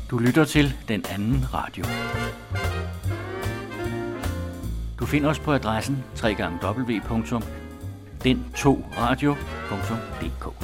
Du lytter til Den Anden Radio. Du finder os på adressen www.den2radio.dk.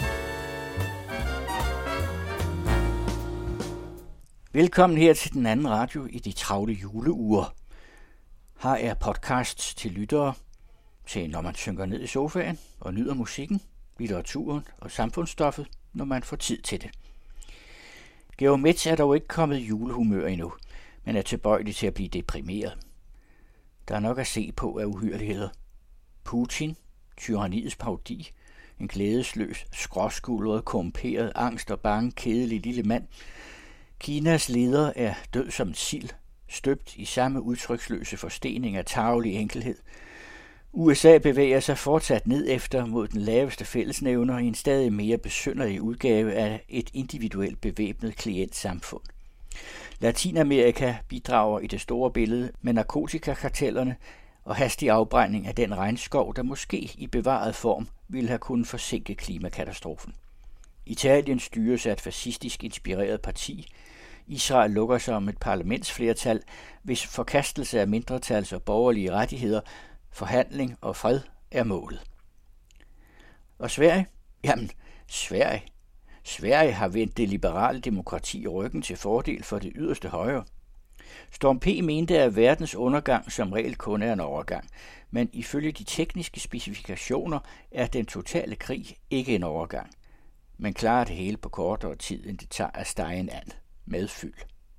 Velkommen her til Den Anden Radio i de travle juleuger. Her er podcasts til lyttere, til når man synker ned i sofaen og nyder musikken, litteraturen og samfundsstoffet, når man får tid til det. Georg Metz er dog ikke kommet i julehumør endnu, men er tilbøjelig til at blive deprimeret. Der er nok at se på af uhyrligheder. Putin, tyranniets parodi, en glædesløs, skråskuldret, korrumperet, angst og bange, kedelig lille mand. Kinas leder er død som en sild, støbt i samme udtryksløse forstening af tarvelig enkelhed. USA bevæger sig fortsat ned efter mod den laveste fællesnævner i en stadig mere besynderlig udgave af et individuelt bevæbnet klientsamfund. Latinamerika bidrager i det store billede med narkotikakartellerne og hastig afbrænding af den regnskov, der måske i bevaret form ville have kunnet forsinke klimakatastrofen. Italien styres af et fascistisk inspireret parti. Israel lukker sig om et parlamentsflertal, hvis forkastelse af mindretals- og borgerlige rettigheder, forhandling og fred er målet. Og Sverige? Jamen, Sverige har vendt det liberale demokrati ryggen til fordel for det yderste højre. Storm P. mente, at verdens undergang som regel kun er en overgang, men ifølge de tekniske specifikationer er den totale krig ikke en overgang. Man klarer det hele på kortere tid, end det tager at stege en and med fyld.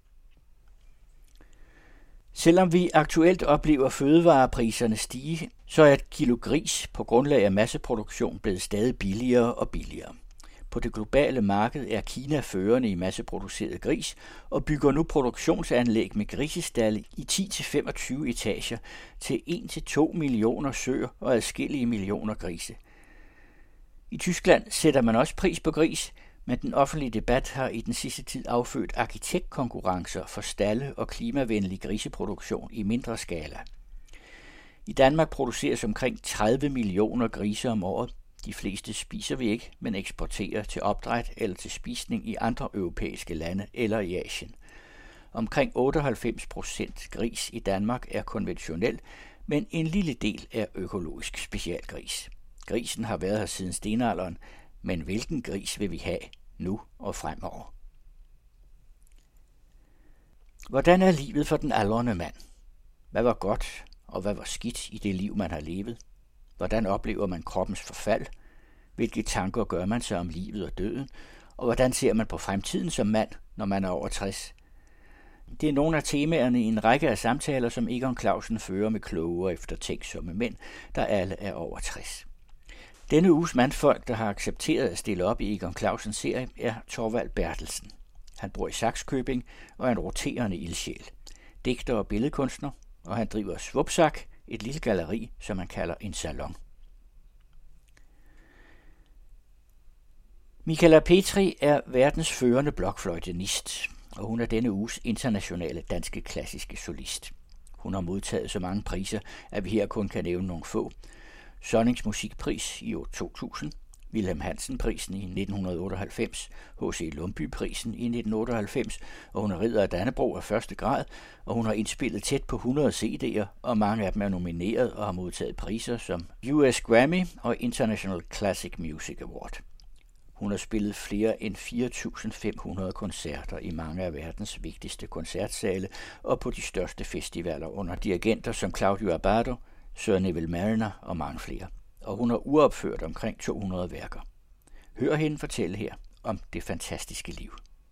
Selvom vi aktuelt oplever fødevarepriserne stige, så er et kilo gris på grundlag af masseproduktion blevet stadig billigere og billigere. På det globale marked er Kina førende i masseproduceret gris og bygger nu produktionsanlæg med grisestalle i 10-25 etager til 1-2 millioner søer og adskillige millioner grise. I Tyskland sætter man også pris på gris, men den offentlige debat har i den sidste tid affødt arkitektkonkurrencer for stalde og klimavenlig griseproduktion i mindre skala. I Danmark produceres omkring 30 millioner grise om året. De fleste spiser vi ikke, men eksporterer til opdræt eller til spisning i andre europæiske lande eller i Asien. Omkring 98% gris i Danmark er konventionel, men en lille del er økologisk specialgris. Grisen har været her siden stenalderen, men hvilken gris vil vi have nu og fremover? Hvordan er livet for den aldrende mand? Hvad var godt, og hvad var skidt i det liv, man har levet? Hvordan oplever man kroppens forfald? Hvilke tanker gør man sig om livet og døden? Og hvordan ser man på fremtiden som mand, når man er over 60? Det er nogle af temaerne i en række af samtaler, som Egon Clausen fører med kloge og eftertænksomme mænd, der alle er over 60. Denne uges mandfolk, der har accepteret at stille op i Egon Clausens serie, er Thorvald Bertelsen. Han bor i Sakskøbing og er en roterende ildsjæl. Digter og billedkunstner, og han driver Svupsak, et lille galleri, som man kalder en salon. Michala Petri er verdens førende blokfløjtenist, og hun er denne uges internationale danske klassiske solist. Hun har modtaget så mange priser, at vi her kun kan nævne nogle få. Sonnings Musikpris i år 2000, Wilhelm Hansen-prisen i 1998, H.C. Lumbye-prisen i 1998, og hun er ridder af Dannebrog af første grad, og hun har indspillet tæt på 100 CD'er, og mange af dem er nomineret og har modtaget priser som US Grammy og International Classic Music Award. Hun har spillet flere end 4.500 koncerter i mange af verdens vigtigste koncertsale og på de største festivaler under dirigenter som Claudio Abbado, Sir Neville Mariner og mange flere. Og hun har uopført omkring 200 værker. Hør hende fortælle her om det fantastiske liv.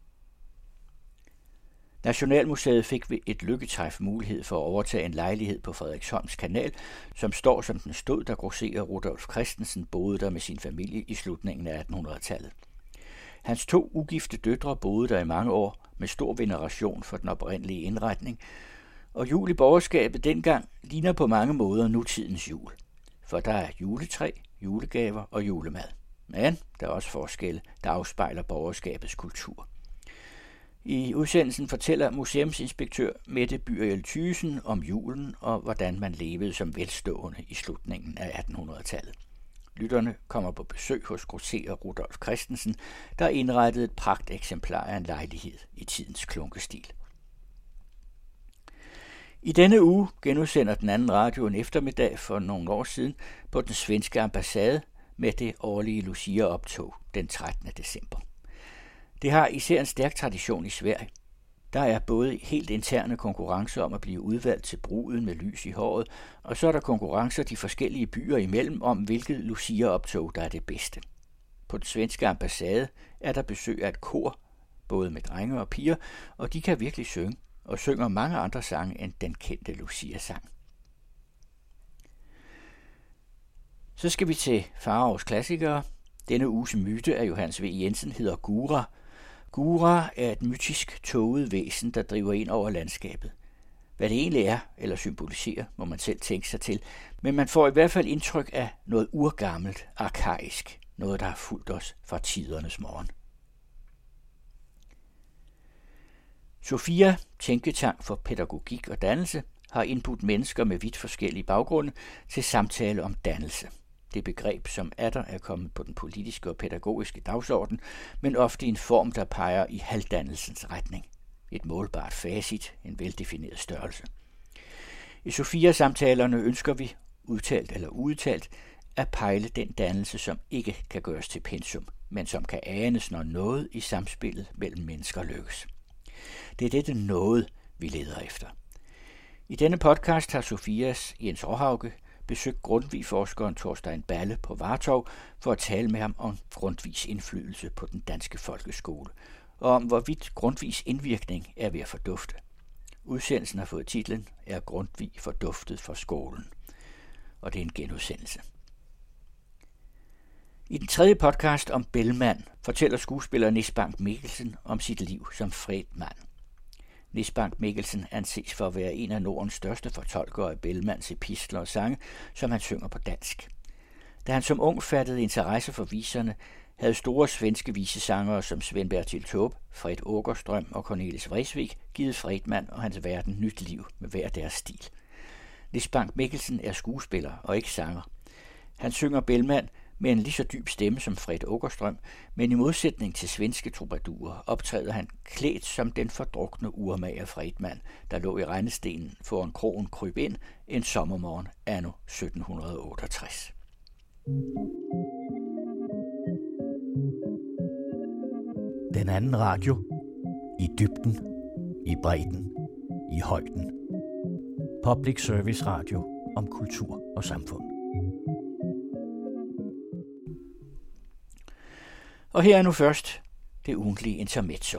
Nationalmuseet fik ved et lykketræf mulighed for at overtage en lejlighed på Frederiksholms Kanal, som står som den stod, da grosserer Rudolf Christensen boede der med sin familie i slutningen af 1800-tallet. Hans 2 ugifte døtre boede der i mange år med stor veneration for den oprindelige indretning, og jul i borgerskabet dengang ligner på mange måder nutidens jul. For der er juletræ, julegaver og julemad. Men der er også forskelle, der afspejler borgerskabets kultur. I udsendelsen fortæller museumsinspektør Mette Byriel Thyssen om julen og hvordan man levede som velstående i slutningen af 1800-tallet. Lytterne kommer på besøg hos grosserer Rudolf Christensen, der indrettede et pragteksemplar af en lejlighed i tidens klunkestil. I denne uge genudsender den anden radio en eftermiddag for nogle år siden på den svenske ambassade med det årlige Lucia-optog den 13. december. Det har især en stærk tradition i Sverige. Der er både helt interne konkurrencer om at blive udvalgt til bruden med lys i håret, og så er der konkurrencer de forskellige byer imellem om, hvilket Lucia-optog, der er det bedste. På den svenske ambassade er der besøg af et kor, både med drenge og piger, og de kan virkelig synge, og synger mange andre sange end den kendte Lucia-sang. Så skal vi til Faraos klassikere. Denne uges myte af Johannes V. Jensen hedder Gura. Gura er et mytisk tåget væsen, der driver ind over landskabet. Hvad det egentlig er eller symboliserer, må man selv tænke sig til, men man får i hvert fald indtryk af noget urgammelt, arkaisk, noget der har fulgt os fra tidernes morgen. Sofia, tænketank for pædagogik og dannelse, har indbudt mennesker med vidt forskellige baggrunde til samtale om dannelse. Det begreb, som atter er kommet på den politiske og pædagogiske dagsorden, men ofte i en form, der peger i halvdannelsens retning. Et målbart facit, en veldefineret størrelse. I Sofia-samtalerne ønsker vi, udtalt eller udtalt, at pejle den dannelse, som ikke kan gøres til pensum, men som kan anes, når noget i samspillet mellem mennesker lykkes. Det er dette noget, vi leder efter. I denne podcast har Sofias Jens Råhauke besøgt Grundtvig-forskeren Thorstein Balle på Vartov for at tale med ham om Grundtvigs indflydelse på den danske folkeskole, og om hvorvidt Grundtvigs indvirkning er ved at fordufte. Udsendelsen har fået titlen Er Grundtvig forduftet fra skolen? Og det er en genudsendelse. I den tredje podcast om Bellman fortæller skuespiller Nis Bank Mikkelsen om sit liv som Fredman. Nis Bank Mikkelsen anses for at være en af Nordens største fortolkere af Bellmans epistler og sange, som han synger på dansk. Da han som ung fattede interesse for viserne, havde store svenske visesangere som Sven Bertil Taube, Fred Åkerström og Cornelis Vreeswijk givet Fredman og hans verden nyt liv med hver deres stil. Nis Bank Mikkelsen er skuespiller og ikke sanger. Han synger Bellman med en lige så dyb stemme som Fred Åkerström, men i modsætning til svenske troubadurer optræder han klædt som den fordrukne urmager Fredman, der lå i regnestenen foran krogen Kryb ind en sommermorgen anno 1768. Den anden radio. I dybden, i bredden, i højden. Public Service Radio om kultur og samfund. Og her er nu først det ugentlige intermezzo.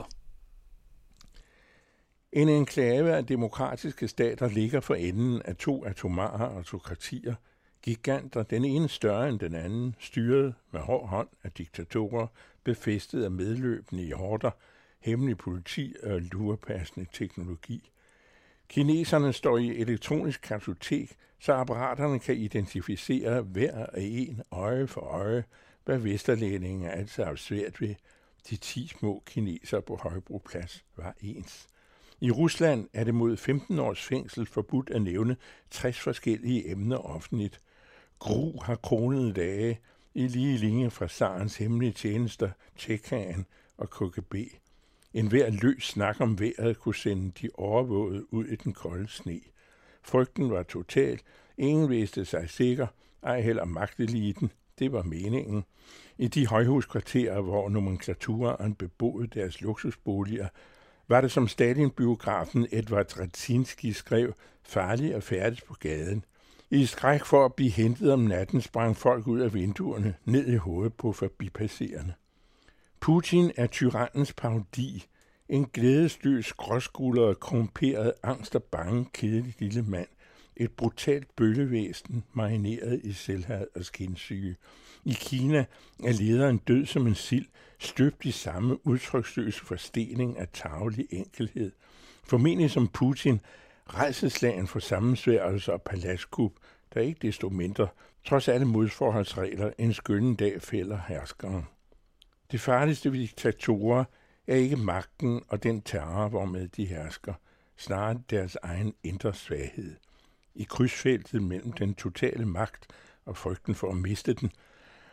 En enklave af demokratiske stater ligger for enden af to atomare autokratier, giganter, den ene større end den anden, styret med hård hånd af diktatorer, befæstet af medløbende i horder, hemmelig politi og lurepassende teknologi. Kineserne står i elektronisk kartotek, så apparaterne kan identificere hver af en øje for øje, hvad Vesterlændingen altså har svært ved. De 10 små kinesere på Højbroplads var ens. I Rusland er det mod 15 års fængsel forbudt at nævne 60 forskellige emner offentligt. Gru har kronede dage i lige linje fra zarens hemmelige tjenester, Tjekkaen og KGB. En hver løs snak om vejret kunne sende de overvågede ud i den kolde sne. Frygten var total. Ingen vidste sig sikker, ej heller magteliten. Det var meningen. I de højhuskvarterer, hvor nomenklaturen beboede deres luksusboliger, var det som Stalin-biografen Edvard Radzinski skrev, farligt at færdes på gaden. I skræk for at blive hentet om natten sprang folk ud af vinduerne, ned i hovedet på forbipasserende. Putin er tyrannens parodi, en glædesløs, gråskuldret, korrumperet, angst og bange, kedelig lille mand. Et brutalt bøllevæsen, marineret i selvhad og skinsyge. I Kina er lederen død som en sild, støbt i samme udtryksløse forstening af tarvelig enkelhed. Formentlig som Putin, rædselsslagen for sammensværgelser og paladskup, der ikke desto mindre, trods alle modforholdsregler, en skønne dag fælder herskeren. Det farligste ved diktatorer er ikke magten og den terror, hvormed de hersker, snarere deres egen indre svaghed. I krydsfeltet mellem den totale magt og frygten for at miste den,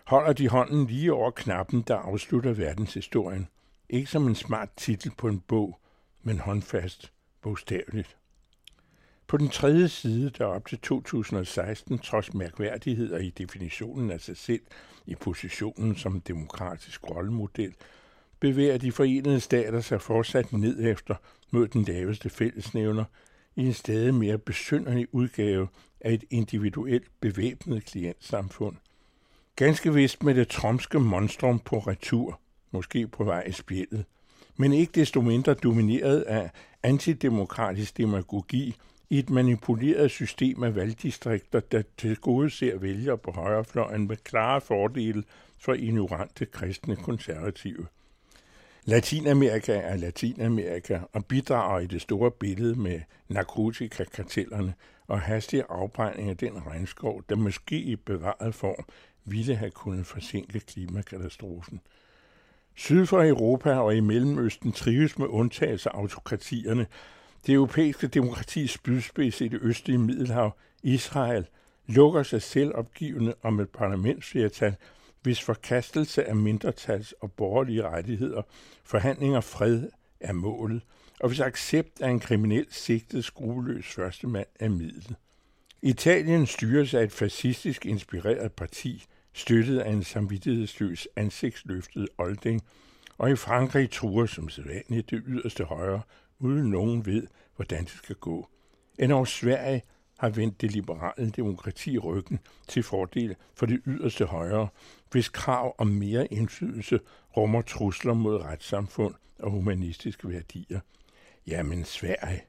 holder de hånden lige over knappen, der afslutter verdenshistorien. Ikke som en smart titel på en bog, men håndfast, bogstaveligt. På den tredje side, der op til 2016, trods mærkværdigheder i definitionen af sig selv i positionen som demokratisk rollemodel, bevæger de forenede stater sig fortsat ned efter mod den laveste fællesnævner i en stadig mere besynderlig udgave af et individuelt bevæbnet klientsamfund. Ganske vist med det tromske monstrum på retur, måske på vej i spjældet, men ikke desto mindre domineret af antidemokratisk demagogi i et manipuleret system af valgdistrikter, der tilgodeser vælgere på højrefløjen med klare fordele for ignorante kristne konservative. Latinamerika er Latinamerika og bidrager i det store billede med narkotikakartellerne og hastig afbrænding af den regnskov, der måske i bevaret form ville have kunnet forsinke klimakatastrofen. Syd for Europa og i Mellemøsten trives med undtagelse af autokratierne. Det europæiske demokratis spydspids i det østlige Middelhav, Israel, lukker sig selvopgivende om et parlamentsflertal, hvis forkastelse af mindretals- og borgerlige rettigheder, forhandlinger fred er målet, og hvis accept af en kriminelt sigtet skrupelløs førstemand er midlet. Italien styres af et fascistisk inspireret parti, støttet af en samvittighedsløs ansigtsløftet olding, og i Frankrig truer som sædvanligt det yderste højre, uden nogen ved, hvordan det skal gå. Endnu Sverige har vendt det liberale demokrati ryggen til fordel for det yderste højre, hvis krav om mere indflydelse rummer trusler mod retssamfund og humanistiske værdier. Jamen Sverige.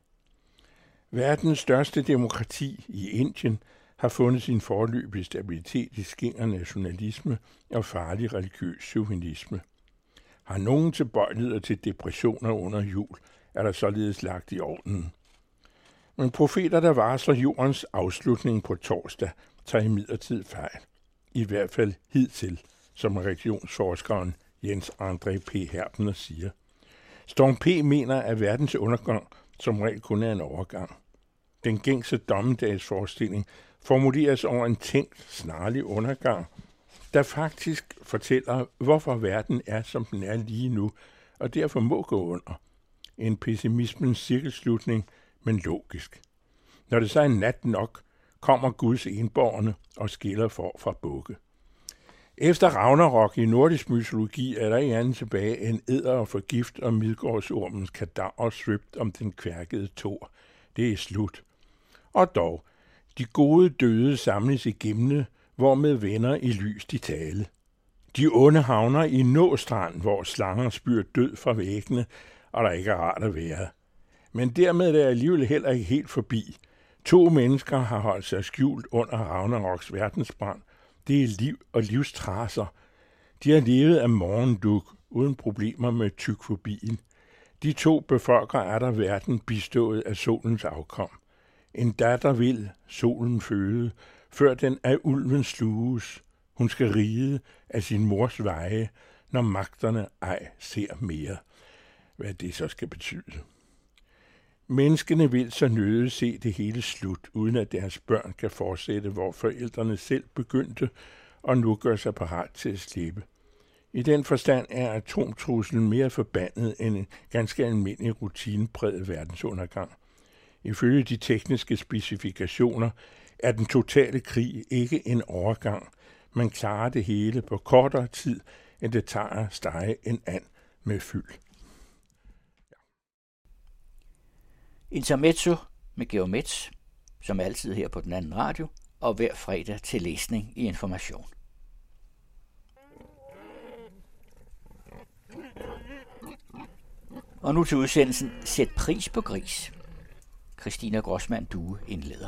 Verdens største demokrati i Indien har fundet sin foreløbige stabilitet i skinger nationalisme og farlig religiøs chauvinisme. Har nogen tilbøjeligheder til depressioner under jul, er der således lagt i ordenen. Men profeter, der varsler jordens afslutning på torsdag, tager imidlertid fejl. I hvert fald hidtil, som religionsforskeren Jens André P. Herbner siger. Storm P. mener, at verdens undergang som regel kun er en overgang. Den gængse dommedagsforestilling formuleres over en tænkt, snarlig undergang, der faktisk fortæller, hvorfor verden er, som den er lige nu, og derfor må gå under. En pessimismens cirkelslutning, men logisk. Når det så er nat nok, kommer Guds enbårne og skiller for fra bukke. Efter Ragnarok i nordisk mytologi er der ikke andet tilbage end edder og forgift og Midgårdsormens kadaver svøbt om den kværkede Thor. Det er slut. Og dog, de gode døde samles i Gimle, hvormed venner i lys de tale. De onde havner i Nåstrand, hvor slanger spyr død fra væggene, og der ikke er rart at være. Men dermed er det alligevel heller ikke helt forbi. 2 mennesker har holdt sig skjult under Ragnaroks verdensbrand. Det er liv og livstrasser. De har levet af morgenduk, uden problemer med tykfobien. De 2 befolker er der verden bistået af solens afkom. En datter vil solen føde, før den af ulven sluges. Hun skal ride af sin mors veje, når magterne ej ser mere. Hvad det så skal betyde. Menneskene vil så nødigt se det hele slut, uden at deres børn kan fortsætte, hvor forældrene selv begyndte, og nu gør sig parat til at slippe. I den forstand er atomtruslen mere forbandet end en ganske almindelig rutinepræget verdensundergang. Ifølge de tekniske specifikationer er den totale krig ikke en overgang. Man klarer det hele på kortere tid, end det tager at stege en and med fyld. Intermezzo med Georg Metz, som altid her på den anden radio, og hver fredag til læsning i Information. Og nu til udsendelsen Sæt pris på gris. Christina Grossmann Due indleder.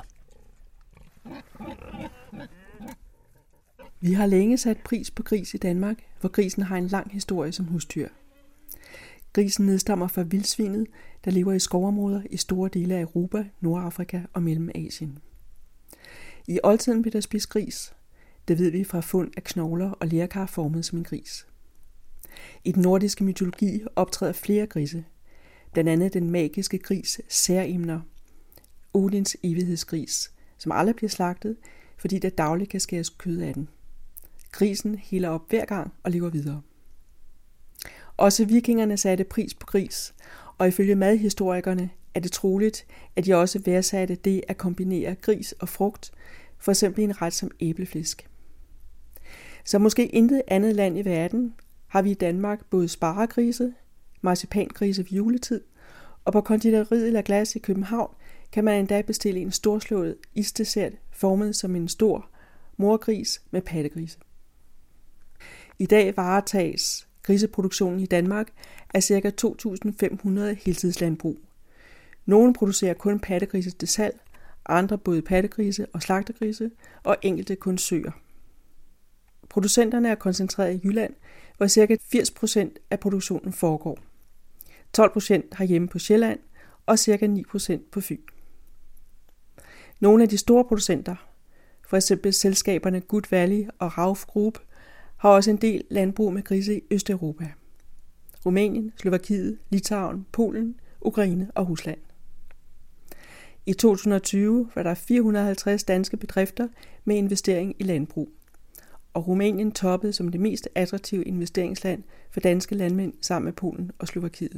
Vi har længe sat pris på gris i Danmark, hvor grisen har en lang historie som husdyr. Grisen nedstammer fra vildsvinet, der lever i skovområder i store dele af Europa, Nordafrika og Mellemasien. I oldtiden blev der spist gris. Det ved vi fra fund af knogler og lerkar formet som en gris. I den nordiske mytologi optræder flere grise, blandt andet den magiske gris Særimner, Odins evighedsgris, som aldrig bliver slagtet, fordi der dagligt kan skæres kød af den. Grisen hælder op hver gang og lever videre. Også vikingerne satte pris på gris, og ifølge madhistorikerne er det troligt, at de også værdsatte det at kombinere gris og frugt, for eksempel en ret som æbleflæsk. Så måske intet andet land i verden har vi i Danmark både sparegrise, marcipangrise ved juletid, og på konditoriet La Glace i København kan man endda bestille en storslået isdessert formet som en stor morgris med pattegrise. I dag varetages griseproduktionen i Danmark af ca. 2.500 heltidslandbrug. Nogle producerer kun pattegrise til salg, andre både pattegrise og slagtegrise, og enkelte kun søer. Producenterne er koncentreret i Jylland, hvor ca. 80% af produktionen foregår. 12% herhjemme på Sjælland og ca. 9% på Fyn. Nogle af de store producenter, f.eks. selskaberne Good Valley og Rauf Group, har også en del landbrug med grise i Østeuropa. Rumænien, Slovakiet, Litauen, Polen, Ukraine og Rusland. I 2020 var der 450 danske bedrifter med investering i landbrug, og Rumænien toppede som det mest attraktive investeringsland for danske landmænd sammen med Polen og Slovakiet.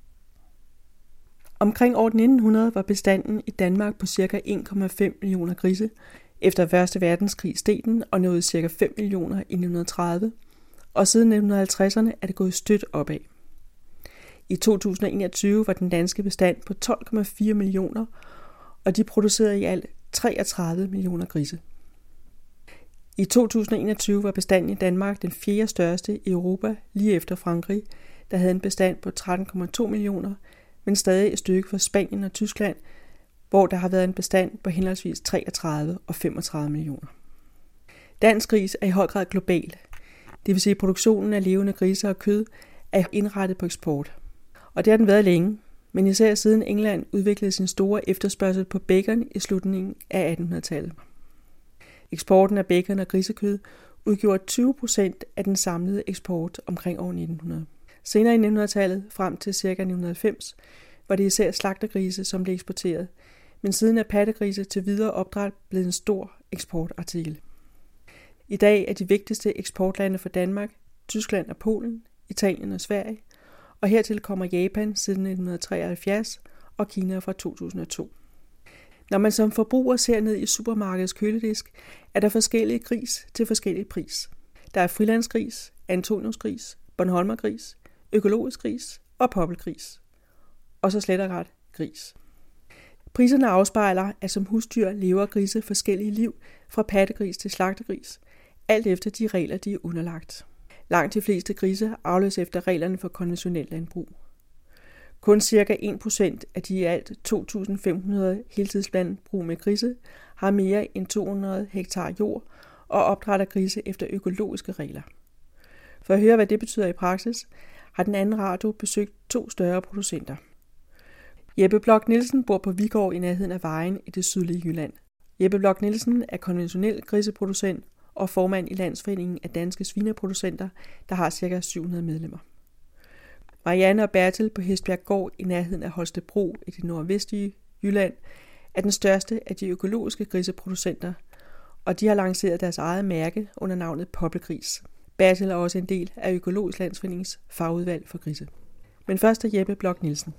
Omkring år 1900 var bestanden i Danmark på ca. 1,5 millioner grise. Efter 1. verdenskrig steg den og nåede ca. 5 millioner i 1930, og siden 1950'erne er det gået støt opad. I 2021 var den danske bestand på 12,4 millioner, og de producerede i alt 33 millioner grise. I 2021 var bestanden i Danmark den 4. største i Europa, lige efter Frankrig, der havde en bestand på 13,2 millioner, men stadig et stykke for Spanien og Tyskland, hvor der har været en bestand på henholdsvis 33 og 35 millioner. Dansk gris er i høj grad global, det vil sige, at produktionen af levende griser og kød er indrettet på eksport. Og det har den været længe, men især siden England udviklede sin store efterspørgsel på bacon i slutningen af 1800-tallet. Eksporten af bacon og grisekød udgjorde 20% af den samlede eksport omkring år 1900. Senere i 1900-tallet, frem til ca. 1990, var det især slagtergrise, som blev eksporteret, men siden er pattegrise til videre opdræt blevet en stor eksportartikel. I dag er de vigtigste eksportlande for Danmark Tyskland og Polen, Italien og Sverige, og hertil kommer Japan siden 1973 og Kina fra 2002. Når man som forbruger ser ned i supermarkedets køledisk, er der forskellige gris til forskellig pris. Der er frilandsgris, antoniusgris, bornholmergris, økologisk gris og poppelgris. Og så slet og ret gris. Priserne afspejler, at som husdyr lever grise forskellige liv fra pattegris til slagtegris, alt efter de regler, de er underlagt. Langt de fleste grise avles efter reglerne for konventionelt landbrug. Kun ca. 1% af de i alt 2.500 heltidslandbrug med grise har mere end 200 hektar jord og opdrætter grise efter økologiske regler. For at høre, hvad det betyder i praksis, har den anden radio besøgt 2 større producenter. Jeppe Bloch Nielsen bor på Viborg i nærheden af Vejen i det sydlige Jylland. Jeppe Bloch Nielsen er konventionel griseproducent og formand i Landsforeningen af Danske Svineproducenter, der har ca. 700 medlemmer. Marianne og Bertel på Hesbjerggård i nærheden af Holstebro i det nordvestlige Jylland er den største af de økologiske griseproducenter, og de har lanceret deres eget mærke under navnet Poppelgris. Bertel er også en del af Økologisk Landsforeningens fagudvalg for grise. Men først er Jeppe Bloch Nielsen.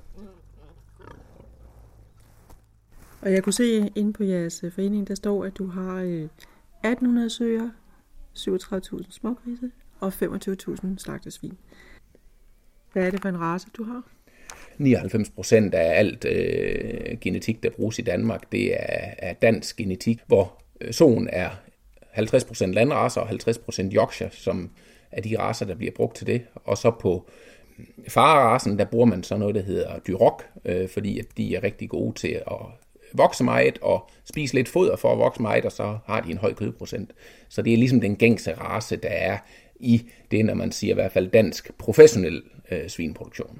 Og jeg kunne se inde på jeres forening, der står, at du har 1800 søer, 37.000 smågrise og 25.000 slagtersvin. Hvad er det for en race, du har? 99% af alt genetik, der bruges i Danmark, det er dansk genetik, hvor soen er 50% landracer og 50% Yorkshire, som er de racer, der bliver brugt til det. Og så på fareracen, der bruger man så noget, der hedder Duroc, fordi at de er rigtig gode til at vokse meget og spise lidt foder for at vokse meget, og så har de en høj kødprocent. Så det er ligesom den gængse race, der er i det, når man siger i hvert fald dansk professionel svineproduktion.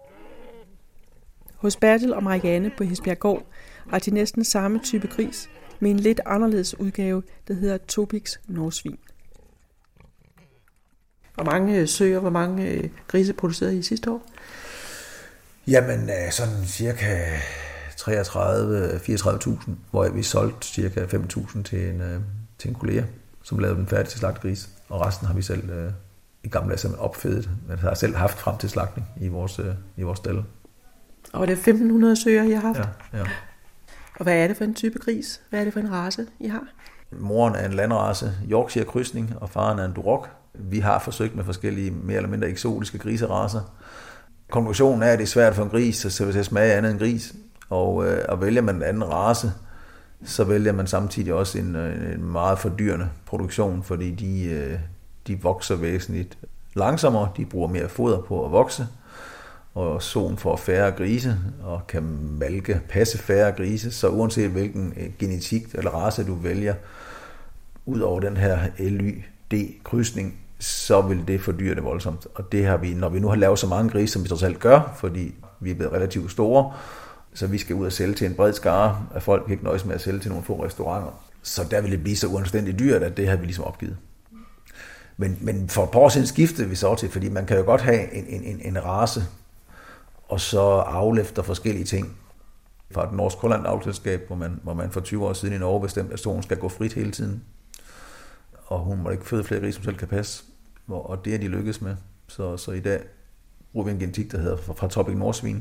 Hos Bertel og Marianne på Hesbjerggård har de næsten samme type gris med en lidt anderledes udgave, der hedder Topigs Norsvin. Hvor mange søer, hvor mange grise producerede I sidste år? Jamen, sådan cirka 34.000, hvor vi solgte cirka 5.000 til en kollega, som lavede den færdig til slagtegris, og resten har vi selv i gamle dage simpelthen opfedet, men har selv haft frem til slagtning i vores stald. Og det er 1500 søer, I har haft? Ja. Og hvad er det for en type gris? Hvad er det for en race, I har? Moren er en landrace, Yorkshire krydsning, og faren er en Duroc. Vi har forsøgt med forskellige mere eller mindre eksotiske griseracer. Konklusionen er, at det er svært for en gris at smage andet end gris, og vælger man en anden race, så vælger man samtidig også en meget fordyrende produktion, fordi de vokser væsentligt langsommere, de bruger mere foder på at vokse, og soen får færre grise, og kan passe færre grise, så uanset hvilken genetik eller race du vælger, ud over den her LYD-krydsning, så vil det fordyre det voldsomt. Og det har vi, når vi nu har lavet så mange grise, som vi trods alt gør, fordi vi er blevet relativt store, så vi skal ud og sælge til en bred skare af folk, vi ikke nøjes med at sælge til nogle få restauranter. Så der vil det blive så uanstændigt dyrt, at det har vi ligesom opgivet. Men for et par år siden skiftede vi så til, fordi man kan jo godt have en race, og så avle efter forskellige ting. Fra et norsk Holland avlselskab, hvor man for 20 år siden i Norge bestemte, at soen skal gå frit hele tiden. Og hun må ikke føde flere grise, som selv kan passe. Og det er de lykkedes med. Så i dag bruger vi en genetik, der hedder fra Topic Norsvin.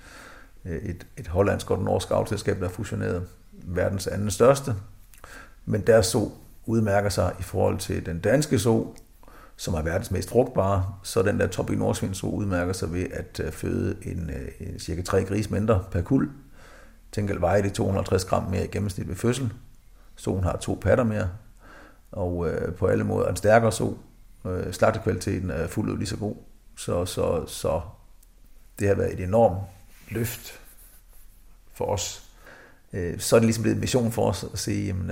Et hollandsk og norsk avlselskab, der er fusioneret, verdens anden største. Men deres so udmærker sig i forhold til den danske so, som er verdens mest frugtbare, så den der Topic Norsvin so udmærker sig ved at føde en cirka 3 gris mindre per kuld. Tænk, veje det 250 gram mere i gennemsnit ved fødsel. Soen har 2 patter mere, og på alle måder en stærkere so. Slagtekvaliteten er fuldt ud lige så god. Så det har været et enormt løft for os. Så er det ligesom blevet en mission for os at se, jamen,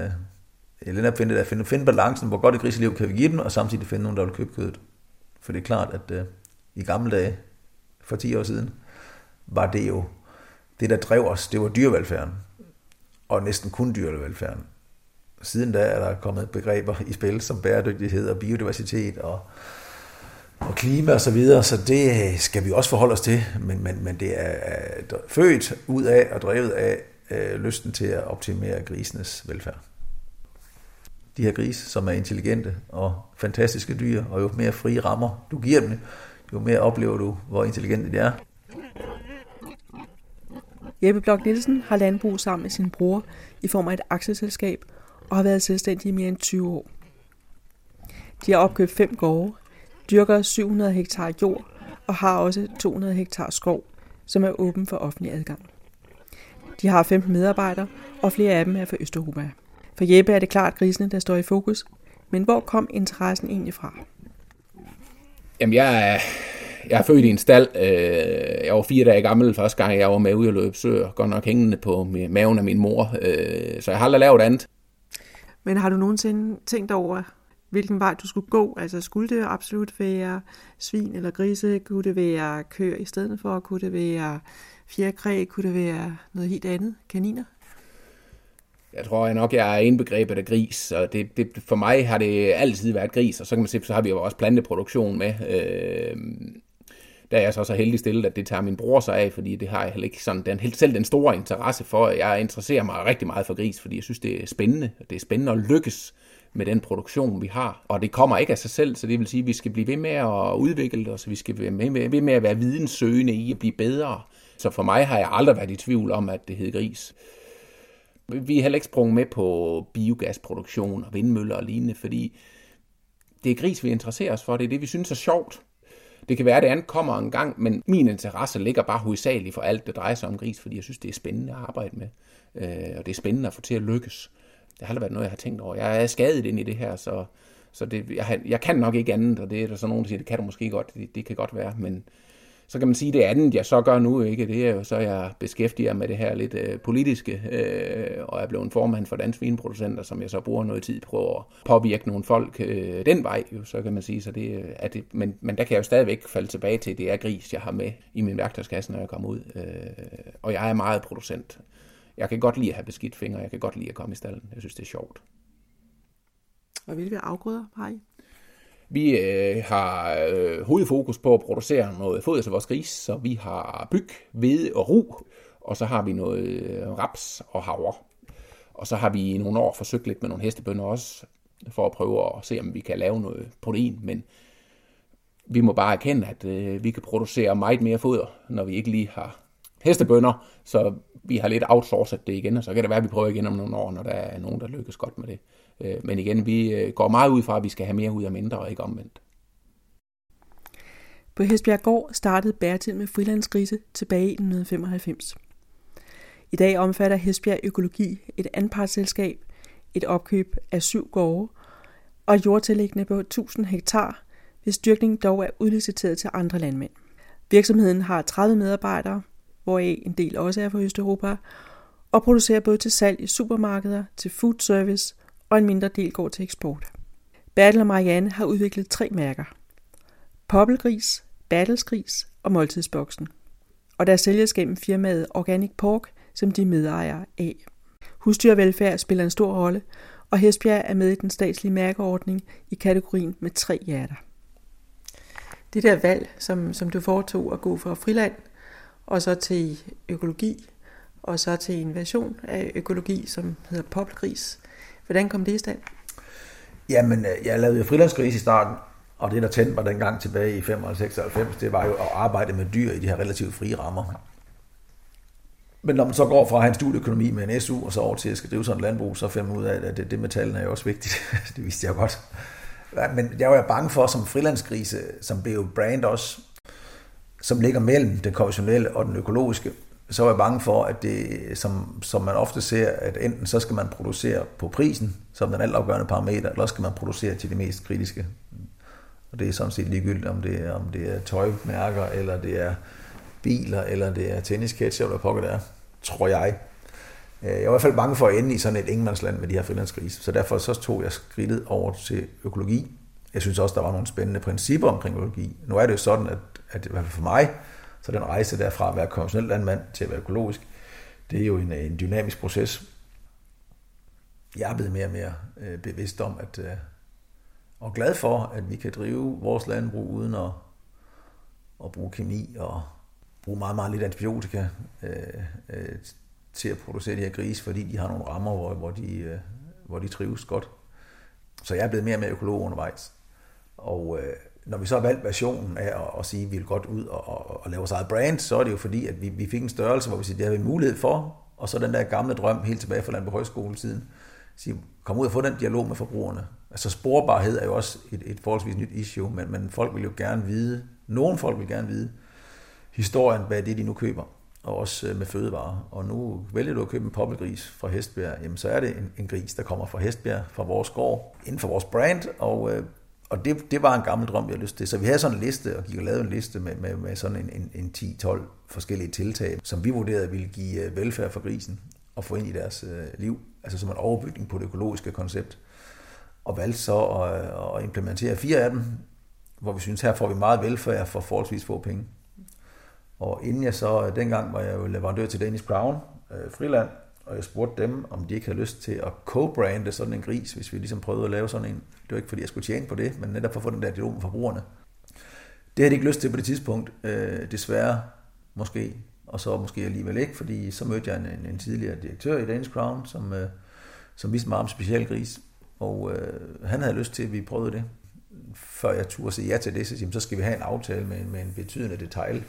finde balancen, hvor godt et griseliv kan vi give dem, og samtidig finde nogen, der vil købe kødet. For det er klart, at i gamle dage, for 10 år siden, var det jo det, der drev os, det var dyrevelfærden, og næsten kun dyrevelfærden. Siden da er der kommet begreber i spil, som bæredygtighed og biodiversitet og klima og så videre, så det skal vi også forholde os til, men det er født ud af og drevet af lysten til at optimere grisenes velfærd. De her grise, som er intelligente og fantastiske dyr, og jo mere frie rammer du giver dem, jo mere oplever du, hvor intelligente de er. Jeppe Bloch Nielsen har landbrug sammen med sin bror i form af et aktieselskab og har været selvstændig i mere end 20 år. De har opkøbt 5 gårde, dyrker 700 hektar jord og har også 200 hektar skov, som er åben for offentlig adgang. De har 15 medarbejdere, og flere af dem er fra Østeuropa. For Jeppe er det klart grisene, der står i fokus, men hvor kom interessen egentlig fra? Jamen, jeg er født i en stald. Jeg var 4 dage gammel første gang, jeg var med ude og løbe søer, godt nok hængende på maven af min mor, så jeg har aldrig lavet andet. Men har du nogensinde tænkt over, hvilken vej du skulle gå? Altså, skulle det absolut være svin eller grise? Kunne det være køer i stedet for? Kunne det være fjerkræ? Kunne det være noget helt andet? Kaniner? Jeg tror nok, jeg er indbegrebet af gris, og for mig har det altid været gris, og så kan man se, så har vi jo også planteproduktion med. Der er jeg så heldig stillet, at det tager min bror sig af, fordi det har jeg heller ikke sådan selv den store interesse for. Jeg interesserer mig rigtig meget for gris, fordi jeg synes, det er spændende. Det er spændende at lykkes med den produktion, vi har. Og det kommer ikke af sig selv, så det vil sige, at vi skal blive ved med at udvikle det, og så vi skal blive ved med at være videnssøgende i at blive bedre. Så for mig har jeg aldrig været i tvivl om, at det hed gris. Vi er heller ikke sprunget med på biogasproduktion og vindmøller og lignende, fordi det er gris, vi interesserer os for. Det er det, vi synes er sjovt. Det kan være, at det andet kommer en gang, men min interesse ligger bare hovedsageligt for alt, det drejer sig om gris, fordi jeg synes, det er spændende at arbejde med. Og det er spændende at få til at lykkes. Det har aldrig været noget, jeg har tænkt over. Jeg er skadet ind i det her, så det, jeg kan nok ikke andet, og det er der så nogen, der siger, det kan du måske godt, det kan godt være, men så kan man sige, det andet, jeg så gør nu, ikke, det er jo så, jeg beskæftiger med det her lidt politiske, og er blevet formand for Dansk Vinproducenter, som jeg så bruger noget tid på at påvirke nogle folk den vej, jo, så kan man sige, så det er det, men der kan jeg jo stadigvæk falde tilbage til, det er gris, jeg har med i min værktøjskasse, når jeg kommer ud, og jeg er meget producent. Jeg kan godt lide at have beskidt fingre, jeg kan godt lide at komme i stalden, jeg synes, det er sjovt. Og hvilke afgrøder har I? Vi har hovedfokus på at producere noget foder til vores gris, så vi har byg, hvede og rug, og så har vi noget raps og havre. Og så har vi i nogle år forsøgt lidt med nogle hestebønner også. for at prøve at se, om vi kan lave noget protein, men vi må bare erkende, at vi kan producere meget mere foder, når vi ikke lige har hestebønner, så vi har lidt outsourcet det igen, og så kan det være, at vi prøver igen om nogle år, når der er nogen, der lykkes godt med det. Men igen, vi går meget ud fra, at vi skal have mere ud af mindre, og ikke omvendt. På Hestbjerg Gård startede Bertil med frilandsgrise tilbage i 1995. I dag omfatter Hestbjerg Økologi et anpartsselskab, et opkøb af 7 gårde og et jordtillæggende på 1000 hektar, hvis dyrkning dog er udliciteret til andre landmænd. Virksomheden har 30 medarbejdere, hvoraf en del også er fra Østeuropa, og producerer både til salg i supermarkeder, til food service og en mindre del går til eksport. Bertel og Marianne har udviklet 3 mærker: Poppelgris, Bertelsgris og Måltidsboksen. Og der sælges gennem firmaet Organic Pork, som de er medejere af. Husdyrvelfærd spiller en stor rolle, og Hestbjerg er med i den statslige mærkeordning i kategorien med 3 hjerter. Det der valg, som du foretog at gå fra friland, og så til økologi, og så til en version af økologi, som hedder Poppelgris. Hvordan kom det i stand? Jamen, jeg lavede frilandsgris i starten, og det, der tændte mig dengang tilbage i 95, det var jo at arbejde med dyr i de her relativt frie rammer. Men når man så går fra at have en studieøkonomi med en SU, og så over til at skal drive sådan et landbrug, så finder man ud af, at det med tallene er jo også vigtigt. Det vidste jeg godt. Men jeg var bange for, som frilandsgrise, som blev jo brand også, som ligger mellem det konventionelle og den økologiske, så var jeg bange for, at det, som man ofte ser, at enten så skal man producere på prisen, som den altafgørende parameter, eller også skal man producere til det mest kritiske. Og det er sådan set ligegyldigt, om det er tøjmærker, eller det er biler, eller det er tennisketcher, eller pokker der, tror jeg. Jeg var i hvert fald bange for at ende i sådan et ingenmandsland med de her frilandsgrise, så derfor så tog jeg skridtet over til økologi. Jeg synes også, der var nogle spændende principper omkring økologi. Nu er det jo sådan, at i hvert fald for mig, så den rejse derfra at være konventionel landmand til at være økologisk, det er jo en dynamisk proces. Jeg er blevet mere og mere bevidst om, og glad for, at vi kan drive vores landbrug uden at bruge kemi og bruge meget, meget lidt antibiotika til at producere de her grise, fordi de har nogle rammer, hvor de trives godt. Så jeg er blevet mere og mere økolog undervejs. Og når vi så har valgt versionen af at sige, at vi vil godt ud og lave vores eget brand, så er det jo fordi, at vi fik en størrelse, hvor vi siger, det har vi mulighed for, og så den der gamle drøm helt tilbage fra Landbrug Højskole-tiden, sige, kom ud og få den dialog med forbrugerne. Altså sporbarhed er jo også et forholdsvis nyt issue, men folk vil jo gerne vide, nogle folk vil gerne vide historien bag det, de nu køber, og også med fødevarer. Og nu vælger du at købe en poppelgris fra Hestbjerg, jamen så er det en gris, der kommer fra Hestbjerg, fra vores gård, inden for vores brand, og det var en gammel drøm, jeg havde lyst til. Så vi havde sådan en liste, og gik og lavede en liste med sådan en 10-12 forskellige tiltag, som vi vurderede ville give velfærd for grisen og få ind i deres liv, altså som en overbygning på det økologiske koncept. Og valgte så at implementere 4 af dem, hvor vi synes, her får vi meget velfærd for forholdsvis få penge. Og inden jeg så, dengang var jeg jo leverandør til Danish Crown, friland, og jeg spurgte dem, om de ikke havde lyst til at co-brande sådan en gris, hvis vi ligesom prøvede at lave sådan en. Det var ikke, fordi jeg skulle tjene på det, men netop for at få den der dialog med forbrugerne. Det havde de ikke lyst til på det tidspunkt, desværre måske, og så måske alligevel ikke, fordi så mødte jeg en tidligere direktør i Danish Crown, som viste mig om specialgris, og han havde lyst til, at vi prøvede det. Før jeg turde sige ja til det, så skal vi have en aftale med en betydende detaljkæde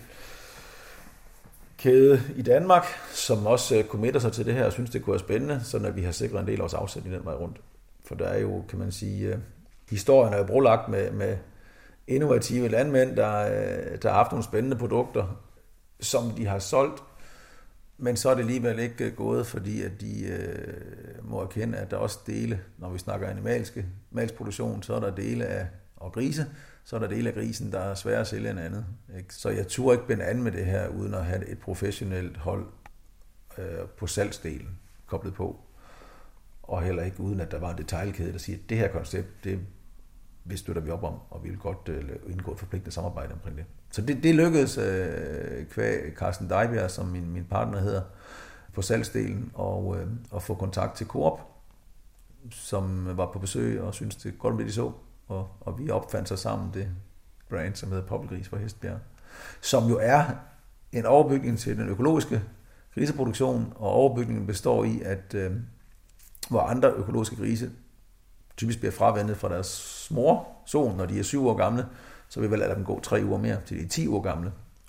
i Danmark, som også committer sig til det her og synes, det kunne være spændende, så at vi har sikret en del af vores afsætning den vej rundt. For der er jo, kan man sige, historien er jo brolagt med innovative landmænd, der har haft nogle spændende produkter, som de har solgt, men så er det alligevel ikke gået, fordi at de må erkende, at der også dele, når vi snakker animalsk produktion, så er der dele af og grise, så er der dele af grisen, der er sværere at sælge end andet. Ikke? Så jeg turde ikke binde an med det her, uden at have et professionelt hold på salgsdelen koblet på, og heller ikke uden at der var en detaljkæde, der siger, at det her koncept, det støtter vi op om, og vi vil godt indgå et forpligtende samarbejde omkring det. Så det lykkedes kvæg Carsten Dejbjerg, som min partner hedder, på salgsdelen, og at få kontakt til Coop, som var på besøg og syntes det godt om det, de så. Og vi opfandt sig sammen det brand, som hedder Poppelgris fra Hestbjerg, som jo er en overbygning til den økologiske griseproduktion, og overbygningen består i, at hvor andre økologiske grise typisk bliver fravendet fra deres mor, son, når de er 7 år gamle, så vil vi lade dem gå 3 uger mere, til de er 10 år gamle.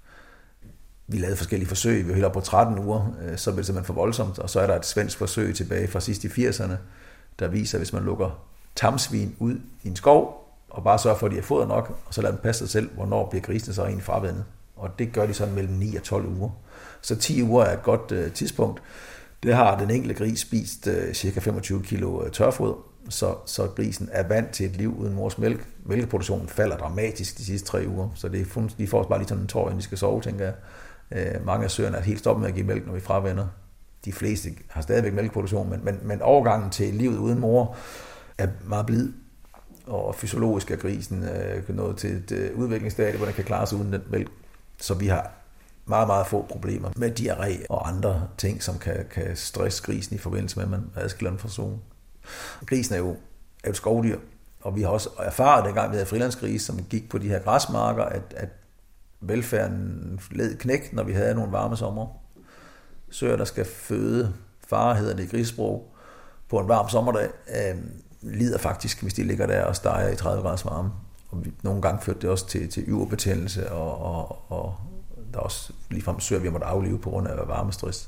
Vi lavede forskellige forsøg, vi var helt op på 13 uger, så blev det simpelthen for voldsomt, og så er der et svensk forsøg tilbage fra sidst i 80'erne, der viser, at hvis man lukker tamsvin ud i en skov, og bare sørger for, at de har fået nok, og så lader dem passe sig selv, hvornår bliver grisene så egentlig fravendet. Og det gør de sådan mellem 9 og 12 uger. Så 10 uger er et godt tidspunkt. Det har den enkelte gris spist cirka 25 kilo tørfoder, så grisen er vant til et liv uden mors mælk. Mælkeproduktionen falder dramatisk de sidste 3 uger, så de får bare lige sådan en tår, inden de skal sove, tænker jeg. Mange af søerne er helt stoppet med at give mælk, når vi fravender. De fleste har stadigvæk mælkeproduktion, men overgangen til livet uden mor er meget blid. Og fysiologisk er grisen nået til et udviklingsstadie, hvor den kan klare sig uden den mælk. Så vi har meget, meget få problemer med diarré og andre ting, som kan stresse grisen i forbindelse med, at man adskiller den fra solen. Grisen er jo et skovdyr, og vi har også erfaret dengang, vi havde frilandsgrise, som gik på de her græsmarker, at velfærden led knæk, når vi havde nogle varme sommer. Søer, der skal føde, far hedder det i grisesprog, på en varm sommerdag, lider faktisk, hvis de ligger der og steger i 30 graders varme. Og nogle gange førte det også til yverbetændelse, og der er også ligefrem søer, vi måtte aflive på grund af varmestress.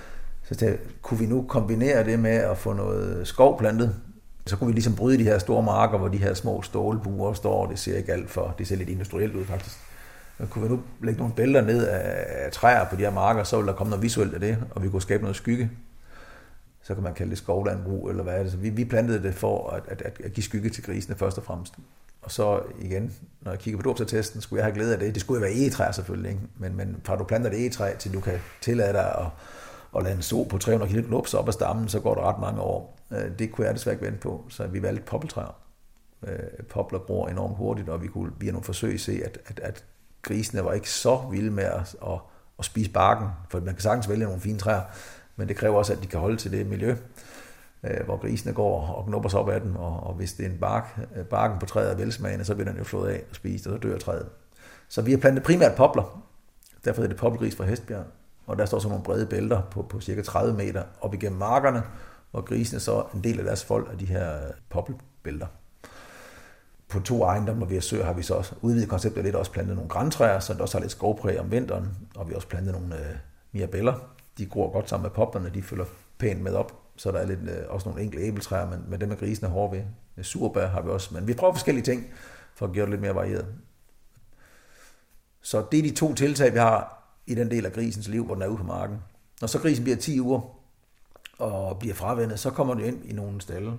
Så kunne vi nu kombinere det med at få noget skov plantet, så kunne vi ligesom bryde de her store marker, hvor de her små stålbuer står, det ser ikke alt for, det ser lidt industrielt ud faktisk. Så kunne vi nu lægge nogle bælter ned af træer på de her marker, så ville der komme noget visuelt af det, og vi kunne skabe noget skygge. Så kan man kalde det skovlandbrug, eller hvad er det. Så vi plantede det for at give skygge til grisene først og fremmest. Og så igen, når jeg kigger på dåbsattesten, skulle jeg have glæde af det. Det skulle jo være egetræer selvfølgelig, ikke? Men fra du planter det egetræ, til du kan tillade dig at lade en so på 300 kilo knops op ad stammen, så går der ret mange år. Det kunne jeg desværre ikke vente på, så vi valgte poppeltræer. Popler gror enormt hurtigt, og vi kunne via nogle forsøg se, at grisene var ikke så vilde med at spise barken, for man kan sagtens vælge nogle fine træer, men det kræver også, at de kan holde til det miljø, hvor grisene går og knupper sig op af den, og hvis det er en barken på træet er velsmagende, så bliver den jo flået af og spist, og så dør træet. Så vi har plantet primært popler, derfor er det poppelgris fra Hestbjerg, og der står så nogle brede bælter på cirka 30 meter op igennem markerne, hvor grisene så en del af deres fold af de her poppelbælter. På 2 ejendomme, hvor vi har søer, har vi så også udvidet konceptet lidt, også plantet nogle grantræer, så der også har lidt skovpræg om vinteren, og vi har også plantet nogle mirabeller. De gror godt sammen med poplerne, de følger pænt med op, så der er lidt, også nogle enkelte æbletræer, men dem med grisene er hårde ved. Surbær har vi også, men vi prøver forskellige ting for at gøre det lidt mere varieret. Så det er de 2 tiltag, vi har i den del af grisens liv, hvor den er ude på marken. Når så grisen bliver 10 uger og bliver fravendet, så kommer de ind i nogle stalde.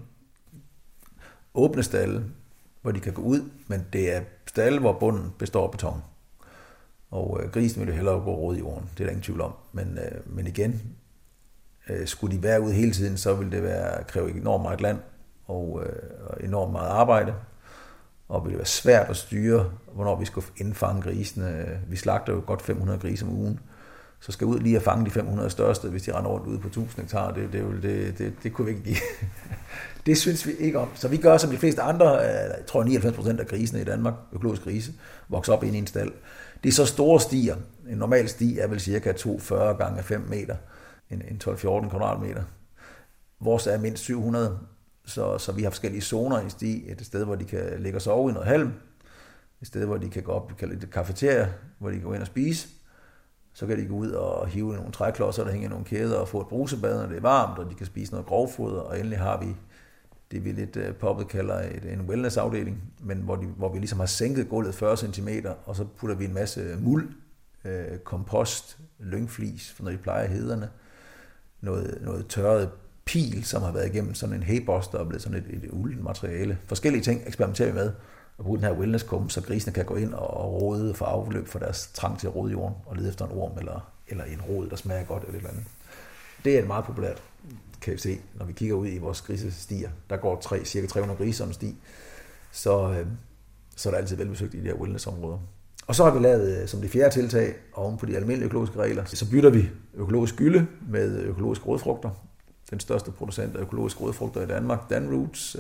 Åbne stalde, hvor de kan gå ud, men det er stalde, hvor bunden består af beton. Og grisen vil jo hellere gå rod i jorden, det er der ingen tvivl om. Men igen, skulle de være ude hele tiden, så vil det kræve enormt meget land og enormt meget arbejde. Og vil det være svært at styre, hvornår vi skulle indfange grisene. Vi slagter jo godt 500 grise om ugen. Så skal ud lige at fange de 500 største, hvis de render rundt ude på 1000 hektar. Det kunne vi ikke give. Det synes vi ikke om. Så vi gør som de fleste andre, jeg tror 99% af grisene i Danmark, økologiske grise, vokser op ind i en stald. Det er så store stier. En normal sti er vel cirka 240 gange 5 meter. En 12-14 kvadratmeter. Vores er mindst 700, så vi har forskellige zoner i sti. Et sted, hvor de kan ligge og sove i noget halm. Et sted, hvor de kan gå op, vi kalder det cafeteria, hvor de kan gå ind og spise. Så kan de gå ud og hive nogle træklodser, der hænger nogle kæder, og få et brusebad, når det er varmt, og de kan spise noget grovfoder. Og endelig har vi det, vi lidt poppet kalder en wellness-afdeling, men hvor vi ligesom har sænket gulvet 40 cm, og så putter vi en masse muld, kompost, lyngflis, for når de plejer hederne, noget tørret pil, som har været igennem sådan en haybuster og blevet sådan et uldent materiale. Forskellige ting eksperimenterer vi med at bruge den her wellness-kum, så grisene kan gå ind og rode for afløb for deres trang til at rode i jorden og lede efter en orm eller en rod, der smager godt eller et eller andet. Det er meget populært, kan vi se, når vi kigger ud i vores grisestier. Der går cirka 300 grise om sti, så er der altid velbesøgt i de her wellness-områder. Og så har vi lavet som det 4. tiltag oven på de almindelige økologiske regler, så bytter vi økologisk gylde med økologiske rodfrugter. Den største producent af økologiske rodfrugter i Danmark, Danroots,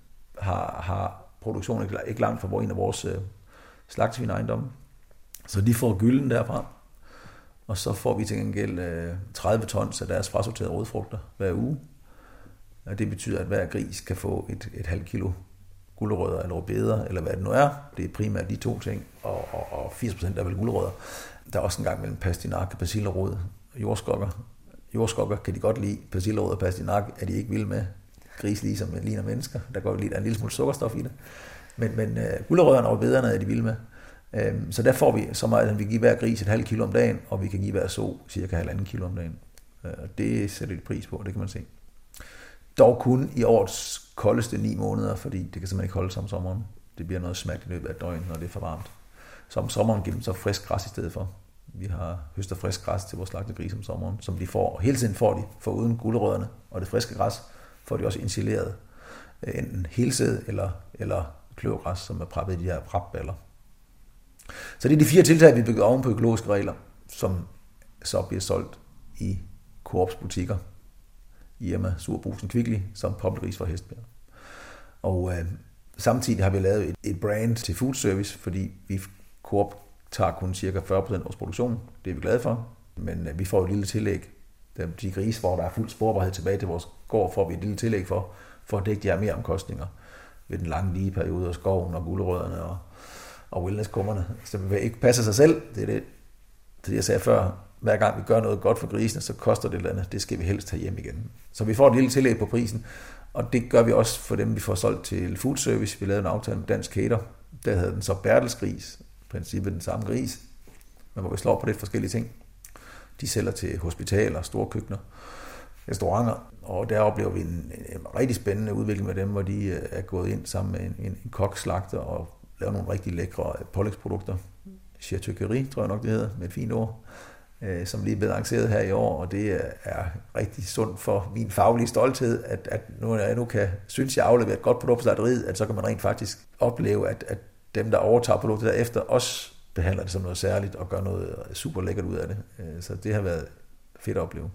har produktion ikke langt fra en af vores slagtesvineejendomme. Så de får gylden derfra, og så får vi til gengæld 30 tons af deres frasorterede rodfrugter hver uge. Og det betyder, at hver gris kan få et halvt kilo gulerødder eller rødbeder, eller hvad det nu er. Det er primært de 2 ting, og 80% er vel gulerødder. Der er også en gang mellem pastinak, persillerod og jordskokker. Jordskokker kan de godt lide. Persillerod og pastinak er de ikke vilde med. Gris ligner mennesker. Der går lige en lille smule sukkerstof i det. Men gulerødderne og rødbederne er de vilde med. Så der får vi så meget, at vi giver hver gris et halvt kilo om dagen, og vi kan give hver so cirka 1,5 kilo om dagen. Det sætter lidt pris på, det kan man se. Dog kun i årets koldeste 9 måneder, fordi det kan simpelthen ikke holde sig om sommeren. Det bliver noget smat i løbet af døgnet, når det er for varmt. Så om sommeren giver dem så frisk græs i stedet for. Vi har høster frisk græs til vores slagtegrise om sommeren, som de får. Hele tiden får de, for uden gulerødderne og det friske græs, får de også injiceret enten helsæd eller kløvergræs, som er preppet i de her prepballer. Så det er de 4 tiltag, vi bygger oven på økologiske regler, som så bliver solgt i Coops butikker. Irma, Surbrugsen, Kvickly, som popelris for Hestbjerg. Og samtidig har vi lavet et brand til food service, fordi Coop tager kun cirka 40% af vores produktion. Det er vi glade for. Men vi får et lille tillæg. De grise, hvor der er fuld sporbarhed tilbage til vores gård, får vi et lille tillæg for at dække de her mere omkostninger ved den lange lige periode af skoven og gulerødderne og wellnesskummerne. Så det ikke passer sig selv. Det er det, jeg sagde før. Hver gang vi gør noget godt for grisene, så koster det et eller andet. Det skal vi helst have hjem igen. Så vi får et lille tillæg på prisen, og det gør vi også for dem, vi får solgt til food service. Vi lavede en aftale med Dansk Cater. Der havde den så Bertelsgris, i princippet den samme gris, men hvor vi slår på lidt forskellige ting. De sælger til hospitaler, store køkkener, restauranter, og der oplever vi en rigtig spændende udvikling med dem, hvor de er gået ind sammen med en kokslagter og laver nogle rigtig lækre pålægsprodukter. Charcuterie, tror jeg nok det hedder, med et fint ord, som lige er blevet lanceret her i år, og det er rigtig sundt for min faglige stolthed, at når jeg nu synes, jeg afleverer et godt produkt på slagteriet, at så kan man rent faktisk opleve, at dem, der overtager produktet derefter, også behandler det som noget særligt og gør noget super lækkert ud af det. Så det har været fedt at opleve.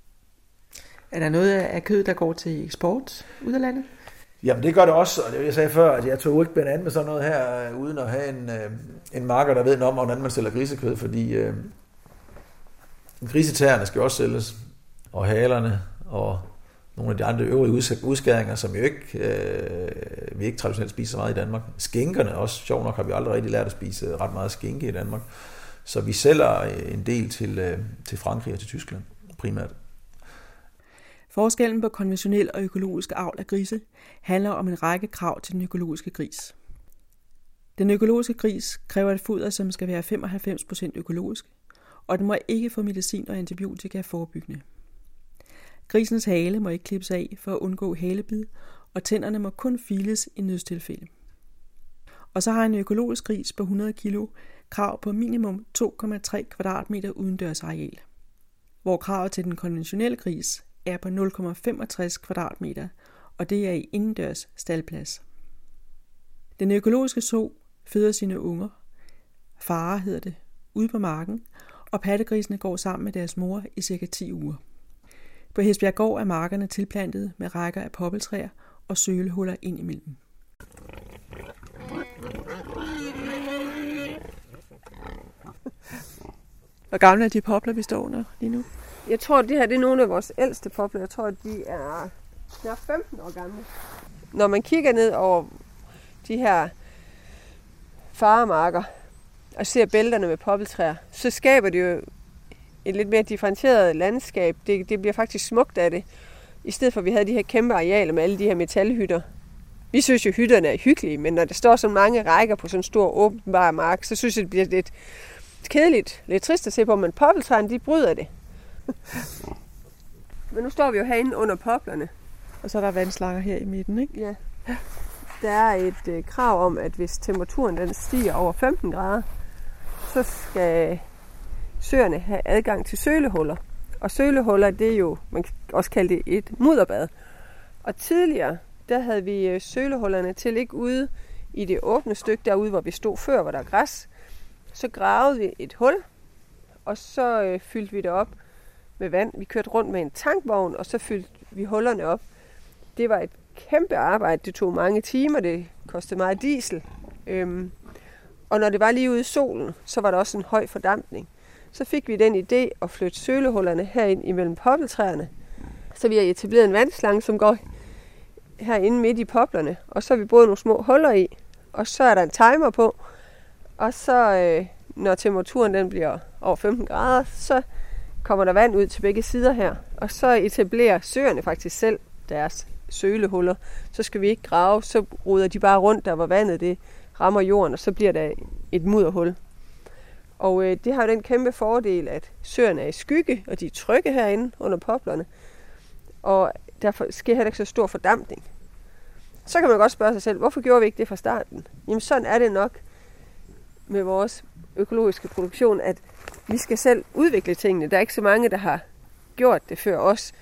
Er der noget af kød, der går til eksport ud af landet? Jamen det gør det også, og det jeg sagde før, at jeg tog ikke an med sådan noget her, uden at have en marker, der ved noget om, hvordan man sælger grisekød, fordi grisetæerne skal også sælges, og halerne, og nogle af de andre øvrige udskæringer, som jo ikke, vi ikke traditionelt spiser så meget i Danmark. Skinkerne også, sjovt nok har vi aldrig rigtig lært at spise ret meget skinke i Danmark. Så vi sælger en del til Frankrig og til Tyskland primært. Forskellen på konventionel og økologisk avl af grise handler om en række krav til den økologiske gris. Den økologiske gris kræver et foder, som skal være 95% økologisk, og den må ikke få medicin og antibiotika forebyggende. Grisens hale må ikke klippes af for at undgå halebid, og tænderne må kun files i nødstilfælde. Og så har en økologisk gris på 100 kg krav på minimum 2,3 kvadratmeter udendørs areal, hvor kravet til den konventionelle gris er på 0,65 kvadratmeter, og det er i indendørs staldplads. Den økologiske so føder sine unger, farer hedder det, ude på marken, og pattegrisene går sammen med deres mor i cirka 10 uger. På Hesbjerggård er markerne tilplantet med rækker af poppeltræer og sølehuller ind imellem. Hvor gamle er de popler, vi står under lige nu? Jeg tror, det her det er nogle af vores ældste popler. Jeg tror, de er snart 15 år gamle. Når man kigger ned over de her faremarker og ser bælterne med poppeltræer, så skaber det jo et lidt mere differentieret landskab. Det bliver faktisk smukt af det. I stedet for, at vi havde de her kæmpe arealer med alle de her metalhytter. Vi synes jo, hytterne er hyggelige, men når der står så mange rækker på sådan en stor åbenbar mark, så synes jeg, det bliver lidt kedeligt, lidt trist at se på, men poppeltræerne, de bryder det. Men nu står vi jo herinde under poplerne. Og så er der vandslanger her i midten, ikke? Ja. Der er et krav om, at hvis temperaturen den stiger over 15 grader, så skal søerne have adgang til sølehuller. Og sølehuller, det er jo, man kan også kalde det et mudderbad. Og tidligere, der havde vi sølehullerne til ikke ude i det åbne stykke, derude hvor vi stod før, hvor der er græs. Så gravede vi et hul, og så fyldte vi det op med vand. Vi kørte rundt med en tankvogn, og så fyldte vi hullerne op. Det var et kæmpe arbejde. Det tog mange timer. Det kostede meget diesel. Og når det var lige ude i solen, så var der også en høj fordampning. Så fik vi den idé at flytte sølehullerne herind imellem poppeltræerne. Så vi har etableret en vandslange, som går herinde midt i poplerne, og så har vi boret nogle små huller i, og så er der en timer på, og så når temperaturen den bliver over 15 grader, så kommer der vand ud til begge sider her, og så etablerer søerne faktisk selv deres sølehuller. Så skal vi ikke grave, så ruder de bare rundt der, hvor vandet det rammer jorden, og så bliver der et mudderhul. Og det har jo den kæmpe fordel, at søerne er i skygge, og de er trygge herinde under poplerne, og derfor sker heller ikke så stor fordampning. Så kan man godt spørge sig selv, hvorfor gjorde vi ikke det fra starten? Jamen sådan er det nok med vores økologiske produktion, at vi skal selv udvikle tingene. Der er ikke så mange, der har gjort det før os.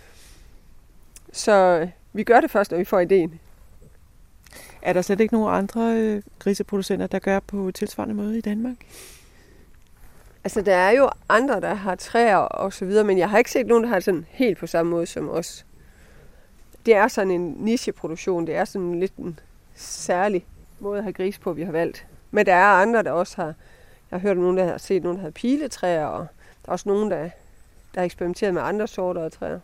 Så vi gør det først, når vi får ideen. Er der slet ikke nogen andre griseproducenter, der gør på tilsvarende måde i Danmark? Altså, der er jo andre, der har træer og så videre, men jeg har ikke set nogen, der har sådan helt på samme måde som os. Det er sådan en nicheproduktion. Det er sådan lidt en særlig måde at have gris på, vi har valgt. Men der er andre, der også har... Jeg har hørt nogen, der har set nogen, der har piletræer, og der er også nogen, der har eksperimenteret med andre sorter af træer.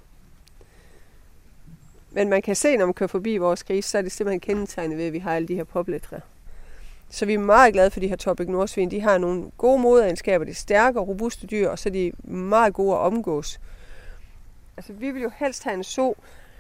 Men man kan se, når man kører forbi vores grise, så er det simpelthen kendetegnet ved, at vi har alle de her popletræer. Så vi er meget glade for de her Torbæk Nordsvin. De har nogle gode moderegenskaber. De er stærke og robuste dyr, og så er de meget gode at omgås. Altså, vi vil jo helst have en so,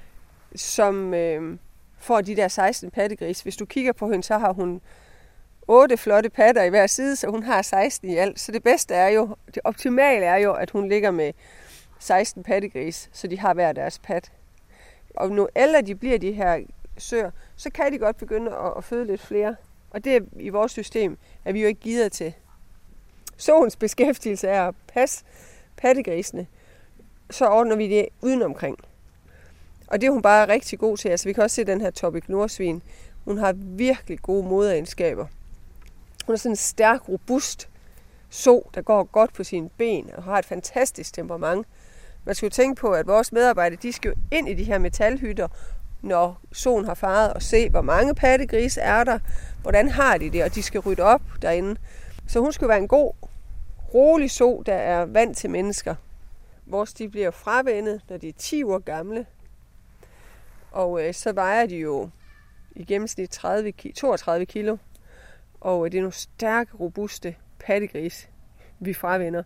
som får de der 16 pattegris. Hvis du kigger på hende, så har hun 8 flotte patter i hver side, så hun har 16 i alt. Så det bedste er jo, det optimale er jo, at hun ligger med 16 pattegris, så de har hver deres pat. Og nu ældre de bliver, de her søer, så kan de godt begynde at føde lidt flere. Og det er i vores system, er vi jo ikke givet til. Soens beskæftigelse er at passe pattegrisene, så ordner vi det udenomkring. Og det er hun bare rigtig god til. Altså vi kan også se den her Torbæk Nordsvin. Hun har virkelig gode moderegenskaber. Hun er sådan en stærk, robust so, der går godt på sine ben og har et fantastisk temperament. Man skal jo tænke på, at vores medarbejdere, de skal jo ind i de her metalhytter, når soen har faret, og se, hvor mange pattegrise er der, hvordan har de det, og de skal rydde op derinde. Så hun skal være en god, rolig so, der er vant til mennesker. Vores de bliver fravænnet, når de er 10 år gamle, og så vejer de jo i gennemsnit 32 kilo, og det er nogle stærke, robuste pattegrise, vi fravænner.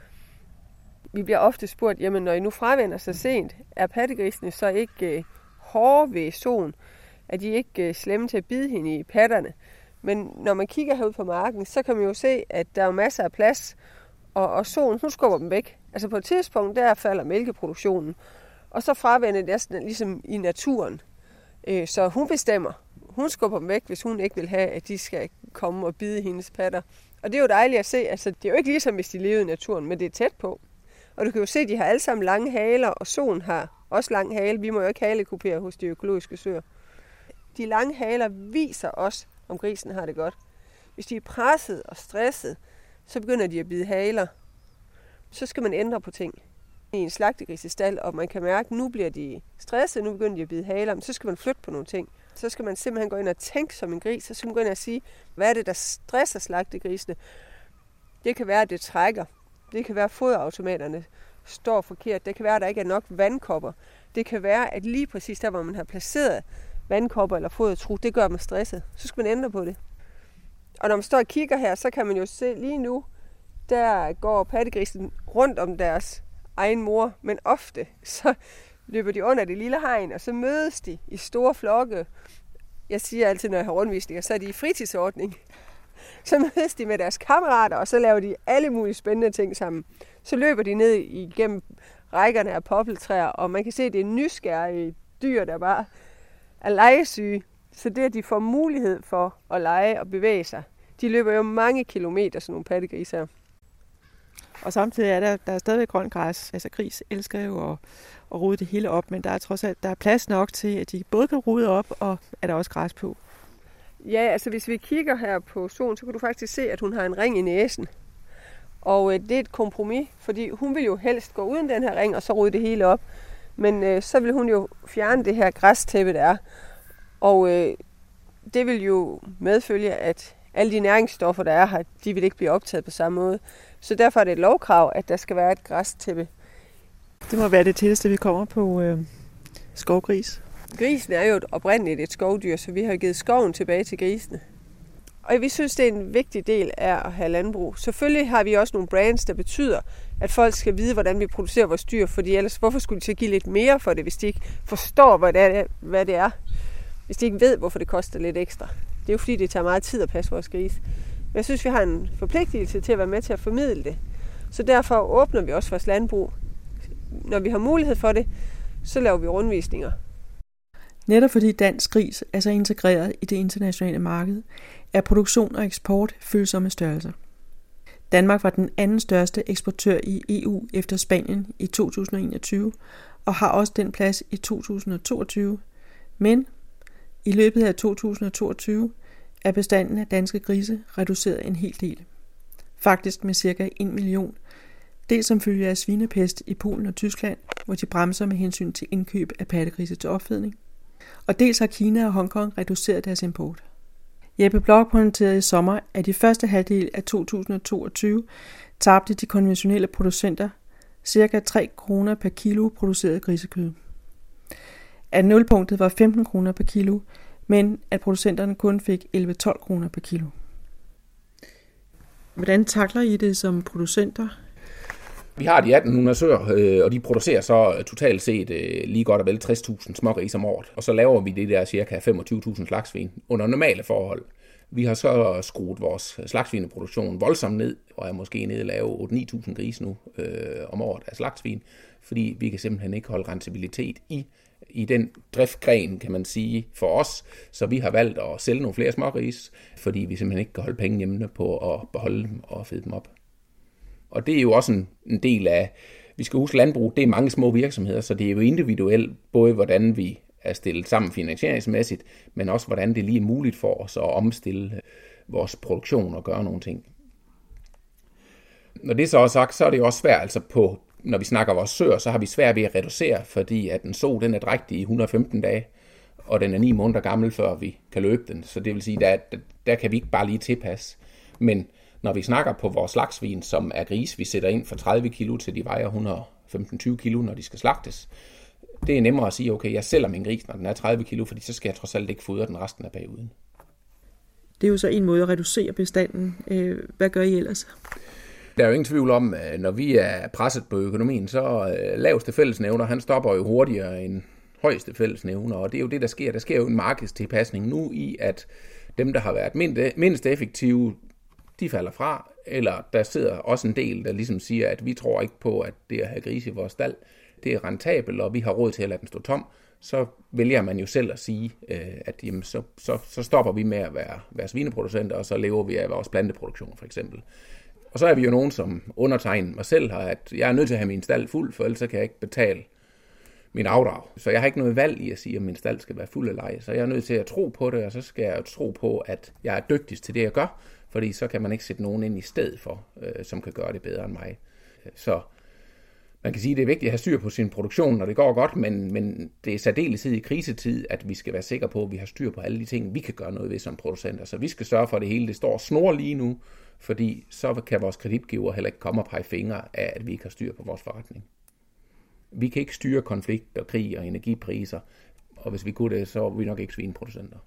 Vi bliver ofte spurgt, jamen når I nu fravender så sent, er pattegrisene så ikke hårde ved soen? Er de ikke slemme til at bide hende i patterne? Men når man kigger herud på marken, så kan man jo se, at der er masser af plads, og soen, hun skubber dem væk. Altså på et tidspunkt, der falder mælkeproduktionen, og så fravender det næsten ligesom i naturen. Så hun bestemmer. Hun skubber dem væk, hvis hun ikke vil have, at de skal komme og bide hendes patter. Og det er jo dejligt at se. Altså, det er jo ikke ligesom, hvis de levede i naturen, men det er tæt på. Og du kan jo se, at de har alle sammen lange haler, og soen har også lang hale. Vi må jo ikke halekupere hos de økologiske søer. De lange haler viser os, om grisen har det godt. Hvis de er presset og stresset, så begynder de at bide haler. Så skal man ændre på ting. I en slagtegrisestal, og man kan mærke, at nu bliver de stresset, nu begynder de at bide haler, men så skal man flytte på nogle ting. Så skal man simpelthen gå ind og tænke som en gris, så skal man gå ind og sige, hvad er det, der stresser slagtegrisene? Det kan være, at det trækker. Det kan være, at foderautomaterne står forkert. Det kan være, at der ikke er nok vandkopper. Det kan være, at lige præcis der, hvor man har placeret vandkopper eller fodertrug, det gør man stresset. Så skal man ændre på det. Og når man står og kigger her, så kan man jo se lige nu, der går pattegrisen rundt om deres egen mor, men ofte så løber de under det lille hegn, og så mødes de i store flokke. Jeg siger altid, når jeg har rundvisninger, så er de i fritidsordning. Så mødes de med deres kammerater, og så laver de alle mulige spændende ting sammen. Så løber de ned igennem rækkerne af popletræer, og man kan se, at det er nysgerrige dyr, der bare er legesyge. Så det, at de får mulighed for at lege og bevæge sig. De løber jo mange kilometer, sådan nogle pattegriser. Og samtidig er der er stadigvæk grønt græs. Altså gris elsker jo at rode det hele op, men der er trods alt der er plads nok til, at de både kan rode op, og er der også græs på. Ja, altså hvis vi kigger her på soen, så kan du faktisk se, at hun har en ring i næsen. Og det er et kompromis, fordi hun vil jo helst gå uden den her ring, og så rode det hele op. Men så vil hun jo fjerne det her græstæppe, der er. Og det vil jo medfølge, at alle de næringsstoffer, der er her, de vil ikke blive optaget på samme måde. Så derfor er det et lovkrav, at der skal være et græstæppe. Det må være det tætteste, vi kommer på skovgris. Grisen er jo oprindeligt et skovdyr, så vi har givet skoven tilbage til grisene. Og vi synes, det er en vigtig del af at have landbrug. Selvfølgelig har vi også nogle brands, der betyder, at folk skal vide, hvordan vi producerer vores dyr, fordi ellers hvorfor skulle de så give lidt mere for det, hvis de ikke forstår, hvad det er? Hvis de ikke ved, hvorfor det koster lidt ekstra. Det er jo fordi, det tager meget tid at passe vores grise. Men jeg synes, vi har en forpligtelse til at være med til at formidle det. Så derfor åbner vi også vores landbrug. Når vi har mulighed for det, så laver vi rundvisninger. Netop fordi dansk gris er så integreret i det internationale marked, er produktion og eksport følsomme størrelser. Danmark var den anden største eksportør i EU efter Spanien i 2021, og har også den plads i 2022. Men i løbet af 2022 er bestanden af danske grise reduceret en hel del. Faktisk med ca. 1 million. Dels som følge af svinepest i Polen og Tyskland, hvor de bremser med hensyn til indkøb af pattegrise til opfedning. Og dels har Kina og Hongkong reduceret deres import. Jeppe Bloch pointerede i sommer, at i første halvdel af 2022 tabte de konventionelle producenter ca. 3 kroner per kilo produceret grisekød. At nulpunktet var 15 kroner per kilo, men at producenterne kun fik 11-12 kroner per kilo. Hvordan takler I det som producenter? Vi har de 1800 søer, og de producerer så totalt set lige godt og vel 60.000 smågrise om året. Og så laver vi det der cirka 25.000 slagsvin under normale forhold. Vi har så skruet vores slagsvineproduktion voldsomt ned, og er måske nede at lave 8-9.000 grise nu om året af slagsvin, fordi vi kan simpelthen ikke holde rentabilitet i den driftgren, kan man sige, for os. Så vi har valgt at sælge nogle flere smågrise, fordi vi simpelthen ikke kan holde penge hjemme på at beholde dem og fede dem op. Og det er jo også en del af, vi skal huske landbrug, det er mange små virksomheder, så det er jo individuelt, både hvordan vi er stillet sammen finansieringsmæssigt, men også hvordan det lige er muligt for os at omstille vores produktion og gøre nogle ting. Når det så er sagt, så er det jo også svært, altså når vi snakker vores søer, så har vi svært ved at reducere, fordi at en so, den er drægtig i 115 dage, og den er 9 måneder gammel, før vi kan løbe den. Så det vil sige, der kan vi ikke bare lige tilpasse. Men når vi snakker på vores slagsvin, som er gris, vi sætter ind fra 30 kilo til de vejer 115-20 kilo, når de skal slagtes. Det er nemmere at sige, okay, jeg sælger min gris, når den er 30 kilo, fordi så skal jeg trods alt ikke fodre den resten af baguden. Det er jo så en måde at reducere bestanden. Hvad gør I ellers? Der er jo ingen tvivl om, når vi er presset på økonomien, så laveste fællesnævner, han stopper jo hurtigere end højeste fællesnævner, og det er jo det, der sker. Der sker jo en markedstilpasning nu i, at dem, der har været mindst effektive, de falder fra, eller der sidder også en del, der ligesom siger, at vi tror ikke på, at det at have grise i vores stald, det er rentabelt, og vi har råd til at lade den stå tom, så vælger man jo selv at sige, at jamen, så stopper vi med at være svineproducenter, og så lever vi af vores planteproduktion for eksempel. Og så er vi jo nogen, som undertegner mig selv har, at jeg er nødt til at have min stald fuld, for ellers kan jeg ikke betale min afdrag. Så jeg har ikke noget valg i at sige, at min stald skal være fuld eller ej. Så jeg er nødt til at tro på det, og så skal jeg tro på, at jeg er dygtigst til det, jeg gør, fordi så kan man ikke sætte nogen ind i stedet for, som kan gøre det bedre end mig. Så man kan sige, at det er vigtigt at have styr på sin produktion, når det går godt, men det er særdeleshed i krisetid, at vi skal være sikre på, at vi har styr på alle de ting, vi kan gøre noget ved som producenter. Så vi skal sørge for, at det hele det står snor lige nu, fordi så kan vores kreditgiver heller ikke komme og pege fingre af, at vi ikke har styr på vores forretning. Vi kan ikke styre konflikt og krig og energipriser, og hvis vi kunne det, så er vi nok ikke svineproducenter.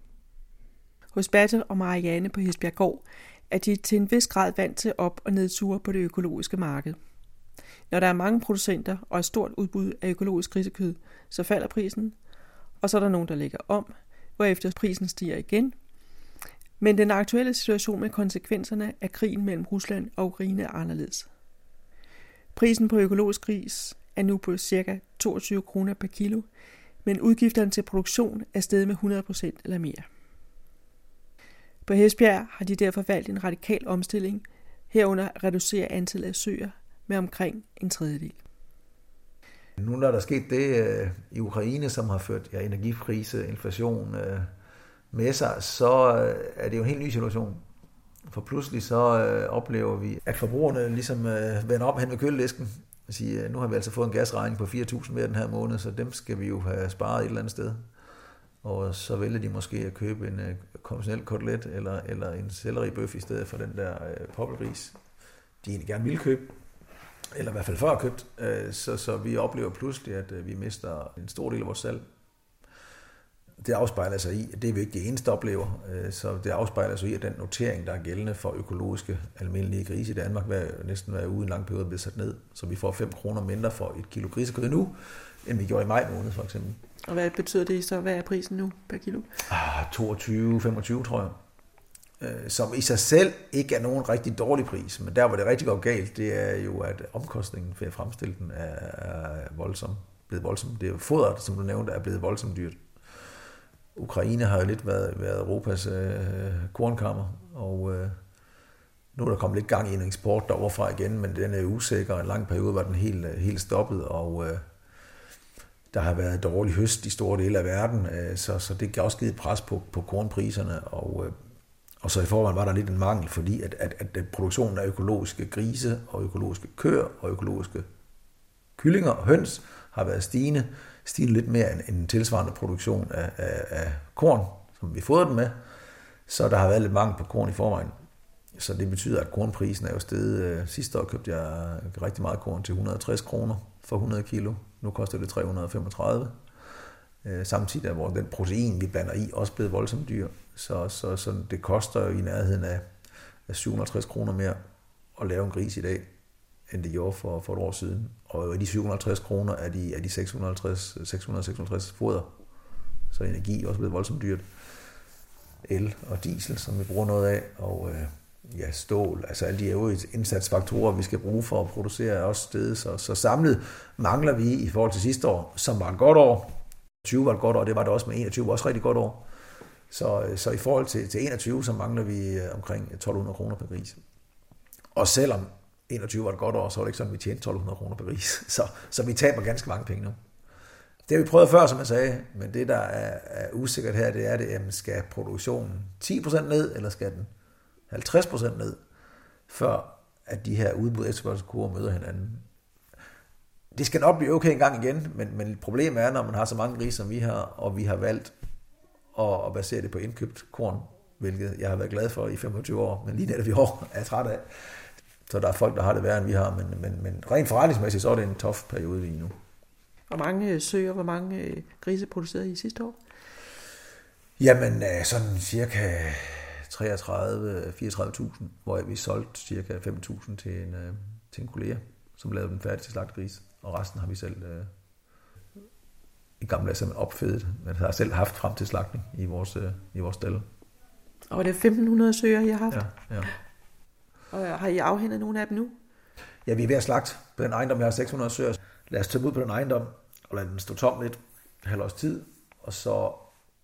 Hos Batte og Marianne på Hesbjerggård er de til en vis grad vant til op- og nedture på det økologiske marked. Når der er mange producenter og et stort udbud af økologisk grisekød, så falder prisen, og så er der nogen, der lægger om, hvorefter prisen stiger igen. Men den aktuelle situation med konsekvenserne af krigen mellem Rusland og Ukraine er anderledes. Prisen på økologisk gris er nu på ca. 22 kroner per kilo, men udgifterne til produktion er steget med 100% eller mere. På Hesbjerg har de derfor valgt en radikal omstilling, herunder at reducere antallet af søer med omkring en tredjedel. Nu når der er sket det i Ukraine, som har ført energikrise, inflation med sig, så er det jo en helt ny situation. For pludselig så oplever vi, at forbrugerne ligesom vender op hen ved køledisken og siger, nu har vi altså fået en gasregning på 4.000 hver den her måned, så dem skal vi jo have sparet et eller andet sted. Og så vælger de måske at købe en konventionel kotelet eller en selleribøf i stedet for den der poppelris, de egentlig gerne ville købe, eller i hvert fald før købt. Så vi oplever pludselig, at vi mister en stor del af vores salg. Det afspejler sig i, at det er vi ikke det eneste oplever, så det afspejler sig i, at den notering, der er gældende for økologiske almindelige grise i Danmark, næsten hver uge en lang periode bliver sat ned, så vi får 5 kroner mindre for et kilo grisekød nu, end vi gjorde i maj måned for eksempel. Og hvad betyder det så? Hvad er prisen nu per kilo? 22-25, tror jeg. Som i sig selv ikke er nogen rigtig dårlig pris, men der hvor det rigtig går galt, det er jo, at omkostningen for at fremstille den er blevet voldsom. Det er jo fodret, som du nævnte, er blevet voldsomt dyrt. Ukraine har jo lidt været Europas kornkammer, og nu er der kommet lidt gang i en eksport deroverfra igen, men den er usikker, og en lang periode var den helt stoppet, og der har været dårlig høst i store dele af verden, så det kan også give et pres på kornpriserne, og så i forvejen var der lidt en mangel, fordi at produktionen af økologiske grise og økologiske køer og økologiske kyllinger og høns har været stigende lidt mere end en tilsvarende produktion af korn, som vi fodrer den med. Så der har været lidt mangel på korn i forvejen. Så det betyder, at kornprisen er jo steget. Sidste år købte jeg rigtig meget korn til 160 kroner for 100 kilo. Nu koster det 335. Samtidig er den protein, vi blander i, også blevet voldsomt dyr. Så det koster i nærheden af 750 kroner mere at lave en gris i dag, end det gjorde for et år siden. Og de 750 kroner er de 656 foder. Så energi er også blevet voldsomt dyrt. El og diesel, som vi bruger noget af, og stål, altså alle de øvrige indsatsfaktorer, vi skal bruge for at producere, er også steget. Så samlet mangler vi i forhold til sidste år, som var et godt år. 20 var et godt år, det var det også med 21, var også et rigtig godt år. Så i forhold til 21, så mangler vi omkring 1.200 kroner per gris. Og selvom 21 var et godt år, så var det ikke sådan, at vi tjente 1.200 kroner per gris. Så vi taber ganske mange penge nu. Det har vi prøvet før, som jeg sagde, men det, der er usikkert her, det er, at skal produktionen 10% ned, eller skal den 50% ned, før at de her udbud efterspørgselskurver møder hinanden. Det skal nok blive okay en gang igen, men problemet er, når man har så mange grise, som vi har, og vi har valgt at basere det på indkøbt korn, hvilket jeg har været glad for i 25 år, men lige netop i år er jeg træt af. Så der er folk, der har det værre, end vi har, men rent forretningsmæssigt, så er det en tough periode lige nu. Hvor mange søer, hvor mange grise producerede I sidste år? Jamen, sådan cirka 34.000, hvor vi solgte cirka 5.000 til en kollega, som lavede den færdig til slagtegris, og resten har vi selv i gamle dage simpelthen opfedet, men har selv haft frem til slagtning i vores stalde. Og det er 1.500 søer, I har haft? Ja. Og har I afhændet nogle af dem nu? Ja, vi er ved at slagte på den ejendom. Jeg har 600 søer. Lad os tage ud på den ejendom og lade den stå tom lidt, halv års tid, og så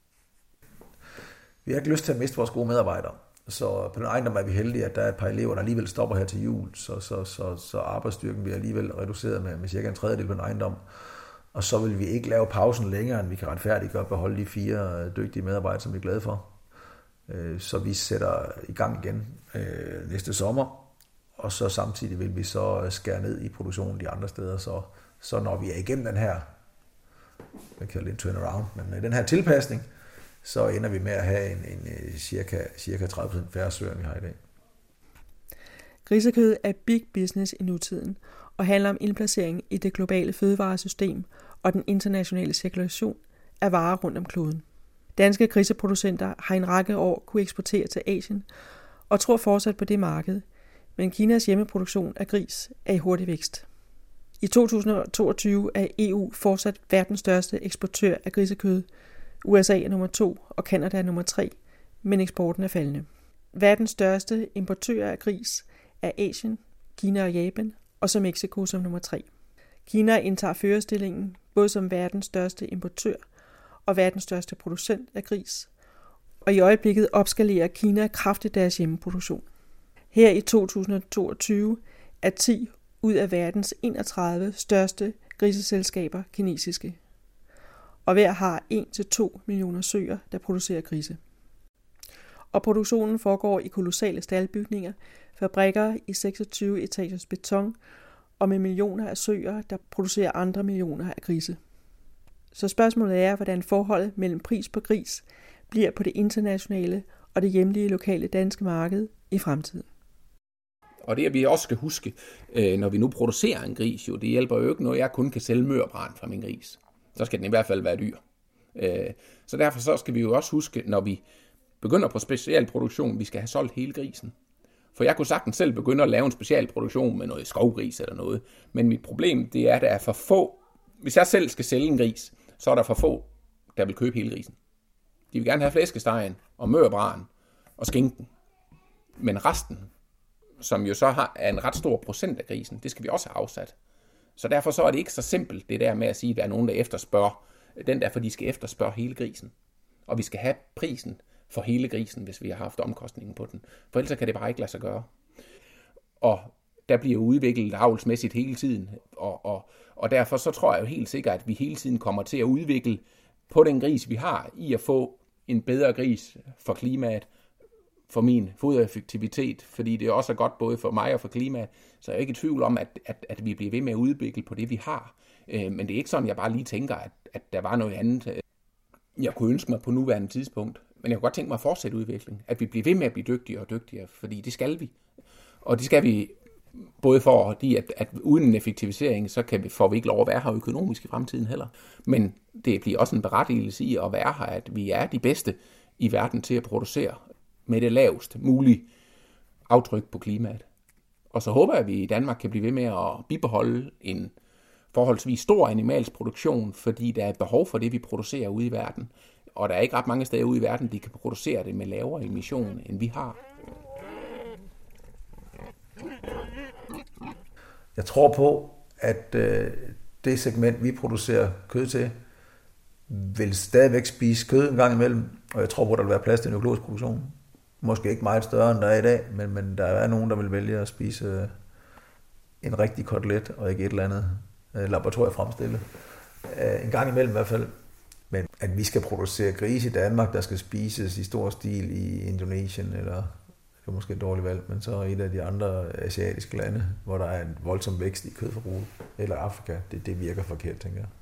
vi har ikke lyst til at miste vores gode medarbejdere. Så på den ejendom er vi heldige, at der er et par elever, der alligevel stopper her til jul, så arbejdsstyrken bliver alligevel reduceret med cirka en tredjedel på den ejendom. Og så vil vi ikke lave pausen længere, end vi kan retfærdiggøre at beholde de 4 dygtige medarbejdere, som vi er glade for. Så vi sætter i gang igen næste sommer, og så samtidig vil vi så skære ned i produktionen de andre steder, så når vi er igennem den her, jeg kalder det en turnaround, men den her tilpasning, så ender vi med at have en cirka 30% færre søer, end vi har i dag. Grisekød er big business i nutiden og handler om indplacering i det globale fødevaresystem og den internationale cirkulation af varer rundt om kloden. Danske griseproducenter har i en række år kunne eksportere til Asien og tror fortsat på det marked, men Kinas hjemmeproduktion af gris er i hurtig vækst. I 2022 er EU fortsat verdens største eksportør af grisekød. USA er nummer 2 og Canada er nummer 3, men eksporten er faldende. Verdens største importører af gris er Asien, Kina og Japan, og så Mexico som nummer 3. Kina indtager førerstillingen både som verdens største importør og verdens største producent af gris, og i øjeblikket opskalerer Kina kraftigt deres hjemmeproduktion. Her i 2022 er 10 ud af verdens 31 største griseselskaber kinesiske, og hver har 1-2 millioner søer, der producerer grise. Og produktionen foregår i kolossale staldbygninger, fabrikker i 26 etagers beton og med millioner af søer, der producerer andre millioner af grise. Så spørgsmålet er, hvordan forholdet mellem pris på gris bliver på det internationale og det hjemlige lokale danske marked i fremtiden. Og det, vi også skal huske, når vi nu producerer en gris, det hjælper jo ikke, når jeg kun kan sælge mørbrand fra min gris. Så skal den i hvert fald være dyr. Så derfor så skal vi jo også huske, når vi begynder på specialproduktion, vi skal have solgt hele grisen. For jeg kunne sagtens selv begynde at lave en specialproduktion med noget skovgris eller noget. Men mit problem, det er, at der er for få. Hvis jeg selv skal sælge en gris, så er der for få, der vil købe hele grisen. De vil gerne have flæskestegen og mørbraden og skinken. Men resten, som jo så er en ret stor procent af grisen, det skal vi også have afsat. Så derfor så er det ikke så simpelt, det der med at sige, at der er nogen, der efterspørger. Den der, for de skal efterspørge hele grisen. Og vi skal have prisen for hele grisen, hvis vi har haft omkostningen på den. For ellers kan det bare ikke lade sig gøre. Og der bliver udviklet avlsmæssigt hele tiden. Og derfor så tror jeg jo helt sikkert, at vi hele tiden kommer til at udvikle på den gris, vi har, i at få en bedre gris for klimaet, for min fodereffektivitet, fordi det også er godt både for mig og for klimaet. Så jeg er ikke i tvivl om, at vi bliver ved med at udvikle på det, vi har. Men det er ikke sådan, jeg bare lige tænker, at der var noget andet, jeg kunne ønske mig på nuværende tidspunkt. Men jeg kunne godt tænke mig at fortsætte udviklingen. At vi bliver ved med at blive dygtigere og dygtigere, fordi det skal vi. Og det skal vi både fordi, at uden en effektivisering, så får vi ikke lov at være her økonomisk i fremtiden heller. Men det bliver også en berettigelse i at være her, at vi er de bedste i verden til at producere med det lavest mulige aftryk på klimaet. Og så håber jeg, at vi i Danmark kan blive ved med at bibeholde en forholdsvis stor animalsk produktion, fordi der er behov for det, vi producerer ude i verden. Og der er ikke ret mange steder ude i verden, de kan producere det med lavere emission, end vi har. Jeg tror på, at det segment, vi producerer kød til, vil stadigvæk spise kød en gang imellem, og jeg tror på, at der vil være plads til en økologisk produktion. Måske ikke meget større, end der er i dag, men der er nogen, der vil vælge at spise en rigtig kotelet, og ikke et eller andet laboratoriefremstillet. En gang imellem i hvert fald. Men at vi skal producere grise i Danmark, der skal spises i stor stil i Indonesien, eller det er måske et dårligt valg, men så et af de andre asiatiske lande, hvor der er en voldsom vækst i kødforbruget, eller Afrika, det virker forkert, tænker jeg.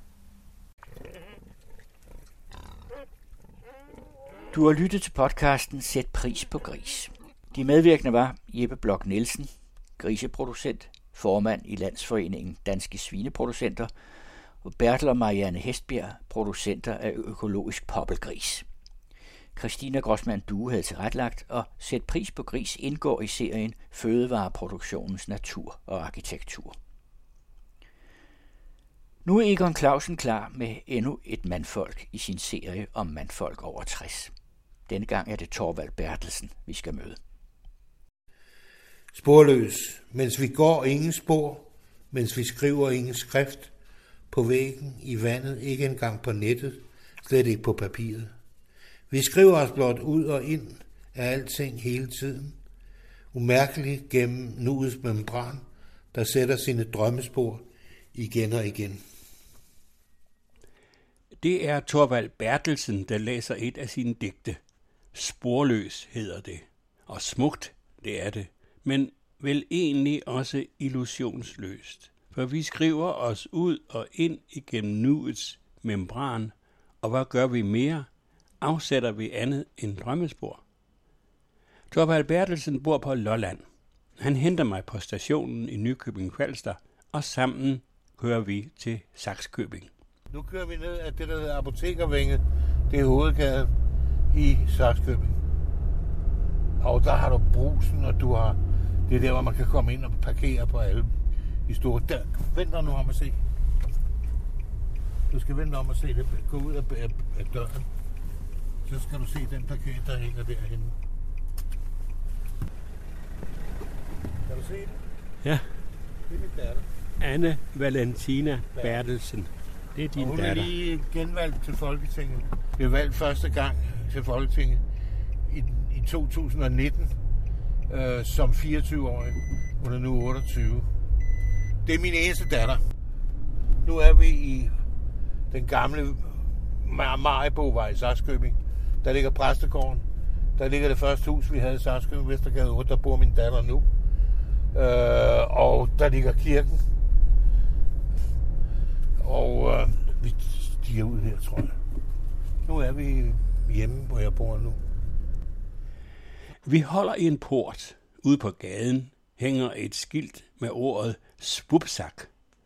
Du har lyttet til podcasten Sæt pris på gris. De medvirkende var Jeppe Blok Nielsen, griseproducent, formand i Landsforeningen Danske Svineproducenter, og Bertel og Marianne Hestbjerg, producenter af økologisk poppelgris. Christina Grossmann Due havde tilretlagt, og Sæt pris på gris indgår i serien Fødevareproduktionens natur og arkitektur. Nu er Egon Clausen klar med endnu et mandfolk i sin serie om mandfolk over 60. Denne gang er det Thorvald Bertelsen, vi skal møde. Sporløs, mens vi går ingen spor, mens vi skriver ingen skrift, på væggen, i vandet, ikke engang på nettet, slet ikke på papiret. Vi skriver os blot ud og ind af alting hele tiden, umærkeligt gennem nuets membran, der sætter sine drømmespor igen og igen. Det er Thorvald Bertelsen, der læser et af sine digte. Sporløs hedder det, og smukt, det er det, men vel egentlig også illusionsløst. For vi skriver os ud og ind igennem nuets membran, og hvad gør vi mere? Afsætter vi andet end drømmespor? Thorvald Bertelsen bor på Lolland. Han henter mig på stationen i Nykøbing Falster, og sammen kører vi til Sakskøbing. Nu kører vi ned af det, der hedder Apotekervænget. Det er hovedgaden i Sakskøbing. Og der har du Brugsen, og du har det der, hvor man kan komme ind og parkere på alle de store. Der, vent dig nu om at se. Du skal vente om at se det. Gå ud af døren. Så skal du se den parkering, der hænger derhenne. Kan du se det? Ja. Det er min datter. Anne Valentina Bertelsen. Det er din hun datter. Hun er lige genvalgt til Folketinget. Vi er valgt første gang til Folketinget i 2019 som 24-årig. Hun er nu 28. Det er min eneste datter. Nu er vi i den gamle Maribovej i Sakskøbing. Der ligger præstegården. Der ligger det første hus, vi havde i Sakskøbing, Vestergade 8. Der bor min datter nu. Og der ligger kirken. Og vi stiger ud her, tror jeg. Nu er vi hjemme, hvor jeg bor nu. Vi holder i en port. Ude på gaden hænger et skilt med ordet Spupsak.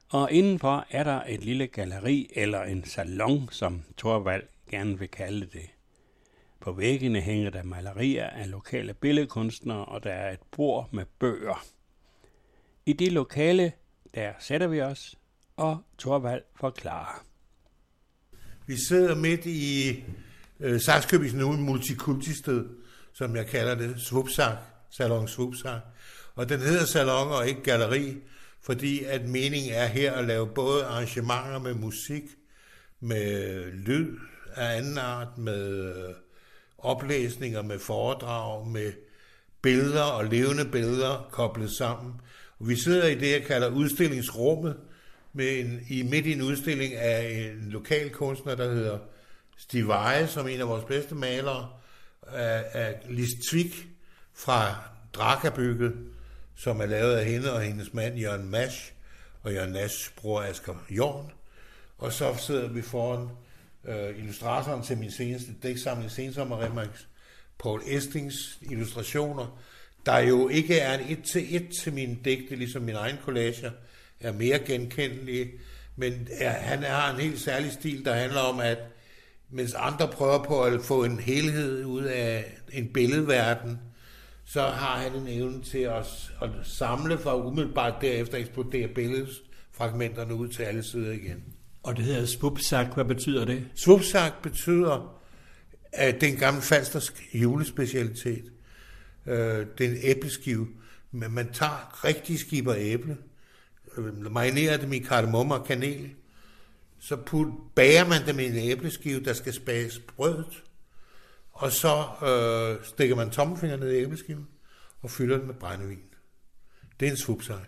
Og indenfor er der et lille galleri eller en salon, som Thorvald gerne vil kalde det. På væggene hænger der malerier af lokale billedkunstnere, og der er et bord med bøger. I det lokale, der sætter vi os, og Thorvald forklarer. Vi sidder midt i Sakskøbings multikultisted, som jeg kalder det, Svupsak, Salon Svupsak. Og den hedder salon og ikke galleri, fordi at meningen er her at lave både arrangementer med musik, med lyd af anden art, med oplæsninger, med foredrag, med billeder og levende billeder koblet sammen. Og vi sidder i det, jeg kalder udstillingsrummet, midt i en udstilling af en lokal kunstner, der hedder Stig Veje, som en af vores bedste malere, af Lis Tvik fra Drakabygget, som er lavet af hende og hendes mand Jørgen Masch, og Jørgen Naschs bror Asger Jorn. Og så sidder vi foran illustratoren til min seneste dæksamling, Sensommerremix, Paul Estings illustrationer, der jo ikke er en et til mine digte, ligesom mine egne collager, er mere genkendelige, men han har en helt særlig stil, der handler om, at mens andre prøver på at få en helhed ud af en billedverden, så har han en evne til at samle for umiddelbart derefter eksplodere billedfragmenterne ud til alle sider igen. Og det hedder Svupsak. Hvad betyder det? Svupsak betyder, at det er en gammel falstersk julespecialitet. Det er en æbleskive. Men man tager rigtig skiber æble, marinerer dem i kardemomme og kanel, så bager man dem i en æbleskive, der skal spages brødet, og så stikker man tommelfingeren ned i æbleskiven og fylder den med brændevin. Det er en svupsak.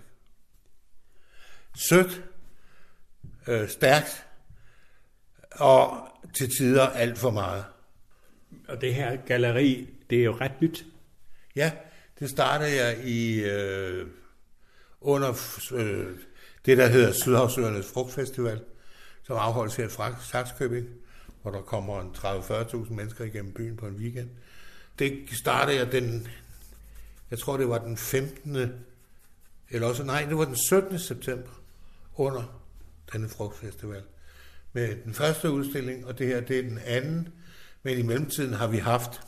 Sødt, stærkt og til tider alt for meget. Og det her galleri, det er jo ret nyt. Ja, det startede jeg i under det, der hedder Sydhavsøernes Frugtfestival, som afholdes her i Sakskøbing, hvor der kommer 30-40.000 mennesker igennem byen på en weekend. Det startede jeg jeg tror det var den 15. eller også, nej, det var den 17. september under denne frugtfestival. Med den første udstilling, og det her, det er den anden, men i mellemtiden har vi haft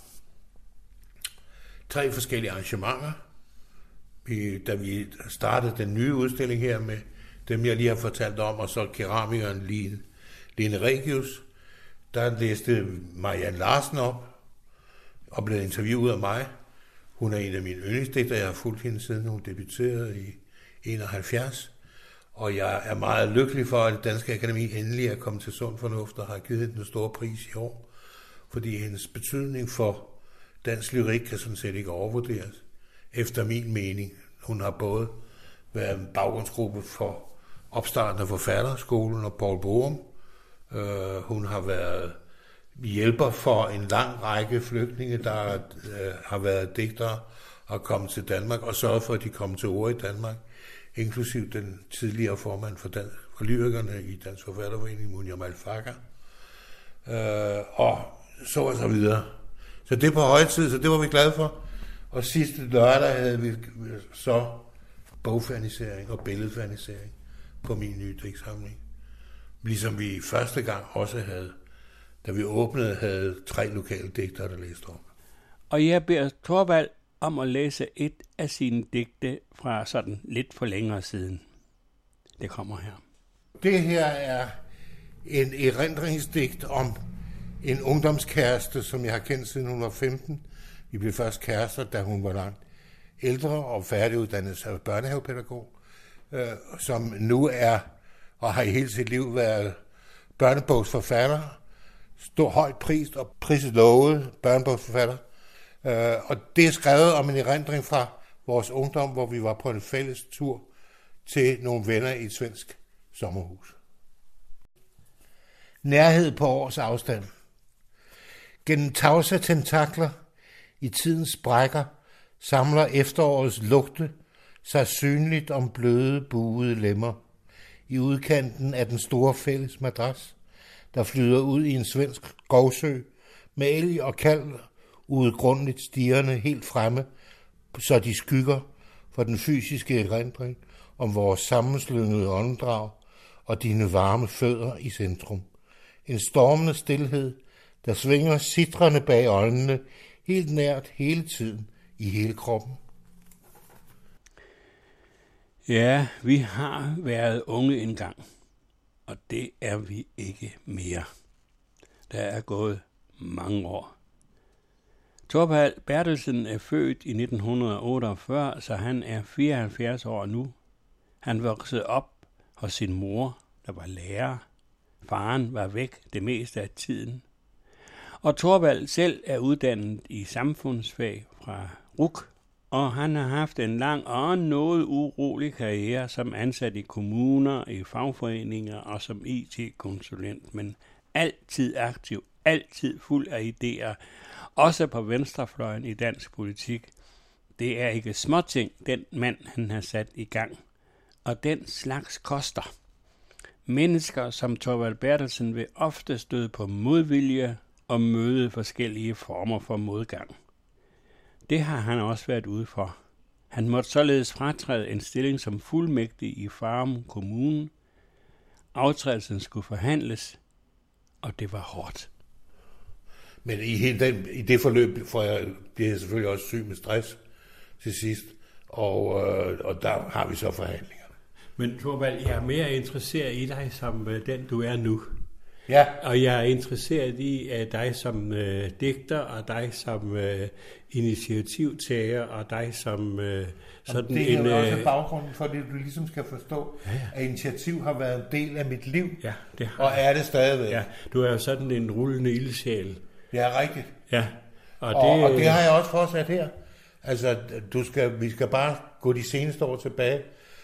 3 forskellige arrangementer. Da vi startede den nye udstilling her med dem, jeg lige har fortalt om, og så keramikeren Lene Regius, der læste Marianne Larsen op og blev interviewet af mig. Hun er en af mine yndlingsdigtere. Jeg har fulgt hende siden hun debuterede i 71. Og jeg er meget lykkelig for, at det Danske Akademi endelig er kommet til sund fornuft og har givet den store pris i år. Fordi hendes betydning for dansk lyrik kan sådan set ikke overvurderes. Efter min mening. Hun har både været en baggrundsgruppe for opstarten af Forfatterskolen og Poul Borum. Hun har været hjælper for en lang række flygtninge, der har været digtere og kommet til Danmark og sørget for, at de kom til ord i Danmark, inklusiv den tidligere formand for lyrikerne i Dansk Forfatterforening, Munir Malfaka, og så videre. Så det er på højtid, så det var vi glade for. Og sidste lørdag havde vi så bogfernisering og billedfernisering på min nye digtsamling. Ligesom vi første gang også havde, da vi åbnede, havde 3 lokale digtere, der læste op. Og jeg beder Thorvald om at læse et af sine digte fra sådan lidt for længere siden. Det kommer her. Det her er en erindringsdigt om en ungdomskæreste, som jeg har kendt siden hun var 15. Vi blev først kærester, da hun var langt ældre og færdiguddannet børnehavepædagog, som nu er og har i hele sit liv været børnebogsforfatter, højt prist og priset lovet børnebogsforfatter. Og det er skrevet om en erindring fra vores ungdom, hvor vi var på en fælles tur til nogle venner i et svensk sommerhus. Nærhed på års afstand. Gennem tavse tentakler i tidens sprækker samler efterårets lugte sig synligt om bløde, buede lemmer i udkanten af den store fælles madras, der flyder ud i en svensk skovsø med elg og kalv uudgrundeligt stirrende helt fremme, så de skygger for den fysiske erindring om vores sammenslyngede åndedrag og dine varme fødder i centrum. En stormende stilhed, der svinger sitrende bag øjnene, helt nært hele tiden, i hele kroppen. Ja, vi har været unge engang, og det er vi ikke mere. Der er gået mange år. Thorvald Bertelsen er født i 1948, så han er 74 år nu. Han voksede op hos sin mor, der var lærer. Faren var væk det meste af tiden. Og Thorvald selv er uddannet i samfundsfag fra RUC, og han har haft en lang og noget urolig karriere som ansat i kommuner, i fagforeninger og som IT-konsulent, men altid aktiv, altid fuld af idéer, også på venstrefløjen i dansk politik. Det er ikke småting, den mand han har sat i gang, og den slags koster. Mennesker som Thorvald Bertelsen vil ofte støde på modvilje og møde forskellige former for modgang. Det har han også været ude for. Han måtte således fratræde en stilling som fuldmægtig i Farum Kommune. Aftrædelsen skulle forhandles, og det var hårdt. Men i det forløb bliver jeg selvfølgelig også syg med stress til sidst, og der har vi så forhandlingerne. Men Thorvald, jeg er mere interesseret i dig som den, du er nu. Ja. Og jeg er interesseret i dig som digter, og dig som initiativtager, og dig som sådan det en... Det er jo også baggrunden for det, du ligesom skal forstå, at initiativ har været en del af mit liv, ja, det har og er det stadigvæk. Ja, du er jo sådan en rullende ildsjæl. Ja, rigtigt. Ja. Og det har jeg også fortsat her. Altså, vi skal bare gå de seneste år tilbage.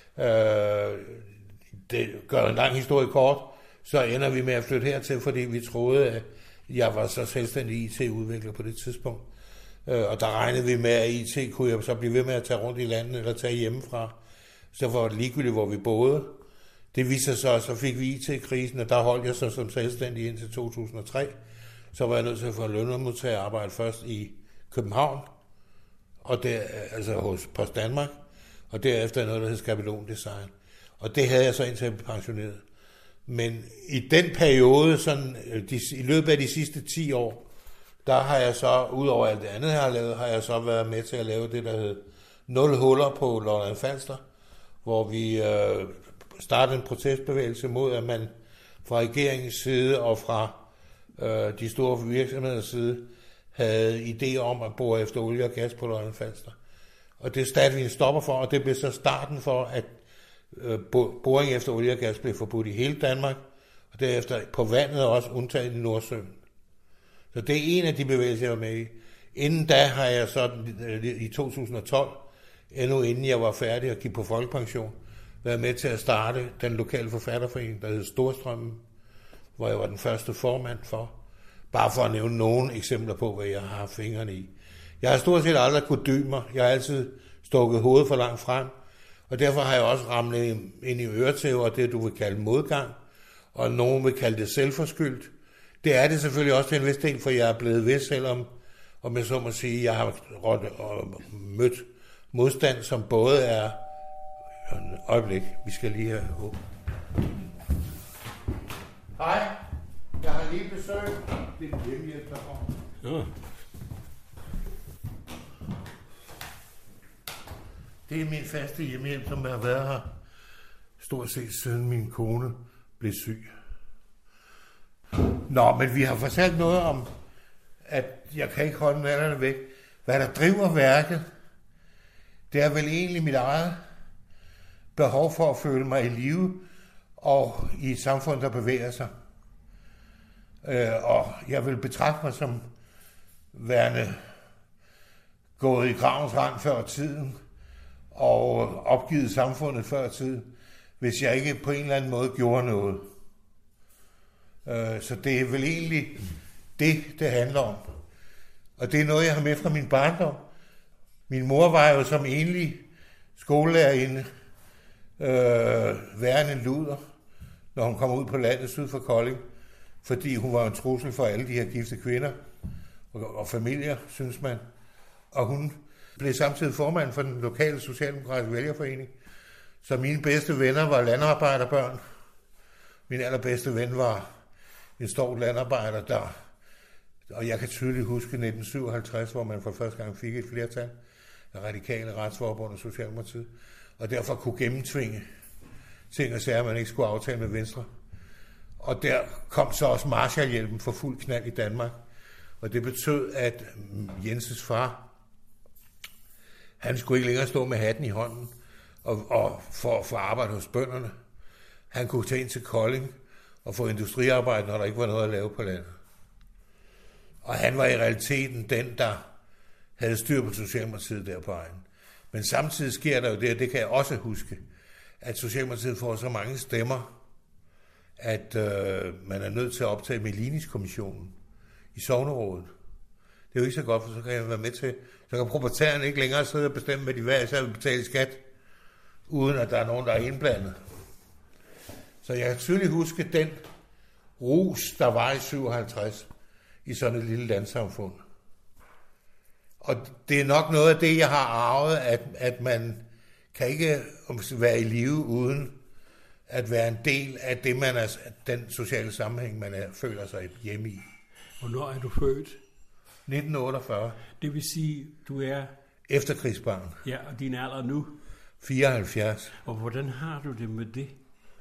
Det gør en lang historie kort, så ender vi med at flytte hertil, fordi vi troede, at jeg var så selvstændig IT-udvikler på det tidspunkt. Og der regnede vi med, at IT kunne jeg så blive ved med at tage rundt i landet, eller tage hjemmefra. Så var det ligegyldigt, hvor vi boede. Det viste sig så fik vi IT-krisen, og der holdt jeg så som selvstændig indtil 2003. Så var jeg nødt til at få lønmodtagerarbejde først i København, og altså hos Post Danmark, og derefter noget, der hed Skabelon Design. Og det havde jeg så indtil jeg blev pensioneret. Men i den periode, sådan, i løbet af de sidste 10 år, der har jeg så, udover alt det andet, jeg har lavet, har jeg så været med til at lave det, der hed 0 huller på Lolland Falster, hvor vi startede en protestbevægelse mod, at man fra regeringens side og fra de store virksomheders side havde idéer om at bore efter olie og gas på Lolland Falster. Og det startede vi en stopper for, og det blev så starten for, at boring efter olie og gas blev forbudt i hele Danmark, og derefter på vandet også undtaget i Nordsøen. Så det er en af de bevægelser, jeg var med i. Inden da har jeg så i 2012, endnu inden jeg var færdig og gik på folkepension, været med til at starte den lokale forfatterforening, der hed Storstrømmen, hvor jeg var den første formand for. Bare for at nævne nogle eksempler på, hvad jeg har haft fingrene i. Jeg har stort set aldrig kunnet dy mig. Jeg har altid stukket hovedet for langt frem. Og derfor har jeg også ramlet ind i øretæver, og det du vil kalde modgang. Og nogen vil kalde det selvforskyldt. Det er det selvfølgelig også til en vis del, for jeg er blevet ved, selvom, om jeg så må sige, jeg har mødt modstand, som både er... Et øjeblik, vi skal lige have åbent. Hej, jeg har lige besøg. Det er en hjemmehjælp, der kommer. Ja. Det er min faste hjemmehjælp, som har været her stort set siden min kone blev syg. Nå, men vi har fortalt noget om, at jeg kan ikke holde nallerne væk. Hvad der driver værket, det er vel egentlig mit eget behov for at føle mig i live og i et samfund, der bevæger sig. Og jeg vil betragte mig som værende gået i gravens rand før tiden og opgivet samfundet før tiden, hvis jeg ikke på en eller anden måde gjorde noget. Så det er vel egentlig det handler om. Og det er noget, jeg har med fra min barndom. Min mor var jo som enlig skolelærerinde værende en luder, når hun kom ud på landet syd for Kolding, fordi hun var en trussel for alle de her gifte kvinder og familier, synes man. Og hun blev samtidig formand for den lokale socialdemokratiske vælgerforening. Så mine bedste venner var landarbejderbørn. Min allerbedste ven var en stor landarbejder der, og jeg kan tydeligt huske 1957, hvor man for første gang fik et flertal af radikale Retsforbund og Socialdemokratiet, og derfor kunne gennemtvinge ting og sager, man ikke skulle aftale med Venstre. Og der kom så også Marshallhjælpen for fuld knald i Danmark, og det betød, at Jenses far, han skulle ikke længere stå med hatten i hånden og for arbejde hos bønderne. Han kunne tage ind til Kolding og få industriarbejde, når der ikke var noget at lave på landet. Og han var i realiteten den, der havde styr på Socialdemokratiet der på egen. Men samtidig sker der jo det kan jeg også huske, at Socialdemokratiet får så mange stemmer, at man er nødt til at optage Melinis-kommissionen i sognerådet. Det er jo ikke så godt, for så kan jeg være med til, så kan proprietærerne ikke længere sidde og bestemme, hvad de hver især vil betale skat, uden at der er nogen, der er indblandet. Så jeg kan tydeligt huske den rus, der var i 57 i sådan et lille landsamfund. Og det er nok noget af det, jeg har arvet, at man kan ikke være i live uden at være en del af det, man er, den sociale sammenhæng, man føler sig hjemme i. Hvornår er du født? 1948. Det vil sige, du er... Efterkrigsbarn. Ja, og din alder nu? 74. Og hvordan har du det med det?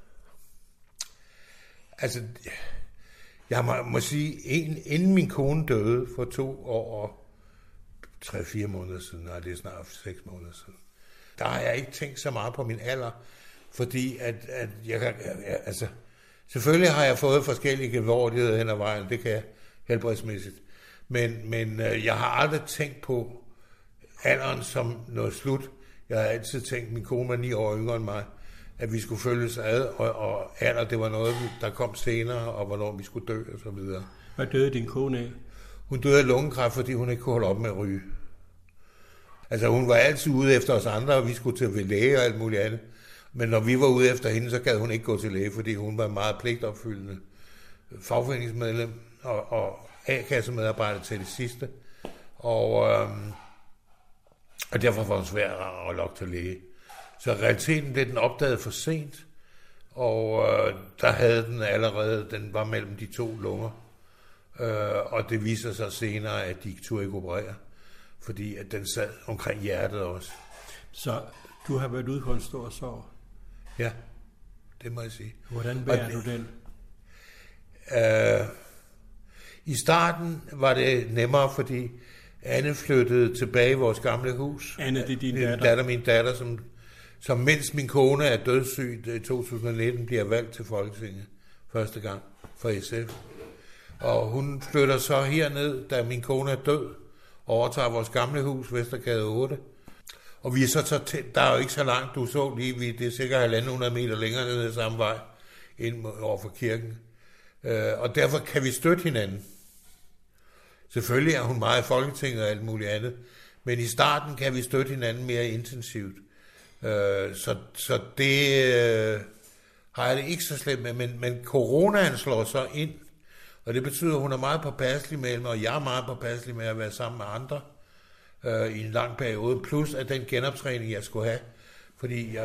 Altså, jeg må sige, inden min kone døde for 2 år og 3-4 måneder siden, nej, det er snart 6 måneder siden, der har jeg ikke tænkt så meget på min alder, fordi at jeg kan, altså, selvfølgelig har jeg fået forskellige gevordigheder hen ad vejen, det kan jeg helbredsmæssigt, men jeg har aldrig tænkt på alderen som noget slut. Jeg har altid tænkt, min kone var 9 år yngre end mig, at vi skulle følges ad, og alder, det var noget, der kom senere, og hvornår vi skulle dø, og så videre. Hvad døde din kone af? Hun døde af lungekræft, fordi hun ikke kunne holde op med at ryge. Altså, hun var altid ude efter os andre, og vi skulle til læge og alt muligt andet. Men når vi var ude efter hende, så gad hun ikke gå til læge, fordi hun var meget pligtopfyldende fagforeningsmedlem og A-kassemedarbejder til det sidste. Og derfor var det svært at lokke til læge. Så i realiteten blev den opdaget for sent, og der havde den allerede, den var mellem de 2 lunger. Og det viser sig senere, at de turde ikke operere, fordi at den sad omkring hjertet også. Så du har været ude på en stor sorg? Ja, det må jeg sige. Hvordan bærer du den? I starten var det nemmere, fordi Anne flyttede tilbage i vores gamle hus. Anne, det er din datter? Min datter, som mens min kone er dødssyg i 2019, bliver valgt til Folketinget første gang for SF. Og hun flytter så herned, da min kone er død, og overtager vores gamle hus, Vestergade 8. Og vi er så der er jo ikke så langt, du så lige, det er sikkert 1.500 meter længere ned ad samme vej, ind over for kirken. Og derfor kan vi støtte hinanden. Selvfølgelig er hun meget i Folketinget og alt muligt andet, men i starten kan vi støtte hinanden mere intensivt. Så det har jeg det ikke så slemt med, men coronaen slår så ind, og det betyder, at hun er meget påpasselig med mig, og jeg er meget påpasselig med at være sammen med andre i en lang periode, plus at den genoptræning, jeg skulle have, fordi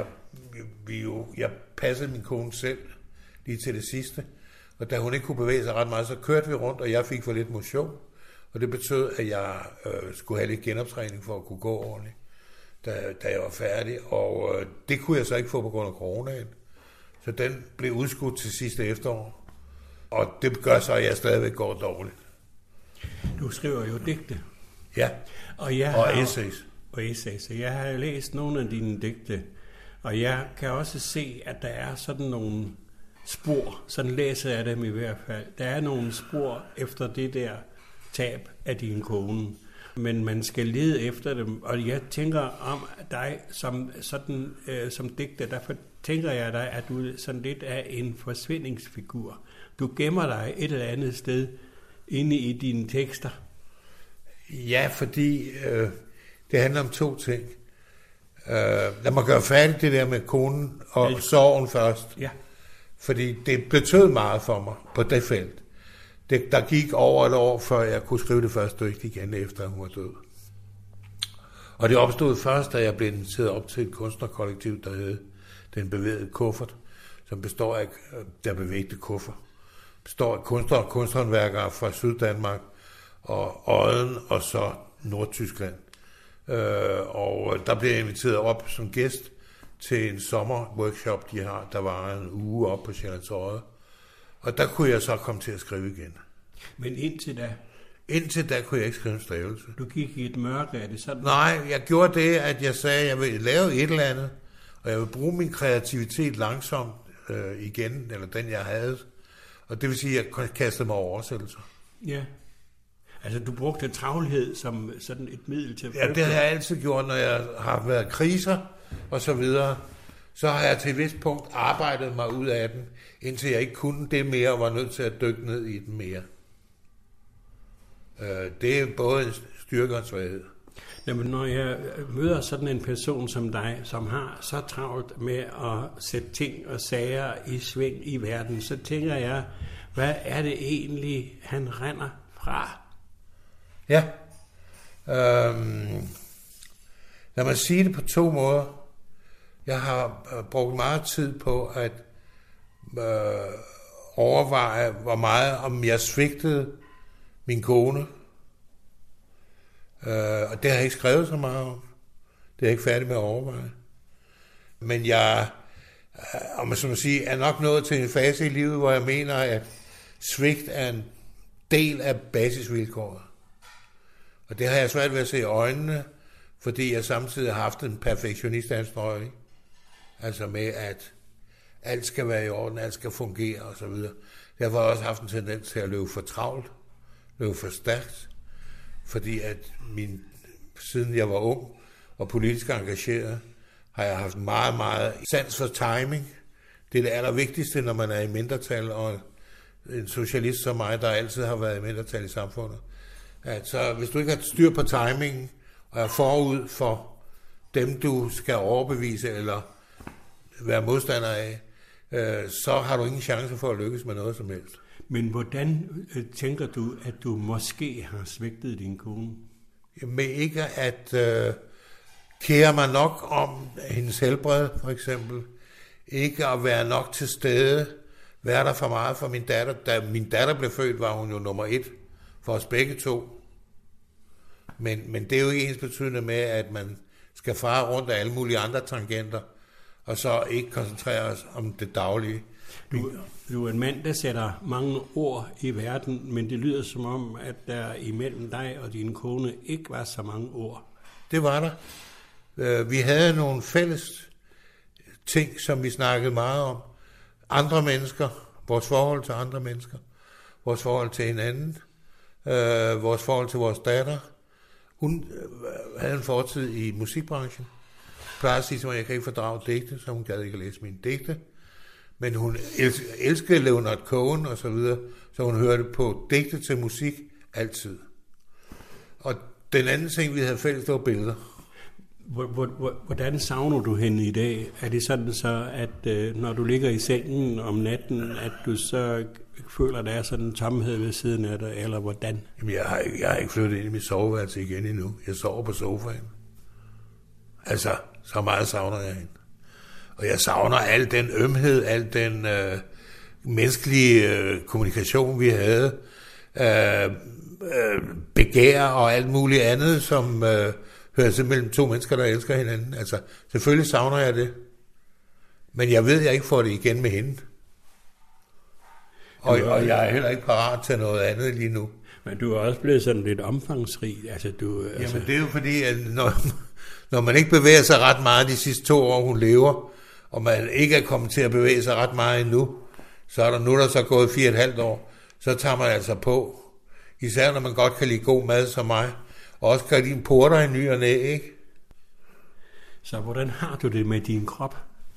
jeg passede min kone selv lige til det sidste, og da hun ikke kunne bevæge sig ret meget, så kørte vi rundt, og jeg fik for lidt motion, og det betød, at jeg skulle have lidt genoptræning for at kunne gå ordentligt, da jeg var færdig, og det kunne jeg så ikke få på grund af coronaen, så den blev udskudt til sidste efterår. Og det gør så, at jeg stadigvæk går dårligt. Du skriver jo digte. Ja, og essays. Og essays. Jeg har læst nogle af dine digte, og jeg kan også se, at der er sådan nogle spor. Sådan læser jeg dem i hvert fald. Der er nogle spor efter det der tab af din kone. Men man skal lede efter dem, og jeg tænker om dig som digter, derfor tænker jeg dig, at du sådan lidt er en forsvindingsfigur. Du gemmer dig et eller andet sted inde i dine tekster. Ja, fordi det handler om 2 ting. Lad mig gøre færdigt det der med konen og sorgen først. Ja. Fordi det betød meget for mig på det felt. Der gik over et år, før jeg kunne skrive det første digt igen, efter hun var død. Og det opstod først, da jeg blev inviteret op til et kunstnerkollektiv, der hed Den Bevægede Kuffert, som består af der bevægte kuffer. Består af kunstnere og kunsthåndværkere fra Syddanmark og Odden og så Nordtyskland. Og der blev jeg inviteret op som gæst til en sommerworkshop, de har. Der var en uge op på Sjællands Odde. Og der kunne jeg så komme til at skrive igen. Men indtil da? Indtil da kunne jeg ikke skrive en stavelse. Du gik i et mørke, er det sådan? Nej, jeg gjorde det, at jeg sagde, at jeg vil lave et eller andet, og jeg vil bruge min kreativitet langsomt igen, eller den jeg havde. Og det vil sige, at jeg kastede mig over oversættelser. Ja. Altså, du brugte travlhed som sådan et middel til... Ja, det har jeg altid gjort, når jeg har været kriser og så videre. Så har jeg til et vist punkt arbejdet mig ud af den, indtil jeg ikke kunne det mere, og var nødt til at dykke ned i den mere. Det er både en styrke og en svaghed. Jamen, når jeg møder sådan en person som dig, som har så travlt med at sætte ting og sager i sving i verden, så tænker jeg, hvad er det egentlig, han render fra? Ja. Lad mig sige det på 2 måder. Jeg har brugt meget tid på at overveje, hvor meget om jeg svigtede min kone. Og det har jeg ikke skrevet så meget om. Det er jeg ikke færdig med at overveje. Men jeg, om man så må sige, er nok nået til en fase i livet, hvor jeg mener, at svigt er en del af basisvilkåret. Og det har jeg svært ved at se i øjnene, fordi jeg samtidig har haft en perfektionist-anstrøgning. Altså med, at alt skal være i orden, alt skal fungere osv. Derfor har jeg også haft en tendens til at løbe for travlt, løbe for stærkt, fordi at siden jeg var ung og politisk engageret, har jeg haft meget, meget sans for timing. Det er det allervigtigste, når man er i mindretal, og en socialist som mig, der altid har været i mindretal i samfundet. Altså, hvis du ikke har styr på timingen, og er forud for dem, du skal overbevise eller være modstander af, så har du ingen chance for at lykkes med noget som helst. Men hvordan tænker du, at du måske har svigtet din kone? Med ikke at kære mig nok om hendes helbred, for eksempel. Ikke at være nok til stede. Være der for meget for min datter. Da min datter blev født, var hun jo nummer 1 for os begge 2. Men det er jo ikke ens betydende med, at man skal fare rundt af alle mulige andre tangenter, og så ikke koncentrere os om det daglige. Du er en mand, der sætter mange ord i verden, men det lyder som om, at der imellem dig og din kone ikke var så mange ord. Det var der. Vi havde nogle fælles ting, som vi snakkede meget om. Andre mennesker, vores forhold til andre mennesker, vores forhold til hinanden, vores forhold til vores datter. Hun havde en fortid i musikbranchen. Jeg plejer at sige, at jeg kan ikke fordrage digte, så hun gad ikke at læse mine digte. Men hun elskede Leonard Cohen og så videre, så hun hørte på digte til musik altid. Og den anden ting, vi havde fælles, det var billeder. Hvordan savner du hende i dag? Er det sådan så, at når du ligger i sengen om natten, at du så føler, at der er sådan en tomhed ved siden af dig, eller hvordan? Jamen, jeg har ikke flyttet ind i mit soveværelse igen endnu. Jeg sover på sofaen. Altså, så meget savner jeg hende. Og jeg savner al den ømhed, al den menneskelige kommunikation, vi havde. Begær og alt muligt andet, som hører til mellem 2 mennesker, der elsker hinanden. Altså, selvfølgelig savner jeg det. Men jeg ved, at jeg ikke får det igen med hende. Og jeg er heller ikke parat til noget andet lige nu. Men du er også blevet sådan lidt omfangsrig. Altså, Jamen, det er jo fordi, at når man ikke bevæger sig ret meget de sidste 2 år, hun lever, og man ikke er kommet til at bevæge sig ret meget endnu, så er der så gået 4,5 år, så tager man altså på. Især når man godt kan lide god mad som mig, og også kan lide en porter i ny og næ, ikke? Så hvordan har du det med din krop?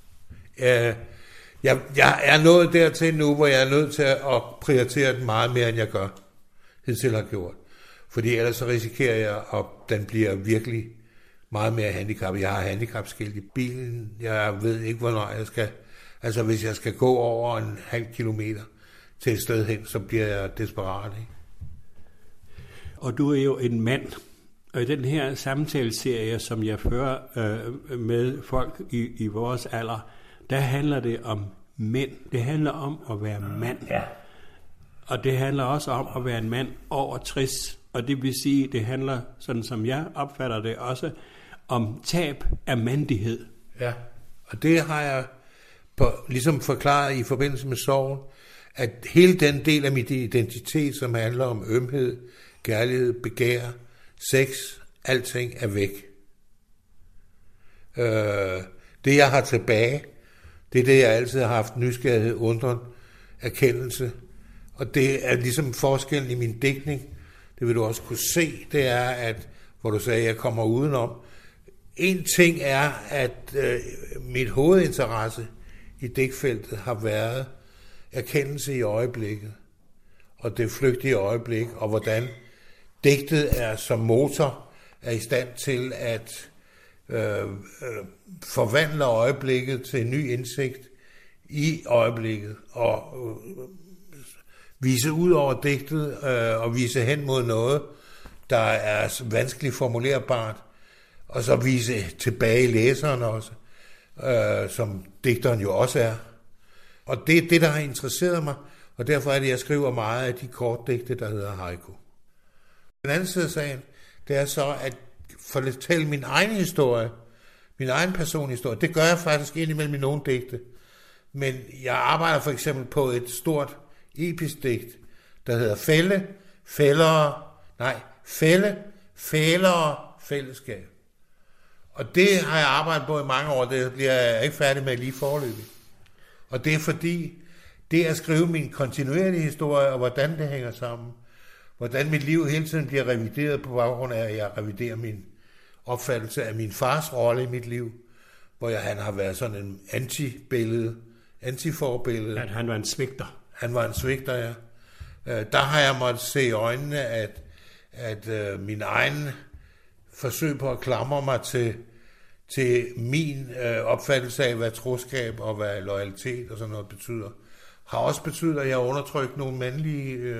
Jeg er nået dertil nu, hvor jeg er nødt til at prioritere den meget mere, end jeg gør. Hidtil har gjort. Fordi ellers så risikerer jeg, at den bliver virkelig meget mere handicappet. Jeg har handicapskilt i bilen. Jeg ved ikke, hvornår jeg skal. Altså, hvis jeg skal gå over 0,5 kilometer til et sted hen, så bliver jeg desperat, ikke? Og du er jo en mand. Og i den her samtaleserie, som jeg fører med folk i vores alder, der handler det om mænd. Det handler om at være mand. Ja. Og det handler også om at være en mand over 60. Og det vil sige, det handler, sådan som jeg opfatter det, også om tab af mandighed. Ja, og det har jeg ligesom forklaret i forbindelse med sorgen, at hele den del af min identitet, som handler om ømhed, kærlighed, begær, sex, alting er væk. Det jeg har tilbage, det er det jeg altid har haft: nysgerrighed, undren, erkendelse. Og det er ligesom forskellen i min digtning, det vil du også kunne se, det er, at, hvor du sagde, at jeg kommer udenom. En ting er, at mit hovedinteresse i digtfeltet har været erkendelse i øjeblikket, og det flygtige øjeblik, og hvordan digtet er som motor, er i stand til at forvandle øjeblikket til en ny indsigt i øjeblikket, og vise ud over digtet, og vise hen mod noget, der er vanskeligt formulerbart, og så vise tilbage i læseren også, som digteren jo også er. Og det er det, der har interesseret mig, og derfor er det, jeg skriver meget af de kortdigte, der hedder haiku. Den anden side af sagen, det er så at fortælle min egen historie, min egen personhistorie. Det gør jeg faktisk indimellem i nogle digte. Men jeg arbejder for eksempel på et stort episk digt, der hedder Fælde, Fællesskab. Og det har jeg arbejdet på i mange år, det bliver jeg ikke færdig med lige foreløbig. Og det er fordi, det at skrive min kontinuerlige historie, og hvordan det hænger sammen, hvordan mit liv hele tiden bliver revideret på baggrund af, at jeg reviderer min opfattelse af min fars rolle i mit liv, hvor han har været sådan en antiforbillede. At han var en svigter. Han var en svigter, ja. Der har jeg måttet se i øjnene, at min egen forsøg på at klamre mig til min opfattelse af, hvad troskab og hvad loyalitet og sådan noget betyder, har også betydet, at jeg har undertrykt nogle mandlige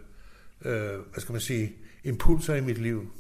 impulser i mit liv.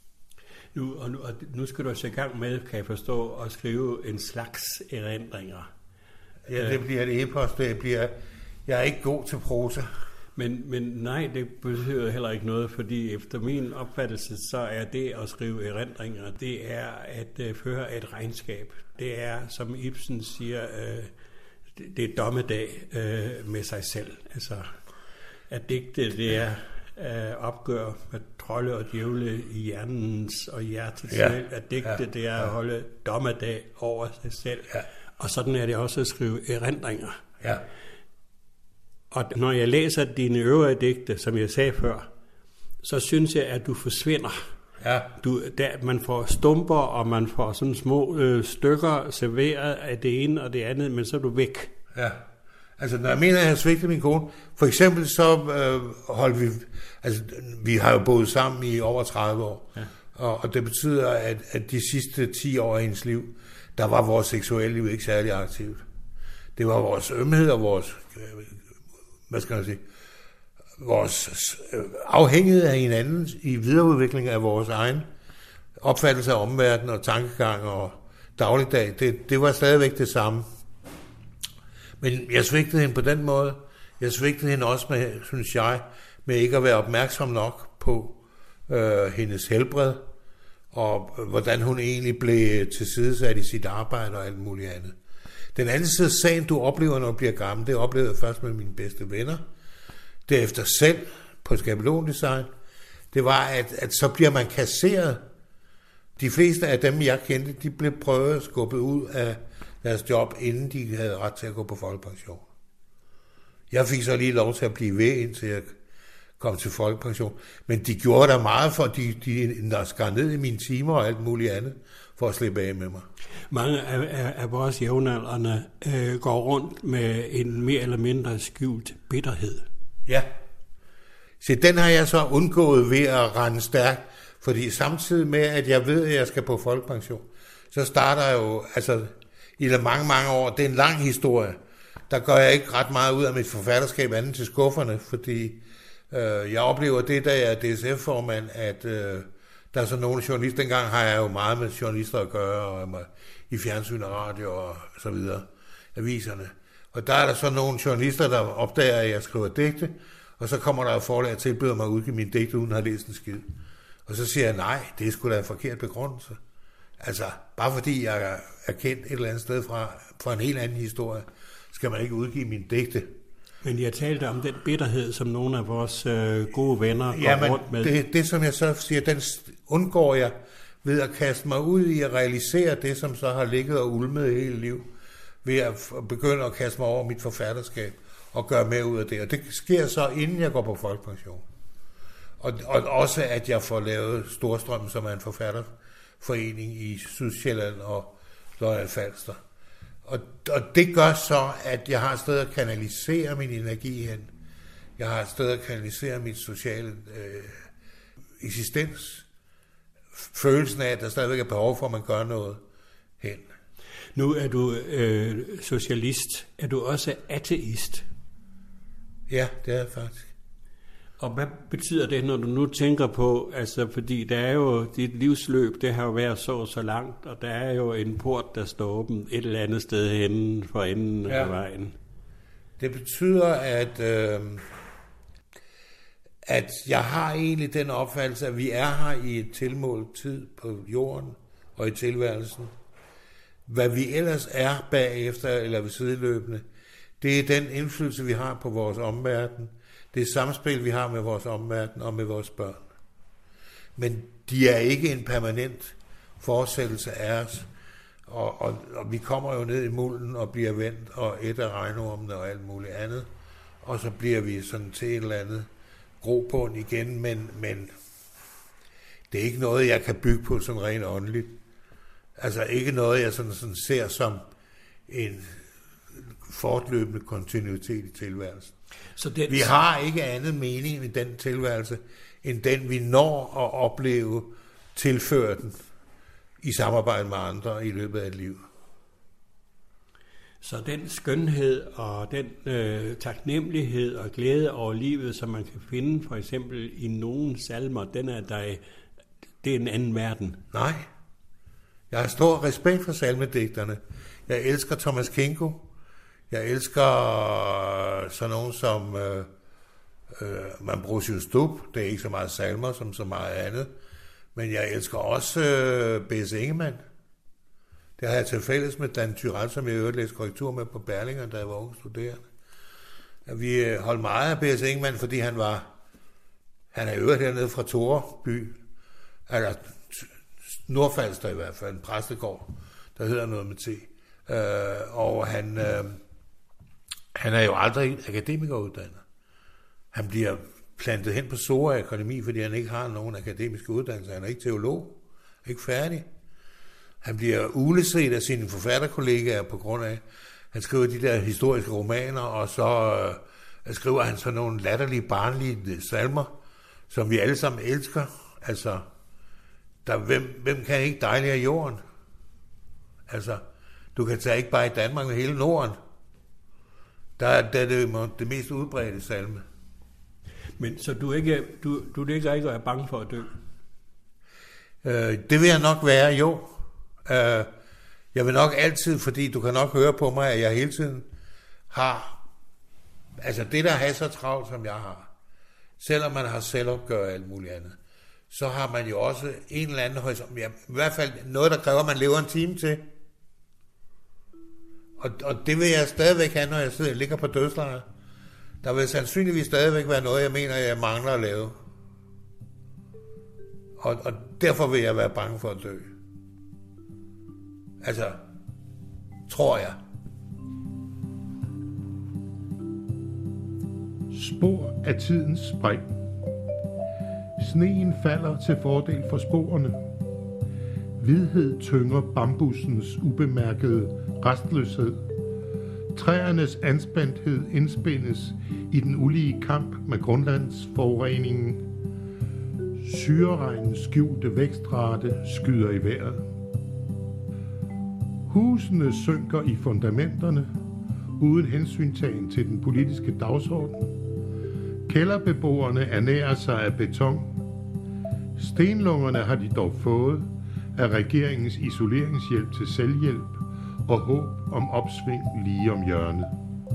Nu skal du også i gang med, kan jeg forstå, at skrive en slags erindringer. Ja, det bliver et epos, jeg er ikke god til prosa. Men nej, det betyder heller ikke noget, fordi efter min opfattelse, så er det at skrive erindringer, det er at føre et regnskab. Det er, som Ibsen siger, det er dommedag med sig selv. Altså, at digte, det er opgør med trolde og djævle i hjernens og hjertets selv. At digte, det er at holde dommedag over sig selv. Ja. Og sådan er det også at skrive erindringer. Ja. Og når jeg læser dine øvrige digte, som jeg sagde før, så synes jeg, at du forsvinder. Ja. Man får stumper, og man får sådan små stykker serveret af det ene og det andet, men så er du væk. Ja. Altså, når jeg mener, at jeg har svigtet min kone, for eksempel så holdt vi, altså vi har jo boet sammen i over 30 år, ja. Og det betyder, at de sidste 10 år af hendes liv, der var vores seksuelle liv ikke særlig aktivt. Det var vores ømhed og vores, vores afhængighed af hinanden i videreudvikling af vores egen opfattelse af omverdenen og tankegang og dagligdag. Det var stadigvæk det samme. Men jeg svigtede hende på den måde. Jeg svigtede hende også med, synes jeg, med ikke at være opmærksom nok på hendes helbred, og hvordan hun egentlig blev tilsidesat i sit arbejde og alt muligt andet. Den anden side af sagen, du oplever, når du bliver gammel, det oplevede jeg først med mine bedste venner. Derefter selv på skabelondesign. Det var, at så bliver man kasseret. De fleste af dem, jeg kendte, de blev prøvet at skubbe ud af deres job, inden de havde ret til at gå på folkepension. Jeg fik så lige lov til at blive ved, indtil jeg kom til folkepension. Men de gjorde der meget for, de skar ned i mine timer og alt muligt andet, for at slippe af med mig. Mange af vores jævnaldrende går rundt med en mere eller mindre skjult bitterhed. Ja. Så den har jeg så undgået ved at rende stærkt, fordi samtidig med, at jeg ved, at jeg skal på folkepension, så starter jeg jo, altså i mange år, det er en lang historie, der gør jeg ikke ret meget ud af mit forfatterskab andet til skufferne, fordi jeg oplever det, da jeg er DSF-formand, at der er så nogle journalister, dengang har jeg jo meget med journalister at gøre, og i fjernsyn og radio og så videre, aviserne. Og der er der så nogle journalister, der opdager, at jeg skriver digte, og så kommer der et forlag og tilbyder mig at udgive mine digte, uden at have læst en skid. Og så siger jeg, nej, det er sgu da en forkert begrundelse. Altså, bare fordi jeg er kendt et eller andet sted fra en helt anden historie, skal man ikke udgive mine digte. Men jeg talte om den bitterhed, som nogle af vores gode venner går rundt med. Det som jeg så siger, den undgår jeg ved at kaste mig ud i at realisere det, som så har ligget og ulmet hele liv, ved at begynde at kaste mig over mit forfatterskab og gøre mere ud af det. Og det sker så, inden jeg går på folkepension. Og også, at jeg får lavet Storstrømmen, som er en forfatterforening i Sydsjælland og Lolland-Falster. Og det gør så, at jeg har et sted at kanalisere min energi hen. Jeg har et sted at kanalisere mit sociale eksistens. Følelsen af, at der stadigvæk er behov for, at man gør noget hen. Nu er du socialist. Er du også ateist? Ja, det er jeg faktisk. Og hvad betyder det, når du nu tænker på, altså fordi der er jo dit livsløb, det har jo været så langt, og der er jo en port, der står åben et eller andet sted henne for enden af vejen. Det betyder, at jeg har egentlig den opfattelse, at vi er her i et tilmålt tid på jorden og i tilværelsen. Hvad vi ellers er bagefter eller ved sideløbende, det er den indflydelse, vi har på vores omverden. Det er samspil, vi har med vores omverden og med vores børn. Men de er ikke en permanent fortsættelse af os. Og vi kommer jo ned i mulden og bliver vendt og et af regnormene og alt muligt andet. Og så bliver vi sådan til et eller andet grobund igen. Men det er ikke noget, jeg kan bygge på sådan rent åndeligt. Altså ikke noget, jeg sådan ser som en fortløbende kontinuitet i tilværelsen. Vi har ikke andet mening i den tilværelse, end den vi når at opleve tilføre den i samarbejde med andre i løbet af et liv. Så den skønhed og den taknemmelighed og glæde over livet, som man kan finde for eksempel i nogle salmer, det er en anden verden. Nej. Jeg har stor respekt for salmedigterne. Jeg elsker Thomas Kinko. Jeg elsker sådan nogen som Ambrosius Stubb. Det er ikke så meget salmer som så meget andet. Men jeg elsker også B.S. Ingemann. Det har jeg til fælles med Dan Tyrell, som jeg øvrigt læste korrektur med på Berlinger, da jeg var unge studerende. Vi holdt meget af B.S. Ingemann, fordi han er øvrigt hernede fra Toreby, eller Nordfalster i hvert fald, en præstegård, der hedder noget med T. Og han er jo aldrig akademikeruddannet. Han bliver plantet hen på Sora Akademi, fordi han ikke har nogen akademiske uddannelser. Han er ikke teolog, ikke færdig. Han bliver uleset af sine forfatterkollegaer på grund af, han skriver de der historiske romaner, og så skriver han så nogle latterlige, barnlige salmer, som vi alle sammen elsker. Altså, hvem kan ikke dejligere jorden? Altså, du kan tage ikke bare i Danmark, men hele Norden. Der er det mest udbredte salme. Men så du ligger ikke og er bange for at dø? Det vil jeg nok være, jo. Jeg vil nok altid, fordi du kan nok høre på mig, at jeg hele tiden har, altså det der har så travlt, som jeg har, selvom man har selvopgør og alt muligt andet, så har man jo også en eller anden horisont, i hvert fald noget, der kræver, at man lever en time til. Og det vil jeg stadigvæk have, når jeg ligger på dødsleje. Der vil sandsynligvis stadigvæk være noget, jeg mener, jeg mangler at lave. Og derfor vil jeg være bange for at dø. Altså, tror jeg. Spor af tidens spring. Sneen falder til fordel for sporene. Hvidhed tynger bambussens ubemærkede restløshed. Træernes anspændthed indspændes i den ulige kamp med grundlandsforureningen. Syreregnens skjulte vækstrate skyder i vejret. Husene synker i fundamenterne, uden hensyntagen til den politiske dagsorden. Kælderbeboerne ernærer sig af beton. Stenlungerne har de dog fået af regeringens isoleringshjælp til selvhjælp og håb om opsving lige om hjørnet.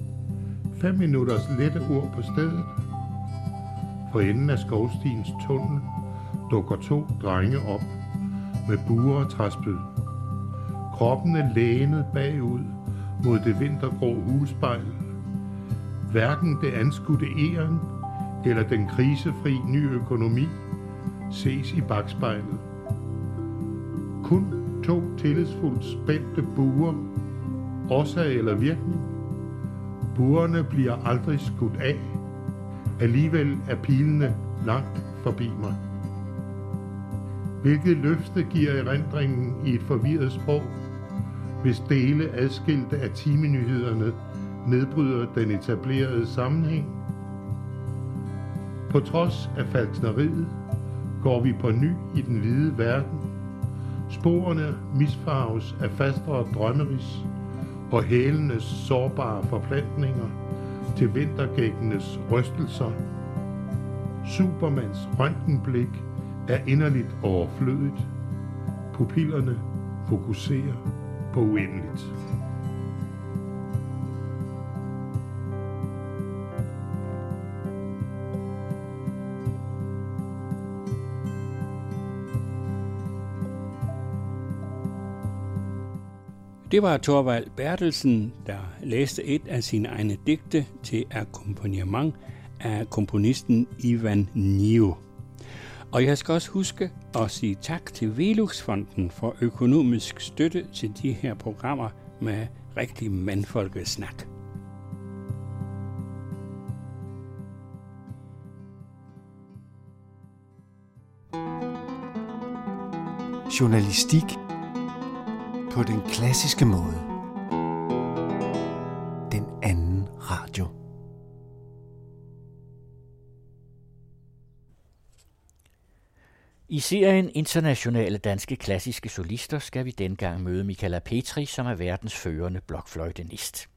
5 minutters lette ord på stedet. For enden af skovstiens tunnel dukker 2 drenge op med buer og træspyd. Kroppene lænet bagud mod det vintergrå husspejl. Hverken det anskudte æren eller den krisefri ny økonomi ses i bakspejlet. Kun 2 tillidsfuldt spændte buer, årsag eller virkning. Buerne bliver aldrig skudt af. Alligevel er pilene langt forbi mig. Hvilket løfte giver erindringen i et forvirret sprog, hvis dele adskilte af timenyhederne nedbryder den etablerede sammenhæng? På trods af falskneriet går vi på ny i den hvide verden. Sporene misfarves af fastere drømmeris og hælenes sårbare forplantninger til vintergækkenes rystelser. Supermans røntgenblik er inderligt overflødigt. Pupillerne fokuserer på uendeligt. Det var Thorvald Bertelsen, der læste et af sine egne digte til akkompagnement af komponisten Ivan Nio. Og jeg skal også huske at sige tak til Velux-fonden for økonomisk støtte til de her programmer med rigtig mandfolkesnak. Journalistik på den klassiske måde. Den anden radio. I serien Internationale danske klassiske solister skal vi dengang møde Michala Petri, som er verdens førende blokfløjtenist.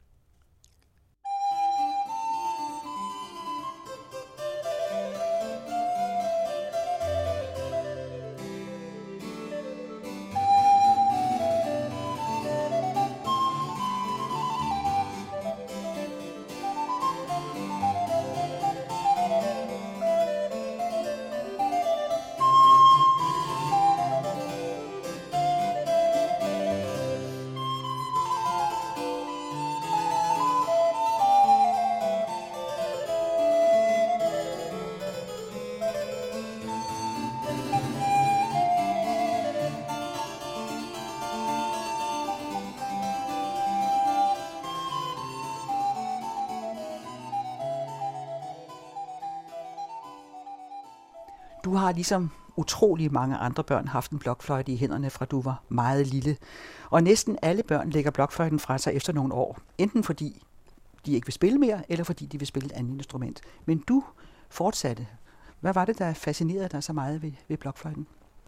Du har ligesom utrolig mange andre børn haft en blokfløjte i hænderne, fra du var meget lille. Og næsten alle børn lægger blokfløjten fra sig efter nogle år. Enten fordi de ikke vil spille mere, eller fordi de vil spille et andet instrument. Men du fortsatte. Hvad var det, der fascinerede dig så meget ved blokfløjten?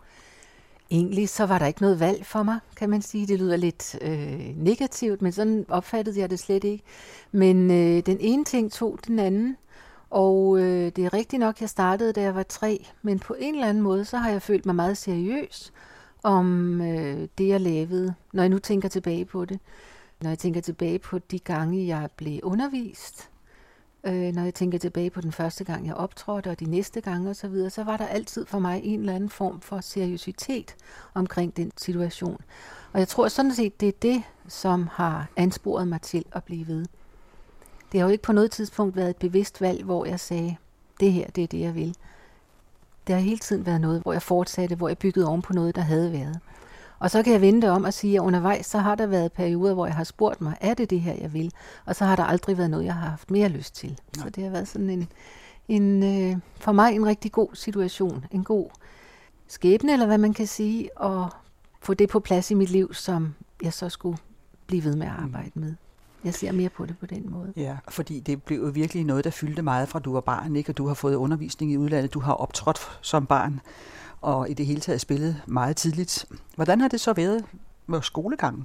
Egentlig så var der ikke noget valg for mig, kan man sige. Det lyder lidt negativt, men sådan opfattede jeg det slet ikke. Men den ene ting tog den anden. Og det er rigtigt nok, jeg startede, da jeg var 3, men på en eller anden måde, så har jeg følt mig meget seriøs om det, jeg lavede, når jeg nu tænker tilbage på det. Når jeg tænker tilbage på de gange, jeg blev undervist, når jeg tænker tilbage på den første gang, jeg optrådte, og de næste gange osv., så var der altid for mig en eller anden form for seriøsitet omkring den situation. Og jeg tror sådan set, det er det, som har ansporet mig til at blive ved. Det har jo ikke på noget tidspunkt været et bevidst valg, hvor jeg sagde, det her, det er det, jeg vil. Det har hele tiden været noget, hvor jeg fortsatte, hvor jeg byggede oven på noget, der havde været. Og så kan jeg vende det om og sige, at undervejs, så har der været perioder, hvor jeg har spurgt mig, er det det her, jeg vil? Og så har der aldrig været noget, jeg har haft mere lyst til. Nej. Så det har været sådan for mig en rigtig god situation, en god skæbne, eller hvad man kan sige, og få det på plads i mit liv, som jeg så skulle blive ved med at arbejde med. Jeg ser mere på det på den måde. Ja, fordi det blev jo virkelig noget, der fyldte meget fra du var barn, ikke? Og du har fået undervisning i udlandet, du har optrådt som barn, og i det hele taget spillet meget tidligt. Hvordan har det så været med skolegangen?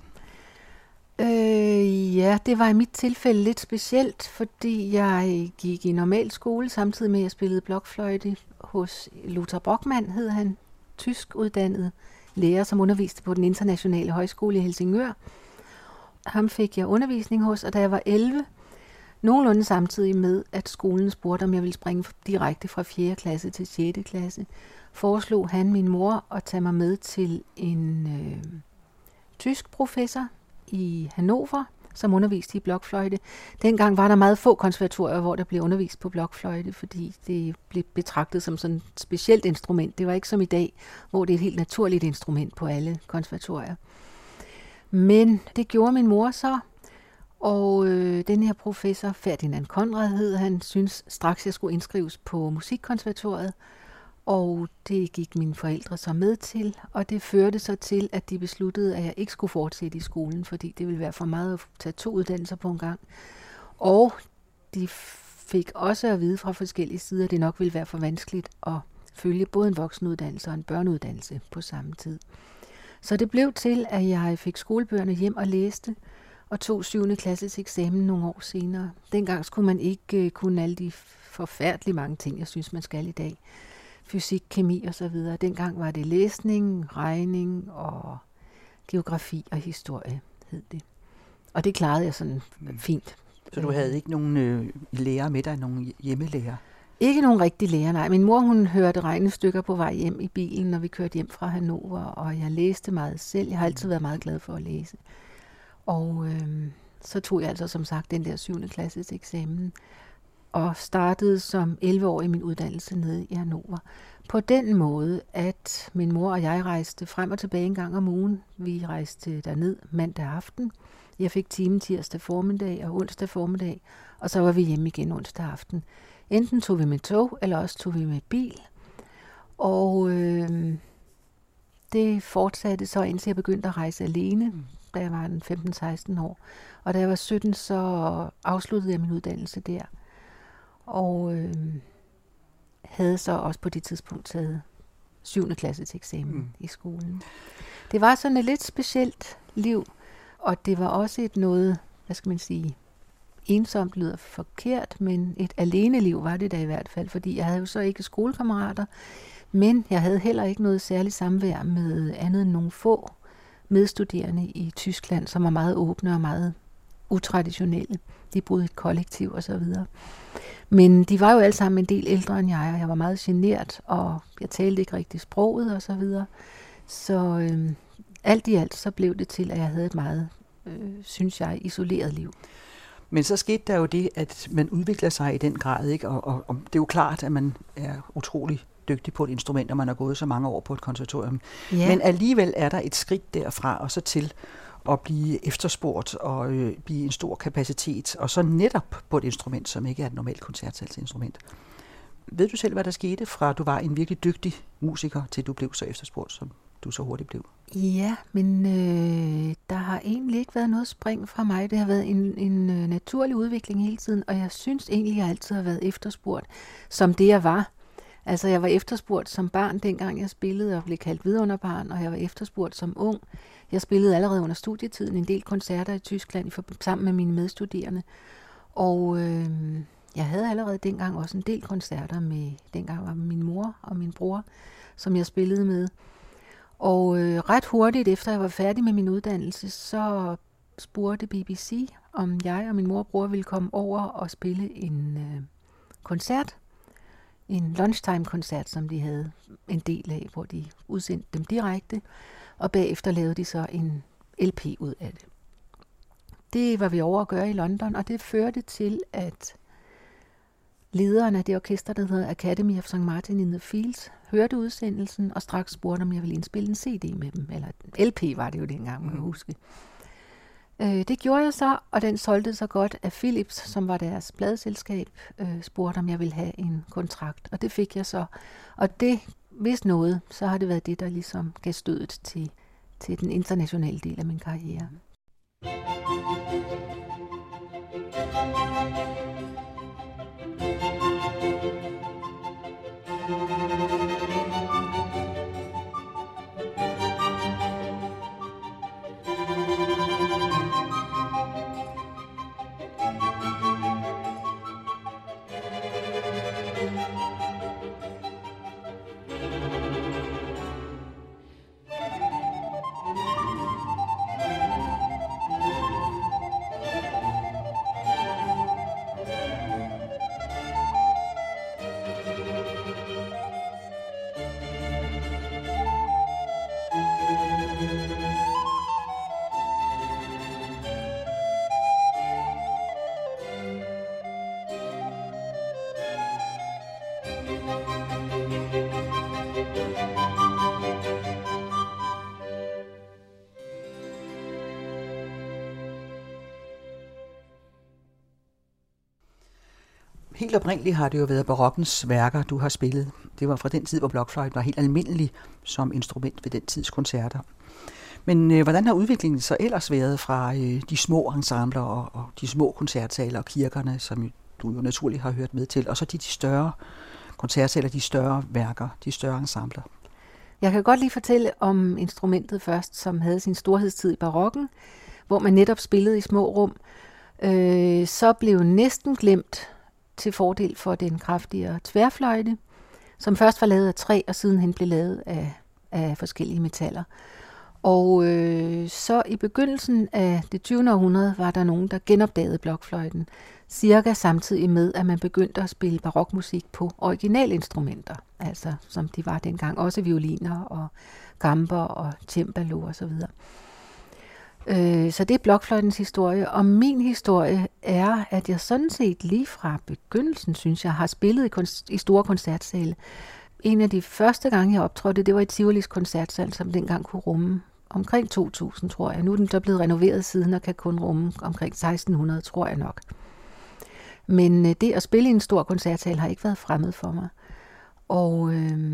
Ja, det var i mit tilfælde lidt specielt, fordi jeg gik i normal skole, samtidig med at jeg spillede blokfløjte hos Lothar Brockmann, hed han, tysk uddannet lærer, som underviste på den internationale højskole i Helsingør. Ham fik jeg undervisning hos, og da jeg var 11, nogenlunde samtidig med, at skolen spurgte, om jeg ville springe direkte fra 4. klasse til 6. klasse, foreslog han min mor at tage mig med til en tysk professor i Hannover, som underviste i blokfløjte. Dengang var der meget få konservatorier, hvor der blev undervist på blokfløjte, fordi det blev betragtet som sådan et specielt instrument. Det var ikke som i dag, hvor det er et helt naturligt instrument på alle konservatorier. Men det gjorde min mor så, og den her professor, Ferdinand Konrad hed han, synes straks jeg skulle indskrives på musikkonservatoriet, og det gik mine forældre så med til, og det førte så til, at de besluttede, at jeg ikke skulle fortsætte i skolen, fordi det ville være for meget at tage 2 uddannelser på en gang. Og de fik også at vide fra forskellige sider, at det nok ville være for vanskeligt at følge både en voksenuddannelse og en børneuddannelse på samme tid. Så det blev til, at jeg fik skolebøgerne hjem og læste, og tog 7. klasses eksamen nogle år senere. Dengang skulle man ikke kunne alle de forfærdelige mange ting, jeg synes, man skal i dag. Fysik, kemi og så videre. Dengang var det læsning, regning og geografi og historie, hed det. Og det klarede jeg sådan fint. Så du havde ikke nogen lærer med dig, nogen hjemmelærer? Ikke nogen rigtig lærer, nej. Min mor, hun hørte regnestykker på vej hjem i bilen, når vi kørte hjem fra Hannover, og jeg læste meget selv. Jeg har altid været meget glad for at læse. Og så tog jeg altså som sagt den der 7. klasses eksamen, og startede som 11-årig min uddannelse nede i Hannover. På den måde, at min mor og jeg rejste frem og tilbage en gang om ugen. Vi rejste derned mandag aften. Jeg fik time tirsdag formiddag og onsdag formiddag, og så var vi hjemme igen onsdag aften. Enten tog vi med tog, eller også tog vi med bil. Og det fortsatte så, indtil jeg begyndte at rejse alene, da jeg var 15-16 år. Og da jeg var 17, så afsluttede jeg min uddannelse der. Og havde så også på det tidspunkt taget 7. klasses eksamen i skolen. Det var sådan et lidt specielt liv, og det var også et noget, hvad skal man sige, ensomt lyder forkert, men et aleneliv var det da i hvert fald, fordi jeg havde jo så ikke skolekammerater, men jeg havde heller ikke noget særligt samvær med andet end nogle få medstuderende i Tyskland, som var meget åbne og meget utraditionelle. De boede i et kollektiv og så videre. Men de var jo alle sammen en del ældre end jeg, og jeg var meget genert, og jeg talte ikke rigtig sproget og så videre. Så alt i alt så blev det til, at jeg havde et meget, synes jeg, isoleret liv. Men så skete der jo det, at man udvikler sig i den grad, ikke? Og det er jo klart, at man er utrolig dygtig på et instrument, og man har gået så mange år på et konservatorium. Ja. Men alligevel er der et skridt derfra, og så til at blive efterspurgt og blive en stor kapacitet, og så netop på et instrument, som ikke er et normalt koncertsalsinstrument. Ved du selv, hvad der skete fra du var en virkelig dygtig musiker, til du blev så efterspurgt, som du så hurtigt blev? Ja, men der har egentlig ikke været noget spring fra mig. Det har været en naturlig udvikling hele tiden, og jeg synes egentlig, jeg altid har været efterspurgt, som det jeg var. Altså, jeg var efterspurgt som barn, dengang jeg spillede og blev kaldt vidunderbarn, og jeg var efterspurgt som ung. Jeg spillede allerede under studietiden en del koncerter i Tyskland sammen med mine medstuderende, og jeg havde allerede dengang også en del koncerter med, dengang var min mor og min bror, som jeg spillede med. Og ret hurtigt efter jeg var færdig med min uddannelse, så spurgte BBC, om jeg og min mor og bror ville komme over og spille en koncert. En lunchtime-koncert, som de havde en del af, hvor de udsendte dem direkte. Og bagefter lavede de så en LP ud af det. Det var vi over at gøre i London, og det førte til, at lederen af det orkester, der hedder Academy of St. Martin in the Fields, hørte udsendelsen og straks spurgte, om jeg ville indspille en CD med dem. Eller en LP var det jo dengang, må jeg huske. Det gjorde jeg så, og den solgte så godt, at Philips, som var deres pladeselskab, spurgte, om jeg ville have en kontrakt. Og det fik jeg så. Og det, hvis noget, så har det været det, der ligesom gav stødet til den internationale del af min karriere. Helt oprindeligt har det jo været barokkens værker, du har spillet. Det var fra den tid, hvor blokfløjten var helt almindelig som instrument ved den tids koncerter. Men hvordan har udviklingen så ellers været fra de små ensembler og de små koncertsaler og kirkerne, som du jo naturligt har hørt med til, og så de større koncertsaler, de større værker, de større ensembler? Jeg kan godt lige fortælle om instrumentet først, som havde sin storhedstid i barokken, hvor man netop spillede i små rum. Så blev næsten glemt til fordel for den kraftigere tværfløjte, som først var lavet af træ, og sidenhen blev lavet af forskellige metaller. Og så i begyndelsen af det 20. århundrede var der nogen, der genopdagede blokfløjten, cirka samtidig med, at man begyndte at spille barokmusik på originalinstrumenter, altså som de var dengang, også violiner og gamber og cembalo og så videre. Så det er blokfløjtens historie, og min historie er, at jeg sådan set lige fra begyndelsen, synes jeg, har spillet i store koncertsale. En af de første gange, jeg optrådte, det var i Tivolis koncertsal, som dengang kunne rumme omkring 2.000, tror jeg. Nu er den så blevet renoveret siden og kan kun rumme omkring 1.600, tror jeg nok. Men det at spille i en stor koncertsal har ikke været fremmed for mig. Og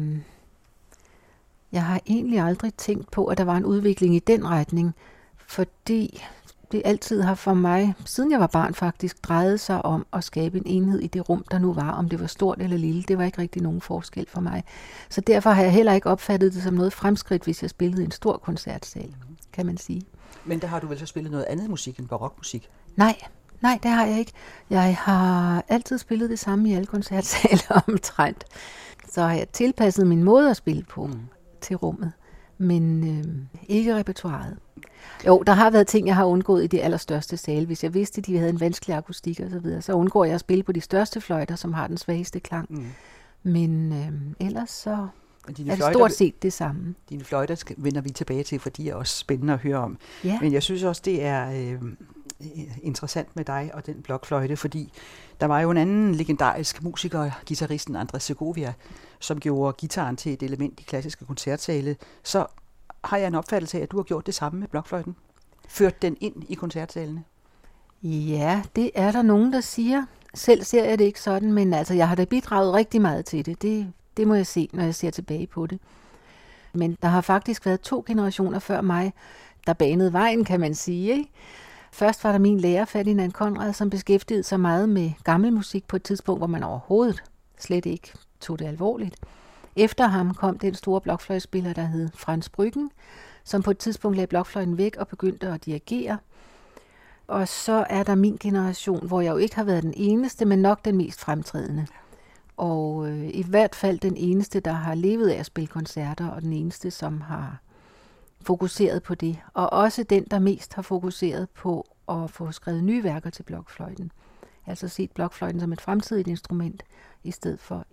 jeg har egentlig aldrig tænkt på, at der var en udvikling i den retning, fordi det altid har for mig, siden jeg var barn faktisk, drejet sig om at skabe en enhed i det rum, der nu var, om det var stort eller lille. Det var ikke rigtig nogen forskel for mig. Så derfor har jeg heller ikke opfattet det som noget fremskridt, hvis jeg spillede i en stor koncertsal, kan man sige. Men der har du vel så spillet noget andet musik end barokmusik? Nej, det har jeg ikke. Jeg har altid spillet det samme i alle koncertsaler omtrent. Så har jeg tilpasset min måde at spille på til rummet, men ikke repertoiret. Jo, der har været ting, jeg har undgået i de allerstørste sale. Hvis jeg vidste, at de havde en vanskelig akustik og så videre, så undgår jeg at spille på de største fløjter, som har den svageste klang. Men ellers så er det stort set det samme. Dine fløjter vender vi tilbage til, for de er også spændende at høre om. Ja. Men jeg synes også, det er interessant med dig og den blokfløjte, fordi der var jo en anden legendarisk musiker, guitaristen Andrés Segovia, som gjorde guitaren til et element i klassiske koncertsale. Så har jeg en opfattelse af, at du har gjort det samme med blokfløjten? Ført den ind i koncertsalene? Ja, det er der nogen, der siger. Selv ser jeg det ikke sådan, men altså, jeg har da bidraget rigtig meget til det. Det må jeg se, når jeg ser tilbage på det. Men der har faktisk været 2 generationer før mig, der banede vejen, kan man sige, ikke? Først var der min lærer, Ferdinand Conrad, som beskæftigede sig meget med gammel musik på et tidspunkt, hvor man overhovedet slet ikke tog det alvorligt. Efter ham kom den store blokfløjtespiller, der hed Franz Brüggen, som på et tidspunkt lagde blokfløjten væk og begyndte at dirigere. Og så er der min generation, hvor jeg jo ikke har været den eneste, men nok den mest fremtrædende. Og i hvert fald den eneste, der har levet af at spille koncerter, og den eneste, som har fokuseret på det. Og også den, der mest har fokuseret på at få skrevet nye værker til blokfløjten. Altså set blokfløjten som et fremtidigt instrument, i stedet for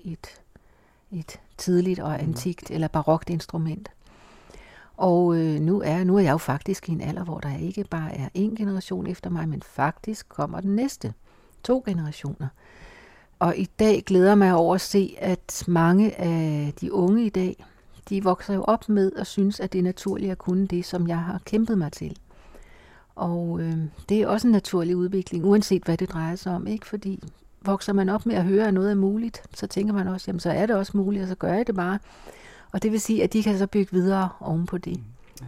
et tidligt og antikt eller barokt instrument. Og nu er jeg jo faktisk i en alder, hvor der ikke bare er en generation efter mig, men faktisk kommer den næste 2 generationer. Og i dag glæder mig over at se, at mange af de unge i dag, de vokser jo op med og synes, at det er naturligt at kunne det, som jeg har kæmpet mig til. Og det er også en naturlig udvikling, uanset hvad det drejer sig om, ikke? Fordi vokser man op med at høre, at noget er muligt, så tænker man også, jamen så er det også muligt, og så gør jeg det bare. Og det vil sige, at de kan så bygge videre oven på det.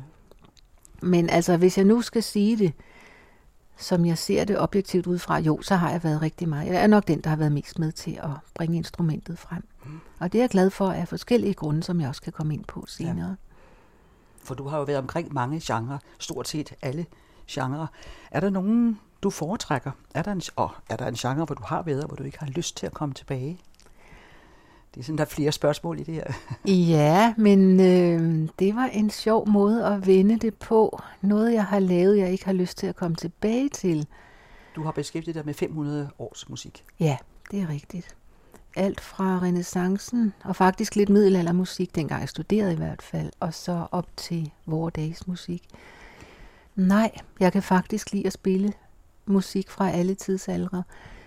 Men altså, hvis jeg nu skal sige det, som jeg ser det objektivt udefra, jo, så har jeg været rigtig meget. Jeg er nok den, der har været mest med til at bringe instrumentet frem. Og det er jeg glad for af forskellige grunde, som jeg også kan komme ind på senere. Ja. For du har jo været omkring mange genrer, stort set alle genrer. Er der nogen, du foretrækker? Er der en genre, hvor du har været, hvor du ikke har lyst til at komme tilbage? Det er sådan, der er flere spørgsmål i det her. Ja, men det var en sjov måde at vende det på. Noget, jeg har lavet, jeg ikke har lyst til at komme tilbage til. Du har beskæftiget dig med 500 års musik. Ja, det er rigtigt. Alt fra renæssancen, og faktisk lidt middelaldermusik, dengang jeg studerede i hvert fald, og så op til vore dages musik. Nej, jeg kan faktisk lide at spille musik fra alle tidsaldre.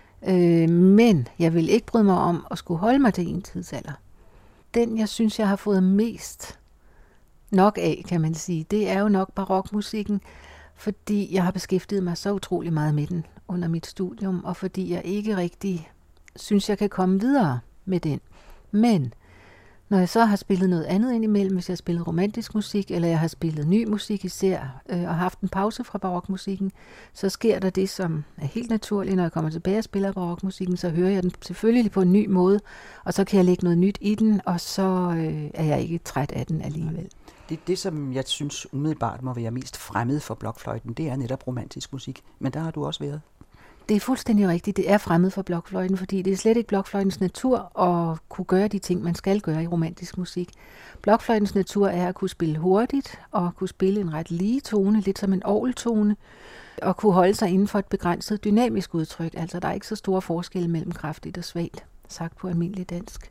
Men jeg vil ikke bryde mig om at skulle holde mig til en tidsalder. Den, jeg synes, jeg har fået mest nok af, kan man sige, det er jo nok barokmusikken, fordi jeg har beskæftiget mig så utrolig meget med den under mit studium, og fordi jeg ikke rigtig synes jeg kan komme videre med den. Men når jeg så har spillet noget andet indimellem, hvis jeg har spillet romantisk musik, eller jeg har spillet ny musik især, og haft en pause fra barokmusikken, så sker der det, som er helt naturligt. Når jeg kommer tilbage og spiller barokmusikken, så hører jeg den selvfølgelig på en ny måde, og så kan jeg lægge noget nyt i den, og så er jeg ikke træt af den alligevel. Det, som jeg synes umiddelbart må være mest fremmed for blokfløjten, det er netop romantisk musik. Men der har du også været. Det er fuldstændig rigtigt. Det er fremmed for blokfløjten, fordi det er slet ikke blokfløjtens natur at kunne gøre de ting, man skal gøre i romantisk musik. Blokfløjtens natur er at kunne spille hurtigt og kunne spille en ret lige tone, lidt som en orgeltone, og kunne holde sig inden for et begrænset dynamisk udtryk. Altså, der er ikke så store forskelle mellem kraftigt og svagt, sagt på almindelig dansk.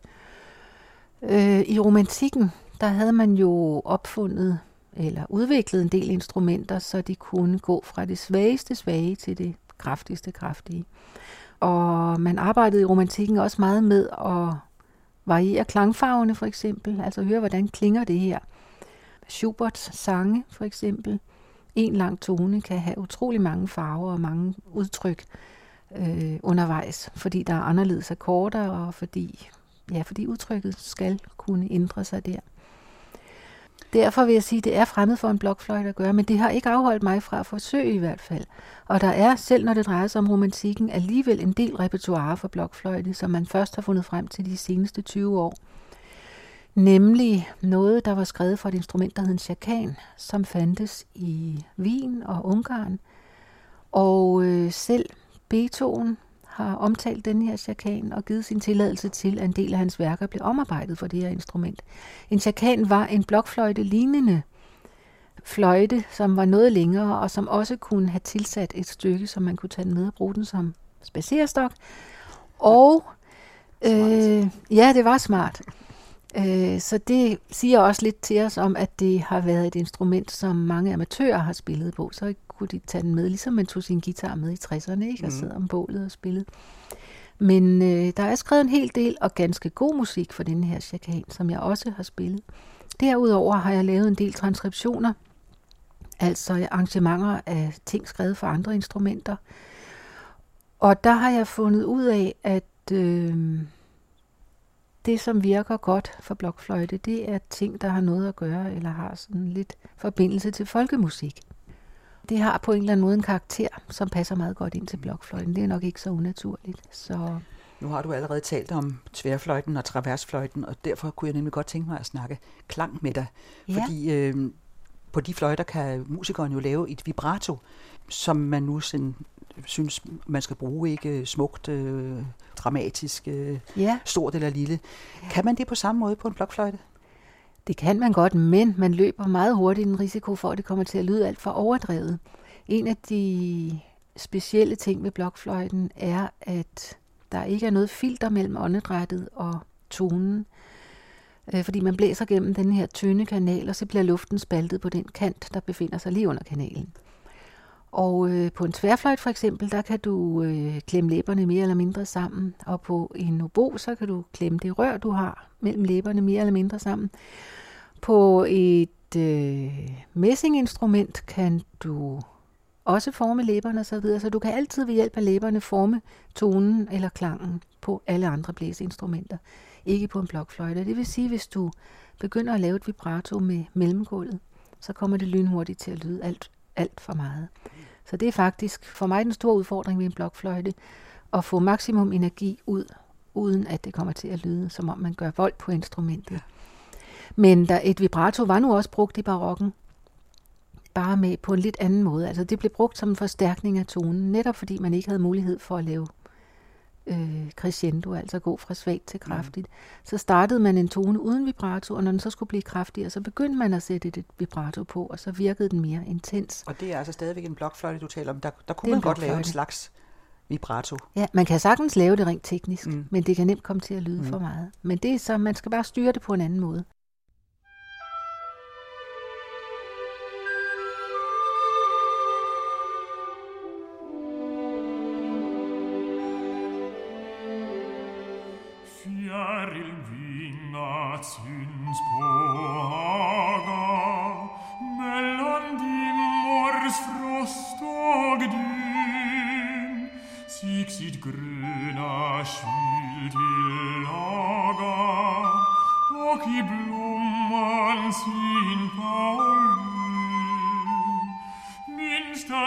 I romantikken, der havde man jo opfundet eller udviklet en del instrumenter, så de kunne gå fra det svageste svage til det kraftigste kraftige. Og man arbejdede i romantikken også meget med at variere klangfarverne for eksempel, altså høre, hvordan klinger det her. Schuberts sange for eksempel, en lang tone kan have utrolig mange farver og mange udtryk undervejs, fordi der er anderledes akkorder, og fordi udtrykket skal kunne ændre sig der. Derfor vil jeg sige, at det er fremmed for en blokfløjte at gøre, men det har ikke afholdt mig fra at forsøge i hvert fald. Og der er, selv når det drejer sig om romantikken, alligevel en del repertoire for blokfløjte, som man først har fundet frem til de seneste 20 år. Nemlig noget, der var skrevet for et instrument, der hed en chakan, som fandtes i Wien og Ungarn. Og selv Beethoven har omtalt den her chakan og givet sin tilladelse til, at en del af hans værker blev omarbejdet for det her instrument. En chakan var en blokfløjte-lignende fløjte, som var noget længere, og som også kunne have tilsat et stykke, som man kunne tage med og bruge den som spadserestok. Og ja, det var smart. Så det siger også lidt til os om, at det har været et instrument, som mange amatører har spillet på. Så kunne de tage den med, ligesom man tog sin guitar med i 60'erne, ikke? Og sad om bålet og spillede. Men der er skrevet en hel del og ganske god musik for den her chakan, som jeg også har spillet. Derudover har jeg lavet en del transkriptioner, altså arrangementer af ting skrevet for andre instrumenter. Og der har jeg fundet ud af, at det, som virker godt for blokfløjte, det er ting, der har noget at gøre, eller har sådan lidt forbindelse til folkemusik. Det har på en eller anden måde en karakter, som passer meget godt ind til blokfløjten. Det er nok ikke så unaturligt. Så nu har du allerede talt om tværfløjten og traversfløjten, og derfor kunne jeg nemlig godt tænke mig at snakke klang med dig. Ja. Fordi på de fløjter kan musikeren jo lave et vibrato, som man nu synes, man skal bruge, ikke smukt, dramatisk, stort eller lille. Kan man det på samme måde på en blokfløjte? Det kan man godt, men man løber meget hurtigt en risiko for, at det kommer til at lyde alt for overdrevet. En af de specielle ting ved blokfløjten er, at der ikke er noget filter mellem åndedrættet og tonen. Fordi man blæser gennem den her tynde kanal, og så bliver luften spaltet på den kant, der befinder sig lige under kanalen. Og på en tværfløjte for eksempel, der kan du klemme læberne mere eller mindre sammen. Og på en obo, så kan du klemme det rør, du har mellem læberne mere eller mindre sammen. På et messinginstrument kan du også forme læberne og så videre. Så du kan altid ved hjælp af læberne forme tonen eller klangen på alle andre blæseinstrumenter. Ikke på en blokfløjte. Det vil sige, hvis du begynder at lave et vibrato med mellemgulvet, så kommer det lynhurtigt til at lyde alt for meget. Så det er faktisk for mig den store udfordring ved en blokfløjte, at få maksimum energi ud, uden at det kommer til at lyde, som om man gør vold på instrumentet. Men et vibrato var nu også brugt i barokken, bare med på en lidt anden måde. Altså det blev brugt som en forstærkning af tonen, netop fordi man ikke havde mulighed for at lave crescendo, altså gå fra svagt til kraftigt. Så startede man en tone uden vibrato, og når den så skulle blive kraftigere, så begyndte man at sætte et vibrato på, og så virkede den mere intens. Og det er altså stadigvæk en blokfløjte, du taler om. Der kunne man godt lave en slags vibrato. Ja, man kan sagtens lave det rent teknisk, men det kan nemt komme til at lyde for meget. Men det er så, man skal bare styre det på en anden måde. Syns på haga mellan dimmors frost och dyn sig sitt gröna sky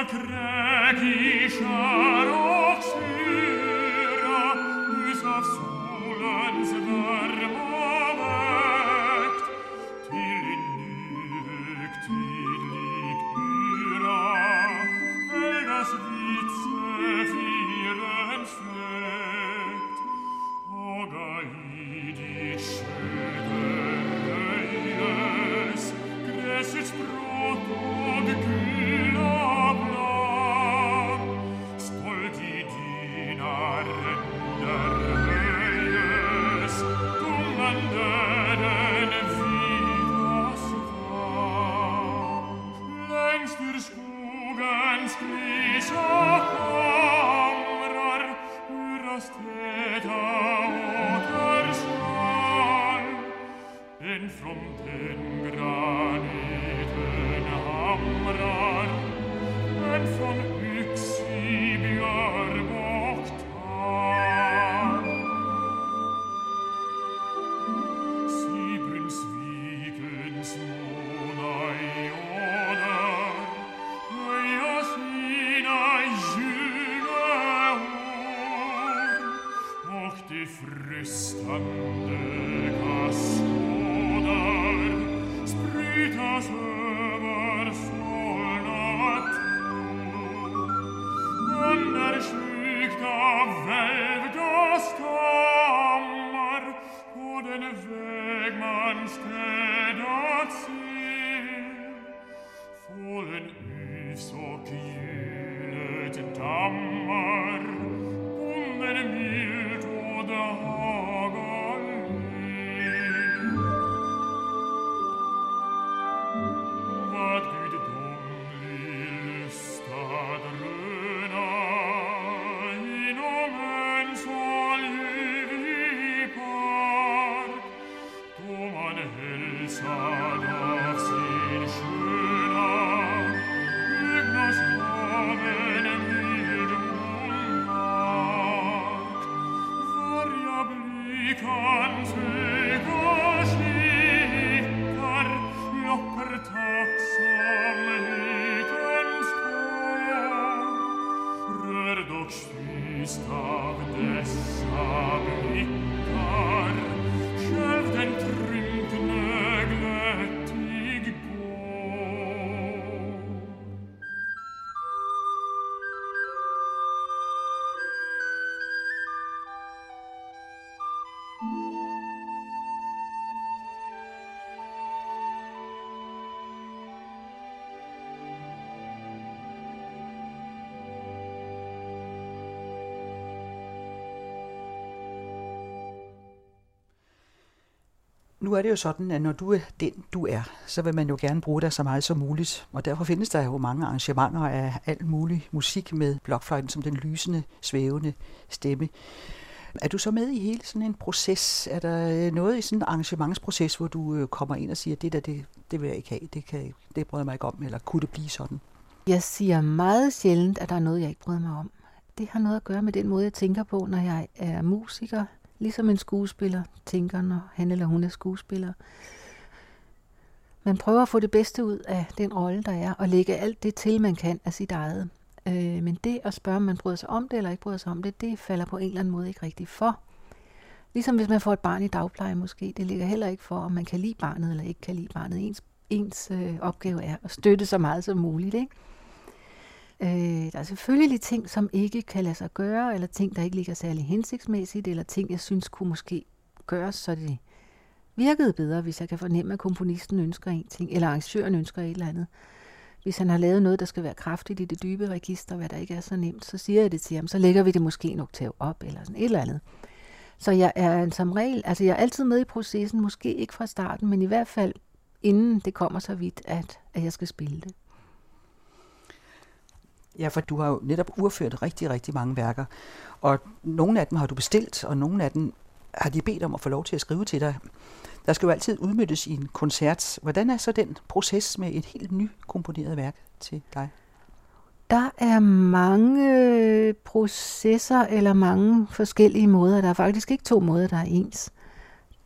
Nu er det jo sådan, at når du er den, du er, så vil man jo gerne bruge dig så meget som muligt. Og derfor findes der jo mange arrangementer af alt mulig musik med blokfløjten som den lysende, svævende stemme. Er du så med i hele sådan en proces? Er der noget i sådan en arrangementsproces, hvor du kommer ind og siger, det vil jeg ikke have, det bryder jeg mig ikke om, eller kunne det blive sådan? Jeg siger meget sjældent, at der er noget, jeg ikke bryder mig om. Det har noget at gøre med den måde, jeg tænker på, når jeg er musiker. Ligesom en skuespiller tænker, når han eller hun er skuespiller. Man prøver at få det bedste ud af den rolle, der er, og lægge alt det til, man kan af sit eget. Men det at spørge, om man bryder sig om det eller ikke bryder sig om det, det falder på en eller anden måde ikke rigtig for. Ligesom hvis man får et barn i dagpleje måske. Det ligger heller ikke for, om man kan lide barnet eller ikke kan lide barnet. Ens opgave er at støtte så meget som muligt, ikke? Der er selvfølgelig ting, som ikke kan lade sig gøre, eller ting, der ikke ligger særlig hensigtsmæssigt, eller ting, jeg synes kunne måske gøres, så det virkede bedre, hvis jeg kan fornemme, at komponisten ønsker en ting, eller arrangøren ønsker et eller andet. Hvis han har lavet noget, der skal være kraftigt i det dybe register, hvad der ikke er så nemt, så siger jeg det til ham, så lægger vi det måske en oktav op, eller sådan et eller andet. Så jeg er som regel, altså jeg er altid med i processen, måske ikke fra starten, men i hvert fald inden det kommer så vidt, at jeg skal spille det. Ja, for du har jo netop udført rigtig, rigtig mange værker, og nogle af dem har du bestilt, og nogle af dem har de bedt om at få lov til at skrive til dig. Der skal jo altid udmøttes i en koncert. Hvordan er så den proces med et helt nykomponeret værk til dig? Der er mange processer, eller mange forskellige måder. Der er faktisk ikke 2 måder, der er ens.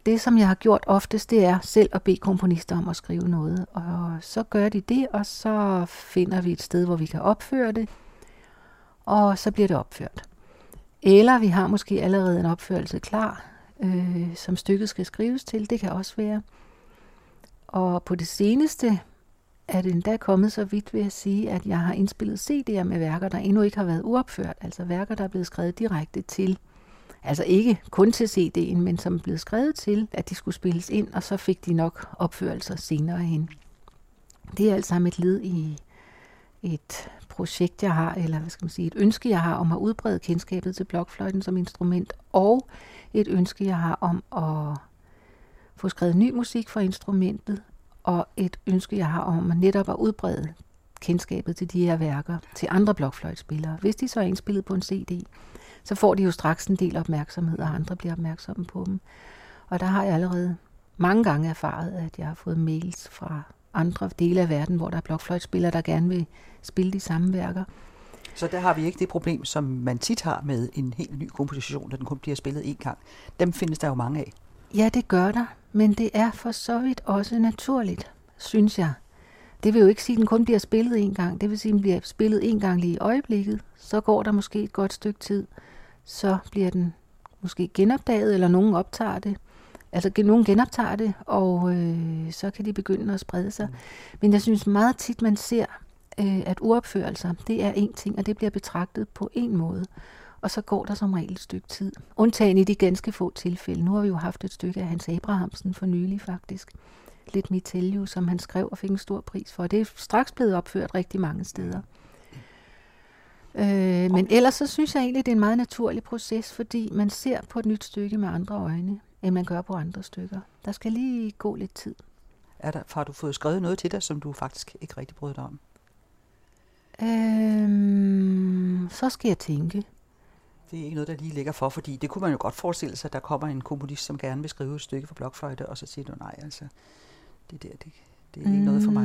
det, som jeg har gjort oftest, det er selv at bede komponister om at skrive noget. Og så gør de det, og så finder vi et sted, hvor vi kan opføre det, og så bliver det opført. Eller vi har måske allerede en opførelse klar, som stykket skal skrives til. Det kan også være. Og på det seneste er det endda kommet så vidt ved at sige, at jeg har indspillet CD'er med værker, der endnu ikke har været uopført. Altså værker, der er blevet skrevet direkte til. Altså ikke kun til CD'en, men som er blevet skrevet til, at de skulle spilles ind, og så fik de nok opførelser senere hen. Det er alt sammen et led i et projekt, jeg har, eller hvad skal man sige, et ønske, jeg har om at udbrede kendskabet til blokfløjten som instrument, og et ønske, jeg har om at få skrevet ny musik for instrumentet, og et ønske, jeg har om at netop at udbrede kendskabet til de her værker til andre blokfløjtspillere. Hvis de så er indspillet på en CD, så får de jo straks en del opmærksomhed, og andre bliver opmærksomme på dem. Og der har jeg allerede mange gange erfaret, at jeg har fået mails fra andre dele af verden, hvor der er blokfløjtspillere, der gerne vil spille de samme værker. Så der har vi ikke det problem, som man tit har med en helt ny komposition, når den kun bliver spillet én gang. Dem findes der jo mange af. Ja, det gør der, men det er for så vidt også naturligt, synes jeg. Det vil jo ikke sige, at den kun bliver spillet én gang. Det vil sige, at den bliver spillet én gang lige i øjeblikket. Så går der måske et godt stykke tid. Så bliver den måske genopdaget, eller nogen optager det. Altså nogen genoptager det, og så kan de begynde at sprede sig. Men jeg synes meget tit, man ser, at uopførelser, det er én ting, og det bliver betragtet på én måde. Og så går der som regel et stykke tid. Undtagen i de ganske få tilfælde. Nu har vi jo haft et stykke af Hans Abrahamsen for nylig faktisk. Lidt Mitellius, som han skrev og fik en stor pris for. Det er straks blevet opført rigtig mange steder. Men ellers så synes jeg egentlig, det er en meget naturlig proces, fordi man ser på et nyt stykke med andre øjne, end man gør på andre stykker. Der skal lige gå lidt tid. Har du fået skrevet noget til dig, som du faktisk ikke rigtig brød dig om? Så skal jeg tænke. Det er ikke noget, der lige ligger for, fordi det kunne man jo godt forestille sig, at der kommer en komponist, som gerne vil skrive et stykke for blokfløjte, og så siger du, nej, altså, det er ikke noget for mig.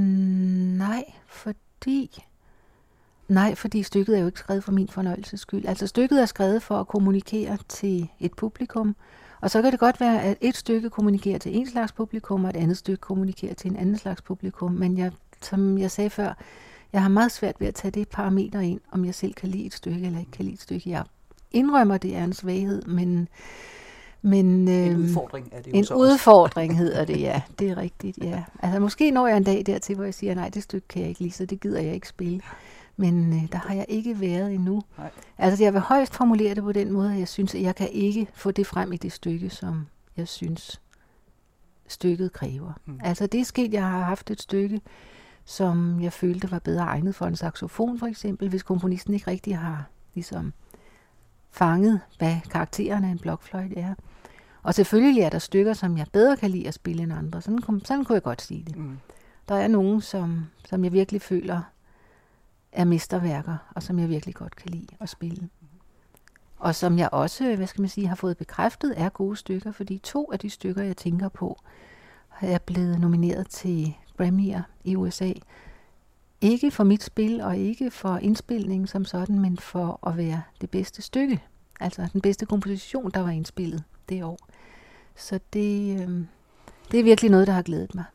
Nej, fordi stykket er jo ikke skrevet for min fornøjelses skyld. Altså stykket er skrevet for at kommunikere til et publikum, og så kan det godt være, at et stykke kommunikerer til en slags publikum, og et andet stykke kommunikerer til en anden slags publikum. Men som jeg sagde før, jeg har meget svært ved at tage det parameter ind, om jeg selv kan lide et stykke eller ikke kan lide et stykke. Jeg indrømmer, det er en svaghed, men en udfordring er det jo. En udfordring hedder det, ja. Det er rigtigt, ja. Altså måske når jeg en dag dertil, hvor jeg siger, nej, det stykke kan jeg ikke lide, så det gider jeg ikke spille. Men der har jeg ikke været endnu. Nej. Altså jeg vil højst formulere det på den måde, at jeg synes, at jeg kan ikke få det frem i det stykke, som jeg synes, stykket kræver. Altså det er sket, jeg har haft et stykke, som jeg følte var bedre egnet for en saxofon for eksempel, hvis komponisten ikke rigtig har ligesom fanget, hvad karakteren af en blokfløjte er. Og selvfølgelig er der stykker, som jeg bedre kan lide at spille end andre. Sådan kunne jeg godt sige det. Der er nogen, som jeg virkelig føler er mesterværker, og som jeg virkelig godt kan lide at spille. Og som jeg også, har fået bekræftet, er gode stykker, fordi 2 af de stykker, jeg tænker på, er blevet nomineret til Grammy'er i USA. Ikke for mit spil, og ikke for indspilningen som sådan, men for at være det bedste stykke. Altså den bedste komposition, der var indspillet det år. Så det er virkelig noget, der har glædet mig.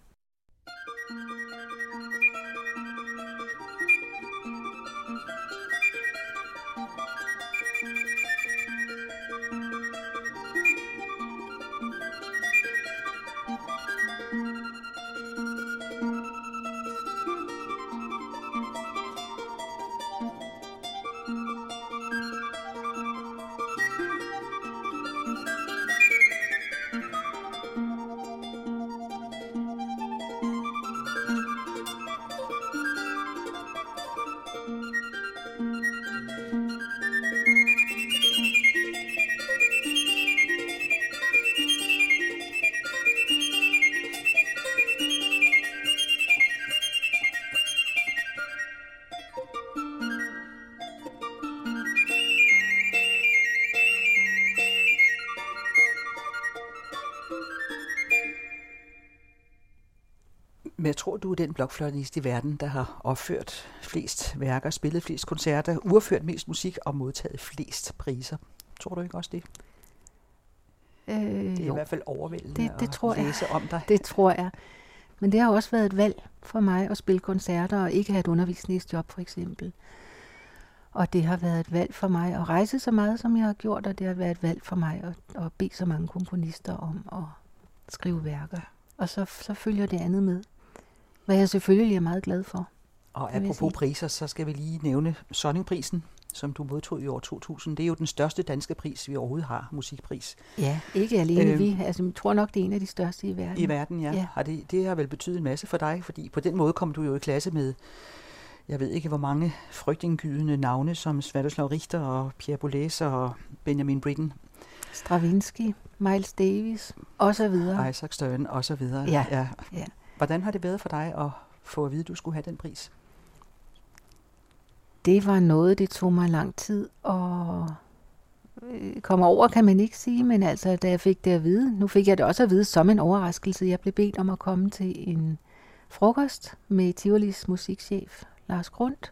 Men jeg tror, du er den blokfløjtenist i verden, der har opført flest værker, spillet flest koncerter, udført mest musik og modtaget flest priser. Tror du ikke også det? Det er i hvert fald overvældende det tror at læse om dig. Det tror jeg. Men det har også været et valg for mig at spille koncerter og ikke have et undervisningsjob for eksempel. Og det har været et valg for mig at rejse så meget, som jeg har gjort, og det har været et valg for mig at bede så mange komponister om at skrive værker. Og så følger det andet med, hvad jeg selvfølgelig er meget glad for. Og apropos priser, så skal vi lige nævne Sonningprisen, som du modtog i år 2000. Det er jo den største danske pris, vi overhovedet har, musikpris. Ja, ikke alene vi. Altså, jeg tror nok, det er en af de største i verden. I verden, ja. Det har vel betydet en masse for dig, fordi på den måde kom du jo i klasse med, jeg ved ikke hvor mange frygtindgydende navne, som Sviatoslav Richter og Pierre Boulez og Benjamin Britten. Stravinsky, Miles Davis, og så videre. Isaac Stern, og så videre. Ja. Hvordan har det været for dig at få at vide, at du skulle have den pris? Det var noget, det tog mig lang tid at komme over, kan man ikke sige, men altså, da jeg fik det at vide, nu fik jeg det også at vide som en overraskelse. Jeg blev bedt om at komme til en frokost med Tivolis musikchef, Lars Grund.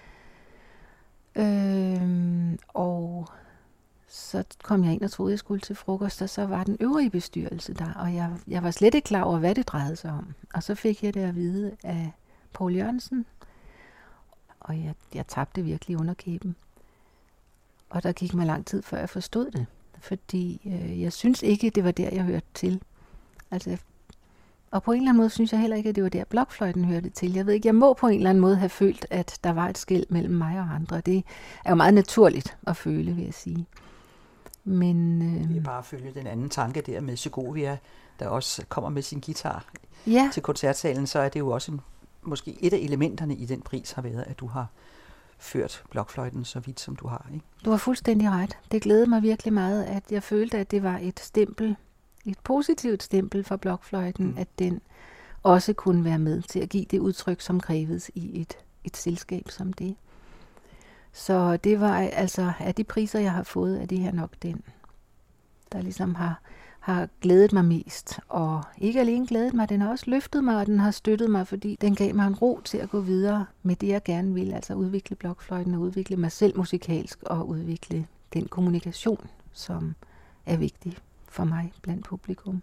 Og så kom jeg ind og troede, jeg skulle til frokost, og så var den øvrige bestyrelse der, og jeg var slet ikke klar over, hvad det drejede sig om. Og så fik jeg det at vide af Poul Jørgensen, og jeg tabte virkelig underkæben. Og der gik mig lang tid, før jeg forstod det, fordi jeg synes ikke, det var der, jeg hørte til. Altså, og på en eller anden måde synes jeg heller ikke, at det var der, blokfløjten hørte til. Jeg ved ikke, jeg må på en eller anden måde have følt, at der var et skel mellem mig og andre. Det er jo meget naturligt at føle, vil jeg sige. Men det er bare at følge den anden tanke der med Segovia, der også kommer med sin guitar til koncertsalen, så er det jo også måske et af elementerne i den pris har været, at du har ført blokfløjten så vidt, som du har. Ikke? Du har fuldstændig ret. Det glædede mig virkelig meget, at jeg følte, at det var et stempel, et positivt stempel for blokfløjten, at den også kunne være med til at give det udtryk, som krævedes i et selskab som det. Så det var altså, af de priser, jeg har fået, er det her nok den, der ligesom har glædet mig mest. Og ikke alene glædet mig, den har også løftet mig, og den har støttet mig, fordi den gav mig en ro til at gå videre med det, jeg gerne vil. Altså udvikle blokfløjten og udvikle mig selv musikalsk og udvikle den kommunikation, som er vigtig for mig blandt publikum.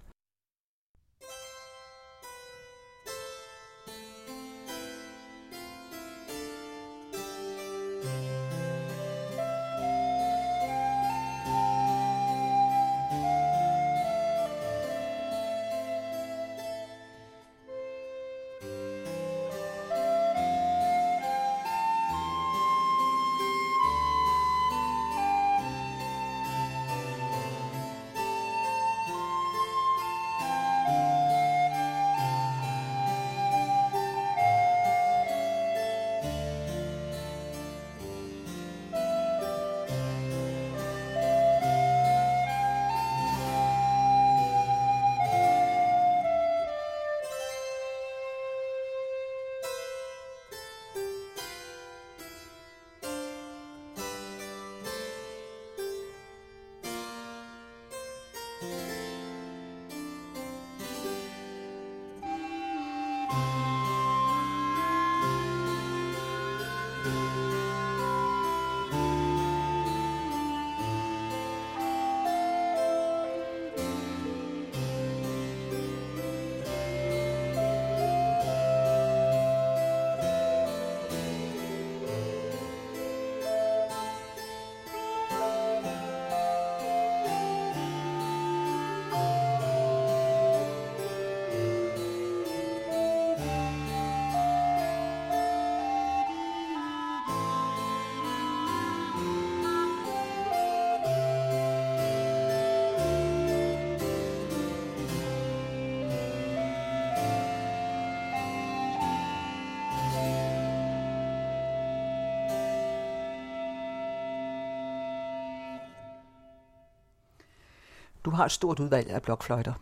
Du har et stort udvalg af blokfløjter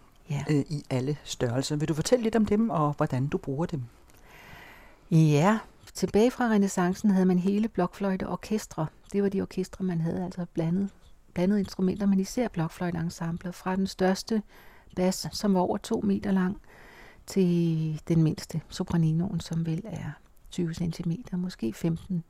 i alle størrelser. Vil du fortælle lidt om dem, og hvordan du bruger dem? Ja, tilbage fra renæssancen havde man hele blokfløjteorkestre. Det var de orkestre, man havde, altså blandede instrumenter, men især blokfløjteensembler. Fra den største bas, som var over 2 meter lang, til den mindste, sopraninoen, som vel er 20 cm, måske 15.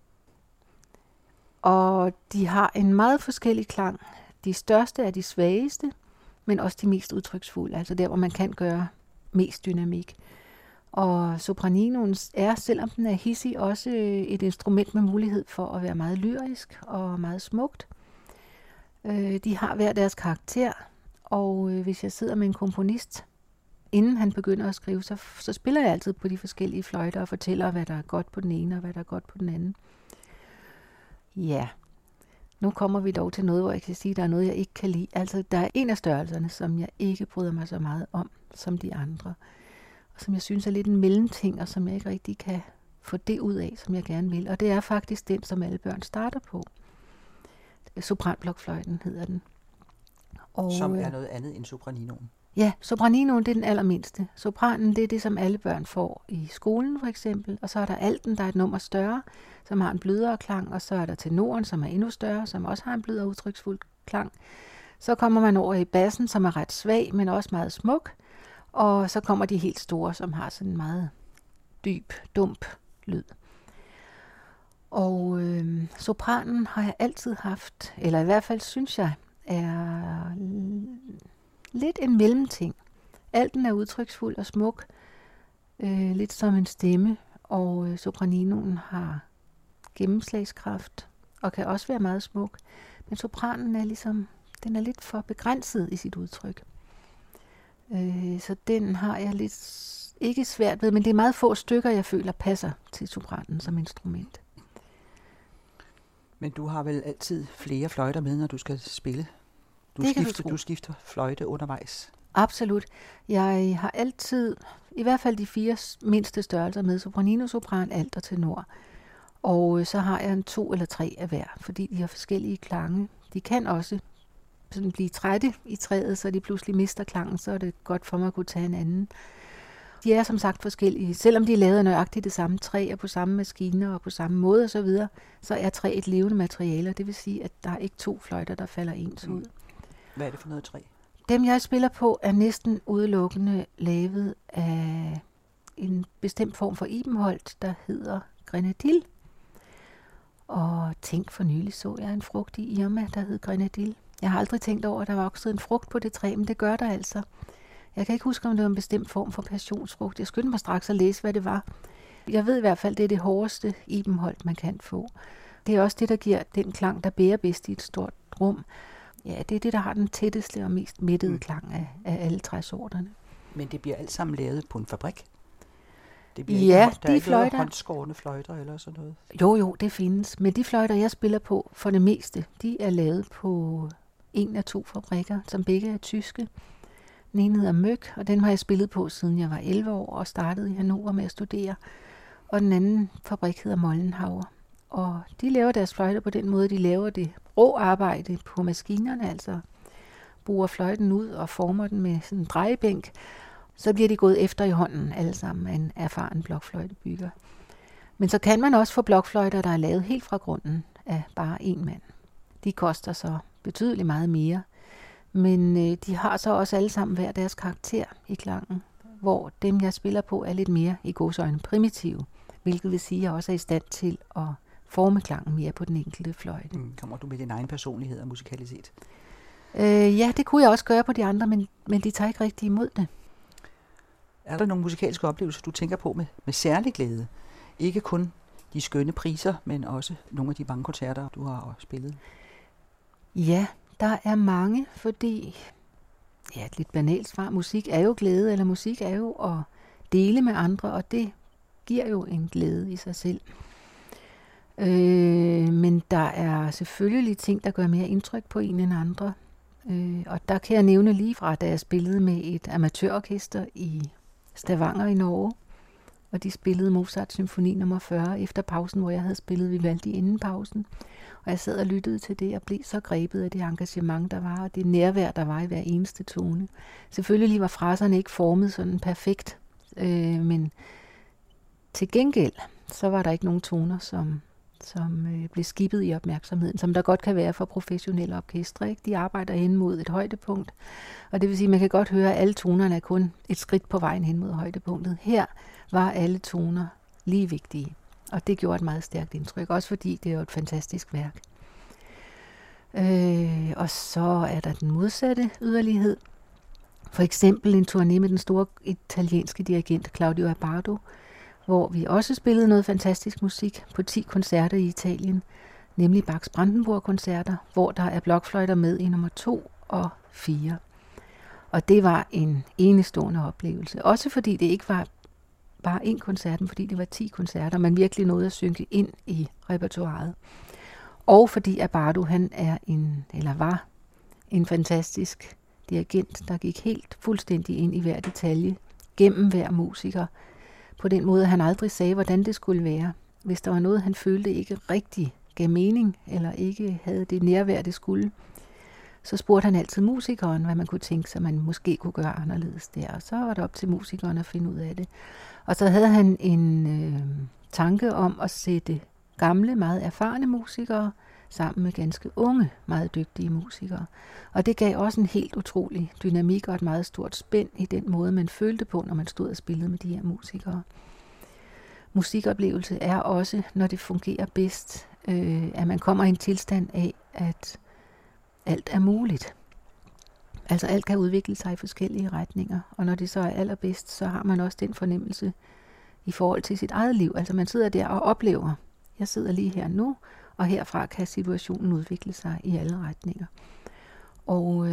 Og de har en meget forskellig klang. De største er de svageste, men også de mest udtryksfulde, altså der, hvor man kan gøre mest dynamik. Og sopraninoen er, selvom den er hidsig, også et instrument med mulighed for at være meget lyrisk og meget smukt. De har hver deres karakter, og hvis jeg sidder med en komponist, inden han begynder at skrive, så spiller jeg altid på de forskellige fløjter og fortæller, hvad der er godt på den ene og hvad der er godt på den anden. Ja, nu kommer vi dog til noget, hvor jeg kan sige, at der er noget, jeg ikke kan lide. Altså, der er en af størrelserne, som jeg ikke bryder mig så meget om, som de andre. Og som jeg synes er lidt en mellemting, og som jeg ikke rigtig kan få det ud af, som jeg gerne vil. Og det er faktisk den, som alle børn starter på. Sopranblokfløjten hedder den. Og, som er noget andet end sopraninoen. Ja, sopraninoen, det er den allermindste. Sopranen, det er det, som alle børn får i skolen for eksempel. Og så er der alten, der er et nummer større, som har en blødere klang. Og så er der tenoren, som er endnu større, som også har en blødere udtryksfuld klang. Så kommer man over i bassen, som er ret svag, men også meget smuk. Og så kommer de helt store, som har sådan en meget dyb, dump lyd. Og sopranen har jeg altid haft, eller i hvert fald synes jeg, er lidt en mellemting. Alten er udtryksfuld og smuk, lidt som en stemme, og sopraninoen har gennemslagskraft og kan også være meget smuk. Men sopranen er ligesom, den er lidt for begrænset i sit udtryk. Så den har jeg lidt ikke svært ved, men det er meget få stykker, jeg føler passer til sopranen som instrument. Men du har vel altid flere fløjter med, når du skal spille? Du skifter fløjte undervejs? Absolut. Jeg har altid, i hvert fald de 4 mindste størrelser med, sopranino, sopran, alt og tenor. Og så har jeg en 2 eller 3 af hver, fordi de har forskellige klange. De kan også sådan blive trætte i træet, så de pludselig mister klangen, så er det godt for mig at kunne tage en anden. De er som sagt forskellige. Selvom de er lavet nøjagtigt det samme træ og på samme maskiner og på samme måde osv., så er træ et levende materiale. Det vil sige, at der er ikke 2 fløjter, der falder ens ud. Hvad er det for noget træ? Dem, jeg spiller på, er næsten udelukkende lavet af en bestemt form for ibenholt, der hedder grenadil. Og tænk, for nylig så jeg en frugt i Irma, der hed grenadil. Jeg har aldrig tænkt over, at der voksede en frugt på det træ, men det gør der altså. Jeg kan ikke huske, om det var en bestemt form for passionsfrugt. Jeg skyndte mig straks at læse, hvad det var. Jeg ved i hvert fald, det er det hårdeste ibenholt, man kan få. Det er også det, der giver den klang, der bærer bedst i et stort rum. Ja, det er det, der har den tætteste og mest mættede klang af alle træsorterne. Men det bliver alt sammen lavet på en fabrik? Det bliver ikke, der er ikke noget håndskårne fløjter eller sådan noget? Jo, det findes. Men de fløjter, jeg spiller på for det meste, de er lavet på 1 af 2 fabrikker, som begge er tyske. Den ene hedder Møk, og den har jeg spillet på, siden jeg var 11 år og startede i Hannover med at studere. Og den anden fabrik hedder Mollenhauer. Og de laver deres fløjter på den måde, de laver det rå arbejde på maskinerne, altså bruger fløjten ud og former den med sådan en drejebænk. Så bliver de gået efter i hånden, alle sammen, af en erfaren blokfløjtebygger. Men så kan man også få blokfløjter, der er lavet helt fra grunden af bare en mand. De koster så betydeligt meget mere. Men de har så også alle sammen hver deres karakter i klangen, hvor dem, jeg spiller på, er lidt mere i gåseøjne primitive, hvilket vil sige, at jeg også er i stand til at forme klangen mere på den enkelte fløjte. Kommer du med din egen personlighed og musikalitet? Ja, det kunne jeg også gøre på de andre, men de tager ikke rigtig imod det. Er der nogle musikalske oplevelser, du tænker på med særlig glæde? Ikke kun de skønne priser, men også nogle af de mange koncerter, du har spillet? Ja, der er mange, fordi, ja, et lidt banalt svar, musik er jo glæde, eller musik er jo at dele med andre, og det giver jo en glæde i sig selv. Men der er selvfølgelig ting, der gør mere indtryk på en end andre. Og der kan jeg nævne lige fra, da jeg spillede med et amatørorkester i Stavanger i Norge, og de spillede Mozart symfoni nummer 40 efter pausen, hvor jeg havde spillet Vivaldi inden pausen. Og jeg sad og lyttede til det, og blev så grebet af det engagement, der var, og det nærvær, der var i hver eneste tone. Selvfølgelig var fraserne ikke formet sådan perfekt, men til gengæld, så var der ikke nogen toner, som blev skibet i opmærksomheden, som der godt kan være for professionelle orkestre. Ikke? De arbejder hen mod et højdepunkt, og det vil sige, at man kan godt høre, at alle tonerne er kun et skridt på vejen hen mod højdepunktet. Her var alle toner lige vigtige, og det gjorde et meget stærkt indtryk, også fordi det er jo et fantastisk værk. Og så er der den modsatte yderlighed. For eksempel en turné med den store italienske dirigent Claudio Abbado, hvor vi også spillede noget fantastisk musik på 10 koncerter i Italien, nemlig Bachs Brandenburg-koncerter, hvor der er blokfløjter med i nummer 2 og 4. Og det var en enestående oplevelse. Også fordi det ikke var bare én koncert, men fordi det var 10 koncerter, man virkelig nåede at synke ind i repertoiret. Og fordi Abbado, han var en fantastisk dirigent, der gik helt fuldstændig ind i hver detalje, gennem hver musiker, på den måde, han aldrig sagde, hvordan det skulle være. Hvis der var noget, han følte ikke rigtig gav mening, eller ikke havde det nærvær, det skulle, så spurgte han altid musikeren, hvad man kunne tænke sig, man måske kunne gøre anderledes der. Og så var det op til musikeren at finde ud af det. Og så havde han en tanke om at sætte gamle, meget erfarne musikere sammen med ganske unge, meget dygtige musikere. Og det gav også en helt utrolig dynamik og et meget stort spænd i den måde, man følte på, når man stod og spillede med de her musikere. Musikoplevelse er også, når det fungerer bedst, at man kommer i en tilstand af, at alt er muligt. Altså alt kan udvikle sig i forskellige retninger, og når det så er allerbedst, så har man også den fornemmelse i forhold til sit eget liv. Altså man sidder der og oplever, jeg sidder lige her nu, og herfra kan situationen udvikle sig i alle retninger. Og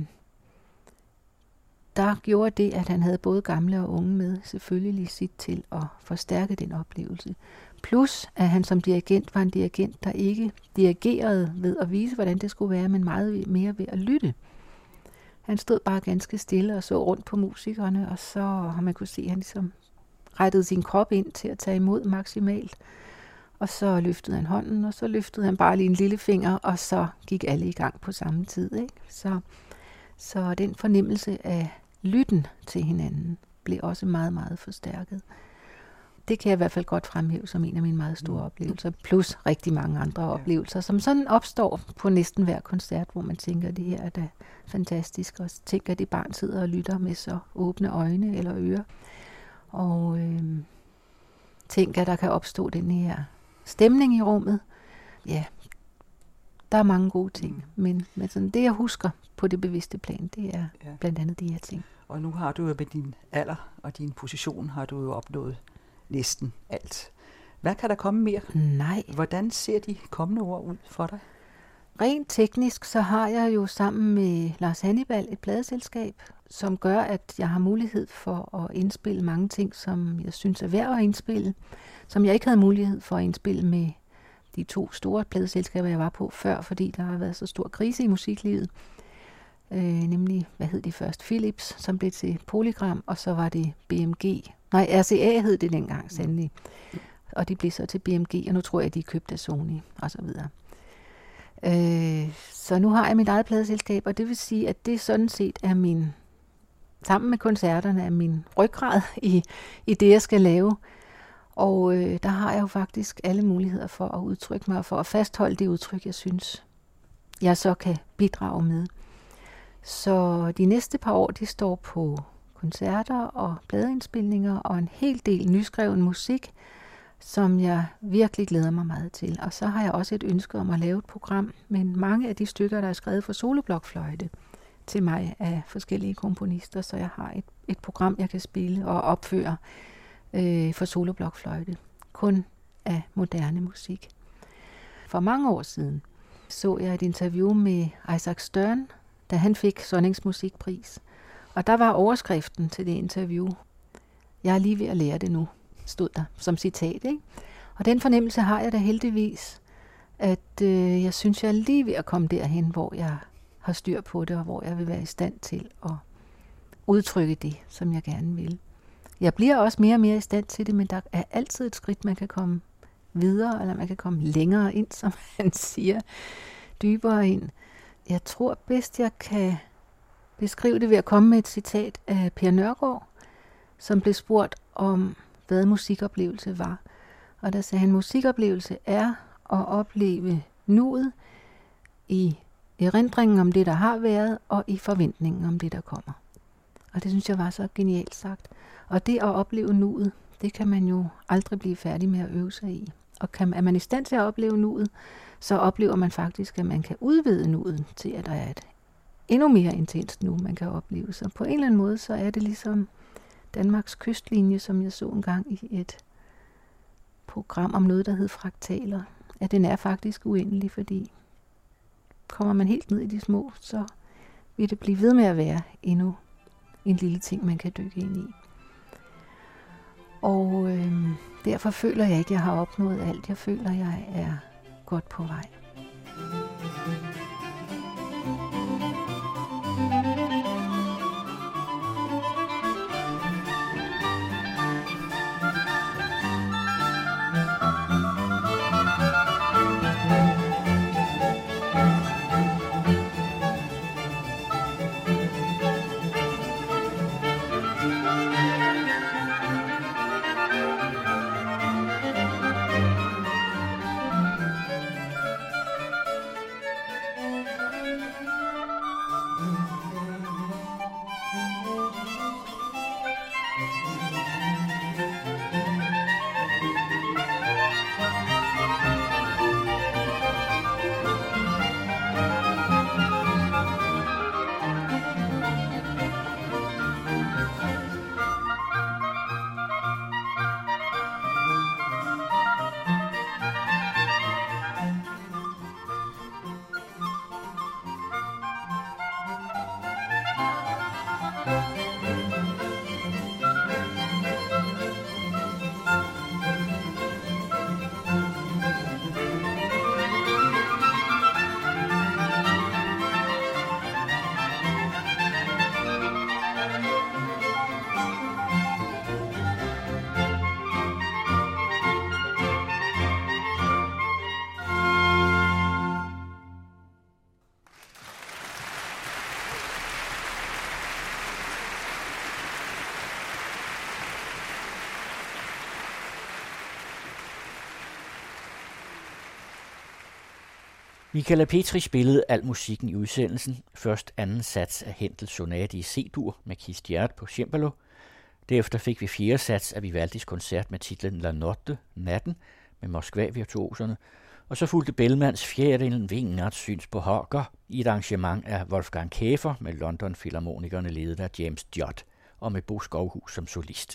der gjorde det, at han havde både gamle og unge med, selvfølgelig sit til at forstærke den oplevelse. Plus, at han som dirigent var en dirigent, der ikke dirigerede ved at vise, hvordan det skulle være, men meget mere ved at lytte. Han stod bare ganske stille og så rundt på musikerne, og så har man kunne se, at han ligesom rettede sin krop ind til at tage imod maksimalt. Og så løftede han hånden, og så løftede han bare lige en lille finger, og så gik alle i gang på samme tid. Ikke? Så den fornemmelse af lytten til hinanden blev også meget, meget forstærket. Det kan jeg i hvert fald godt fremhæve som en af mine meget store oplevelser, plus rigtig mange andre oplevelser, som sådan opstår på næsten hver koncert, hvor man tænker, at det her er da fantastisk, og tænker, at det barn sidder og lytter med så åbne øjne eller ører, og tænker, at der kan opstå den her stemning i rummet. Ja, der er mange gode ting, men sådan, det jeg husker på det bevidste plan, det er blandt andet de her ting. Og nu har du jo med din alder og din position, har du jo opnået næsten alt. Hvad kan der komme mere? Nej. Hvordan ser de kommende år ud for dig? Rent teknisk, så har jeg jo sammen med Lars Hannibal et pladeselskab, som gør, at jeg har mulighed for at indspille mange ting, som jeg synes er værd at indspille, som jeg ikke havde mulighed for at indspille med de 2 store pladeselskaber, jeg var på før, fordi der har været så stor krise i musiklivet. Nemlig, hvad hed det først? Philips, som blev til Polygram, og så var det BMG. Nej, RCA hed det dengang, sandelig. Og de blev så til BMG, og nu tror jeg, de er købt af Sony, og så videre. Så nu har jeg mit eget pladeselskab, og det vil sige, at det sådan set er sammen med koncerterne, er min ryggrad i det, jeg skal lave. Og der har jeg jo faktisk alle muligheder for at udtrykke mig, og for at fastholde det udtryk, jeg synes, jeg så kan bidrage med. Så de næste par år, de står på koncerter og pladeindspilninger og en hel del nyskreven musik, som jeg virkelig glæder mig meget til. Og så har jeg også et ønske om at lave et program, men mange af de stykker, der er skrevet for soloblokfløjte til mig af forskellige komponister, så jeg har et program, jeg kan spille og opføre for soloblokfløjte, kun af moderne musik. For mange år siden så jeg et interview med Isaac Stern, da han fik Sonnings musikpris. Og der var overskriften til det interview: "Jeg er lige ved at lære det nu", stod der som citat, ikke? Og den fornemmelse har jeg da heldigvis, at jeg synes, jeg er lige ved at komme derhen, hvor jeg har styr på det, og hvor jeg vil være i stand til at udtrykke det, som jeg gerne vil. Jeg bliver også mere og mere i stand til det, men der er altid et skridt, man kan komme videre, eller man kan komme længere ind, som han siger, dybere ind. Jeg tror bedst, jeg kan beskrive det ved at komme med et citat af Per Nørgaard, som blev spurgt om, hvad musikoplevelse var. Og der sagde han, musikoplevelse er at opleve nuet i erindringen om det, der har været, og i forventningen om det, der kommer. Og det synes jeg var så genialt sagt. Og det at opleve nuet, det kan man jo aldrig blive færdig med at øve sig i. Og er man i stand til at opleve nuet, så oplever man faktisk, at man kan udvide nuet til, at der er et endnu mere intenst nu, man kan opleve. Så på en eller anden måde, så er det ligesom Danmarks kystlinje, som jeg så engang i et program om noget, der hed Fraktaler. At den er faktisk uendelig, fordi kommer man helt ned i de små, så vil det blive ved med at være endnu en lille ting, man kan dykke ind i. Og derfor føler jeg ikke, at jeg har opnået alt. Jeg føler, at jeg er godt på vej. Michaela Petri spillede al musikken i udsendelsen. Først anden sats af Händels sonate i C-dur med Keith Jarrett på cembalo. Derefter fik vi fjerde sats af Vivaldis koncert med titlen La Notte, Natten, med Moskva-virtuoserne. Og så fulgte Bellmans fjerdedelen Vingerts syns på Haager i et arrangement af Wolfgang Käfer med London Filharmonikerne ledet af James Judd og med Bo Skovhus som solist.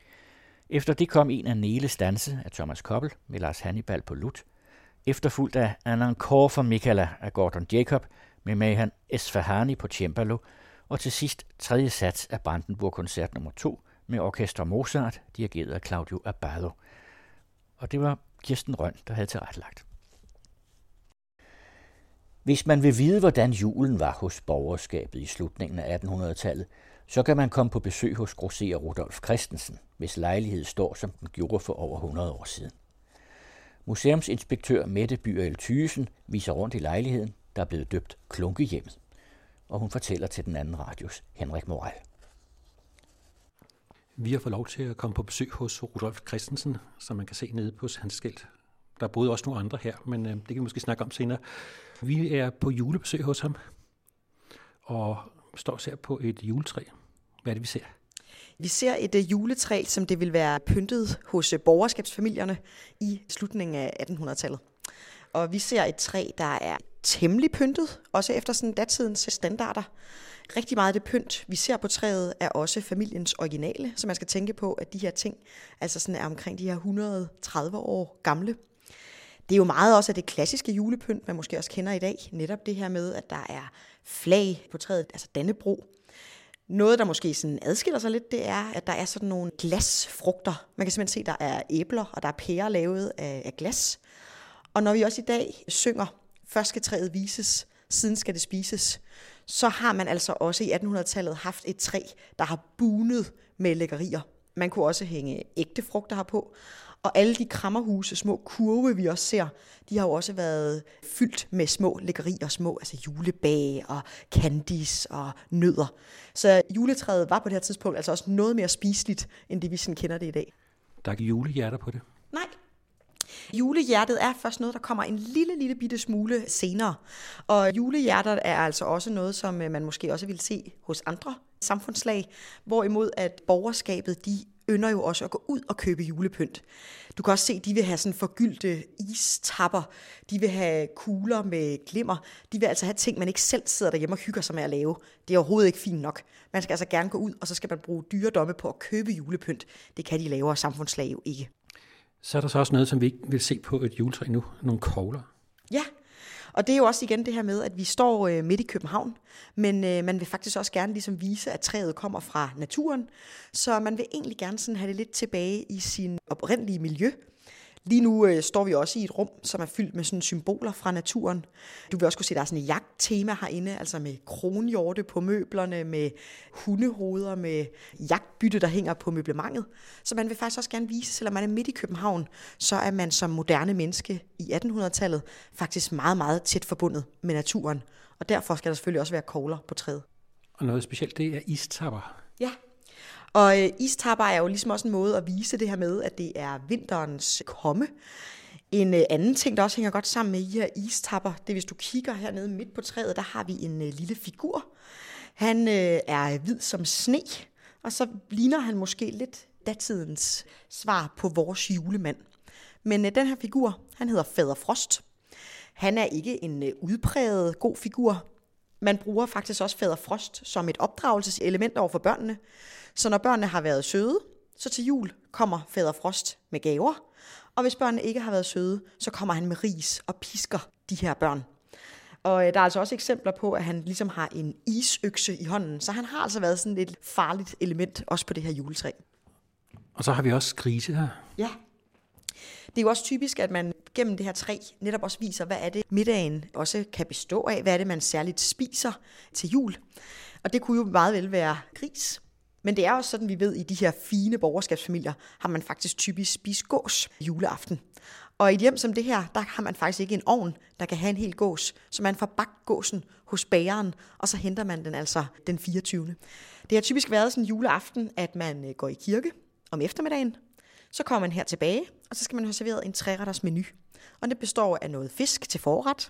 Efter det kom en af Neles danse af Thomas Koppel med Lars Hannibal på lut, efterfulgt af en encore for Michaela af Gordon Jacob med Mehan Esfahani på cembalo, og til sidst tredje sats af Brandenburg-koncert nummer 2 med Orkester Mozart, dirigeret af Claudio Abbado. Og det var Kirsten Røn, der havde tilrettelagt. Hvis man vil vide, hvordan julen var hos borgerskabet i slutningen af 1800-tallet, så kan man komme på besøg hos grosserer Rudolf Christensen, hvis lejlighed står, som den gjorde for over 100 år siden. Museumsinspektør Mette Byrel Thyesen viser rundt i lejligheden, der er blevet døbt Klunkehjemmet, og hun fortæller til den anden radios Henrik Morel. Vi har fået lov til at komme på besøg hos Rudolf Christensen, som man kan se nede på hans skilt. Der er både også nogle andre her, men det kan vi måske snakke om senere. Vi er på julebesøg hos ham, og står og ser på et juletræ. Hvad er det, vi ser? Vi ser et juletræ, som det vil være pyntet hos borgerskabsfamilierne i slutningen af 1800-tallet. Og vi ser et træ, der er temmelig pyntet, også efter sådan datidens standarder. Rigtig meget af det pynt, vi ser på træet, er også familiens originale, så man skal tænke på, at de her ting altså sådan er omkring de her 130 år gamle. Det er jo meget også af det klassiske julepynt, man måske også kender i dag. Netop det her med, at der er flag på træet, altså Dannebrog. Noget, der måske sådan adskiller sig lidt, det er, at der er sådan nogle glasfrugter. Man kan simpelthen se, at der er æbler, og der er pærer lavet af glas. Og når vi også i dag synger, først skal træet vises, siden skal det spises, så har man altså også i 1800-tallet haft et træ, der har bunet med lækkerier. Man kunne også hænge ægte frugter herpå. Og alle de krammerhuse, små kurve, vi også ser, de har jo også været fyldt med små lækkerier, små altså julebag og candies og nødder. Så juletræet var på det her tidspunkt altså også noget mere spiseligt, end det vi sådan kender det i dag. Der er ikke julehjerter på det? Nej. Julehjertet er først noget, der kommer en lille bitte smule senere. Og julehjertet er altså også noget, som man måske også vil se hos andre samfundslag, hvorimod at borgerskabet, de ynder jo også at gå ud og købe julepynt. Du kan også se, at de vil have sådan forgyldte istapper, de vil have kugler med glimmer, de vil altså have ting, man ikke selv sidder derhjemme og hygger sig med at lave. Det er overhovedet ikke fint nok. Man skal altså gerne gå ud, og så skal man bruge dyredomme på at købe julepynt. Det kan de lavere samfundslag jo ikke. Så er der så også noget, som vi ikke vil se på et juletræ nu, nogle kogler. Ja, og det er jo også igen det her med, at vi står midt i København, men man vil faktisk også gerne ligesom vise, at træet kommer fra naturen, så man vil egentlig gerne sådan have det lidt tilbage i sin oprindelige miljø. Lige nu står vi også i et rum, som er fyldt med sådan symboler fra naturen. Du vil også kunne se, at der er sådan et jagttema herinde, altså med kronhjorte på møblerne, med hundehoveder, med jagtbytte, der hænger på møblementet. Så man vil faktisk også gerne vise, selvom man er midt i København, så er man som moderne menneske i 1800-tallet faktisk meget, meget tæt forbundet med naturen. Og derfor skal der selvfølgelig også være kogler på træet. Og noget specielt, det er istapper. Ja. Og istapper er jo ligesom også en måde at vise det her med, at det er vinterens komme. En anden ting, der også hænger godt sammen med de her istapper, det er, hvis du kigger hernede midt på træet, der har vi en lille figur. Han er hvid som sne, og så ligner han måske lidt datidens svar på vores julemand. Men den her figur, han hedder Fader Frost. Han er ikke en udpræget god figur. Man bruger faktisk også Fader Frost som et opdragelseselement over for børnene. Så når børnene har været søde, så til jul kommer Fader Frost med gaver. Og hvis børnene ikke har været søde, så kommer han med ris og pisker de her børn. Og der er altså også eksempler på, at han ligesom har en isøkse i hånden. Så han har altså været sådan et farligt element også på det her juletræ. Og så har vi også grise her. Ja. Det er jo også typisk, at man gennem det her træ netop også viser, hvad er det middagen også kan bestå af. Hvad er det, man særligt spiser til jul. Og det kunne jo meget vel være gris. Men det er også sådan, vi ved, i de her fine borgerskabsfamilier, har man faktisk typisk spist gås juleaften. Og i et hjem som det her, der har man faktisk ikke en ovn, der kan have en hel gås. Så man får bagt gåsen hos bageren, og så henter man den altså den 24. Det har typisk været sådan juleaften, at man går i kirke om eftermiddagen. Så kommer man her tilbage, og så skal man have serveret en 3-retters menu. Og det består af noget fisk til forret,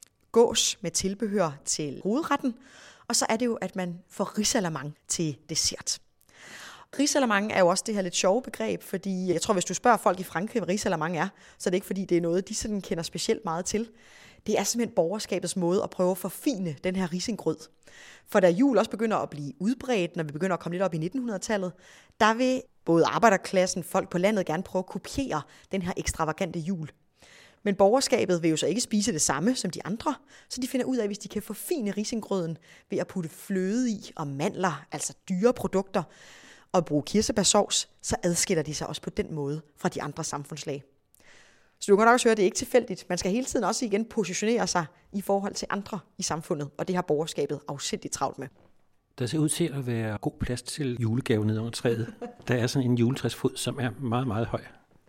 gås med tilbehør til hovedretten, og så er det jo, at man får risalamande til dessert. Risalamande er jo også det her lidt sjove begreb, fordi jeg tror, hvis du spørger folk i Frankrig, hvad risalamande er, så er det ikke, fordi det er noget, de sådan kender specielt meget til. Det er simpelthen borgerskabets måde at prøve at forfine den her risengrød. For da jul også begynder at blive udbredt, når vi begynder at komme lidt op i 1900-tallet, der vil både arbejderklassen, folk på landet gerne prøve at kopiere den her ekstravagante jul. Men borgerskabet vil jo så ikke spise det samme som de andre, så de finder ud af, hvis de kan forfine risengrøden ved at putte fløde i og mandler, altså dyre produkter, og bruge kirsebærsovs, så adskiller de sig også på den måde fra de andre samfundslag. Så du kan nok også høre, at det er ikke tilfældigt. Man skal hele tiden også igen positionere sig i forhold til andre i samfundet, og det har borgerskabet afsindigt travlt med. Der ser ud til at være god plads til julegave nede under træet. Der er sådan en juletræsfod, som er meget, meget høj.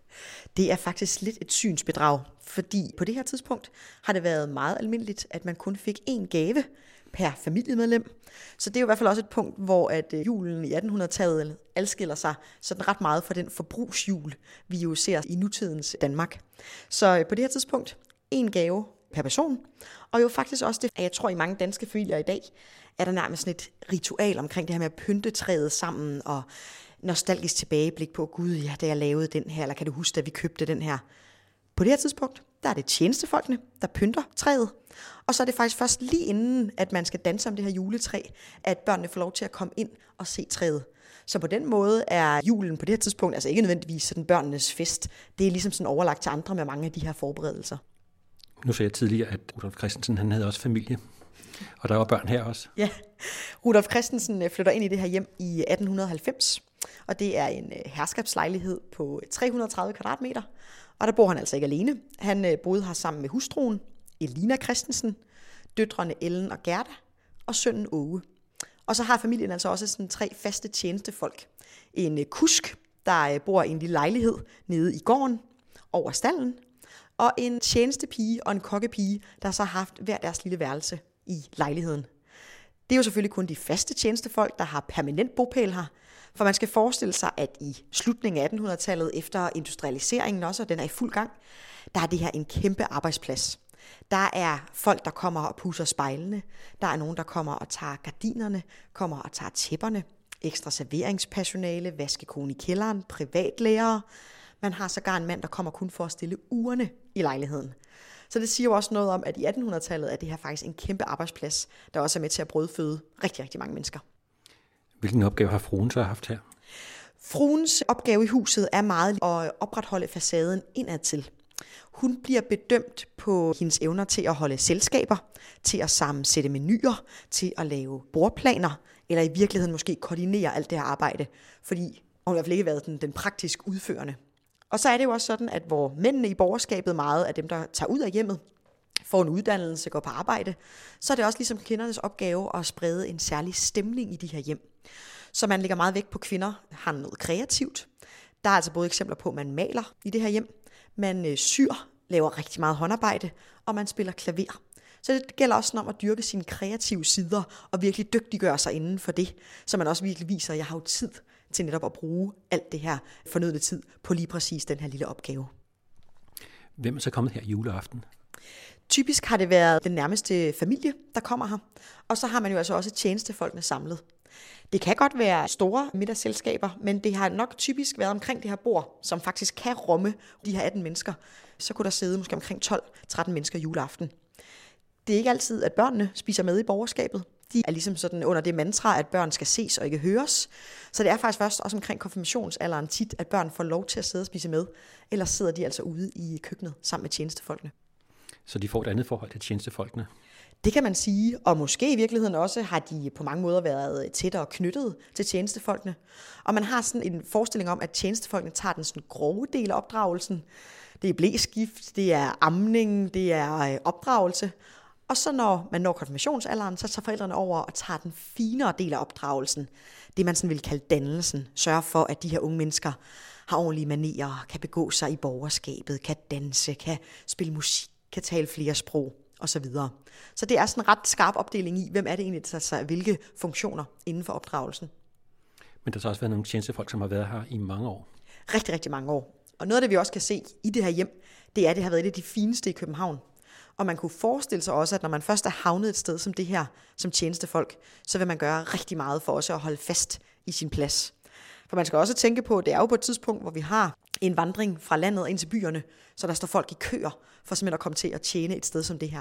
Det er faktisk lidt et synsbedrag, fordi på det her tidspunkt har det været meget almindeligt, at man kun fik én gave per familiemedlem. Så det er jo i hvert fald også et punkt, hvor at julen i 1800-tallet adskiller sig sådan ret meget fra den forbrugsjul, vi jo ser i nutidens Danmark. Så på det her tidspunkt, 1 gave per person, og jo faktisk også det, at jeg tror i mange danske familier i dag, er der nærmest sådan et ritual omkring det her med at pynte træet sammen, og nostalgisk tilbageblik på, gud ja, da jeg lavede den her, eller kan du huske, da vi købte den her. På det her tidspunkt, der er det tjenestefolkene, der pynter træet, og så er det faktisk først lige inden, at man skal danse om det her juletræ, at børnene får lov til at komme ind og se træet. Så på den måde er julen på det her tidspunkt, altså ikke nødvendigvis sådan børnenes fest, det er ligesom sådan overlagt til andre med mange af de her forberedelser. Nu sagde jeg tidligere, at Rudolf Christensen, han havde også familie, og der var børn her også. Ja, Rudolf Christensen flytter ind i det her hjem i 1890, og det er en herskabslejlighed på 330 kvadratmeter, og der bor han altså ikke alene. Han boede her sammen med hustruen, Elina Christensen, døtrene Ellen og Gerda, og sønnen Åge. Og så har familien altså også sådan 3 faste tjenestefolk. En kusk, der bor i en lille lejlighed nede i gården over stallen, og en tjenestepige og en kokkepige, der så har haft hver deres lille værelse i lejligheden. Det er jo selvfølgelig kun de faste tjenestefolk, der har permanent bopæl her, for man skal forestille sig, at i slutningen af 1800-tallet, efter industrialiseringen også, og den er i fuld gang, der er det her en kæmpe arbejdsplads. Der er folk, der kommer og pudser spejlene, der er nogen, der kommer og tager gardinerne, kommer og tager tæpperne, ekstra serveringspersonale, vaskekone i kælderen, privatlærere. Man har sågar en mand, der kommer kun for at stille urene i lejligheden. Så det siger jo også noget om, at i 1800-tallet er det her faktisk en kæmpe arbejdsplads, der også er med til at brødføde rigtig, rigtig mange mennesker. Hvilken opgave har fruen så haft her? Fruens opgave i huset er meget at opretholde facaden indadtil. Hun bliver bedømt på hendes evner til at holde selskaber, til at sammensætte menuer, til at lave bordplaner, eller i virkeligheden måske koordinere alt det her arbejde, fordi hun har i hvert fald ikke været den praktisk udførende. Og så er det jo også sådan, at hvor mændene i borgerskabet meget af dem, der tager ud af hjemmet, får en uddannelse, går på arbejde, så er det også ligesom kvindernes opgave at sprede en særlig stemning i de her hjem. Så man lægger meget vægt på, at kvinder har noget kreativt. Der er altså både eksempler på, at man maler i det her hjem, man syr, laver rigtig meget håndarbejde, og man spiller klaver. Så det gælder også om at dyrke sine kreative sider, og virkelig dygtiggøre sig inden for det, så man også virkelig viser, at jeg har jo tid til netop at bruge alt det her fornødne tid på lige præcis den her lille opgave. Hvem er så kommet her juleaften? Typisk har det været den nærmeste familie, der kommer her, og så har man jo altså også tjenestefolkene samlet. Det kan godt være store middagsselskaber, men det har nok typisk været omkring det her bord, som faktisk kan rumme de her 18 mennesker. Så kunne der sidde måske omkring 12-13 mennesker juleaften. Det er ikke altid, at børnene spiser med i borgerskabet. De er ligesom sådan under det mantra, at børn skal ses og ikke høres. Så det er faktisk først også omkring konfirmationsalderen tit, at børn får lov til at sidde og spise med. Ellers sidder de altså ude i køkkenet sammen med tjenestefolkene. Så de får et andet forhold til tjenestefolkene? Det kan man sige, og måske i virkeligheden også har de på mange måder været tættere knyttet til tjenestefolkene. Og man har sådan en forestilling om, at tjenestefolkene tager den sådan grove del af opdragelsen. Det er blæskift, det er amning, det er opdragelse. Og så når man når konfirmationsalderen, så tager forældrene over og tager den finere del af opdragelsen. Det man sådan vil kalde dannelsen. Sørger for, at de her unge mennesker har ordentlige manerer, kan begå sig i borgerskabet, kan danse, kan spille musik, kan tale flere sprog osv. Så det er sådan en ret skarp opdeling i, hvem er det egentlig, der tager sig af hvilke funktioner inden for opdragelsen. Men der har også været nogle tjenestefolk, som har været her i mange år. Rigtig, rigtig mange år. Og noget af det, vi også kan se i det her hjem, det er, at det har været et af de fineste i København. Og man kunne forestille sig også, at når man først er havnet et sted som det her, som tjenestefolk, så vil man gøre rigtig meget for også at holde fast i sin plads. For man skal også tænke på, at det er jo på et tidspunkt, hvor vi har en vandring fra landet og ind til byerne, så der står folk i køer for simpelthen at komme til at tjene et sted som det her.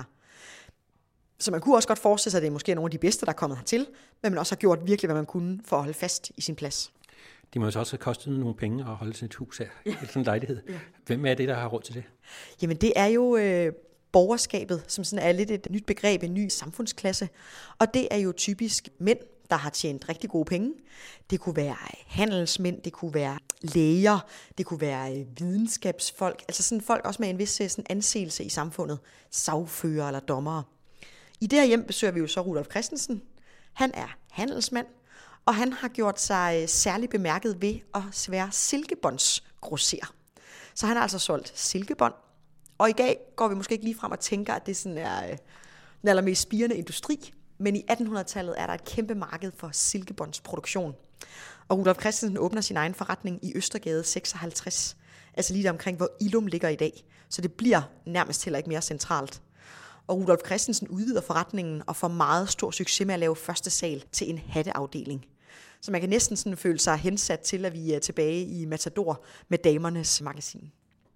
Så man kunne også godt forestille sig, at det er måske nogle af de bedste, der er kommet hertil, men man også har gjort virkelig, hvad man kunne for at holde fast i sin plads. Det må jo også have kostet nogle penge at holde sådan et hus her, sådan en lejlighed. Ja. Hvem er det, der har råd til det? Jamen det er jo borgerskabet, som sådan er lidt et nyt begreb, en ny samfundsklasse. Og det er jo typisk mænd, der har tjent rigtig gode penge. Det kunne være handelsmænd, det kunne være læger, det kunne være videnskabsfolk, altså sådan folk også med en vis sådan anseelse i samfundet, sagfører eller dommere. I det her hjem besøger vi jo så Rudolf Christensen. Han er handelsmand, og han har gjort sig særligt bemærket ved at være silkebåndsgrosser. Så han har altså solgt silkebånd. Og i dag går vi måske ikke lige frem og tænker, at det sådan er den allermest spirende industri. Men i 1800-tallet er der et kæmpe marked for silkebåndsproduktion. Og Rudolf Christensen åbner sin egen forretning i Østergade 56. Altså lige der omkring, hvor Illum ligger i dag. Så det bliver nærmest heller ikke mere centralt. Og Rudolf Christensen udvider forretningen og får meget stor succes med at lave første sal til en hatteafdeling. Så man kan næsten sådan føle sig hensat til, at vi er tilbage i Matador med damernes magasin.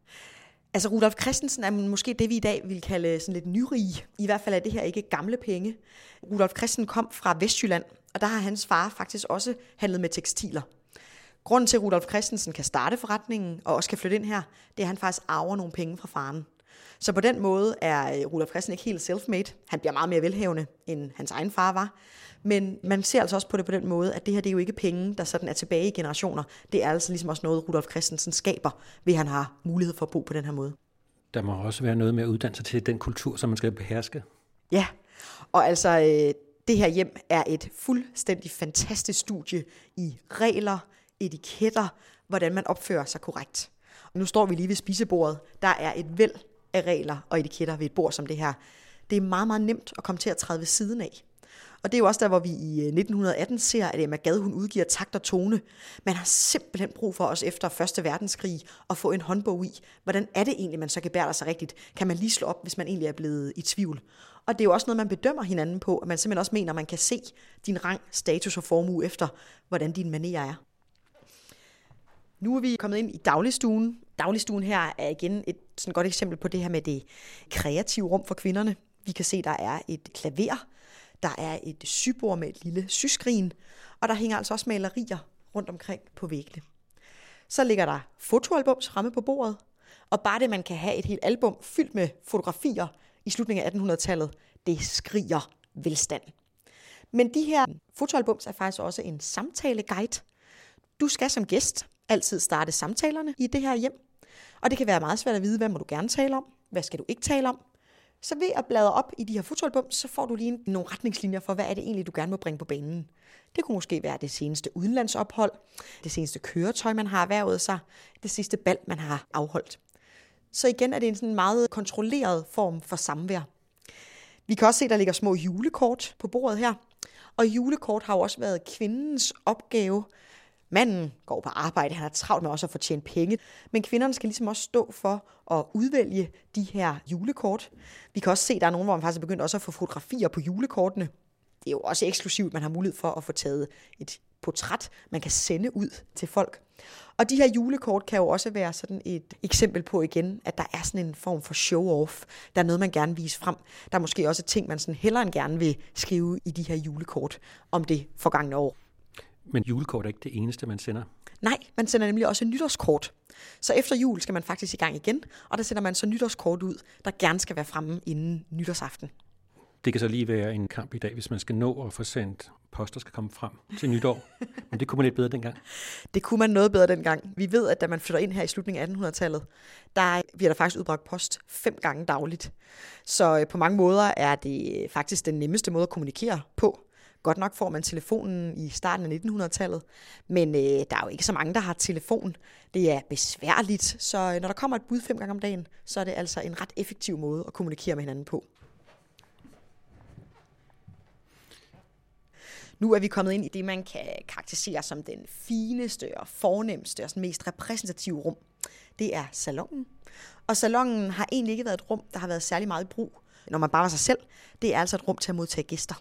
Altså Rudolf Christensen er måske det, vi i dag vil kalde sådan lidt nyrige. I hvert fald er det her ikke gamle penge. Rudolf Christensen kom fra Vestjylland, og der har hans far faktisk også handlet med tekstiler. Grunden til, at Rudolf Christensen kan starte forretningen og også kan flytte ind her, det er, at han faktisk arver nogle penge fra faren. Så på den måde er Rudolf Christensen ikke helt self-made. Han bliver meget mere velhavende, end hans egen far var. Men man ser altså også på det på den måde, at det her det er jo ikke penge, der sådan er tilbage i generationer. Det er altså ligesom også noget, Rudolf Christensen skaber, ved han har mulighed for at bo på den her måde. Der må også være noget med at uddanne sig til den kultur, som man skal beherske. Ja, og altså det her hjem er et fuldstændig fantastisk studie i regler, etiketter, hvordan man opfører sig korrekt. Og nu står vi lige ved spisebordet. Der er et væld af regler og etiketter ved et bord som det her. Det er meget, meget nemt at komme til at træde ved siden af. Og det er jo også der, hvor vi i 1918 ser, at Emma Gad, hun udgiver Takt og Tone. Man har simpelthen brug for os efter 1. verdenskrig at få en håndbog i. Hvordan er det egentlig, man så gebærder sig rigtigt? Kan man lige slå op, hvis man egentlig er blevet i tvivl? Og det er jo også noget, man bedømmer hinanden på, at man simpelthen også mener, at man kan se din rang, status og formue efter, hvordan dine manerer er. Nu er vi kommet ind i dagligstuen. Dagligstuen her er igen et sådan godt eksempel på det her med det kreative rum for kvinderne. Vi kan se, der er et klaver, der er et sybord med et lille syskrin, og der hænger altså også malerier rundt omkring på væggene. Så ligger der fotoalbums fremme på bordet, og bare det, man kan have et helt album fyldt med fotografier i slutningen af 1800-tallet, det skriger velstand. Men de her fotoalbums er faktisk også en samtaleguide. Du skal som gæst altid starte samtalerne i det her hjem, og det kan være meget svært at vide, hvad må du gerne tale om, hvad skal du ikke tale om. Så ved at bladre op i de her fotoalbums, så får du lige nogle retningslinjer for, hvad er det egentlig, du gerne må bringe på banen. Det kunne måske være det seneste udenlandsophold, det seneste køretøj, man har erhvervet sig, det sidste bal, man har afholdt. Så igen er det en sådan meget kontrolleret form for samvær. Vi kan også se, at der ligger små julekort på bordet her, og julekort har jo også været kvindens opgave. Manden går på arbejde, han er travlt med også at få tjent penge, men kvinderne skal ligesom også stå for at udvælge de her julekort. Vi kan også se, at der er nogen, hvor man faktisk er begyndt også at få fotografier på julekortene. Det er jo også eksklusivt, man har mulighed for at få taget et portræt, man kan sende ud til folk. Og de her julekort kan jo også være sådan et eksempel på igen, at der er sådan en form for show-off. Der er noget, man gerne vil vise frem. Der er måske også ting, man sådan hellere end gerne vil skrive i de her julekort om det forgangne år. Men julekort er ikke det eneste, man sender? Nej, man sender nemlig også nytårskort. Så efter jul skal man faktisk i gang igen, og der sender man så nytårskort ud, der gerne skal være fremme inden nytårsaften. Det kan så lige være en kamp i dag, hvis man skal nå at få sendt post, der skal komme frem til nytår. Men det kunne man lidt bedre dengang. Det kunne man noget bedre dengang. Vi ved, at da man flytter ind her i slutningen af 1800-tallet, der bliver der faktisk udbragt post 5 gange dagligt. Så på mange måder er det faktisk den nemmeste måde at kommunikere på. Godt nok får man telefonen i starten af 1900-tallet, men der er jo ikke så mange, der har telefon. Det er besværligt, så når der kommer et bud 5 gange om dagen, så er det altså en ret effektiv måde at kommunikere med hinanden på. Nu er vi kommet ind i det, man kan karakterisere som den fineste og fornemste og mest repræsentative rum. Det er salonen. Og salonen har egentlig ikke været et rum, der har været særlig meget i brug, når man bare var sig selv. Det er altså et rum til at modtage gæster.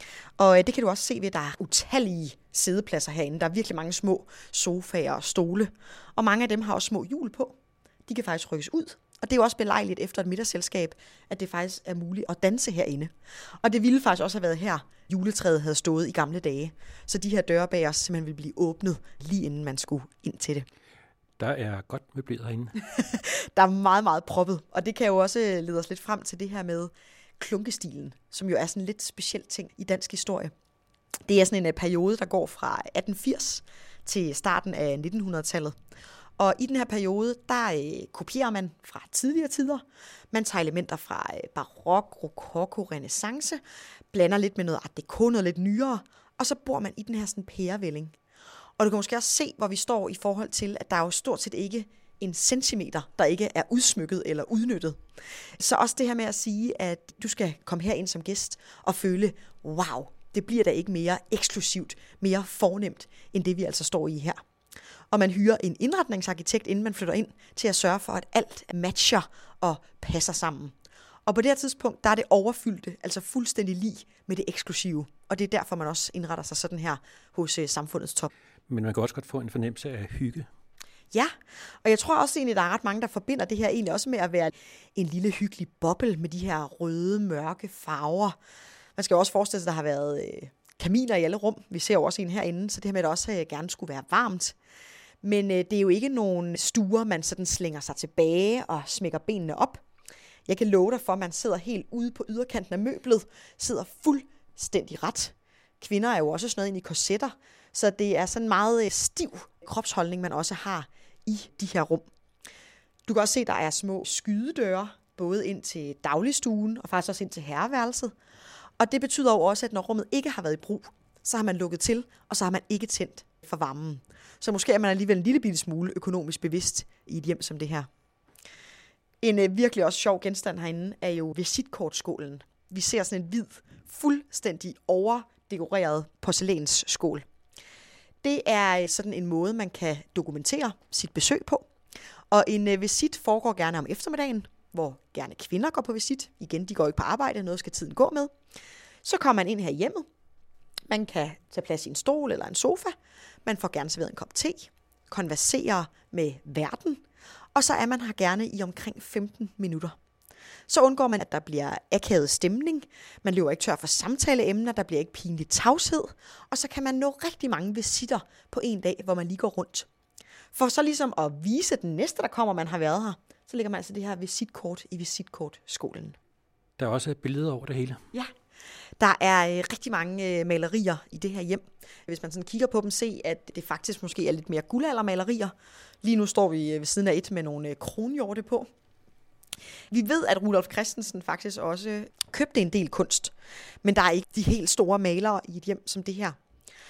Og det kan du også se ved, at der er utallige sædepladser herinde. Der er virkelig mange små sofaer og stole. Og mange af dem har også små hjul på. De kan faktisk rykkes ud. Og det er jo også belejligt efter et middagsselskab, at det faktisk er muligt at danse herinde. Og det ville faktisk også have været her, juletræet havde stået i gamle dage. Så de her døre bag os simpelthen ville blive åbnet, lige inden man skulle ind til det. Der er godt møbleret herinde. Der er meget, meget proppet. Og det kan jo også lede os lidt frem til det her med klunkestilen, som jo er sådan en lidt speciel ting i dansk historie. Det er sådan en periode, der går fra 1880 til starten af 1900-tallet. Og i den her periode, der kopierer man fra tidligere tider. Man tager elementer fra barok, rokoko, renæssance, blander lidt med noget art deco, noget lidt nyere, og så bor man i den her sådan pærevælling. Og du kan måske også se, hvor vi står i forhold til, at der er jo stort set ikke en centimeter, der ikke er udsmykket eller udnyttet. Så også det her med at sige, at du skal komme herind som gæst og føle, wow, det bliver da ikke mere eksklusivt, mere fornemt, end det vi altså står i her. Og man hyrer en indretningsarkitekt, inden man flytter ind, til at sørge for, at alt matcher og passer sammen. Og på det her tidspunkt, der er det overfyldte, altså fuldstændig lig med det eksklusive. Og det er derfor, man også indretter sig sådan her hos samfundets top. Men man kan også godt få en fornemmelse af hygge. Ja, og jeg tror også egentlig, der er ret mange, der forbinder det her egentlig også med at være en lille hyggelig boble med de her røde, mørke farver. Man skal jo også forestille sig, at der har været kaminer i alle rum. Vi ser jo også en herinde, så det her med, at det også gerne skulle være varmt. Men det er jo ikke nogen stuer, man sådan slænger sig tilbage og smækker benene op. Jeg kan love dig for, at man sidder helt ude på yderkanten af møblet, sidder fuldstændig ret. Kvinder er jo også sådan noget ind i korsetter, så det er sådan en meget stiv kropsholdning, man også har i de her rum. Du kan også se, at der er små skydedøre, både ind til dagligstuen og faktisk også ind til herreværelset. Og det betyder jo også, at når rummet ikke har været i brug, så har man lukket til, og så har man ikke tændt for varmen. Så måske er man alligevel en lille bitte smule økonomisk bevidst i et hjem som det her. En virkelig også sjov genstand herinde er jo visitkortskålen. Vi ser sådan en hvid, fuldstændig overdekoreret porcelænsskål. Det er sådan en måde, man kan dokumentere sit besøg på. Og en visit foregår gerne om eftermiddagen, hvor gerne kvinder går på visit. Igen, de går ikke på arbejde, noget skal tiden gå med. Så kommer man ind her i hjemmet. Man kan tage plads i en stol eller en sofa. Man får gerne serveret en kop te, konverserer med værten, og så er man her gerne i omkring 15 minutter. Så undgår man, at der bliver akavet stemning, man løber ikke tør for samtaleemner, der bliver ikke pinlig tavshed, og så kan man nå rigtig mange visitter på en dag, hvor man lige går rundt. For så ligesom at vise den næste, der kommer, man har været her, så lægger man altså det her visitkort i visitkortskålen. Der er også billeder over det hele. Ja, der er rigtig mange malerier i det her hjem. Hvis man sådan kigger på dem, se at det faktisk måske er lidt mere guldaldermalerier. Lige nu står vi ved siden af et med nogle kronhjorte på. Vi ved, at Rudolf Christensen faktisk også købte en del kunst, men der er ikke de helt store malere i et hjem som det her.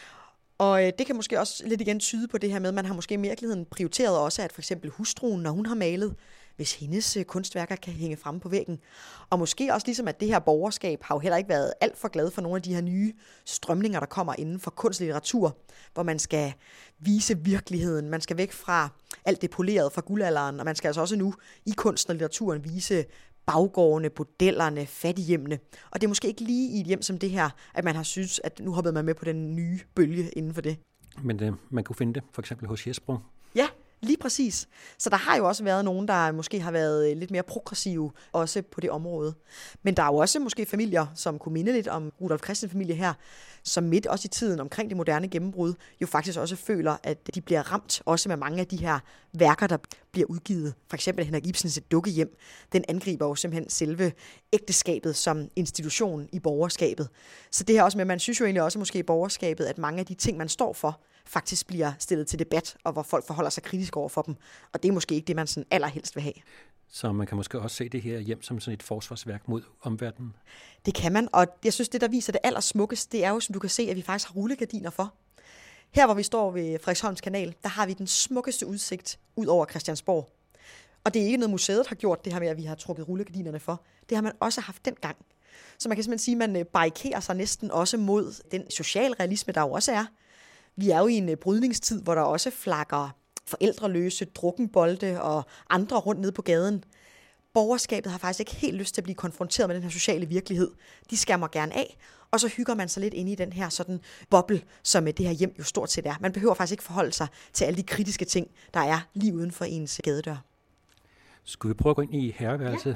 Og det kan måske også lidt igen tyde på det her med, at man har måske i virkeligheden prioriteret også, at for eksempel hustruen, når hun har malet, hvis hendes kunstværker kan hænge fremme på væggen. Og måske også ligesom, at det her borgerskab har jo heller ikke været alt for glad for nogle af de her nye strømninger, der kommer inden for kunstlitteratur, hvor man skal vise virkeligheden. Man skal væk fra alt det polerede fra guldalderen, og man skal altså også nu i kunsten og litteraturen vise baggårdene, bordellerne, fattighjemmene. Og det er måske ikke lige i et hjem som det her, at man har synes, at nu hoppede man med på den nye bølge inden for det. Men man kunne finde det for eksempel hos Jesper. Ja, lige præcis. Så der har jo også været nogen, der måske har været lidt mere progressive også på det område. Men der er jo også måske familier, som kunne minde lidt om Rudolf Christensen familie her, som midt også i tiden omkring det moderne gennembrud, jo faktisk også føler, at de bliver ramt også med mange af de her værker, der bliver udgivet. For eksempel Henrik Ibsens Et dukkehjem. Den angriber jo simpelthen selve ægteskabet som institution i borgerskabet. Så det her også med, man synes jo egentlig også måske i borgerskabet, at mange af de ting, man står for, faktisk bliver stillet til debat, og hvor folk forholder sig kritisk over for dem. Og det er måske ikke det, man sådan allerhelst vil have. Så man kan måske også se det her hjem som sådan et forsvarsværk mod omverdenen. Det kan man, og jeg synes, det der viser det allersmukkest, det er jo, som du kan se, at vi faktisk har rullegardiner for. Her, hvor vi står ved Frederiksholms Kanal, der har vi den smukkeste udsigt ud over Christiansborg. Og det er ikke noget, museet har gjort, det her med, at vi har trukket rullegardinerne for. Det har man også haft dengang. Så man kan simpelthen sige, at man barrikerer sig næsten også mod den socialrealisme, der jo også er. Vi er jo i en brydningstid, hvor der også flakker forældreløse, drukkenbolde og andre rundt nede på gaden. Borgerskabet har faktisk ikke helt lyst til at blive konfronteret med den her sociale virkelighed. De skærmer gerne af, og så hygger man sig lidt inde i den her sådan boble, som det her hjem jo stort set er. Man behøver faktisk ikke forholde sig til alle de kritiske ting, der er lige uden for ens gadedør. Skulle vi prøve at gå ind i herreværelset? Ja.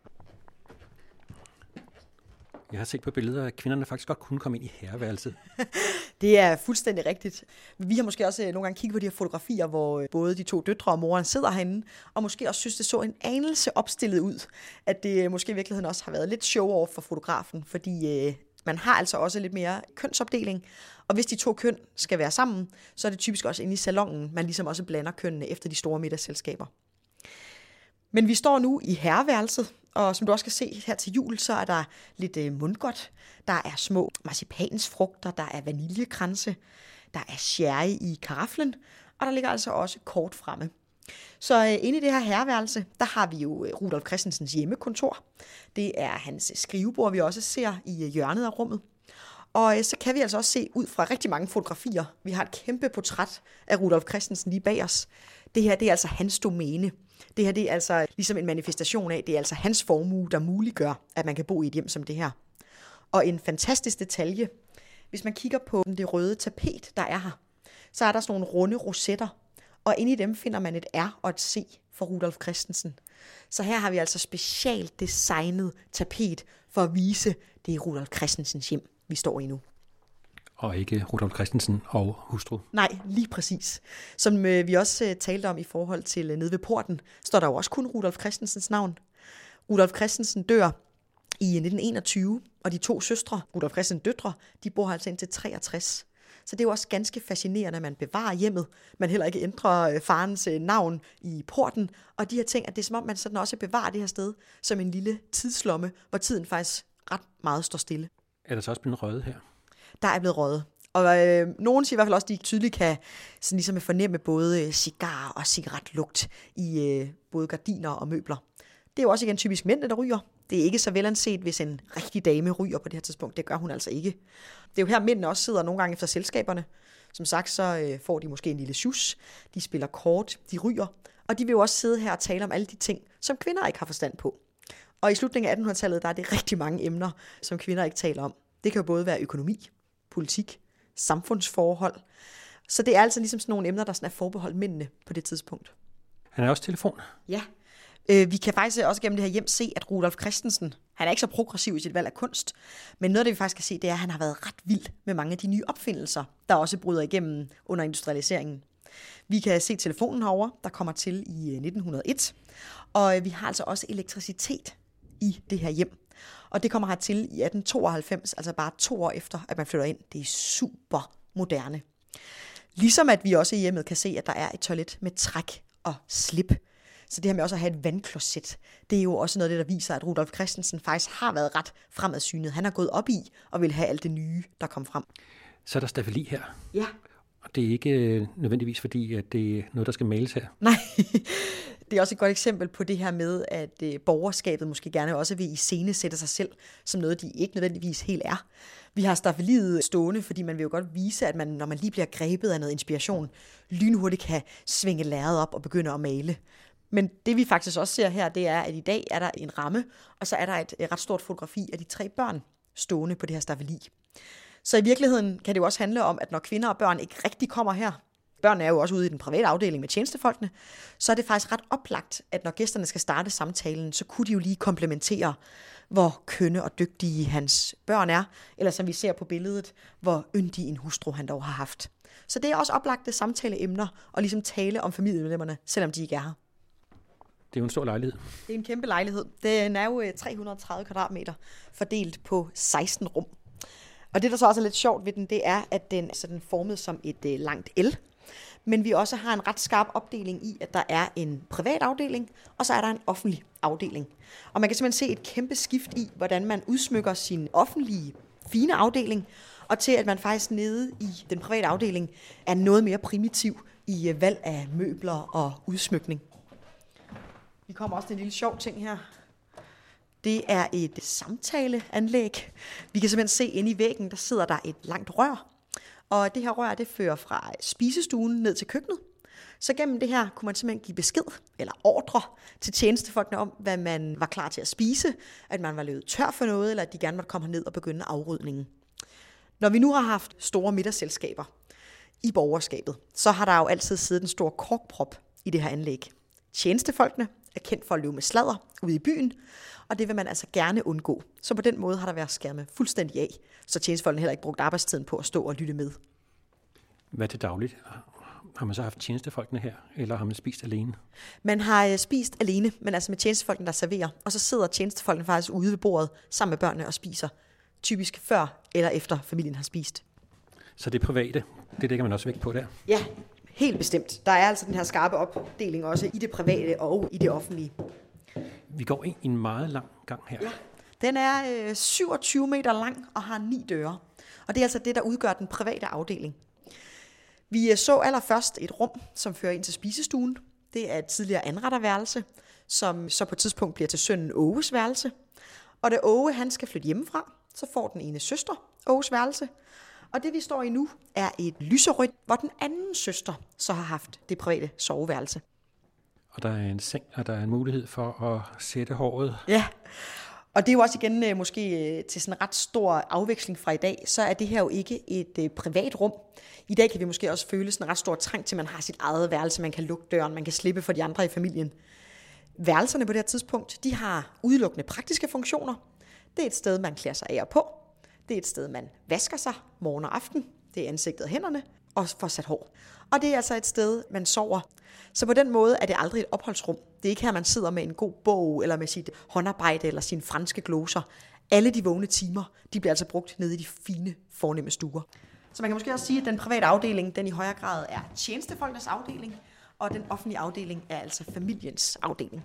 Jeg har set på billeder, at kvinderne faktisk godt kunne komme ind i herreværelset. Det er fuldstændig rigtigt. Vi har måske også nogle gange kigget på de her fotografier, hvor både de to døtre og moren sidder herinde, og måske også synes, det så en anelse opstillet ud, at det måske i virkeligheden også har været lidt show-off for fotografen, fordi man har altså også lidt mere kønsopdeling, og hvis de to køn skal være sammen, så er det typisk også inde i salonen, man ligesom også blander kønnene efter de store middagsselskaber. Men vi står nu i herreværelset, og som du også kan se her til jul, så er der lidt mundgodt. Der er små marcipansfrugter, der er vaniljekranse, der er sherry i karaflen, og der ligger altså også kort fremme. Så inde i det her herreværelse, der har vi jo Rudolf Christensens hjemmekontor. Det er hans skrivebord, vi også ser i hjørnet af rummet. Og så kan vi altså også se ud fra rigtig mange fotografier. Vi har et kæmpe portræt af Rudolf Christensen lige bag os. Det her, det er altså hans domæne. Det her, det er altså ligesom en manifestation af, det er altså hans formue, der muliggør, at man kan bo i et hjem som det her. Og en fantastisk detalje, hvis man kigger på det røde tapet, der er her, så er der sådan nogle runde rosetter, og inde i dem finder man et R og et C for Rudolf Christensen. Så her har vi altså specielt designet tapet for at vise, det er Rudolf Christensens hjem, vi står i nu. Og ikke Rudolf Christensen og hustru. Nej, lige præcis. Som vi også talte om i forhold til nede ved porten, står der jo også kun Rudolf Christensens navn. Rudolf Christensen dør i 1921, og de to søstre, Rudolf Christensens døtre, de bor altså indtil 63. Så det er jo også ganske fascinerende, at man bevarer hjemmet. Man heller ikke ændrer farens navn i porten. Og de her ting, at det er som om, man sådan også bevarer det her sted som en lille tidslomme, hvor tiden faktisk ret meget står stille. Er der så også blevet røget her? Der er blevet røget. Og nogen siger i hvert fald også, at de tydeligt kan sådan ligesom fornemme både cigar og cigaretlugt i både gardiner og møbler. Det er jo også igen typisk mændene, der ryger. Det er ikke så velanset, hvis en rigtig dame ryger på det her tidspunkt. Det gør hun altså ikke. Det er jo her, mændene også sidder nogle gange efter selskaberne. Som sagt, så får de måske en lille sjus. De spiller kort, de ryger. Og de vil jo også sidde her og tale om alle de ting, som kvinder ikke har forstand på. Og i slutningen af 1800-tallet, der er det rigtig mange emner, som kvinder ikke taler om. Det kan jo både være økonomi, politik, samfundsforhold. Så det er altså ligesom sådan nogle emner, der sådan er forbeholdt mændene på det tidspunkt. Han er også telefon. Ja. Vi kan faktisk også gennem det her hjem se, at Rudolf Christensen, han er ikke så progressiv i sit valg af kunst, men noget af det, vi faktisk kan se, det er, at han har været ret vild med mange af de nye opfindelser, der også bryder igennem under industrialiseringen. Vi kan se telefonen herovre, der kommer til i 1901, og vi har altså også elektricitet i det her hjem. Og det kommer her til i 1892, altså bare 2 år efter, at man flytter ind. Det er super moderne. Ligesom at vi også i hjemmet kan se, at der er et toilet med træk og slip. Så det her med også at have et vandkloset, det er jo også noget af det, der viser, at Rudolf Christensen faktisk har været ret fremadsynet. Han har gået op i og vil have alt det nye, der kom frem. Så er der stafeli her. Ja. Og det er ikke nødvendigvis fordi, at det er noget, der skal males her. Nej, det er også et godt eksempel på det her med, at borgerskabet måske gerne også vil iscenesætte sig selv som noget, de ikke nødvendigvis helt er. Vi har stafeliet stående, fordi man vil jo godt vise, at man, når man lige bliver grebet af noget inspiration, lynhurtigt kan svinge lærredet op og begynde at male. Men det vi faktisk også ser her, det er, at i dag er der en ramme, og så er der et ret stort fotografi af de 3 børn stående på det her stafeli. Så i virkeligheden kan det jo også handle om, at når kvinder og børn ikke rigtig kommer her, børnene er jo også ude i den private afdeling med tjenestefolkene, så er det faktisk ret oplagt, at når gæsterne skal starte samtalen, så kunne de jo lige komplementere, hvor kønne og dygtige hans børn er, eller som vi ser på billedet, hvor yndig en hustru han dog har haft. Så det er også oplagte samtaleemner, og ligesom tale om familiemedlemmerne, selvom de ikke er her. Det er jo en stor lejlighed. Det er en kæmpe lejlighed. Den er jo 330 kvadratmeter, fordelt på 16 rum. Og det, der så også er lidt sjovt ved den, det er, at den er sådan formet som et langt L. Men vi også har en ret skarp opdeling i, at der er en privat afdeling, og så er der en offentlig afdeling. Og man kan simpelthen se et kæmpe skift i, hvordan man udsmykker sin offentlige, fine afdeling, og til at man faktisk nede i den private afdeling er noget mere primitiv i valg af møbler og udsmykning. Vi kommer også til en lille sjov ting her. Det er et samtaleanlæg. Vi kan simpelthen se inde i væggen, der sidder der et langt rør. Og det her rør, det fører fra spisestuen ned til køkkenet. Så gennem det her kunne man simpelthen give besked eller ordre til tjenestefolkene om, hvad man var klar til at spise, at man var løbet tør for noget, eller at de gerne måtte komme herned og begynde afrydningen. Når vi nu har haft store middagsselskaber i borgerskabet, så har der jo altid siddet en stor korkprop i det her anlæg. Tjenestefolkene er kendt for at løbe med sladder ude i byen, og det vil man altså gerne undgå. Så på den måde har der været skærmet fuldstændig af, så tjenestefolkene heller ikke brugt arbejdstiden på at stå og lytte med. Hvad til dagligt? Har man så haft tjenestefolkene her, eller har man spist alene? Man har spist alene, men altså med tjenestefolkene, der serverer. Og så sidder tjenestefolkene faktisk ude ved bordet sammen med børnene og spiser. Typisk før eller efter familien har spist. Så det private, det lægger man også vægt på der? Ja, helt bestemt. Der er altså den her skarpe opdeling også i det private og i det offentlige. Vi går ind i en meget lang gang her. Ja. Den er 27 meter lang og har 9 døre. Og det er altså det, der udgør den private afdeling. Vi så allerførst et rum, som fører ind til spisestuen. Det er et tidligere anretterværelse, som så på et tidspunkt bliver til sønnen Åges værelse. Og da Åge han skal flytte hjemmefra, så får den ene søster Åges værelse. Og det vi står i nu er et lyserødt, hvor den anden søster så har haft det private soveværelse. Og der er en seng, og der er en mulighed for at sætte håret. Ja, og det er jo også igen måske til sådan en ret stor afveksling fra i dag, så er det her jo ikke et privat rum. I dag kan vi måske også føle sådan en ret stor trang til, at man har sit eget værelse, man kan lukke døren, man kan slippe for de andre i familien. Værelserne på det her tidspunkt, de har udelukkende praktiske funktioner. Det er et sted, man klæder sig af og på. Det er et sted, man vasker sig morgen og aften. Det er ansigtet og hænderne, og får sat hår. Og det er altså et sted, man sover. Så på den måde er det aldrig et opholdsrum. Det er ikke her, man sidder med en god bog, eller med sit håndarbejde, eller sine franske gloser. Alle de vågne timer, de bliver altså brugt nede i de fine, fornemme stuer. Så man kan måske også sige, at den private afdeling, den i højere grad er tjenestefolkenes afdeling, og den offentlige afdeling er altså familiens afdeling.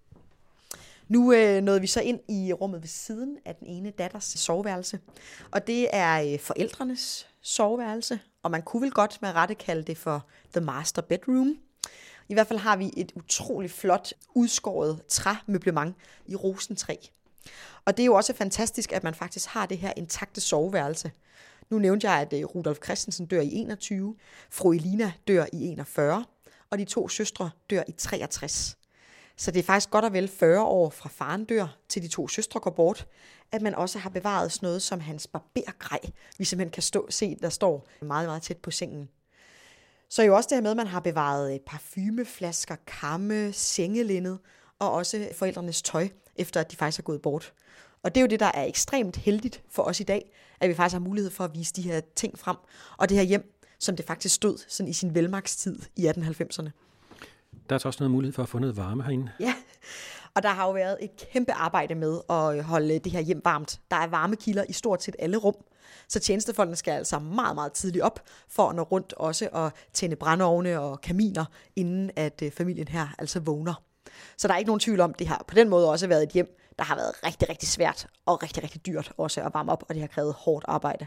Nu nåede vi så ind i rummet ved siden af den ene datters soveværelse, og det er forældrenes soveværelse, og man kunne vel godt med rette kalde det for the master bedroom. I hvert fald har vi et utroligt flot, udskåret træmøblement i rosentræ. Og det er jo også fantastisk, at man faktisk har det her intakte soveværelse. Nu nævnte jeg, at Rudolf Christensen dør i 21, fru Elina dør i 41, og de 2 søstre dør i 63. Så det er faktisk godt og vel 40 år fra faren dør, til de 2 søstre går bort, at man også har bevaret sådan noget som hans barbergrej, vi simpelthen kan se, der står meget, meget tæt på sengen. Så jo også det her med, at man har bevaret parfumeflasker, kamme, sengelindet og også forældrenes tøj, efter at de faktisk er gået bort. Og det er jo det, der er ekstremt heldigt for os i dag, at vi faktisk har mulighed for at vise de her ting frem. Og det her hjem, som det faktisk stod sådan i sin velmagtstid i 1890'erne. Der er så også noget mulighed for at få noget varme herinde. Ja, og der har jo været et kæmpe arbejde med at holde det her hjem varmt. Der er varmekilder i stort set alle rum. Så tjenestefolkene skal altså meget, meget tidligt op for at nå rundt også og tænde brændeovne og kaminer, inden at familien her altså vågner. Så der er ikke nogen tvivl om, at det har på den måde også været et hjem, der har været rigtig, rigtig svært og rigtig, rigtig dyrt også at varme op, og det har krævet hårdt arbejde.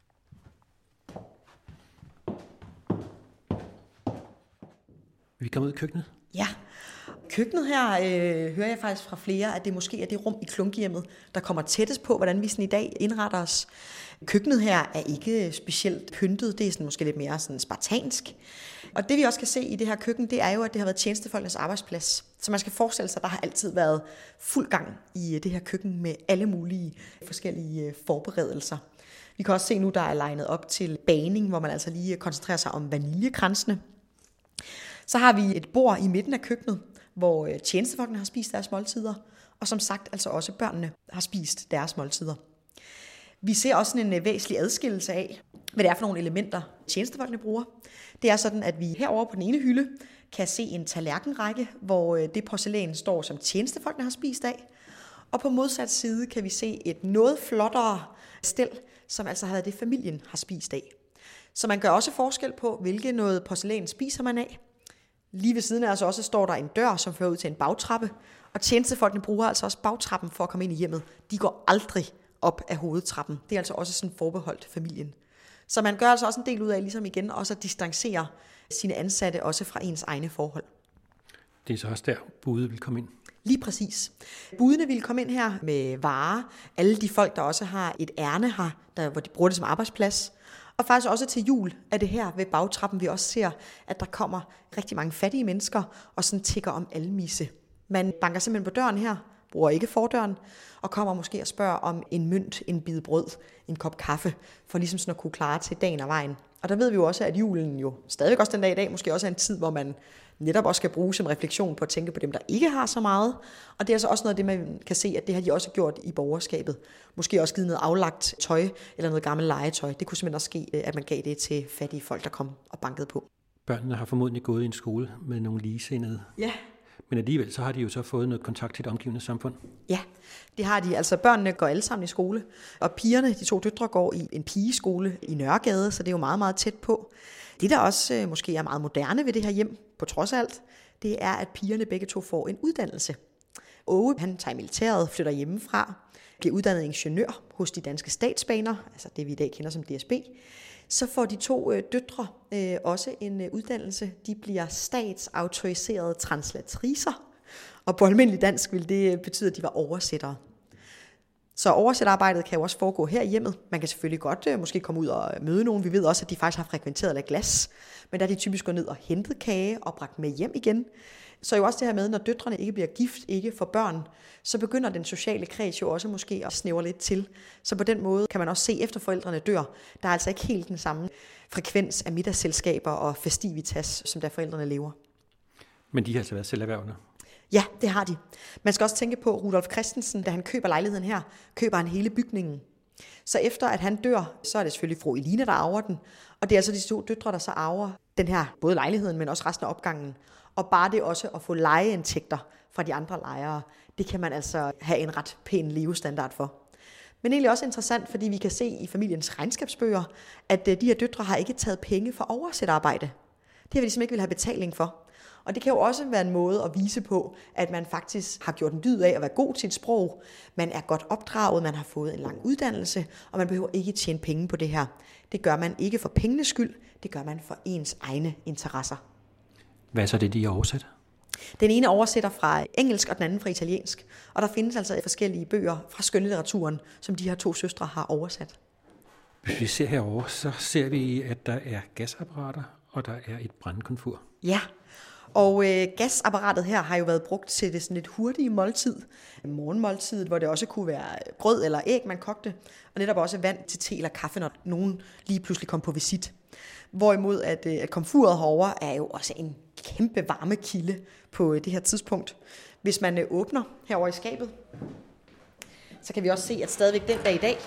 Vi kommer ud i køkkenet. Ja, køkkenet her hører jeg faktisk fra flere, at det måske er det rum i klunkehjemmet, der kommer tættest på, hvordan vi sådan i dag indretter os. Køkkenet her er ikke specielt pyntet, det er sådan måske lidt mere sådan spartansk. Og det vi også kan se i det her køkken, det er jo, at det har været tjenestefolkenes arbejdsplads. Så man skal forestille sig, at der har altid været fuld gang i det her køkken med alle mulige forskellige forberedelser. Vi kan også se nu, der er legnet op til bagning, hvor man altså lige koncentrerer sig om vaniljekransene. Så har vi et bord i midten af køkkenet, hvor tjenestefolkene har spist deres måltider, og som sagt altså også børnene har spist deres måltider. Vi ser også en væsentlig adskillelse af, hvad det er for nogle elementer, tjenestefolkene bruger. Det er sådan, at vi herovre på den ene hylde kan se en tallerkenrække, hvor det porcelæn står, som tjenestefolkene har spist af. Og på modsat side kan vi se et noget flottere stel, som altså har været det, familien har spist af. Så man gør også forskel på, hvilket noget porcelæn spiser man af. Lige ved siden af os også står der en dør, som fører ud til en bagtrappe. Og tjenestefolkene bruger altså også bagtrappen for at komme ind i hjemmet. De går aldrig op af hovedtrappen. Det er altså også sådan forbeholdt familien. Så man gør altså også en del ud af ligesom igen også at distancere sine ansatte også fra ens egne forhold. Det er så også der, budet vil komme ind. Lige præcis. Budene vil komme ind her med varer. Alle de folk, der også har et ærne her, hvor de bruger det som arbejdsplads. Og faktisk også til jul er det her ved bagtrappen, vi også ser, at der kommer rigtig mange fattige mennesker og sådan tigger om almisse. Man banker simpelthen på døren her, bruger ikke fordøren, og kommer måske og spørger om en mønt, en bid brød, en kop kaffe, for ligesom sådan at kunne klare til dagen og vejen. Og der ved vi jo også, at julen jo stadig også den dag i dag, måske også er en tid, hvor man netop også skal bruge som refleksion på at tænke på dem, der ikke har så meget. Og det er altså også noget af det, man kan se, at det har de også gjort i borgerskabet. Måske også givet noget aflagt tøj eller noget gammelt legetøj. Det kunne simpelthen også ske, at man gav det til fattige folk, der kom og bankede på. Børnene har formodentlig gået i en skole med nogle ligesindede. Ja. Men alligevel så har de jo så fået noget kontakt til et omgivende samfund. Ja, det har de. Altså børnene går alle sammen i skole, og pigerne, de 2 døtre, går i en pigeskole i Nørregade, så det er jo meget, meget tæt på. Det, der også måske er meget moderne ved det her hjem, på trods af alt, det er, at pigerne begge 2 får en uddannelse. Åge, han tager i militæret, flytter hjemmefra, bliver uddannet ingeniør hos de danske statsbaner, altså det vi i dag kender som DSB. Så får de 2 døtre også en uddannelse. De bliver statsautoriserede translatricer, og på almindelig dansk vil det betyde, at de var oversættere. Så oversætterarbejdet kan jo også foregå her i hjemmet. Man kan selvfølgelig godt måske komme ud og møde nogen. Vi ved også, at de faktisk har frekventeret af glas, men der er de typisk gået ned og hentet kage og bragt med hjem igen. Så jo også det her med, når døtrene ikke bliver gift, ikke får børn, så begynder den sociale kreds jo også måske at snævre lidt til. Så på den måde kan man også se, efter forældrene dør, der er altså ikke helt den samme frekvens af middagsselskaber og festivitas, som der forældrene lever. Men de har altså været selverhvervende. Ja, det har de. Man skal også tænke på, Rudolf Christensen, da han køber lejligheden her, køber han hele bygningen. Så efter at han dør, så er det selvfølgelig fru Elina, der arver den. Og det er altså de 2 døtre, der så arver den her, både lejligheden, men også resten af opgangen. Og bare det også at få lejeindtægter fra de andre lejere, det kan man altså have en ret pæn levestandard for. Men egentlig også interessant, fordi vi kan se i familiens regnskabsbøger, at de her døtre har ikke taget penge for oversætterarbejde. Det har vi ligesom ikke vil have betaling for. Og det kan jo også være en måde at vise på, at man faktisk har gjort en dyd af at være god til et sprog. Man er godt opdraget, man har fået en lang uddannelse, og man behøver ikke tjene penge på det her. Det gør man ikke for pengenes skyld, det gør man for ens egne interesser. Hvad er så det, de har oversat? Den ene oversætter fra engelsk, og den anden fra italiensk. Og der findes altså forskellige bøger fra skønlitteraturen, som de her 2 søstre har oversat. Hvis vi ser herover, så ser vi, at der er gasapparater, og der er et brandkomfur. Ja, og gasapparatet her har jo været brugt til det sådan et hurtigt måltid. Morgenmåltidet, hvor det også kunne være grød eller æg, man kogte. Og netop også vand til te eller kaffe, når nogen lige pludselig kom på visit. Hvorimod at komfuret herover er jo også en kæmpe varmekilde på det her tidspunkt. Hvis man åbner herover i skabet, så kan vi også se, at stadigvæk den dag i dag,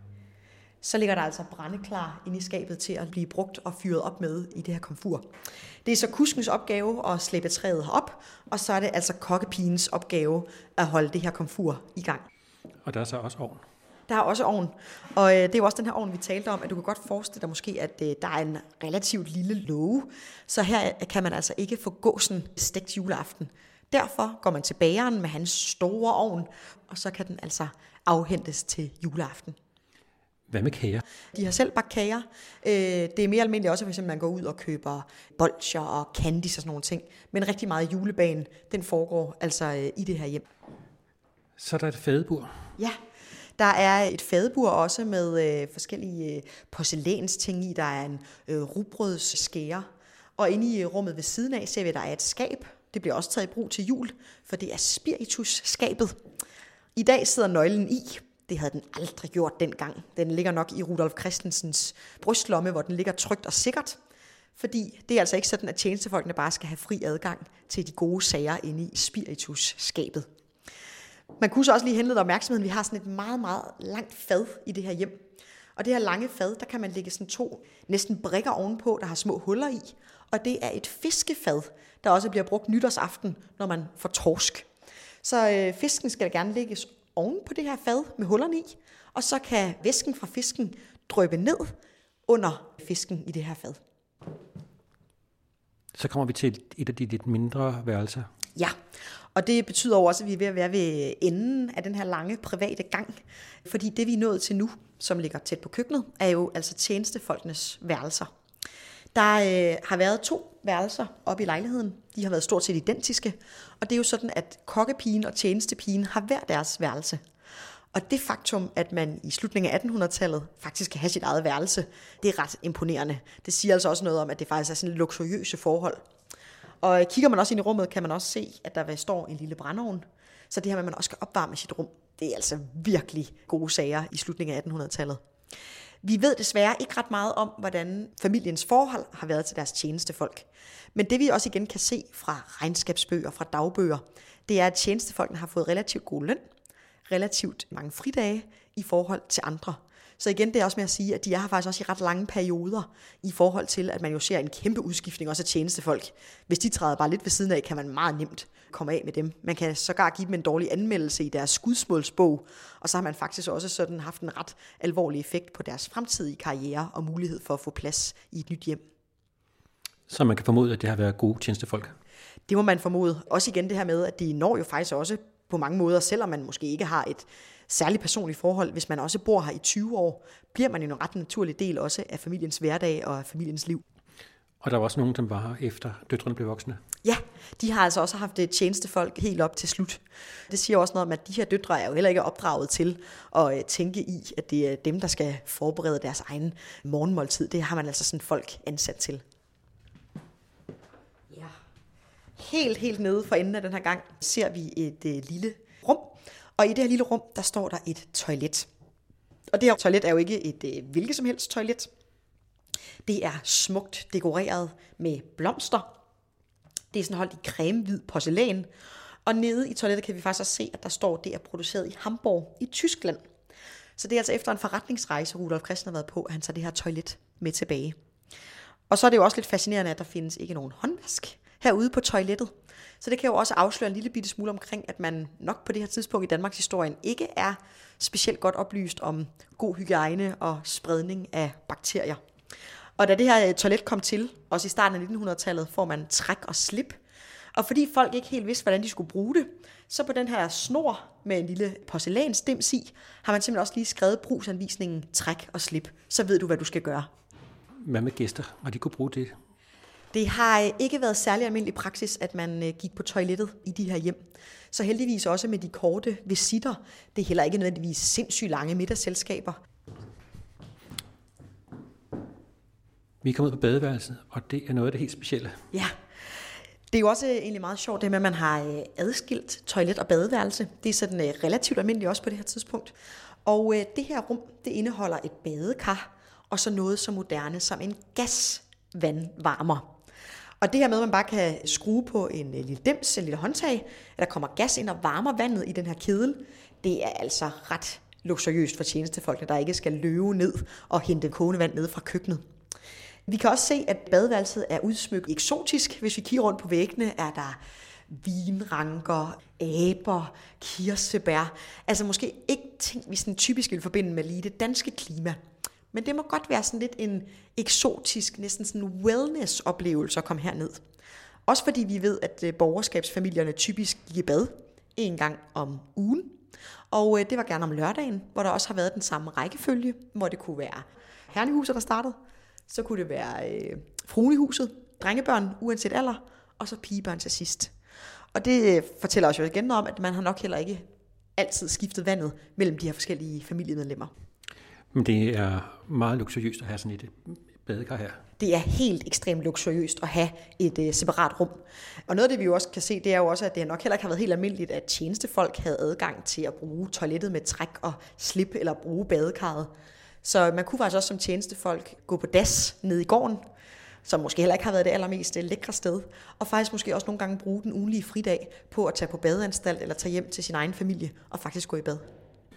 så ligger der altså brændeklar inde i skabet til at blive brugt og fyret op med i det her komfur. Det er så kuskens opgave at slæbe træet herop, og så er det altså kokkepigens opgave at holde det her komfur i gang. Og der er så også ovn. Der er også ovn, og det er jo også den her ovn, vi talte om, at du kan godt forestille dig måske, at der er en relativt lille låge, så her kan man altså ikke få gåsen stegt juleaften. Derfor går man til bageren med hans store ovn, og så kan den altså afhentes til juleaften. Hvad med kager? De har selv bagt kager. Det er mere almindeligt også, hvis man går ud og køber bolsjer og candies og sådan nogle ting. Men rigtig meget julebagen, den foregår altså i det her hjem. Så er der et fadebur. Ja, der er et fadebur også med forskellige porcelænsting i. Der er en rugbrødsskære. Og inde i rummet ved siden af ser vi, at der er et skab. Det bliver også taget i brug til jul, for det er spiritusskabet. I dag sidder nøglen i. Det havde den aldrig gjort dengang. Den ligger nok i Rudolf Christensens brystlomme, hvor den ligger trygt og sikkert. Fordi det er altså ikke sådan, at tjenestefolkene bare skal have fri adgang til de gode sager inde i spiritusskabet. Man kunne så også lige henlede opmærksomheden. Vi har sådan et meget, meget langt fad i det her hjem. Og det her lange fad, der kan man lægge sådan 2 næsten brikker ovenpå, der har små huller i. Og det er et fiskefad, der også bliver brugt nytårsaften, når man får torsk. Så fisken skal gerne lægges oven på det her fad med hullerne i, og så kan væsken fra fisken dryppe ned under fisken i det her fad. Så kommer vi til et af de lidt mindre værelser. Ja, og det betyder også, at vi er ved at være ved enden af den her lange private gang. Fordi det, vi er nået til nu, som ligger tæt på køkkenet, er jo altså tjenestefolkenes værelser. Der har været 2 værelser oppe i lejligheden. De har været stort set identiske. Og det er jo sådan, at kokkepigen og tjenestepigen har hver deres værelse. Og det faktum, at man i slutningen af 1800-tallet faktisk kan have sit eget værelse, det er ret imponerende. Det siger altså også noget om, at det faktisk er sådan et luksuriøse forhold. Og kigger man også ind i rummet, kan man også se, at der står en lille brændeovn. Så det her med, at man også skal opvarme sit rum, det er altså virkelig gode sager i slutningen af 1800-tallet. Vi ved desværre ikke ret meget om, hvordan familiens forhold har været til deres tjenestefolk. Men det vi også igen kan se fra regnskabsbøger, fra dagbøger, det er, at tjenestefolkene har fået relativt god løn, relativt mange fridage i forhold til andre. Så igen, det er også med at sige, at de er her faktisk også i ret lange perioder i forhold til, at man jo ser en kæmpe udskiftning også af tjenestefolk. Hvis de træder bare lidt ved siden af, kan man meget nemt komme af med dem. Man kan sågar give dem en dårlig anmeldelse i deres skudsmålsbog, og så har man faktisk også sådan haft en ret alvorlig effekt på deres fremtidige karriere og mulighed for at få plads i et nyt hjem. Så man kan formode, at det har været gode tjenestefolk? Det må man formode. Også igen det her med, at de når jo faktisk også på mange måder, selvom man måske ikke har et særligt personligt forhold, hvis man også bor her i 20 år, bliver man jo en ret naturlig del også af familiens hverdag og af familiens liv. Og der var også nogen, som var her efter døtrene blev voksne? Ja, de har altså også haft tjenestefolk helt op til slut. Det siger også noget om, at de her døtre er jo heller ikke opdraget til at tænke i, at det er dem, der skal forberede deres egen morgenmåltid. Det har man altså sådan folk ansat til. Ja. Helt nede for enden af den her gang ser vi et lille rum. Og i det her lille rum, der står der et toilet. Og det her toilet er jo ikke et hvilket som helst toilet. Det er smukt dekoreret med blomster. Det er sådan holdt i cremehvid porcelæn. Og nede i toilettet kan vi faktisk også se, at der står, at det er produceret i Hamburg i Tyskland. Så det er altså efter en forretningsrejse, Rudolf Christensen har været på, at han tager det her toilet med tilbage. Og så er det jo også lidt fascinerende, at der findes ikke nogen håndvask herude på toilettet. Så det kan jo også afsløre en lille bitte smule omkring, at man nok på det her tidspunkt i Danmarks historien ikke er specielt godt oplyst om god hygiejne og spredning af bakterier. Og da det her toilet kom til, også i starten af 1900-tallet, får man træk og slip. Og fordi folk ikke helt vidste, hvordan de skulle bruge det, så på den her snor med en lille porcelænsdims i, har man simpelthen også lige skrevet brugsanvisningen træk og slip. Så ved du, hvad du skal gøre. Hvad med gæster? Og de kunne bruge det? Det har ikke været særlig almindelig praksis, at man gik på toilettet i de her hjem. Så heldigvis også med de korte visitter. Det er heller ikke nødvendigvis sindssygt lange middagsselskaber. Vi er kommet ud på badeværelset, og det er noget af det helt specielle. Ja, det er jo også egentlig meget sjovt, det med, at man har adskilt toilet og badeværelse. Det er sådan relativt almindeligt også på det her tidspunkt. Og det her rum, det indeholder et badekar, og så noget så moderne som en gasvandvarmer. Og det her med, at man bare kan skrue på en lille dims, en lille håndtag, at der kommer gas ind og varmer vandet i den her kedel, det er altså ret luksuriøst for tjenestefolkene, der ikke skal løbe ned og hente kogende vand ned fra køkkenet. Vi kan også se, at badeværelset er udsmykket eksotisk. Hvis vi kigger rundt på væggene, er der vinranker, aber, kirsebær. Altså måske ikke ting, vi sådan typisk vil forbinde med lige det danske klima. Men det må godt være sådan lidt en eksotisk, næsten sådan wellness-oplevelse at komme herned. Også fordi vi ved, at borgerskabsfamilierne typisk gik i bad en gang om ugen. Og det var gerne om lørdagen, hvor der også har været den samme rækkefølge, hvor det kunne være herrehuset, der startede. Så kunne det være fruehuset, drengebørn uanset alder, og så pigebørn til sidst. Og det fortæller os jo igen om, at man har nok heller ikke altid skiftet vandet mellem de her forskellige familiemedlemmer. Men det er meget luksuriøst at have sådan et badekar her. Det er helt ekstremt luksuriøst at have et separat rum. Og noget af det, vi jo også kan se, det er jo også, at det nok heller ikke har været helt almindeligt, at tjenestefolk havde adgang til at bruge toilettet med træk og slip, eller bruge badekarret. Så man kunne faktisk også som tjenestefolk gå på das nede i gården, som måske heller ikke har været det allermest lækre sted, og faktisk måske også nogle gange bruge den ugenlige fridag på at tage på badeanstalt eller tage hjem til sin egen familie og faktisk gå i bad.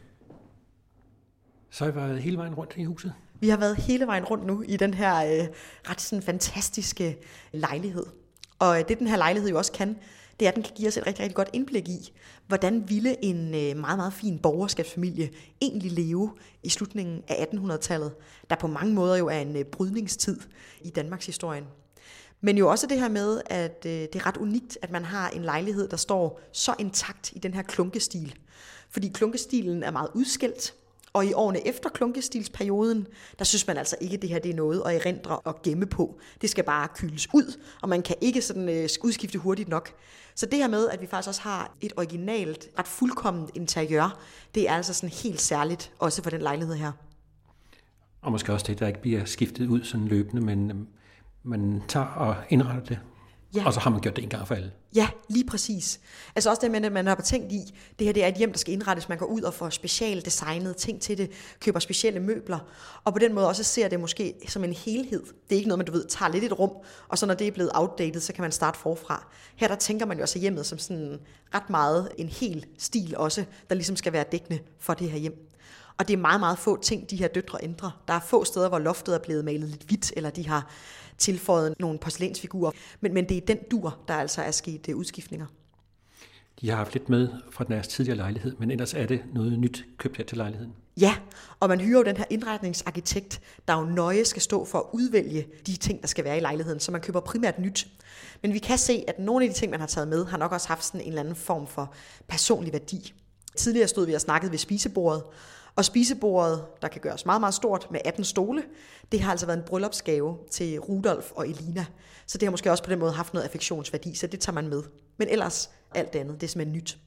Så har I været hele vejen rundt i huset? Vi har været hele vejen rundt nu i den her ret sådan fantastiske lejlighed. Og det den her lejlighed jo også kan, det er, at den kan give os et rigtig, rigtig godt indblik i, hvordan ville en meget, meget fin borgerskabsfamilie egentlig leve i slutningen af 1800-tallet, der på mange måder jo er en brydningstid i Danmarks historien. Men jo også det her med, at det er ret unikt, at man har en lejlighed, der står så intakt i den her klunkestil. Fordi klunkestilen er meget udskilt, og i årene efter klunkestilsperioden, der synes man altså ikke, at det her det er noget at erindre og gemme på. Det skal bare kyles ud, og man kan ikke sådan udskifte hurtigt nok. Så det her med, at vi faktisk også har et originalt, ret fuldkomment interiør, det er altså sådan helt særligt, også for den lejlighed her. Og måske også det, der ikke bliver skiftet ud sådan løbende, men man tager og indretter det. Ja. Og så har man gjort det en gang for alle. Ja, lige præcis. Altså også det med, at man har tænkt i, det her det er et hjem, der skal indrettes. Man går ud og får specielt designede ting til det, køber specielle møbler, og på den måde også ser det måske som en helhed. Det er ikke noget, man du ved, tager lidt et rum, og så når det er blevet outdated, så kan man starte forfra. Her der tænker man jo også hjemmet som sådan ret meget en hel stil også, der ligesom skal være dækkende for det her hjem. Og det er meget, meget få ting, de her døtre ændrer. Der er få steder, hvor loftet er blevet malet lidt hvidt, eller de har tilføjet nogle porcelænsfigurer. Men det er den dur, der altså er sket udskiftninger. De har haft lidt med fra deres tidligere lejlighed, men ellers er det noget nyt købt her til lejligheden. Ja, og man hyrer jo den her indretningsarkitekt, der jo nøje skal stå for at udvælge de ting, der skal være i lejligheden, så man køber primært nyt. Men vi kan se, at nogle af de ting, man har taget med, har nok også haft sådan en eller anden form for personlig værdi. Tidligere stod vi og snakkede ved spisebordet, og spisebordet, der kan gøres meget, meget stort med 18 stole, det har altså været en bryllupsgave til Rudolf og Elina. Så det har måske også på den måde haft noget affektionsværdi, så det tager man med. Men ellers alt andet, det er simpelthen nyt.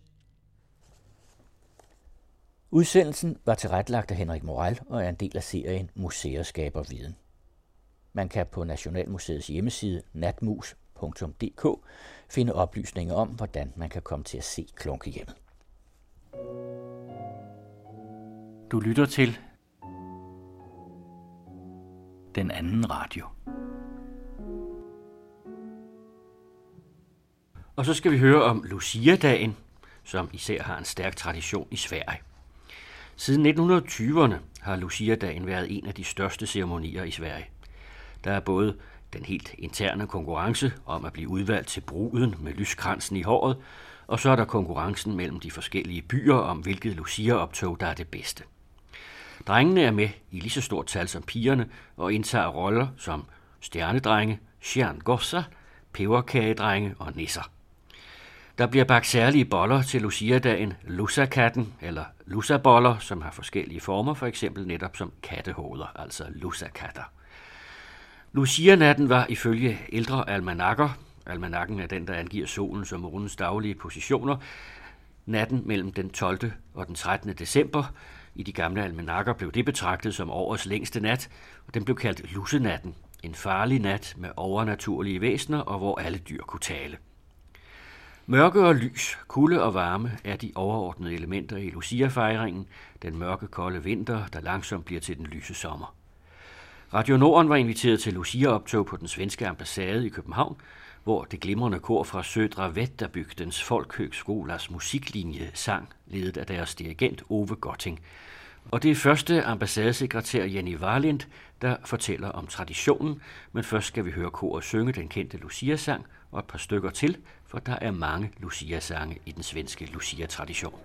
Udsendelsen var tilrettelagt af Henrik Moral og er en del af serien Museer skaber viden. Man kan på Nationalmuseets hjemmeside natmus.dk finde oplysninger om, hvordan man kan komme til at se klunkehjemmet. Du lytter til Den Anden Radio. Og så skal vi høre om Lucia-dagen, som især har en stærk tradition i Sverige. Siden 1920'erne har Lucia-dagen været en af de største ceremonier i Sverige. Der er både den helt interne konkurrence om at blive udvalgt til bruden med lyskransen i håret, og så er der konkurrencen mellem de forskellige byer om, hvilket Lucia-optog, der er det bedste. Drengene er med i lige så stort tal som pigerne og indtager roller som stjernedrenge, stjerngossar, peberkagedrenge og nisser. Der bliver bagt særlige boller til Lucia-dagen, lussakatten eller lussaboller, som har forskellige former, for eksempel netop som kattehoveder, altså lussakatter. Lucia-natten var ifølge ældre almanakker, almanakken er den, der angiver solen som månens daglige positioner, natten mellem den 12. og den 13. december. I de gamle almanakker blev det betragtet som årets længste nat, og den blev kaldt lusenatten, en farlig nat med overnaturlige væsener, og hvor alle dyr kunne tale. Mørke og lys, kulde og varme er de overordnede elementer i Lucia-fejringen, den mørke, kolde vinter, der langsomt bliver til den lyse sommer. Radio Norden var inviteret til Lucia-optog på den svenske ambassade i København, hvor det glimrende kor fra Södra Vätterbygdens Folkhögskolas musiklinje sang, ledet af deres dirigent Ove Gotting. Og det er første ambassadesekretær Jenny Warlind, der fortæller om traditionen, men først skal vi høre koret synge den kendte Lucia-sang og et par stykker til, for der er mange Lucia-sange i den svenske Lucia-tradition.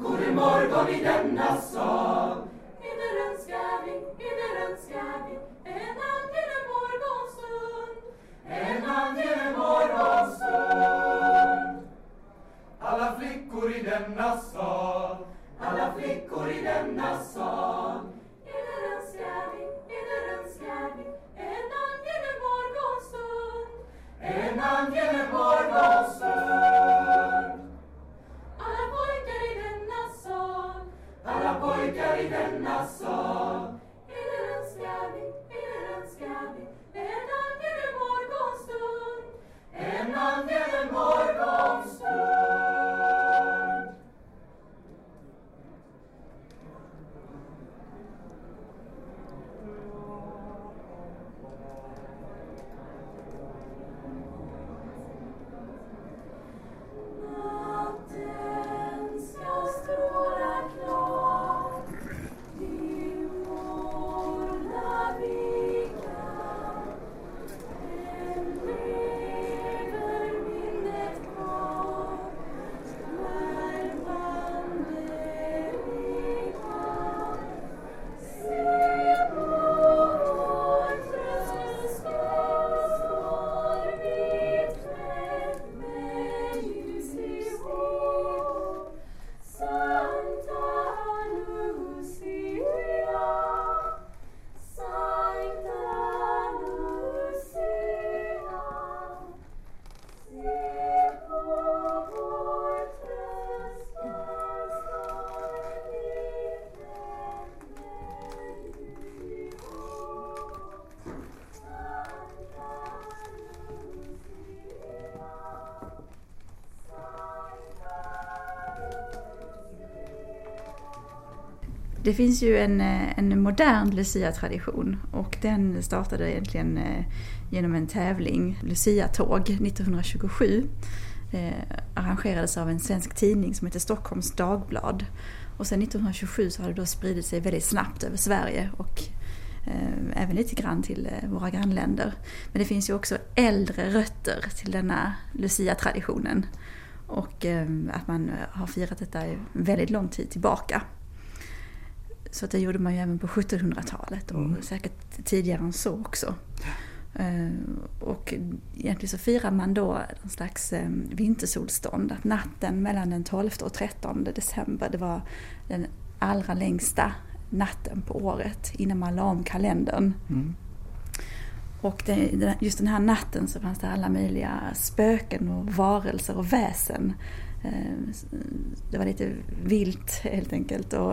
morgon i denna sal. Eder önskar vi, denna sal, alla flickor i denna sal. Eder önskar vi, en angenäm morgonstund, en angenäm morgonstund. Alla pojkar i denna sal, alla pojkar i denna sal. Eder önskar vi, en angenäm morgonstund, en angenäm morgonstund. Det finns ju en modern Lucia-tradition och den startade egentligen genom en tävling, Lucia-tåg 1927. Det arrangerades av en svensk tidning som heter Stockholms Dagblad. Och sen 1927 så har det då spridit sig väldigt snabbt över Sverige och även lite grann till våra grannländer. Men det finns ju också äldre rötter till denna Lucia-traditionen och att man har firat detta väldigt lång tid tillbaka. Så det gjorde man ju även på 1700-talet och säkert tidigare än så också. Och egentligen så firar man då en slags vintersolstånd. Att natten mellan den 12 och 13 december, det var den allra längsta natten på året innan man la om kalendern. Och just den här natten så fanns det alla möjliga spöken och varelser och väsen. Det var lite vilt helt enkelt och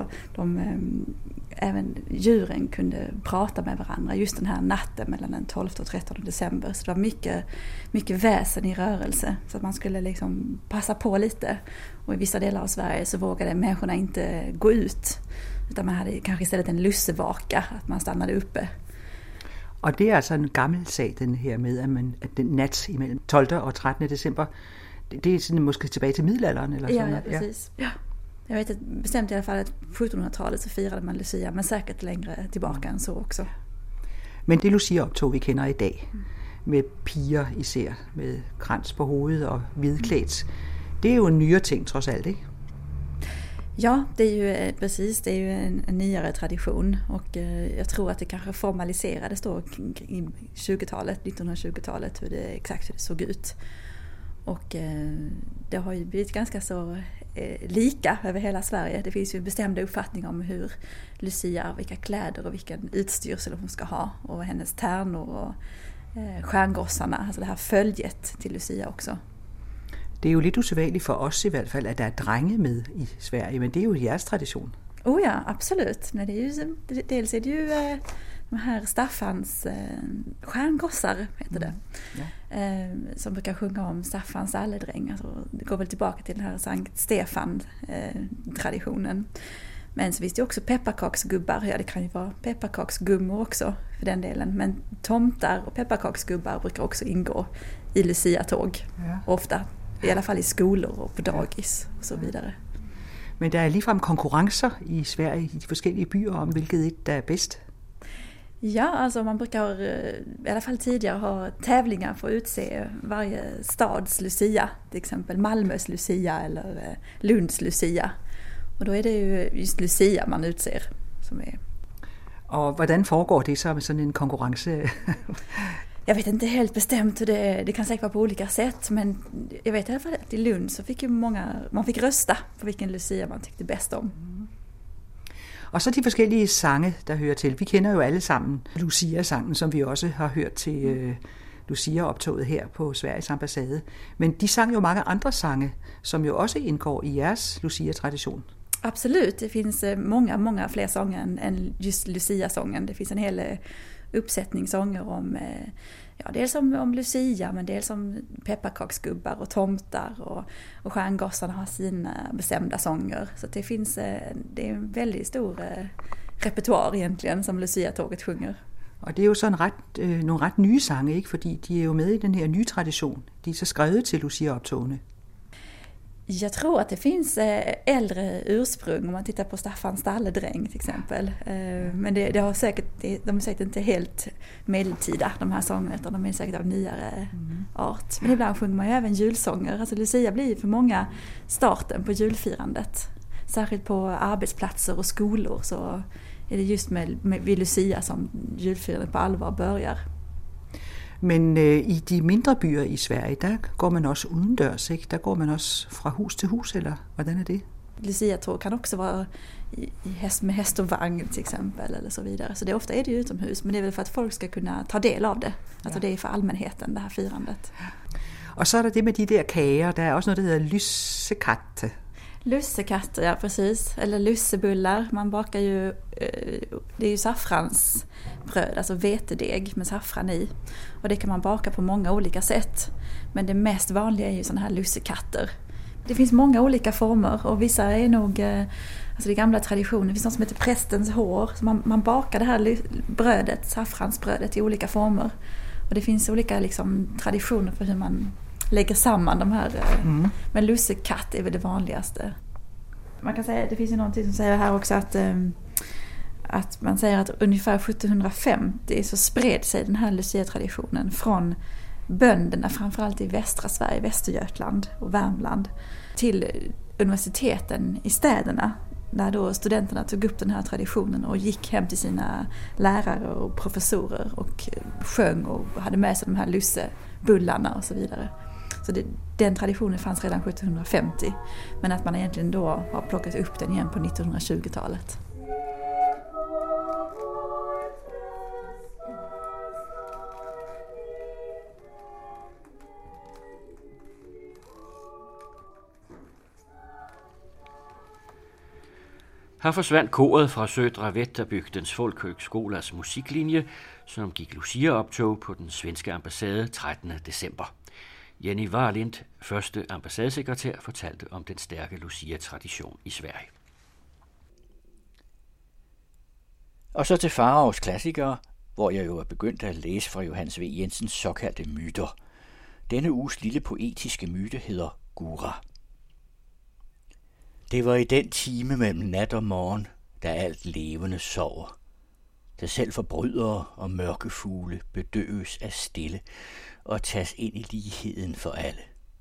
även djuren kunde prata med varandra just den här natten mellan den 12 och 13 december. Så det var mycket väsen i rörelse så att man skulle liksom passa på lite. Och i vissa delar av Sverige så vågade människorna inte gå ut utan man hade kanske istället en lussevaka, att man stannade uppe. Og det er altså en gammel sag, den her med, at den nat imellem 12. og 13. december, det er sådan måske tilbage til middelalderen? Eller sådan ja, precis. Ja. Jag vet att bestämt i alla fall att på 1700-talet så firade man Lucia, men säkert längre tillbaka än så också. Men det Lucia-optog, vi kender i dag, med piger især, med krans på hovedet og hvidklædt, det är ju en nyere ting trods alt, ikke? Ja, det är ju precis, det är ju en nyare tradition och jag tror att det kanske formaliserades då i 1920-talet hur det såg ut. Och det har ju blivit ganska så lika över hela Sverige. Det finns ju bestämda uppfattningar om hur Lucia, vilka kläder och vilken utstyrsel hon ska ha och hennes tärnor och stjärngossarna, alltså det här följet till Lucia också. Det är ju lite usædvanligt för oss i hvert fall att det är drenge med i Sverige, men det är ju jeres tradition. Oh ja, absolut. Nej, det är ju, dels är det ju de här Staffans stjärngossar heter det. Som brukar sjunga om Staffans alledräng. Alltså, det går väl tillbaka till den här Sankt Stefan-traditionen. Men så finns det också pepparkaksgubbar. Ja, det kan ju vara pepparkaksgummor också för den delen. Men tomtar och pepparkaksgubbar brukar också ingå i Lucia-tåg. Ja. Ofta. I alla fall i skolor och på dagis och så vidare. Men der er ligefrem konkurrencer i Sverige, i de forskellige byer, om hvilket et, der er bedst. Ja, alltså man brukar i alla fall tidigare ha tävlingar för att utse varje stads Lucia. Till exempel Malmös Lucia eller Lunds Lucia. Och då är det ju just Lucia man utser som är. Og hvordan foregår det så med sådan en konkurrence? Jag vet inte helt bestämt hur det kan säkert vara på olika sätt, men jag vet i alla fall att i Lund så fick ju man fick rösta på vilken Lucia man tyckte bäst om. Og så de forskellige sange, der hører til. Vi kender jo alle sammen Lucia-sangen, som vi også har hørt til Lucia-optoget her på Sveriges ambassade. Men de sang jo mange andre sange, som jo også indgår i jeres Lucia-tradition. Absolut, det finns många fler sånger än just Lucia-sången. Det finns en hel uppsättning sånger om, dels om Lucia, men dels om pepparkaksgubbar och tomtar, och stjärngossarna har sina bestämda sånger. Så det finns det är en väldigt stor repertoar egentligen som Lucia-tåget sjunger. Og det er jo så nogle ret nye sange, ikke? Fordi de er jo med i den her nye tradition. De er så skrevet til Lucia-optogene. Jag tror att det finns äldre ursprung om man tittar på Staffan Stalledräng till exempel. Men de är säkert inte helt medeltida, de här sångerna, utan de är säkert av nyare art. Men ibland sjunger man ju även julsånger. Alltså Lucia blir för många starten på julfirandet. Särskilt på arbetsplatser och skolor så är det just vid Lucia som julfirandet på allvar börjar. Men i de mindre byer i Sverige, der går man også udendørs, ikke? Der går man også fra hus til hus, eller hvordan er det? Lucia-tåg kan också vara med häst och vagn till exempel, eller så vidare. Så det ofta är det ju utomhus, men det är väl för att folk ska kunna ta del av det. Alltså det är för allmänheten, det här firandet. Og så er der det med de der kager, der er også noget, der hedder lussekatte. Lussekatter, ja precis. Eller lussebullar. Man bakar ju, det är ju saffransbröd, alltså vetedeg med saffran i. Och det kan man baka på många olika sätt. Men det mest vanliga är ju sådana här lussekatter. Det finns många olika former och vissa är nog, alltså det gamla traditionen. Det finns något som heter prästens hår. Så man bakar det här brödet, saffransbrödet i olika former. Och det finns olika liksom traditioner för hur man lägger samman de här. Men lussekatt är väl det vanligaste. Man kan säga, det finns ju någonting som säger här också att man säger att ungefär 1750 så spred sig den här Lucia-traditionen från bönderna, framförallt i västra Sverige, Västergötland och Värmland, till universiteten i städerna, där då studenterna tog upp den här traditionen och gick hem till sina lärare och professorer och sjöng och hade med sig de här lussebullarna och så vidare. Så den traditionen fanns redan 1750, men att man egentligen då har plockat upp den igen på 1920-talet. Her forsvandt koret fra Södra Vätterbygdens Folkhögskolas musiklinje, som gik Lucia-optog på den svenske ambassade 13. december. Jenny Warlind, første ambassadesekretær, fortalte om den stærke Lucia-tradition i Sverige. Og så til Faraos klassikere, hvor jeg jo er begyndt at læse fra Johannes V. Jensens såkaldte myter. Denne uges lille poetiske myte hedder Gura. Det var i den time mellem nat og morgen, da alt levende sover. Da selv forbrydere og mørke fugle bedøves af stille og tages ind i ligheden for alle.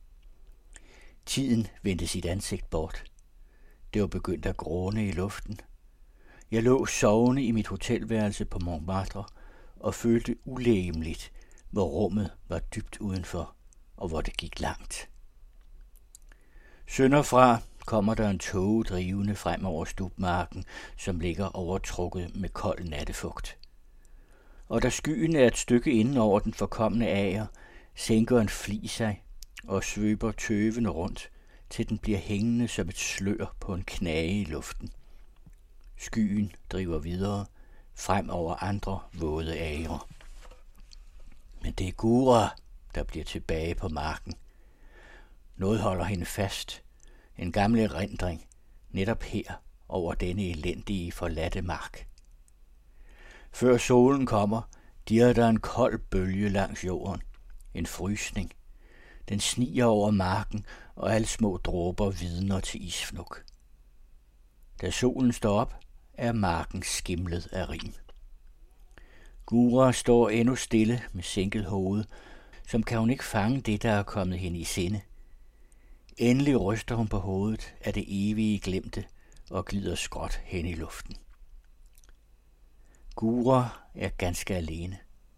Tiden vendte sit ansigt bort. Det var begyndt at gråne i luften. Jeg lå sovende i mit hotelværelse på Montmartre og følte ulegemligt, hvor rummet var dybt udenfor og hvor det gik langt. Sønderfra kommer der en tåge drivende frem over stubmarken, som ligger overtrukket med kold nattefugt. Og da skyen er et stykke inden over den forkomne ager, sænker en fli sig og svøber tøvende rundt, til den bliver hængende som et slør på en knage i luften. Skyen driver videre, frem over andre våde agre. Men det er Gura, der bliver tilbage på marken. Noget holder hende fast. En gammel erindring, netop her, over denne elendige forladte mark. Før solen kommer, dirrer der en kold bølge langs jorden. En frysning. Den sniger over marken, og alle små dråber vidner til isfnuk. Da solen står op, er marken skimlet af rim. Gura står endnu stille med sænket hoved, som kan hun ikke fange det, der er kommet hende i sinde. Endelig ryster hun på hovedet af det evige glemte og glider skråt hen i luften. Gura er ganske alene.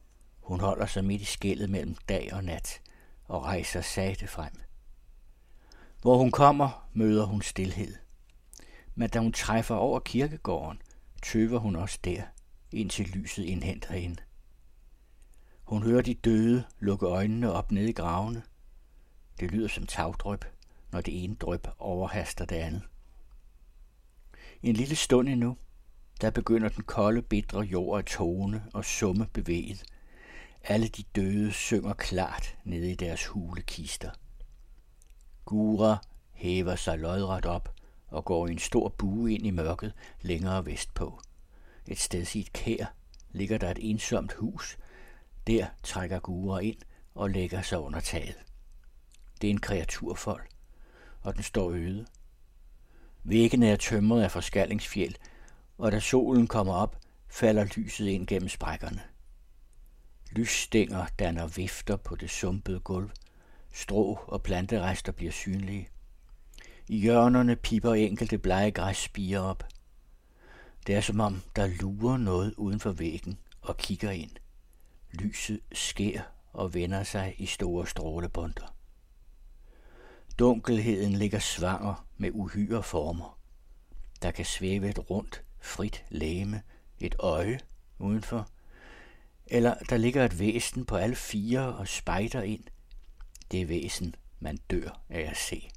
Hun holder sig midt i skellet mellem dag og nat og rejser sagte frem. Hvor hun kommer, møder hun stilhed. Men da hun træffer over kirkegården, tøver hun også der, indtil lyset indhenter hende. Hun hører de døde lukke øjnene op ned i gravene. Det lyder som tagdryp, når det ene dryp overhaster det andet. En lille stund endnu, der begynder den kolde, bitre jord at tone og summe bevæget. Alle de døde synger klart nede i deres hule kister. Gura hæver sig lodret op og går i en stor bue ind i mørket længere vestpå. Et sted i et kær ligger der et ensomt hus. Der trækker Gura ind og lægger sig under taget. Det er en kreaturfold, og den står øde. Væggene er tømret af forskallingsfjeld, og da solen kommer op, falder lyset ind gennem sprækkerne. Lysstænger danner vifter på det sumpede gulv. Strå og planterester bliver synlige. I hjørnerne piper enkelte blege græsspirer op. Det er som om, der lurer noget uden for væggen og kigger ind. Lyset sker og vender sig i store strålebunter. Dunkelheden ligger svanger med uhyre former. Der kan svæve et rundt, frit legeme, et øje udenfor. Eller der ligger et væsen på alle fire og spejder ind. Det er væsen, man dør af at se.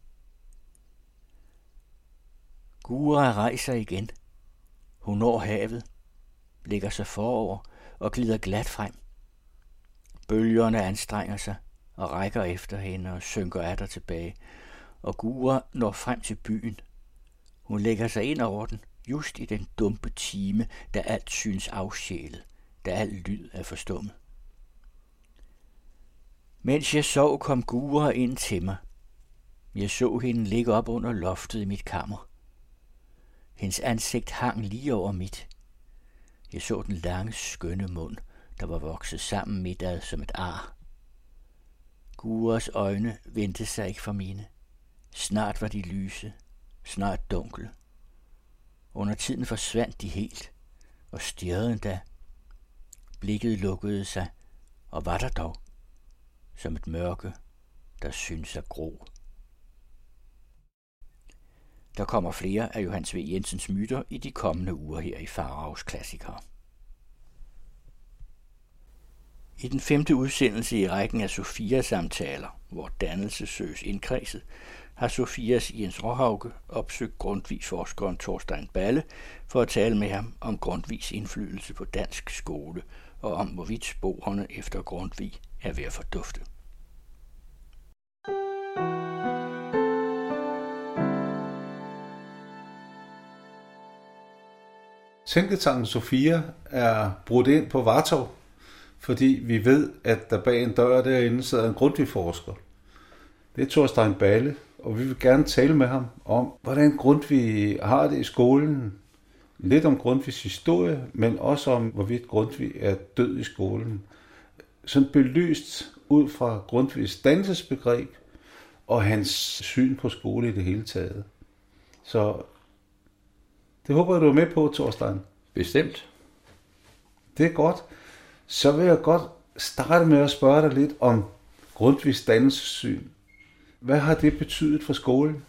Gura rejser igen. Hun når havet, lægger sig forover og glider glat frem. Bølgerne anstrenger sig og rækker efter hende og synker atter tilbage, og Gura når frem til byen. Hun lægger sig ind over den, just i den dumpe time, da alt synes afsjælet, da al lyd er forstummet. Mens jeg sov, kom Gura ind til mig. Jeg så hende ligge op under loftet i mit kammer. Hendes ansigt hang lige over mit. Jeg så den lange, skønne mund, der var vokset sammen midtad som et ar. Guras øjne vendte sig ikke fra mine. Snart var de lyse, snart dunkle. Under tiden forsvandt de helt, og stirrede endda. Blikket lukkede sig, og var der dog, som et mørke, der synes at gro. Der kommer flere af Johannes V. Jensens myter i de kommende uger her i Faraos Klassikere. I den 5. udsendelse i rækken af Sofia-samtaler, hvor dannelse søges indkredset, har Sofias Jens Råhauke opsøgt Grundtvig-forskeren Thorstein Balle for at tale med ham om Grundtvigs indflydelse på dansk skole og om hvorvidt sporene efter Grundtvig er ved at fordufte. Tænketanken Sofia er brudt ind på Vartov, fordi vi ved, at der bag en dør derinde sidder en Grundtvig-forsker. Det er Thorstein Balle, og vi vil gerne tale med ham om, hvordan Grundtvig har det i skolen. Lidt om Grundtvigs historie, men også om, hvorvidt Grundtvig er død i skolen. Sådan belyst ud fra Grundtvigs dannelsesbegreb og hans syn på skole i det hele taget. Så det håber jeg, du er med på, Thorstein. Bestemt. Det er godt. Så vil jeg godt starte med at spørge dig lidt om Grundtvigs dannelsessyn. Hvad har det betydet for skolen?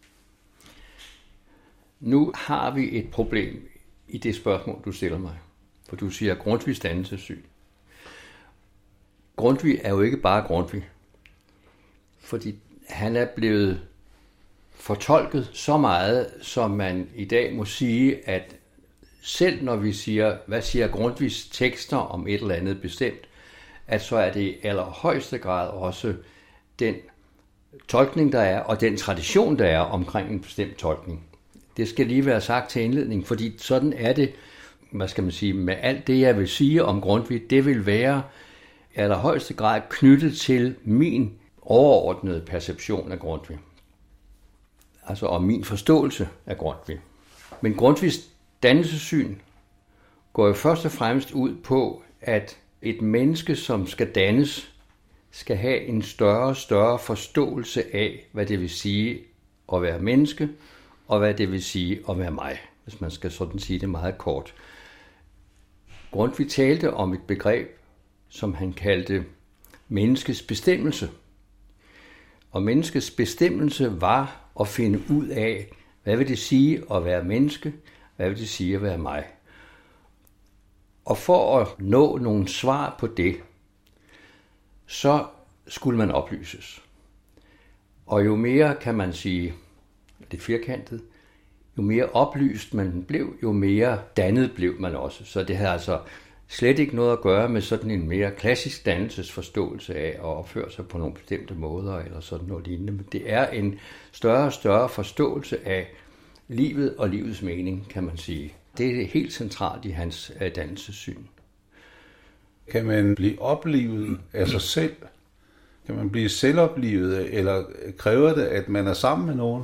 Nu har vi et problem i det spørgsmål, du stiller mig. For du siger Grundtvigs dannelsessyn. Grundtvig er jo ikke bare Grundtvig. Fordi han er blevet fortolket så meget, som man i dag må sige, at selv når vi siger, hvad siger Grundtvigs tekster om et eller andet bestemt, at så er det i allerhøjeste grad også den tolkning, der er, og den tradition, der er omkring en bestemt tolkning. Det skal lige være sagt til indledning, fordi sådan er det, hvad skal man sige, med alt det, jeg vil sige om Grundtvig, det vil være i allerhøjeste grad knyttet til min overordnede perception af Grundtvig. Altså om min forståelse af Grundtvig. Men Grundtvigs dannelsessyn går jo først og fremmest ud på, at et menneske, som skal dannes, skal have en større og større forståelse af, hvad det vil sige at være menneske, og hvad det vil sige at være mig, hvis man skal sådan sige det meget kort. Grundtvig talte om et begreb, som han kaldte menneskets bestemmelse. Og menneskets bestemmelse var at finde ud af, hvad vil det sige at være menneske, hvad vil det sige at være mig. Og for at nå nogle svar på det, så skulle man oplyses. Og jo mere, kan man sige, lidt firkantet, jo mere oplyst man blev, jo mere dannet blev man også. Så det havde altså slet ikke noget at gøre med sådan en mere klassisk dannelsesforståelse af at opføre sig på nogle bestemte måder eller sådan noget lignende. Men det er en større og større forståelse af livet og livets mening, kan man sige. Det er helt centralt i hans dannelsessyn. Kan man blive oplivet af sig selv? Kan man blive selvoplivet, eller kræver det, at man er sammen med nogen?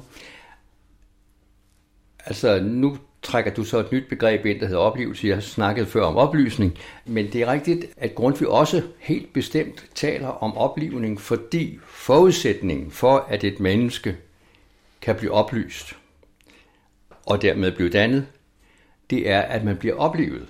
Altså, nu trækker du så et nyt begreb ind, der hedder oplevelse. Jeg har snakket før om oplysning, men det er rigtigt, at Grundtvig også helt bestemt taler om oplivning, fordi forudsætningen for, at et menneske kan blive oplyst og dermed blive dannet, det er, at man bliver oplevet.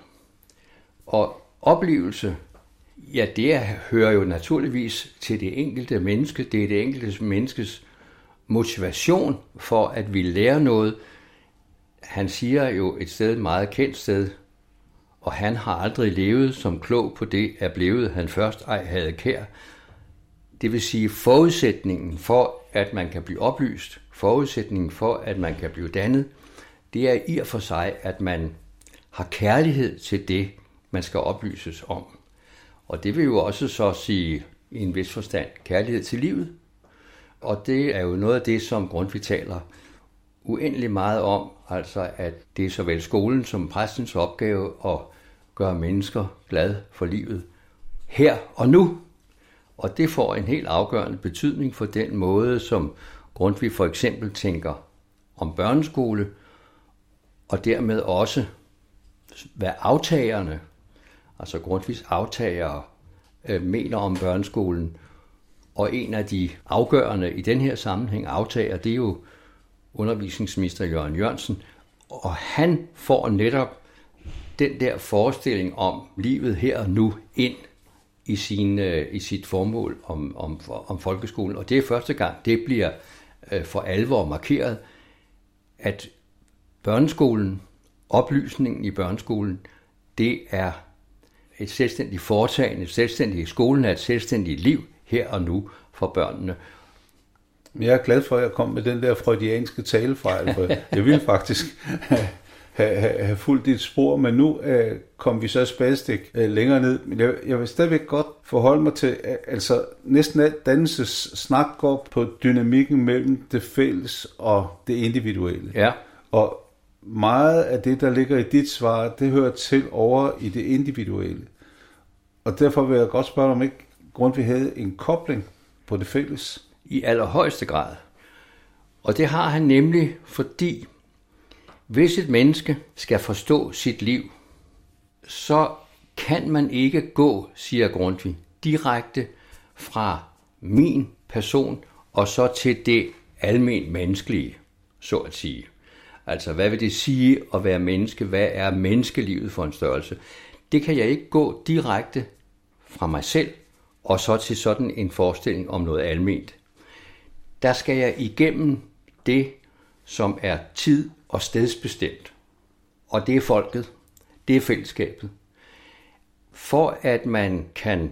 Og oplevelse, ja, det hører jo naturligvis til det enkelte menneske. Det er det enkelte menneskes motivation for at ville lære noget. Han siger jo et sted, et meget kendt sted, og han har aldrig levet som klog på det, er blevet han først ej havde kær. Det vil sige forudsætningen for, at man kan blive oplyst, forudsætningen for, at man kan blive dannet, det er i og for sig, at man har kærlighed til det, man skal oplyses om. Og det vil jo også så sige i en vis forstand kærlighed til livet. Og det er jo noget af det, som Grundtvig taler uendelig meget om, altså at det er såvel skolen som præstens opgave at gøre mennesker glade for livet her og nu. Og det får en helt afgørende betydning for den måde, som Grundtvig for eksempel tænker om børneskole, og dermed også, hvad aftagerne, altså Grundtvigs aftagere, mener om børneskolen. Og en af de afgørende i den her sammenhæng aftager, det er jo undervisningsminister Jørgen Jørgensen, og han får netop den der forestilling om livet her og nu ind i sit formål om folkeskolen. Og det er første gang, det bliver for alvor markeret, at børneskolen, oplysningen i børneskolen, det er et selvstændigt foretagende, skolen er et selvstændigt liv her og nu for børnene. Jeg er glad for, at jeg kom med den der freudianske talefejl, for jeg ville faktisk have fulgt dit spor, men nu kom vi så et spadestik længere ned. Men jeg vil stadigvæk godt forholde mig til, altså næsten alt dannelsessnak går på dynamikken mellem det fælles og det individuelle. Ja. Og meget af det, der ligger i dit svar, det hører til over i det individuelle. Og derfor vil jeg godt spørge om ikke Grundtvig havde en kobling på det fælles. I allerhøjeste grad. Og det har han nemlig, fordi hvis et menneske skal forstå sit liv, så kan man ikke gå, siger Grundtvig, direkte fra min person og så til det almen menneskelige, så at sige. Altså, hvad vil det sige at være menneske? Hvad er menneskelivet for en størrelse? Det kan jeg ikke gå direkte fra mig selv og så til sådan en forestilling om noget alment. Der skal jeg igennem det, som er tid- og stedsbestemt. Og det er folket. Det er fællesskabet. For at man kan,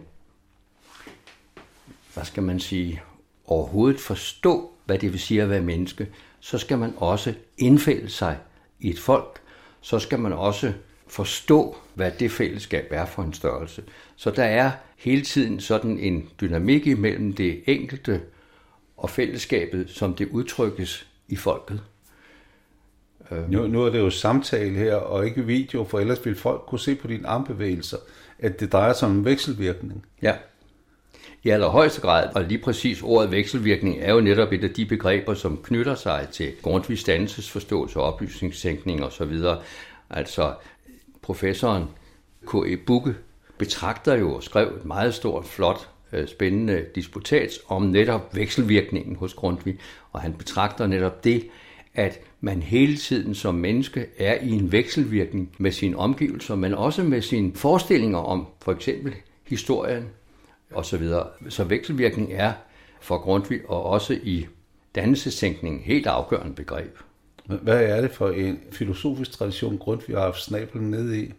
overhovedet forstå, hvad det vil sige at være menneske, så skal man også indfælde sig i et folk. Så skal man også forstå, hvad det fællesskab er for en størrelse. Så der er hele tiden sådan en dynamik imellem det enkelte og fællesskabet, som det udtrykkes i folket. Nu er det jo samtale her, og ikke video, for ellers vil folk kunne se på dine armbevægelser, at det drejer sig om en vekselvirkning. Ja, i allerhøjeste grad, og lige præcis ordet vekselvirkning er jo netop et af de begreber, som knytter sig til Grundtvigs dannelsesforståelse og oplysningstænkning osv. Altså, professoren K.E. Bugge betragter jo og skrev et meget stort, flot, spændende disputats om netop vekselvirkningen hos Grundtvig, og han betragter netop det, at man hele tiden som menneske er i en vekselvirkning med sine omgivelser, men også med sine forestillinger om for eksempel historien osv. Så vekselvirkning er for Grundtvig og også i dannelsestænkningen helt afgørende begreb. Hvad er det for en filosofisk tradition, Grundtvig har haft snablen ned i?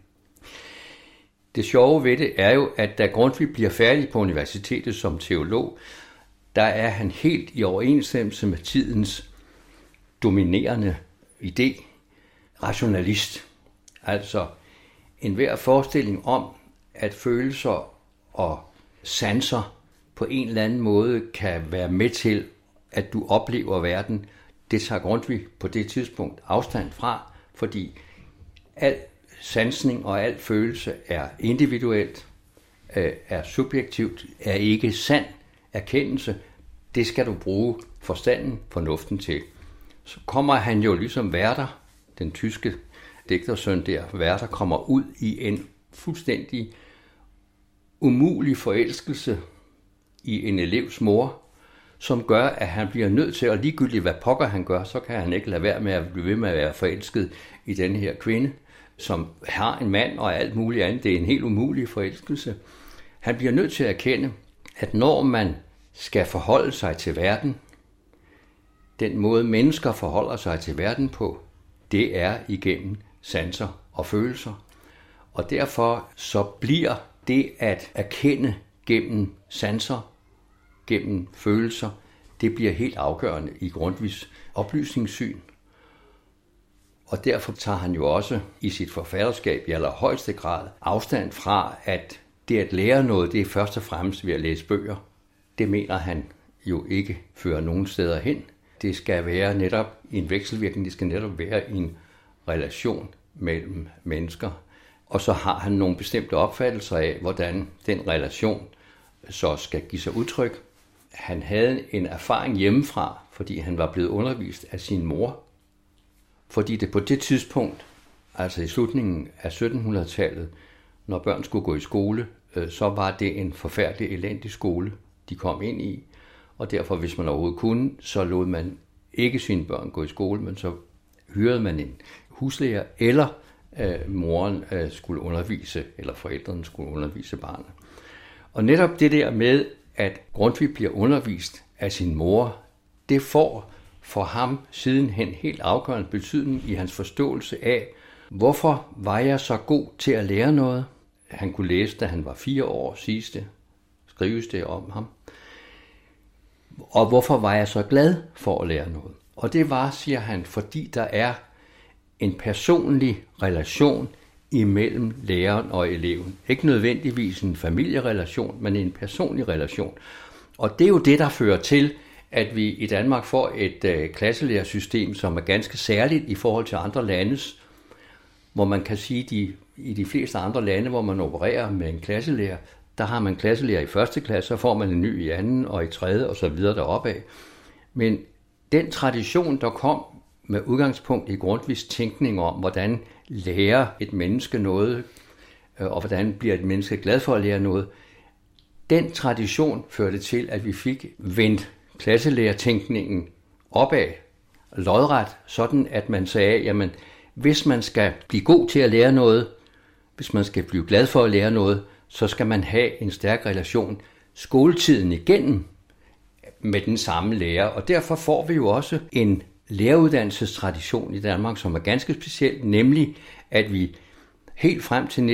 Det sjove ved det er jo, at da Grundtvig bliver færdig på universitetet som teolog, der er han helt i overensstemmelse med tidens dominerende idé, rationalist. Altså enhver forestilling om, at følelser og sanser på en eller anden måde kan være med til, at du oplever verden, det tager Grundtvig på det tidspunkt afstand fra, fordi al sansning og al følelse er individuelt, er subjektivt, er ikke sand erkendelse. Det skal du bruge forstanden, fornuften til. Så kommer han jo ligesom Werther, den tyske digtersøn der, Werther kommer ud i en fuldstændig umulig forelskelse i en elevs mor, som gør, at han bliver nødt til, og ligegyldigt hvad pokker han gør, så kan han ikke lade være med at blive ved med at være forelsket i den her kvinde, som har en mand og alt muligt andet. Det er en helt umulig forelskelse. Han bliver nødt til at erkende, at når man skal forholde sig til verden, den måde mennesker forholder sig til verden på, det er igennem sanser og følelser. Og derfor så bliver det at erkende gennem sanser, gennem følelser, det bliver helt afgørende i Grundtvigs oplysningssyn. Og derfor tager han jo også i sit forfatterskab i allerhøjeste grad afstand fra, at det at lære noget, det er først og fremmest ved at læse bøger. Det mener han jo ikke fører nogen steder hen. Det skal være netop i en vekselvirkning, det skal netop være i en relation mellem mennesker. Og så har han nogle bestemte opfattelser af, hvordan den relation så skal give sig udtryk. Han havde en erfaring hjemmefra, fordi han var blevet undervist af sin mor. Fordi det på det tidspunkt, altså i slutningen af 1700-tallet, når børn skulle gå i skole, så var det en forfærdelig elendig skole, de kom ind i. Og derfor, hvis man overhovedet kunne, så lod man ikke sine børn gå i skole, men så hyrede man en huslærer, eller moren skulle undervise, eller forældrene skulle undervise barnet. Og netop det der med, at Grundtvig bliver undervist af sin mor, det får for ham sidenhen helt afgørende betydning i hans forståelse af, hvorfor var jeg så god til at lære noget. Han kunne læse, da han var 4 år, siges det, skrives det om ham. Og hvorfor var jeg så glad for at lære noget? Og det var, siger han, fordi der er en personlig relation imellem læreren og eleven. Ikke nødvendigvis en familierelation, men en personlig relation. Og det er jo det, der fører til, at vi i Danmark får et klasselærersystem, som er ganske særligt i forhold til andre landes, hvor man kan sige, at i de fleste andre lande, hvor man opererer med en klasselærer, der har man klasselærer i 1. klasse, så får man en ny i 2. og i 3. og så videre deroppe af. Men den tradition, der kom med udgangspunkt i Grundtvigs tænkning om, hvordan lærer et menneske noget, og hvordan bliver et menneske glad for at lære noget, den tradition førte til, at vi fik vendt klasselærertænkningen opad, lodret, sådan at man sagde, jamen, hvis man skal blive god til at lære noget, hvis man skal blive glad for at lære noget, så skal man have en stærk relation skoletiden igennem med den samme lærer. Og derfor får vi jo også en læreruddannelsestradition i Danmark, som er ganske speciel, nemlig at vi helt frem til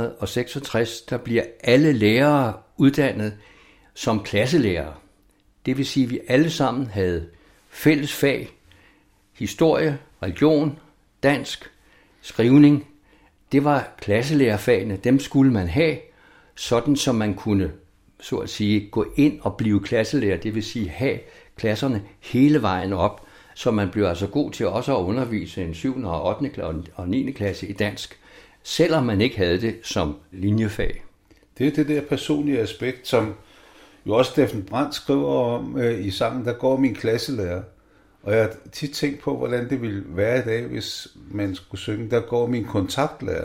1966, der bliver alle lærere uddannet som klasselærere. Det vil sige, at vi alle sammen havde fælles fag, historie, religion, dansk, skrivning. Det var klasselærerfagene, dem skulle man have, sådan som man kunne, så at sige, gå ind og blive klasselærer, det vil sige have klasserne hele vejen op, så man blev altså god til også at undervise en 7. og 8. og 9. klasse i dansk, selvom man ikke havde det som linjefag. Det er det der personlige aspekt, som jo også Steffen Brandt skriver om i sangen, Der går min klasselærer. Og jeg har tit tænkt på, hvordan det ville være i dag, hvis man skulle synge, Der går min kontaktlærer.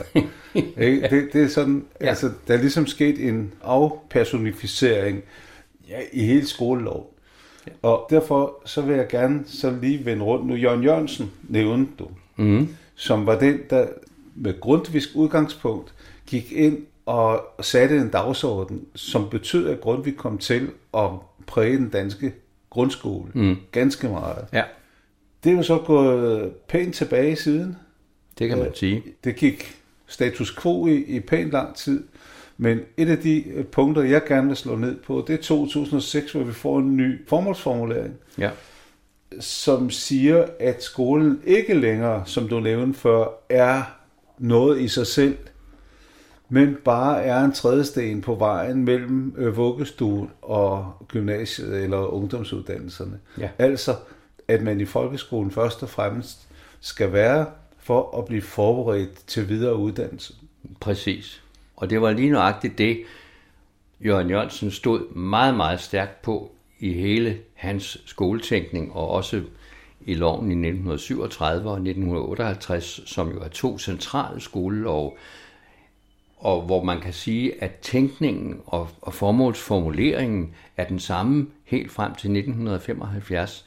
det er sådan, ja. Altså, der er ligesom sket en afpersonificering i hele skoleloven. Ja. Og derfor så vil jeg gerne så lige vende rundt. Nu Jørgen Jørgensen nævnte du, som var den, der med Grundtvigs udgangspunkt gik ind og satte en dagsorden, som betød, at Grundtvig kom til at præge den danske grundskole ganske meget. Ja. Det er jo så gået pænt tilbage siden. Det kan man sige. Det gik status quo i pænt lang tid. Men et af de punkter, jeg gerne vil slå ned på, det er 2006, hvor vi får en ny formålsformulering, som siger, at skolen ikke længere, som du nævnte før, er noget i sig selv, men bare er en trædesten på vejen mellem vuggestuen og gymnasiet eller ungdomsuddannelserne. Ja. Altså, at man i folkeskolen først og fremmest skal være for at blive forberedt til videre uddannelse. Præcis. Og det var lige nøjagtigt det, Jørgen Jørgensen stod meget, meget stærkt på i hele hans skoletænkning, og også i loven i 1937 og 1958, som jo er 2 centrale skolelov, og hvor man kan sige, at tænkningen og formålsformuleringen er den samme helt frem til 1975,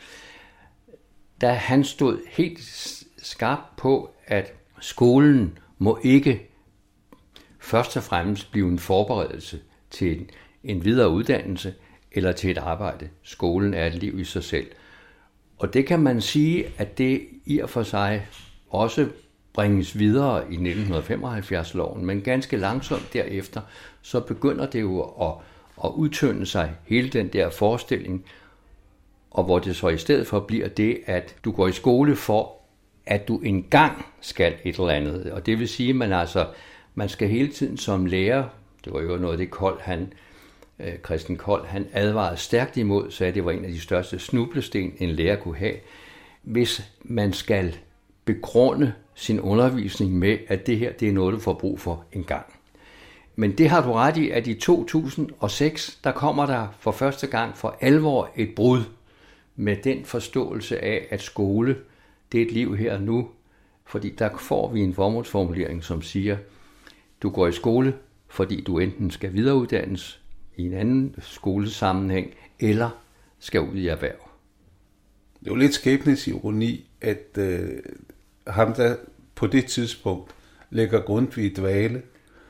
da han stod helt skarpt på, at skolen må ikke først og fremmest blive en forberedelse til en videre uddannelse eller til et arbejde. Skolen er et liv i sig selv. Og det kan man sige, at det i og for sig også bringes videre i 1975-loven, men ganske langsomt derefter, så begynder det jo at udtynde sig, hele den der forestilling, og hvor det så i stedet for bliver det, at du går i skole for, at du engang skal et eller andet. Og det vil sige, at man skal hele tiden som lærer, det var jo noget det Christen Kold, han advarede stærkt imod, så det var en af de største snublesten, en lærer kunne have, hvis man skal begrunde sin undervisning med, at det her, det er noget, du får brug for en gang. Men det har du ret i, at i 2006, der kommer der for første gang for alvor et brud med den forståelse af, at skole, det er et liv her og nu, fordi der får vi en formålsformulering, som siger, du går i skole, fordi du enten skal videreuddannes i en anden skolesammenhæng, eller skal ud i erhverv. Det er jo lidt skæbnens ironi, at ham, der på det tidspunkt lægger Grundtvig i dvale,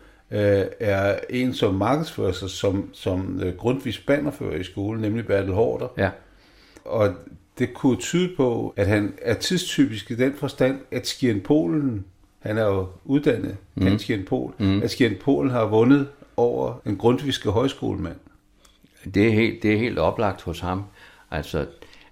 er en, som markedsfører sig som Grundtvigs bannerfører i skolen, nemlig Bertel Haarder. Ja. Og det kunne tyde på, at han er tidstypisk i den forstand, at Skjern-Polen, han er jo uddannet dansk Skjern-Pol, at Skjern-Polen har vundet over en grundtvigske højskolemand. Det er helt oplagt hos ham. Altså,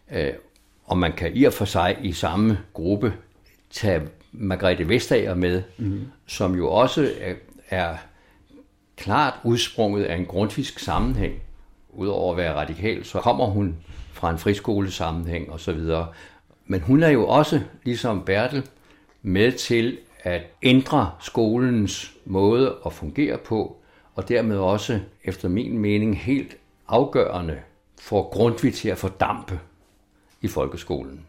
og man kan i og for sig i samme gruppe tage Margrethe Vestager med, som jo også er klart udsprunget af en grundtvigsk sammenhæng. Udover at være radikal, så kommer hun fra en friskolesammenhæng og så videre. Men hun er jo også, ligesom Bertel, med til at ændre skolens måde at fungere på, og dermed også, efter min mening, helt afgørende for Grundtvig til at fordampe i folkeskolen.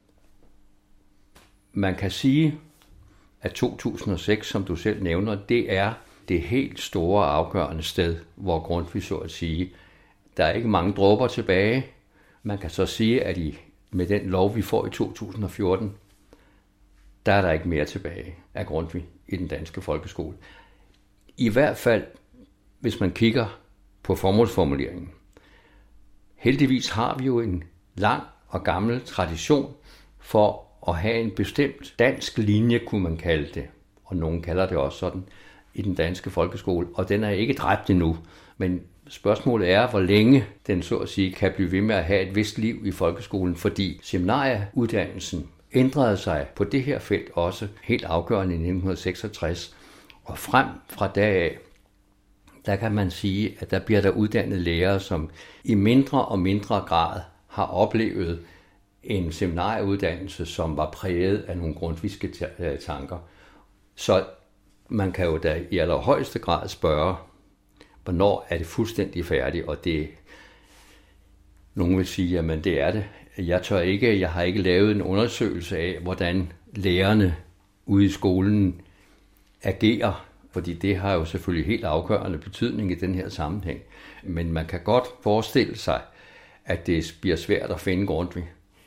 Man kan sige, at 2006, som du selv nævner, det er det helt store afgørende sted, hvor Grundtvig, så at sige, der er ikke mange dråber tilbage. Man kan så sige, at med den lov, vi får i 2014, der er der ikke mere tilbage af Grundtvig i den danske folkeskole. I hvert fald, hvis man kigger på formålsformuleringen. Heldigvis har vi jo en lang og gammel tradition for at have en bestemt dansk linje, kunne man kalde det, og nogen kalder det også sådan, i den danske folkeskole, og den er ikke dræbt endnu. Men spørgsmålet er, hvor længe den så at sige kan blive ved med at have et vist liv i folkeskolen, fordi seminarieuddannelsen ændrede sig på det her felt også helt afgørende i 1966, og frem fra dag der kan man sige, at der bliver der uddannet lærere, som i mindre og mindre grad har oplevet en seminarieuddannelse, som var præget af nogle grundtvigske tanker. Så man kan jo da i allerhøjeste grad spørge, hvornår er det fuldstændig færdigt, og det nogen vil sige, jamen det er det. Jeg har ikke lavet en undersøgelse af, hvordan lærerne ude i skolen agerer, fordi det har jo selvfølgelig helt afgørende betydning i den her sammenhæng. Men man kan godt forestille sig, at det bliver svært at finde Grundtvig.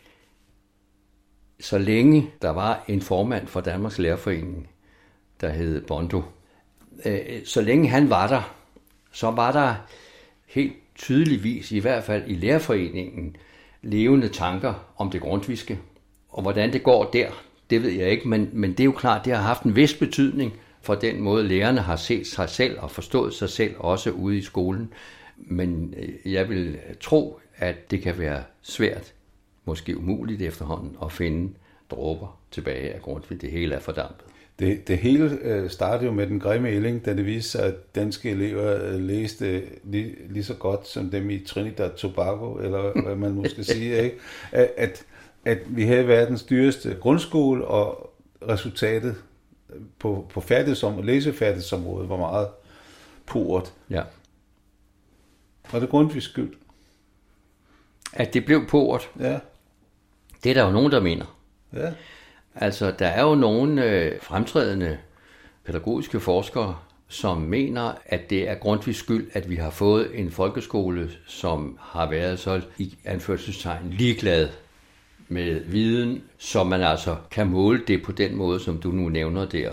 Så længe der var en formand for Danmarks Lærerforening, der hed Bondo, så længe han var der, så var der helt tydeligvis, i hvert fald i lærerforeningen, levende tanker om det grundtvigske. Og hvordan det går der, det ved jeg ikke, men det er jo klart, det har haft en vis betydning for den måde, lærerne har set sig selv og forstået sig selv, også ude i skolen. Men jeg vil tro, at det kan være svært, måske umuligt efterhånden, at finde dråber tilbage af Grundtvig. Det hele er fordampet. Det hele startede jo med den grimme ælling, da det viste sig, at danske elever læste lige så godt som dem i Trinidad Tobago, eller hvad man måske sige, ikke? At vi havde verdens dyreste grundskole, og resultatet på læsefærdighedsområdet var meget purt. Ja. Var det Grundtvigs skyld? At det blev purt? Ja. Det er der jo nogen, der mener. Ja. Altså, der er jo nogle fremtrædende pædagogiske forskere, som mener, at det er Grundtvigs skyld, at vi har fået en folkeskole, som har været så i anførselstegn ligeglad med viden, så man altså kan måle det på den måde, som du nu nævner der.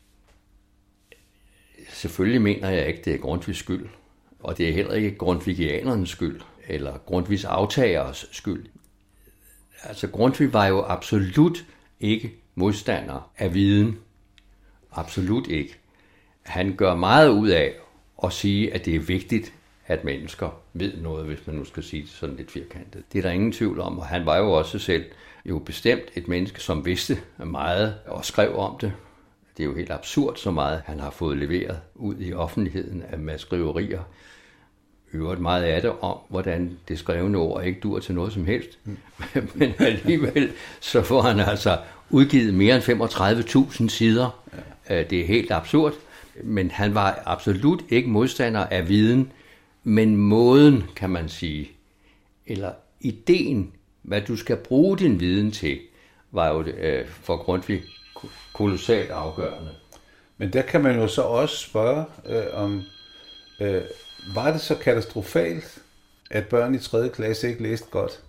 Selvfølgelig mener jeg ikke, det er Grundtvigs skyld, og det er heller ikke grundtvigianernes skyld, eller Grundtvigs aftageres skyld. Altså, Grundtvig var jo absolut ikke modstander af viden. Absolut ikke. Han gør meget ud af at sige, at det er vigtigt, at mennesker ved noget, hvis man nu skal sige det sådan lidt firkantet. Det er der ingen tvivl om, og han var jo også selv jo bestemt et menneske, som vidste meget og skrev om det. Det er jo helt absurd så meget, han har fået leveret ud i offentligheden af skriverier. Øvrigt meget af det om, hvordan det skrevne ord ikke dur til noget som helst. Men alligevel så får han altså udgivet mere end 35.000 sider. Det er helt absurd. Men han var absolut ikke modstander af viden, men måden, kan man sige, eller ideen, hvad du skal bruge din viden til, var jo for Grundtvig kolossalt afgørende. Men der kan man jo så også spørge om... Var det så katastrofalt, at børn i 3. klasse ikke læste godt?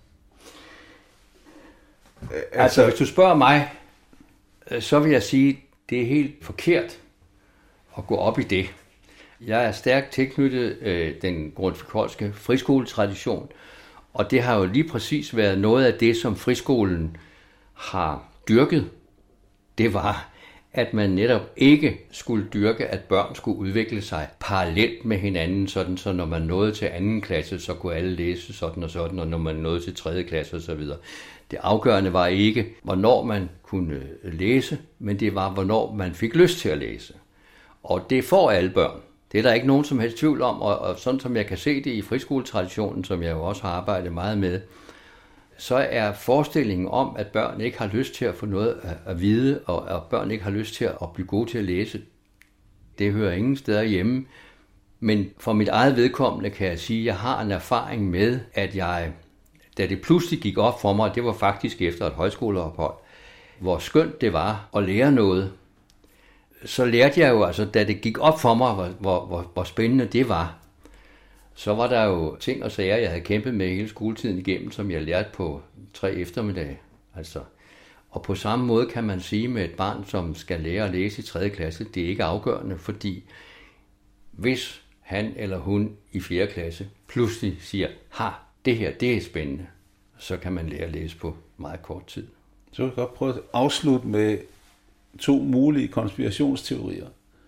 Altså, hvis du spørger mig, så vil jeg sige, at det er helt forkert at gå op i det. Jeg er stærkt tilknyttet den grundtvigske friskoletradition, og det har jo lige præcis været noget af det, som friskolen har dyrket. Det var, at man netop ikke skulle dyrke, at børn skulle udvikle sig parallelt med hinanden, sådan så når man nåede til 2. klasse, så kunne alle læse sådan, og når man nåede til 3. klasse osv. Det afgørende var ikke, hvornår man kunne læse, men det var, hvornår man fik lyst til at læse. Og det får alle børn. Det er der ikke nogen som helst tvivl om, og sådan som jeg kan se det i friskoletraditionen, som jeg jo også har arbejdet meget med, så er forestillingen om, at børn ikke har lyst til at få noget at vide, og at børn ikke har lyst til at blive gode til at læse, det hører ingen steder hjemme. Men for mit eget vedkommende kan jeg sige, at jeg har en erfaring med, at da det pludselig gik op for mig, det var faktisk efter et højskoleophold, hvor skønt det var at lære noget, så lærte jeg jo, altså da det gik op for mig, hvor spændende det var, så var der jo ting og sager, jeg havde kæmpet med hele skoletiden igennem, som jeg lærte på 3 eftermiddage. Altså. Og på samme måde kan man sige med et barn, som skal lære at læse i 3. klasse, det er ikke afgørende, fordi hvis han eller hun i 4. klasse pludselig siger, det her, det er spændende, så kan man lære at læse på meget kort tid. Så vil jeg godt prøve at afslutte med 2 mulige konspirationsteorier.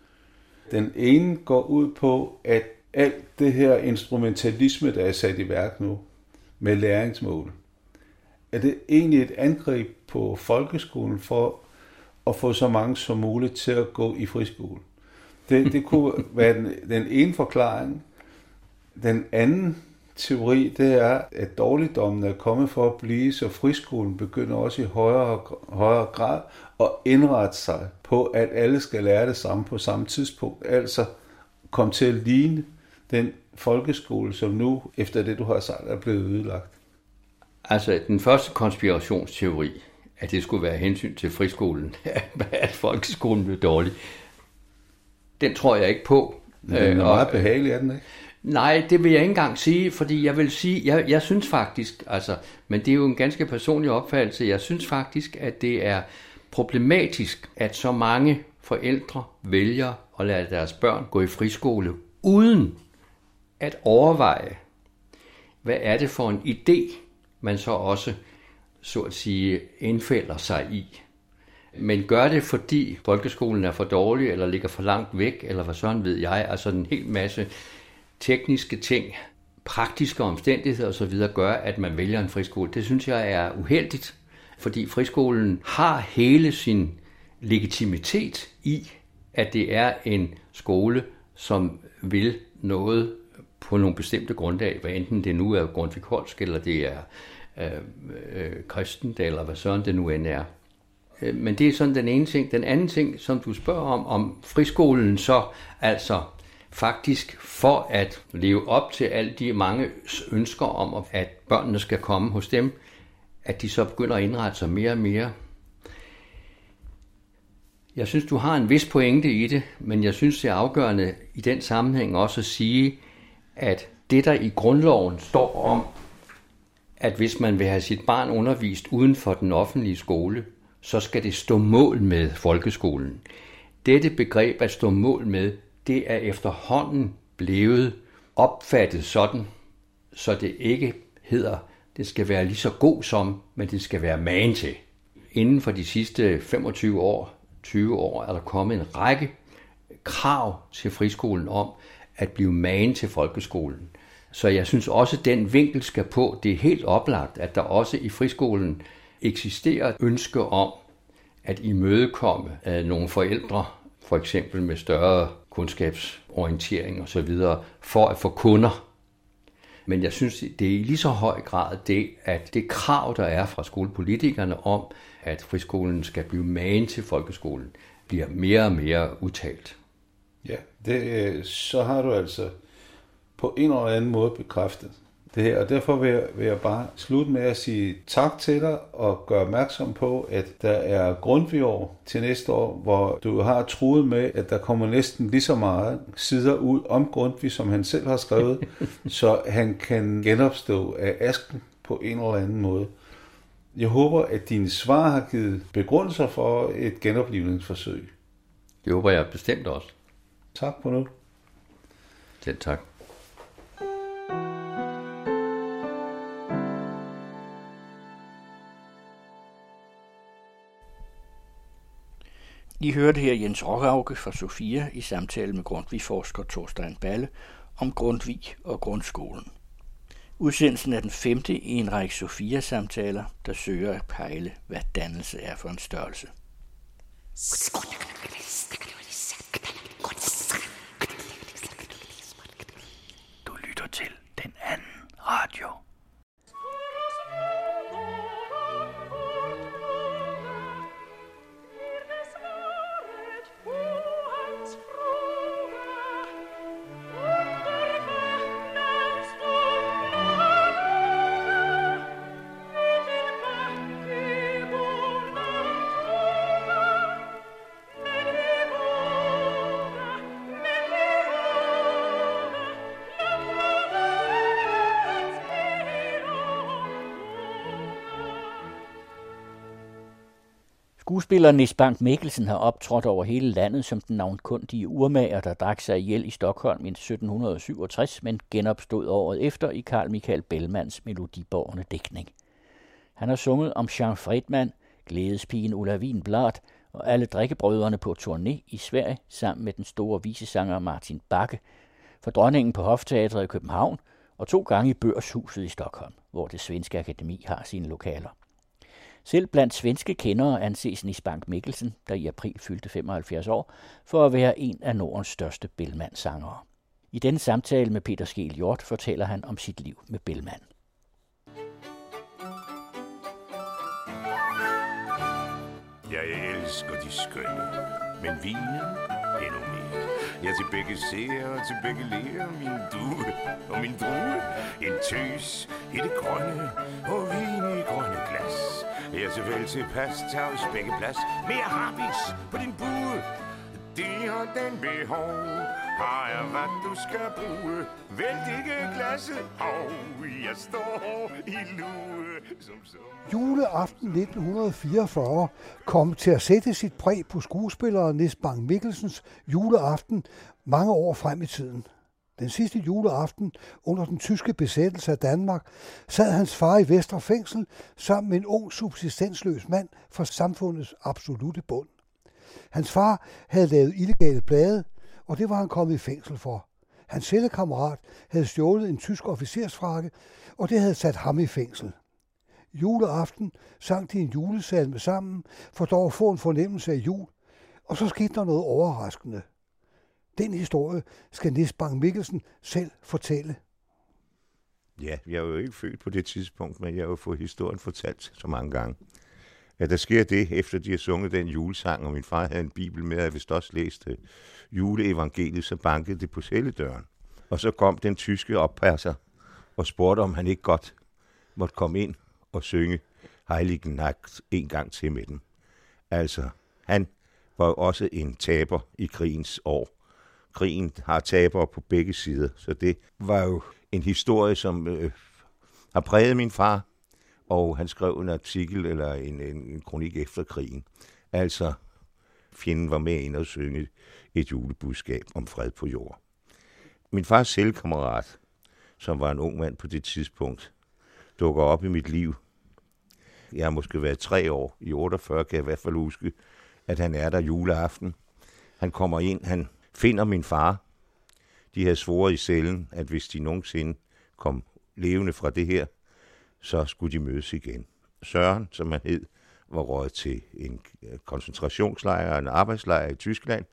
Den ene går ud på, at alt det her instrumentalisme, der er sat i værk nu, med læringsmål, er det egentlig et angreb på folkeskolen for at få så mange som muligt til at gå i friskole? Det kunne være den ene forklaring. Den anden teori, det er, at dårligdommen er kommet for at blive, så friskolen begynder også i højere grad at indrette sig på, at alle skal lære det samme på samme tidspunkt. Altså komme til at ligne den folkeskole, som nu, efter det du har sagt, er blevet ødelagt. Altså, den første konspirationsteori, at det skulle være hensyn til friskolen, at folkeskolen blev dårlig, den tror jeg ikke på. Men den er meget behagelig, er den ikke? Nej, det vil jeg ikke engang sige, fordi jeg vil sige, jeg synes faktisk, altså, men det er jo en ganske personlig opfattelse, jeg synes faktisk, at det er problematisk, at så mange forældre vælger at lade deres børn gå i friskole, uden at overveje, hvad er det for en idé, man så også, så at sige, indfælder sig i. Men gør det, fordi folkeskolen er for dårlig, eller ligger for langt væk, eller hvad sådan ved jeg, altså en hel masse tekniske ting, praktiske omstændigheder osv. gør, at man vælger en friskole. Det synes jeg er uheldigt, fordi friskolen har hele sin legitimitet i, at det er en skole, som vil noget på nogle bestemte grundlag, hvad enten det nu er grundtvigholsk, eller det er kristent, eller hvad sådan det nu end er. Men det er sådan den ene ting. Den anden ting, som du spørger om friskolen så altså faktisk for at leve op til alle de mange ønsker om, at børnene skal komme hos dem, at de så begynder at indrette sig mere og mere. Jeg synes, du har en vis pointe i det, men jeg synes, det er afgørende i den sammenhæng også at sige, at det, der i grundloven står om, at hvis man vil have sit barn undervist uden for den offentlige skole, så skal det stå mål med folkeskolen. Dette begreb at stå mål med, det er efterhånden blevet opfattet sådan, så det ikke hedder, det skal være lige så god som, men det skal være magen til. Inden for de sidste 25 år, 20 år, er der kommet en række krav til friskolen om at blive magen til folkeskolen. Så jeg synes også, at den vinkel skal på. Det er helt oplagt, at der også i friskolen eksisterer et ønske om at imødekomme nogle forældre, for eksempel med større kundskabsorientering osv., for at få kunder. Men jeg synes, det er i lige så høj grad det, at det krav, der er fra skolepolitikerne om, at friskolen skal blive magen til folkeskolen, bliver mere og mere udtalt. Ja, så har du altså på en eller anden måde bekræftet det her, og derfor vil jeg bare slutte med at sige tak til dig og gøre opmærksom på, at der er Grundtvig-år til næste år, hvor du har truet med, at der kommer næsten lige så meget sider ud om Grundtvig, som han selv har skrevet, så han kan genopstå af asken på en eller anden måde. Jeg håber, at dine svar har givet begrundelser for et genoplivningsforsøg. Det håber jeg bestemt også. Tak på nu. Selv tak. I hørte her Jens Rockauke fra Sofia i samtale med Grundtvig-forsker Thorstein Balle om Grundtvig og grundskolen. Udsendelsen er den 5. i en række Sofia-samtaler, der søger at pejle, hvad dannelse er for en størrelse. Du lytter til den anden radio. Skuespilleren Nis Bank Mikkelsen har optrådt over hele landet som den navnkundige urmager, der drak sig ihjel i Stockholm i 1767, men genopstod året efter i Carl Michael Bellmans melodibårne digtning. Han har sunget om Jean Fredman, glædespigen Ulla Wienblad og alle drikkebrødrene på turné i Sverige sammen med den store visesanger Martin Bakke, for dronningen på Hofteatret i København og 2 gange i Børshuset i Stockholm, hvor det svenske akademi har sine lokaler. Selv blandt svenske kendere anses Nis Bank Mikkelsen, der i april fyldte 75 år, for at være en af Nordens største Bellman-sangere. I denne samtale med Peter Skeel Hjort fortæller han om sit liv med Bellman. Jeg elsker de skønne, men vinen endnu mere. Jeg til begge ser og til begge ler, min due og min drue. En tøs i det grønne og vin i grønne glas. Jeg til vel tilpas, tag os begge plads. Mere harpiks på din bue. Det har den behov. Har jeg hvad du skal bruge? Vælt ikke glasset. Hov, jeg står i lue. Juleaften 1944 kom til at sætte sit præg på skuespilleren Nis Bank Mikkelsens juleaften mange år frem i tiden. Den sidste juleaften under den tyske besættelse af Danmark sad hans far i Vestre Fængsel sammen med en ung subsistensløs mand fra samfundets absolute bund. Hans far havde lavet illegale blade, og det var han kommet i fængsel for. Hans cellekammerat havde stjålet en tysk officersfrakke, og det havde sat ham i fængsel. Juleaften sang de en julesalme sammen, for dog at få en fornemmelse af jul, og så skete der noget overraskende. Den historie skal Nis Bank Mikkelsen selv fortælle. Ja, jeg er jo ikke født på det tidspunkt, men jeg har jo fået historien fortalt så mange gange. At der sker det, efter de har sunget den julesang, og min far havde en bibel med, og jeg vist også læste juleevangeliet, så bankede det på celledøren. Og så kom den tyske oppasser og spurgte, om han ikke godt måtte komme ind og synge Heiligen Nacht en gang til med dem. Altså, han var jo også en taber i krigens år. Krigen har tabere på begge sider, så det var jo en historie, som har præget min far, og han skrev en artikel eller en kronik efter krigen. Altså, fjenden var med ind og synge et julebudskab om fred på jord. Min fars cellekammerat, som var en ung mand på det tidspunkt, dukker op i mit liv. Jeg har måske været 3 år. I 48 kan jeg i hvert fald huske, at han er der juleaften. Han kommer ind, han finder min far. De havde svoret i cellen, at hvis de nogensinde kom levende fra det her, så skulle de mødes igen. Søren, som han hed, var røget til en koncentrationslejr, en arbejdslejr i Tyskland,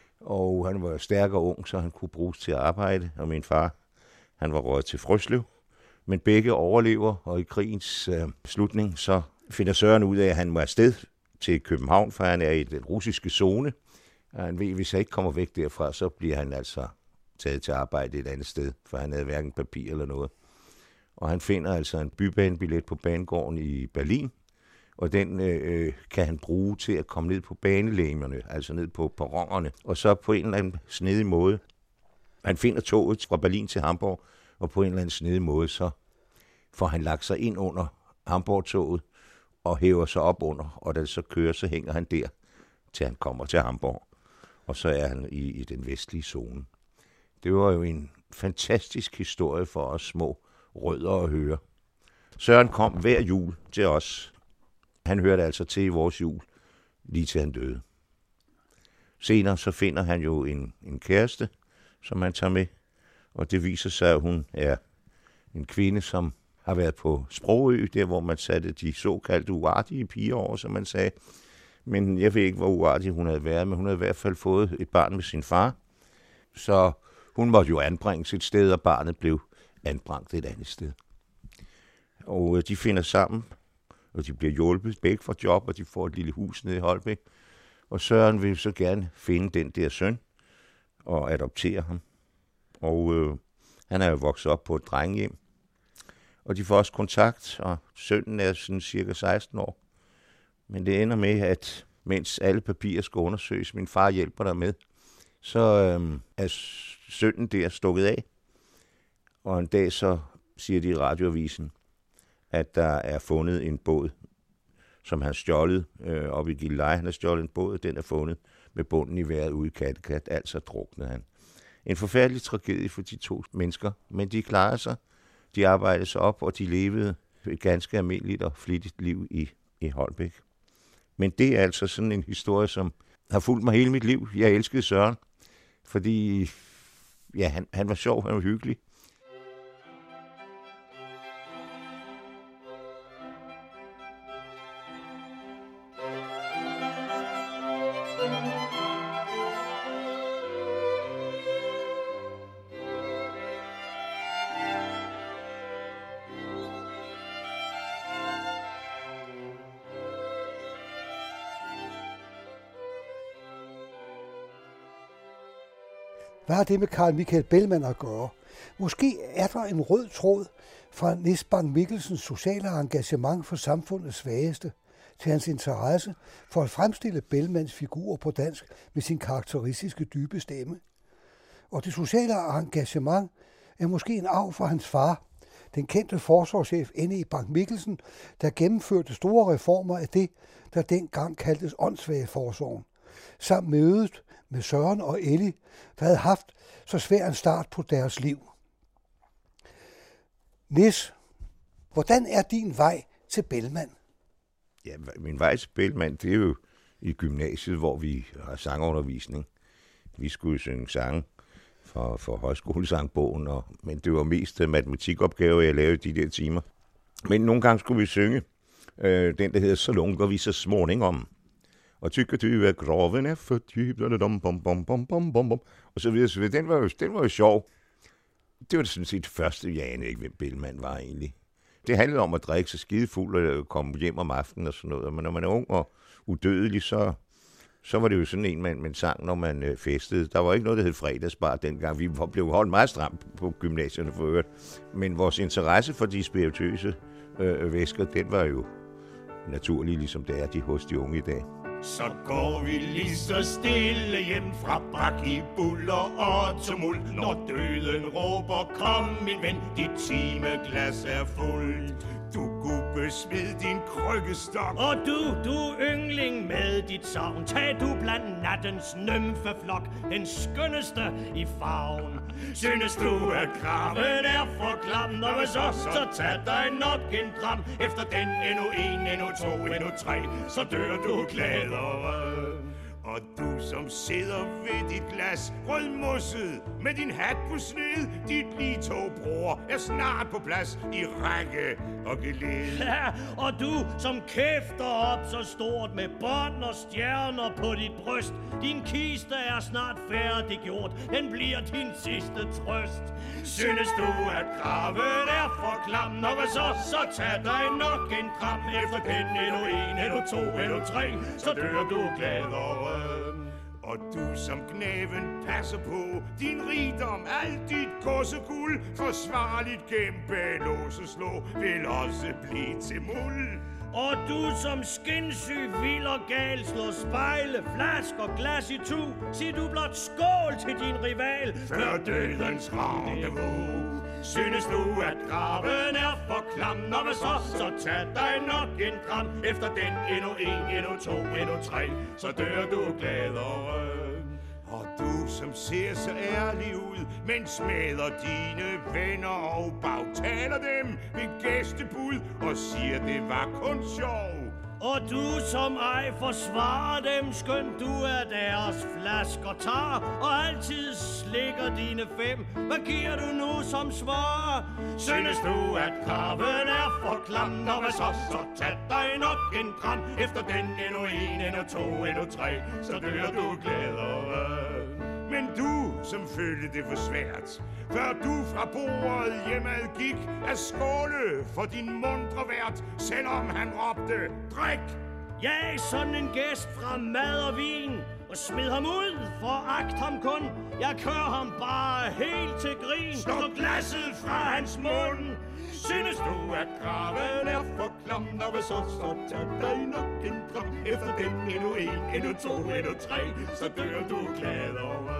og han var stærk og ung, så han kunne bruges til at arbejde, og min far, han var røget til Frøslev. Men begge overlever, og i krigens slutning, så finder Søren ud af, at han må afsted til København, for han er i den russiske zone. Og han ved, at hvis jeg ikke kommer væk derfra, så bliver han altså taget til arbejde et andet sted, for han havde hverken papir eller noget. Og han finder altså en bybanebillet på banegården i Berlin, og den kan han bruge til at komme ned på banelæmerne, altså ned på perronerne, og så på en eller anden snedig måde. Han finder toget fra Berlin til Hamburg, og på en eller anden snedig måde, så får han lagt sig ind under Hamburg-toget og hæver sig op under, og da det så kører, så hænger han der, til han kommer til Hamburg. Og så er han i den vestlige zone. Det var jo en fantastisk historie for os små rødder at høre. Søren kom hver jul til os. Han hørte altså til i vores jul, lige til han døde. Senere så finder han jo en kæreste, som han tager med, og det viser sig, at hun er en kvinde, som har været på Sprogø, der hvor man satte de såkaldte uartige piger over, som man sagde. Men jeg ved ikke, hvor uartig hun havde været, men hun havde i hvert fald fået et barn med sin far. Så hun måtte jo anbringes et sted, og barnet blev anbragt et andet sted. Og de finder sammen, og de bliver hjulpet begge for job, og de får et lille hus nede i Holbæk. Og Søren vil så gerne finde den der søn og adoptere ham. Og han er jo vokset op på et drengehjem. Og de får også kontakt, og sønnen er sådan cirka 16 år. Men det ender med, at mens alle papirer skal undersøges, min far hjælper der med, så er sønnen der stukket af. Og en dag så siger de i radioavisen, at der er fundet en båd, som han stjålet oppe i Gilleleje. Han har stjålet en båd, den er fundet med bunden i vejret ude i Kattegat, altså druknede han. En forfærdelig tragedie for de 2 mennesker, men de klarede sig. De arbejdede sig op, og de levede et ganske almindeligt og flittigt liv i Holbæk. Men det er altså sådan en historie, som har fulgt mig hele mit liv. Jeg elskede Søren, fordi ja, han var sjov, han var hyggelig. Hvad har det med Carl Michael Bellman at gøre? Måske er der en rød tråd fra Nis Bank Mikkelsens sociale engagement for samfundets svageste til hans interesse for at fremstille Bellmans figur på dansk med sin karakteristiske dybe stemme. Og det sociale engagement er måske en arv fra hans far, den kendte forsvarschef N.E. Bank Mikkelsen, der gennemførte store reformer af det, der dengang kaldtes åndssvageforsorgen, samt mødet med Søren og Ellie, der havde haft så svær en start på deres liv. Nis, hvordan er din vej til Bellman? Ja, min vej til Bellman, det er jo i gymnasiet, hvor vi har sangundervisning. Vi skulle synge sange for højskolesangbogen, men det var mest matematikopgaver, jeg lavede de der timer. Men nogle gange skulle vi synge den, der hedder Så lunker vi så småningom. Og tykker du, at groven er for dyb, og så videre, så videre. Den var jo sjov. Det var sådan set det første, jeg anede ikke, hvem Bellman var egentlig. Det handlede om at drikke sig skidefuld og komme hjem om aftenen og sådan noget. Men når man er ung og udødelig, så var det jo sådan en, man sang, når man festede. Der var ikke noget, der hed fredagsbar dengang. Vi blev holdt meget stramt på gymnasierne for øvrigt. Men vores interesse for de spirituøse væsker, den var jo naturlig, ligesom det er hos de unge i dag. Så går vi lige så stille hjem fra brak i buller og tumult, når døden råber, kom min ven, dit timeglas er fuldt. Du gubbe, smid din krykkestok. Og du yngling med dit savn, tag du blandt nattens nymfeflok, den skønneste i farven. Synes du, at kraven er for klam, når så tag dig nok en dram. Efter den endnu en, endnu to, endnu tre, så dør du gladere. Og du som sidder ved dit glas, rødmosset med din hat på sned, dit litogbror er snart på plads i række og geled. Ja, og du som kæfter op så stort med bånd og stjerner på dit bryst, din kiste er snart færdiggjort, den bliver din sidste trøst. Synes du, at graven er for klam, når så tag dig nok en kram. Efter den endnu en, endnu to, endnu tre, så dør du gladere. Og du som knæven passer på din rigdom, alt dit godseguld, forsvarligt gennem bag lås og slå, vil også blive til muld. Og du som skinsyg, vild og gal, slår spejle, flask og glas i tu, sig du blot skål til din rival, før dødens rendezvous. Synes du, at graven er for klam, når så tag dig nok en kram. Efter den endnu en, endnu to, endnu tre, så dør du gladere. Og du som ser så ærlig ud, men smadrer dine venner og bagtaler dem ved gæstebud og siger, det var kun sjov. Og du som ej forsvarer dem, skønt du er deres flasker tar, og altid slikker dine fem. Hvad giver du nu som svar? Synes du, at kraven er for klam, når så tag dig nok en kram. Efter den endnu en, endnu to, endnu tre, så dør du gladere. Men du, som følte det for svært, før du fra bordet hjemad gik, at skåle for din mundre vært, selvom han råbte, drik! Jeg er sådan en gæst fra mad og vin, og smid ham ud, foragt ham kun. Jeg kører ham bare helt til grin. Slå glasset fra hans mund. Synes du, at graven er for klam, når så tag dig nok en dram. Efter den endnu en, endnu to, endnu tre, så dør du gladere.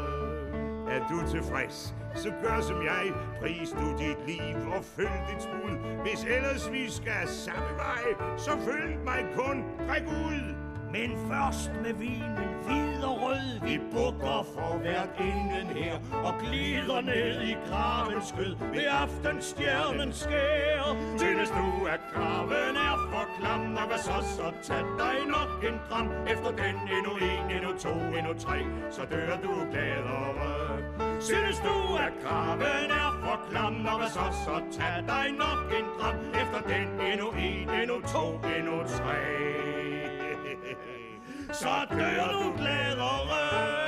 Er du tilfreds, så gør som jeg, pris du dit liv og følg dit spud. Hvis ellers vi skal samme vej, så følg mig kun, drik ud. Men først med vinen hvid og rød, vi bukker for hvert inden her, og glider ned i gravens skød, ved aftenstjernen skær. Synes du, at graven er for klam, når så tag dig nok en dram. Efter den endnu en, endnu to, endnu tre, så dør du gladere. Synes du, at graven er for klam, når så tag dig nok en dram. Efter den endnu en, endnu to, endnu tre, så dør du gladere.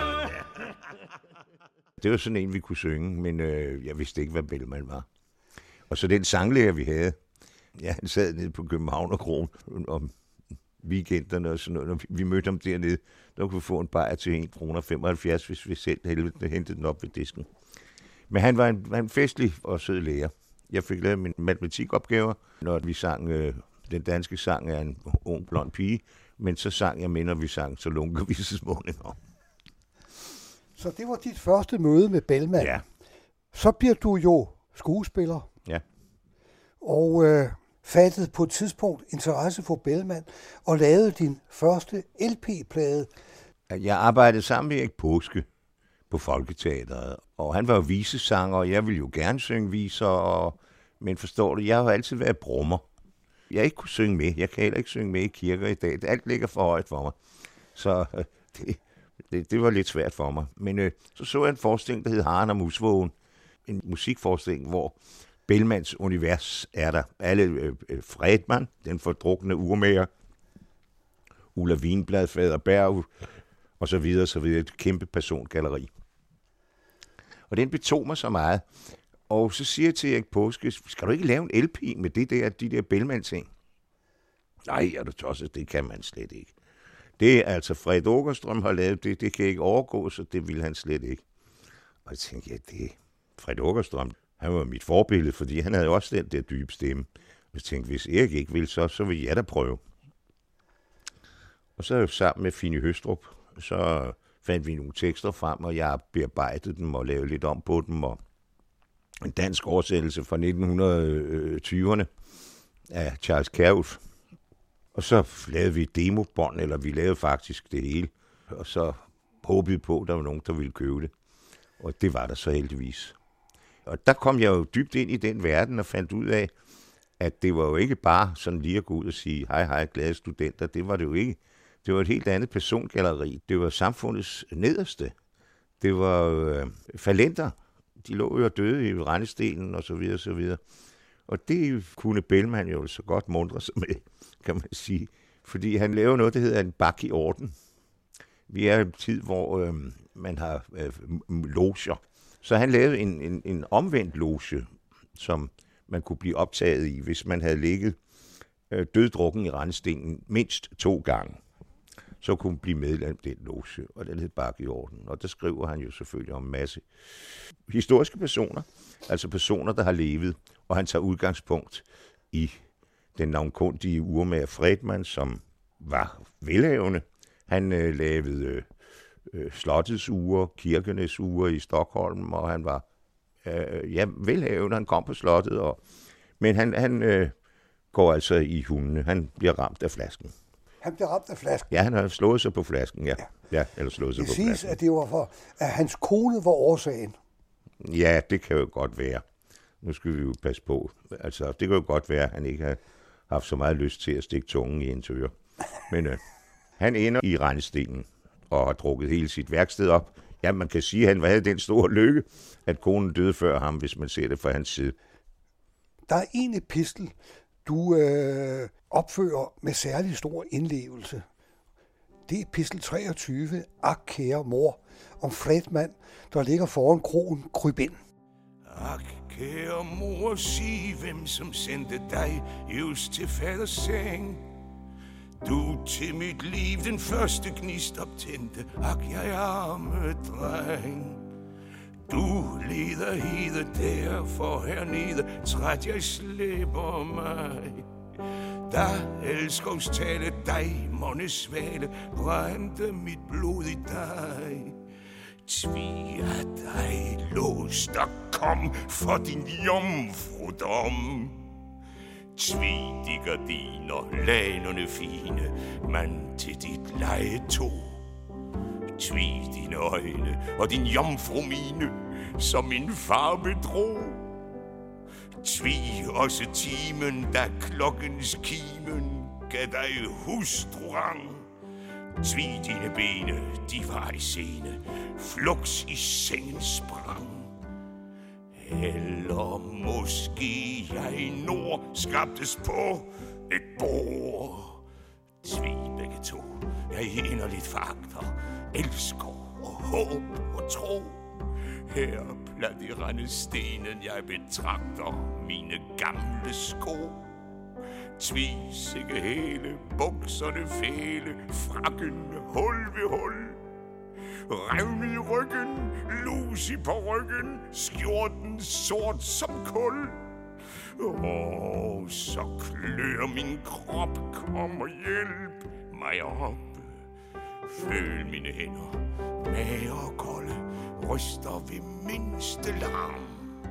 Det var sådan en, vi kunne synge, men jeg vidste ikke, hvad Bellman var. Og så den sanglærer, vi havde, ja, han sad nede på Københavnerkroen om weekenderne og sådan noget. Når vi mødte ham dernede, der kunne vi få en bajer til 1,75 kroner, hvis vi selv hentede den op ved disken. Men han var en festlig og sød lærer. Jeg fik lavet mine matematikopgaver, når vi sang den danske sang af en ung blond pige, men så sang jeg med, når vi sang Så lunker vi så småningom. Så det var dit første møde med Bellman. Ja. Så bliver du jo skuespiller. Ja. og fattede på et tidspunkt interesse for Bellman og lavede din første LP-plade. Jeg arbejdede sammen med Erik Paaske på Folketeateret, og han var jo visesanger, og jeg ville jo gerne synge viser, men forstår du, jeg har jo altid været brummer. Jeg ikke kunne synge med. Jeg kan heller ikke synge med i kirker i dag. Alt ligger for højt for mig. Så det var lidt svært for mig. Men så jeg en forestilling, der hed Haren og Musvågen. En musikforestilling, hvor Bellmans univers er der. Alle Fredman, den fordrukne urmager, Ulla Wienblad, Fader Berg, og så videre, så videre. Et kæmpe persongalleri. Og den betog mig så meget. Og så siger jeg til Erik Paaske, skal du ikke lave en LP med de der Bellman-ting? Nej, er du tosset, det kan man slet ikke. Det er altså Fred Åkerstrøm har lavet det kan ikke overgå, så det vil han slet ikke. Og jeg tænkte, det Fred Åkerstrøm, han var mit forbillede, fordi han havde også den der dybe stemme. Og jeg tænkte, hvis Erik ikke vil, så vil jeg da prøve. Og så sammen med Fine Høstrup, så fandt vi nogle tekster frem, og jeg bearbejdede dem og lavede lidt om på dem, og en dansk oversættelse fra 1920'erne af Charles Kjærulf. Og så lavede vi et demobånd, eller vi lavede faktisk det hele. Og så håbede vi på, at der var nogen, der ville købe det. Og det var der så heldigvis. Og der kom jeg jo dybt ind i den verden og fandt ud af, at det var jo ikke bare sådan lige at gå ud og sige, hej, glade studenter. Det var det jo ikke. Det var et helt andet persongalleri. Det var samfundets nederste. Det var falenter. De lå jo og døde i rendestenen og så videre, så videre. Og det kunne Bellman jo så godt mundre sig med, kan man sige. Fordi han laver noget, der hedder en bak i orden. Vi er i en tid, hvor man har loger. Så han lavede en omvendt loge, som man kunne blive optaget i, hvis man havde ligget døddrukken i rendestenen mindst 2 gange. Så kunne man blive medlem af den loge, og den hed Bak i orden. Og der skriver han jo selvfølgelig om en masse historiske personer, altså personer, der har levet, og han tager udgangspunkt i den navnkundige urmager Fredman, som var velhavende. Han lavede slottets uger, kirkenes uger i Stockholm, og han var velhavende, han kom på slottet, men han går altså i hundene. Han bliver ramt af flasken. Han bliver ramt af flasken? Ja, han har slået sig på flasken, ja. Eller slået sig på flasken. Det siges, at det var for, at hans kone var årsagen. Ja, det kan jo godt være. Nu skal vi jo passe på. Altså, det kan jo godt være, at han ikke har haft så meget lyst til at stikke tungen i hendes øre. Men han ender i rendestenen og har drukket hele sit værksted op. Ja, man kan sige, at han havde den store lykke, at konen døde før ham, hvis man ser det fra hans side. Der er en epistel, du opfører med særlig stor indlevelse. Det er epistel 23, Ak, kære mor, om Fredman, der ligger foran kroen Kryb ind. Ak, kære mor, sig hvem som sendte dig just til faders seng. Du til mit liv den første gnist optændte. Ak, jeg arme dreng. Du leder hede derfor hernede, træt jeg slæber mig. Der elskovstale dig, måne svale, brændte mit blod i dig. Tvi af dig, lås der kom for din jomfrudom. Tvi de gardiner, lanerne fine, man til dit leje tog. Tvi dine øjne og din jomfru mine, som min far bedrog. Tvi også timen, da klokkens kimen gav dig hustrurang. Tvi dine bene, de var i scene, fluks i sengen sprang. Eller måske jeg nord skabtes på et bord. Tvi begge to, jeg inderligt foragter, elsker og håb og tro. Her blandt i rendestenen jeg betragter mine gamle sko. Tvi sikke hele, bukserne fæle, frakken hul ved hul. Revne i ryggen, lus i ryggen, skjorten sort som kul. Så klør min krop, kom og hjælp mig op. Føl mine hænder, mager og kolde, ryster ved mindste larm.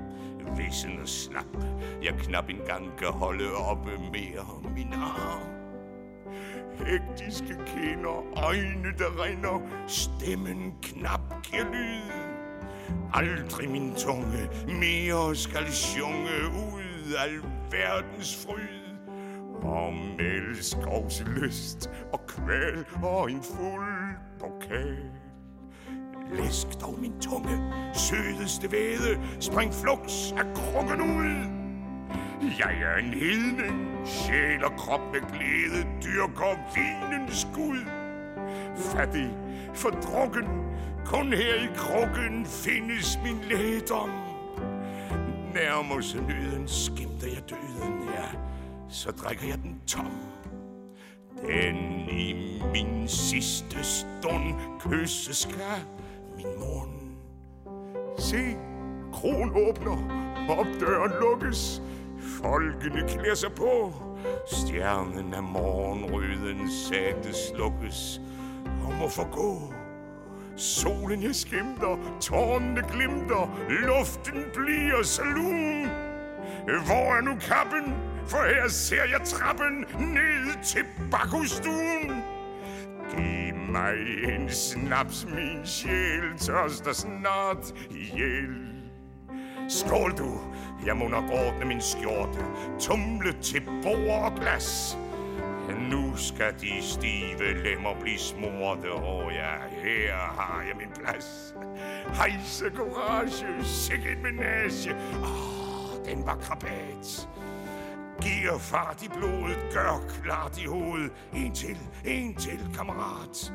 vissen og slap. Jeg knap engang kan holde oppe mere min arm. Hektiske kinder, øjne der rinder, stemmen knap giver lyd. Aldrig min tunge mere skal sjunge ud al verdens fryd. Om elskovs lyst og kval og en fuld pokal. Læsk dog min tunge, sødeste væde, spring fluks af krukken ud. Jeg er en hedning, sjæl og krop med glæde, dyrker vinens gud. Fattig, fordrukken, kun her i krukken findes min lægedom. Nærmer sig nøden, skimter jeg døden, ja, så drikker jeg den tom. Den i min sidste stund kysse skal min mund. Se, kroen åbner, og døren lukkes. Folkene klæder sig på. Stjernen af morgenrøden sagte slukkes og må forgå. Solen jeg skimter, tårnene glimter, luften bliver så lun. Hvor er nu kappen? For her ser jeg trappen ned til bakhusstuen. Giv mig en snaps, min sjæl tørster snart ihjel. Skål du, jeg må nok ordne min skjorte, tumle til bord og glas. Nu skal de stive lemmer blive smorte, og ja, her har jeg min plads. Hejse courage, sikke en menage, den var krabat. Giver fart i blodet, gør klart i hovedet, en til, kammerat.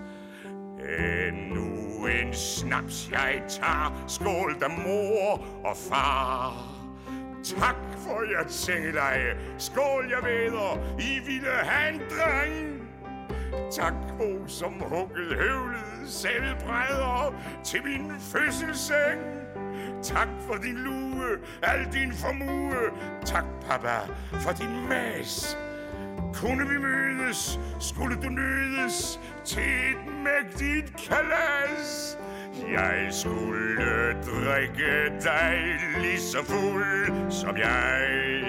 Endnu en snaps jeg tager, skål da mor og far. Tak for jer sengeleje, skål jeg væder, I ville have en dreng. Tak hvor som hugget høvlet selv brædder til min fødselsseng. Tak for din lue, al din formue, tak papa for din mas. Kunne vi mødes, skulle du nødes til et mægtigt kalas. Jeg skulle drikke dig lige så fuld som jeg.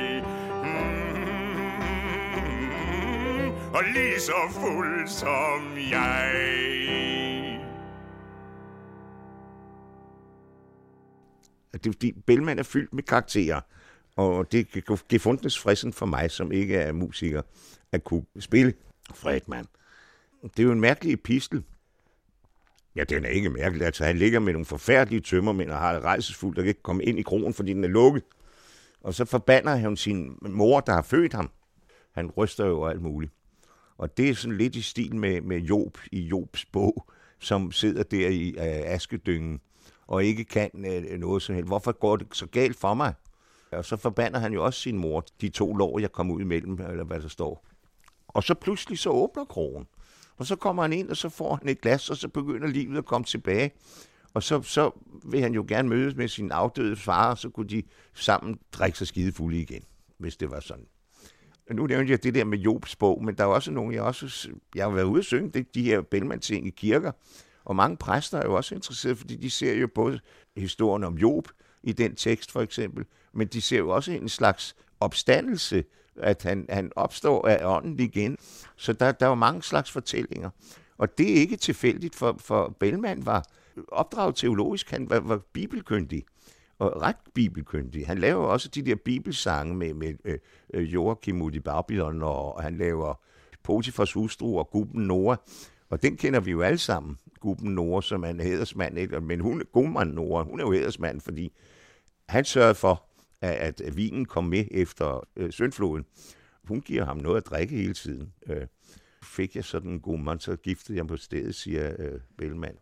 Og lige så fuld som jeg. Det er fordi Bellman er fyldt med karakterer, og det er gefundenes fristen for mig, som ikke er musiker, at kunne spille Fredman. Det er jo en mærkelig epistel. Ja, den er ikke mærkelig. Altså, han ligger med nogle forfærdelige tømmermænd og har det rejsesfuldt, der kan ikke komme ind i krogen, fordi den er lukket. Og så forbander han sin mor, der har født ham. Han ryster jo alt muligt. Og det er sådan lidt i stil med Job i Jobs bog, som sidder der i askedyngen og ikke kan noget som helst. Hvorfor går det så galt for mig? Og så forbander han jo også sin mor, de 2 lår, jeg kom ud imellem, eller hvad der står. Og så pludselig så åbner krogen. Og så kommer han ind, og så får han et glas, og så begynder livet at komme tilbage. Og så vil han jo gerne mødes med sin afdøde far, og så kunne de sammen drikke sig skidefulde igen, hvis det var sådan. Nu nævnte jeg det der med Jobs bog, men der er også nogle, jeg har været ude at synge de her Bellman-ting i kirker, og mange præster er jo også interesserede, fordi de ser jo både historien om Job i den tekst for eksempel, men de ser jo også en slags opstandelse, at han opstår af ånden igen. Så der er jo mange slags fortællinger. Og det er ikke tilfældigt, for Bellman var opdraget teologisk, han var bibelkyndig, og ret bibelkyndig. Han laver også de der bibelsange med Joachim ud i Babylon, og han laver Potifars hustru og gubben Noah. Og den kender vi jo alle sammen, gubben Noah, som er en hædersmand, ikke? Men gubben Noah, hun er jo hædersmand, fordi han sørgede for, at vinen kom med efter syndfloden. Hun giver ham noget at drikke hele tiden. Fik jeg sådan en god mand, så giftede jeg på stedet, siger Bellman.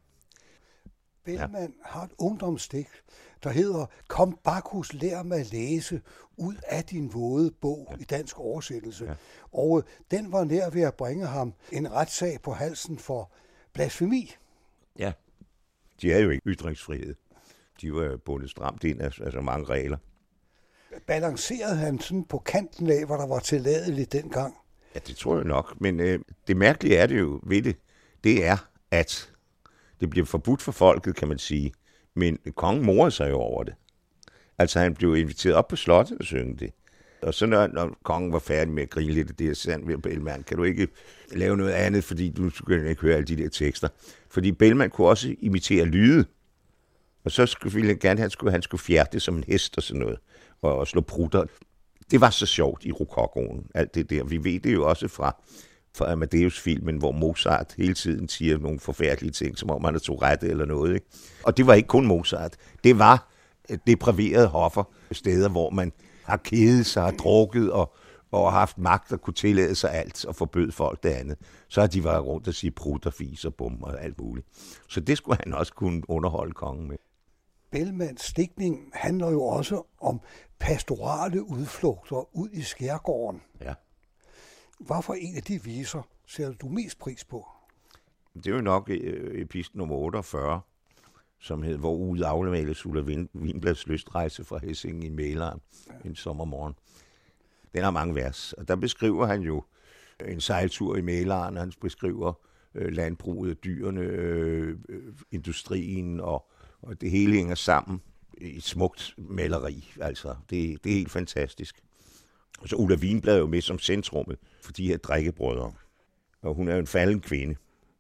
Bellman har et ungdomsdigt, der hedder Kom Bacchus, lær mig at læse ud af din våde bog i dansk oversættelse. Ja. Og den var nær ved at bringe ham en retssag på halsen for blasfemi. Ja, de havde jo ikke ytringsfrihed. De var bundet stramt ind af altså mange regler. Balancerede han sådan på kanten af, hvad der var tilladeligt dengang? Ja, det tror jeg nok. Men det mærkelige er det jo ved det, det er, at det bliver forbudt for folket, kan man sige. Men kongen morede sig jo over det. Altså han blev inviteret op på slottet og synge det. Og så når kongen var færdig med at grine lidt af det, så sagde han, Bellman, kan du ikke lave noget andet, fordi du skulle ikke høre alle de der tekster. Fordi Bellman kunne også imitere lyde. Og så ville han gerne, at han skulle fjerte som en hest og sådan noget, og slå prutter. Det var så sjovt i rokokoen, alt det der. Vi ved det jo også fra Amadeus-filmen, hvor Mozart hele tiden siger nogle forfærdelige ting, som om han er Tourette eller noget. Ikke? Og det var ikke kun Mozart. Det var depraverede hoffer, steder, hvor man har kedet sig, har drukket og haft magt og kunne tillade sig alt og forbød folk det andet. Så har de været rundt og sige prut og fis og bum og alt muligt. Så det skulle han også kunne underholde kongen med. Bellmans digtning handler jo også om pastorale udflugter ud i skærgården. Ja. Hvad for en af de viser sætter du mest pris på? Det er jo nok epistel nummer 48, som hedder, hvor ude afmales Ulla Wienblads lystrejse fra Hessingen i Mälaren en sommermorgen. Den har mange vers, og der beskriver han jo en sejltur i Mälaren, han beskriver landbruget, dyrene, industrien, og det hele hænger sammen i et smukt maleri. Altså, det er helt fantastisk. Og så Ulla Wienblad er jo med som centrummet for de her drikkebrødre. Og hun er jo en falden kvinde,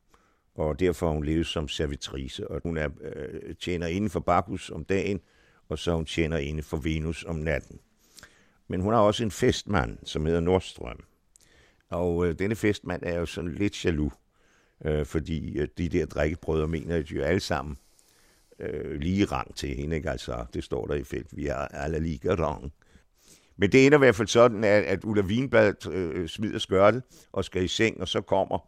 og derfor har hun levet som servitrice, og hun tjener inden for Bacchus om dagen, og så hun tjener inden for Venus om natten. Men hun har også en festmand, som hedder Nordstrøm. Og denne festmand er jo sådan lidt jaloux, fordi de der drikkebrødre mener, at de jo alle sammen lige rang til hende, ikke? Altså, det står der i felt, vi er alle lige rang. Men det ender i hvert fald sådan, at Ulla Wienblad smider skørtet og skal i seng, og så kommer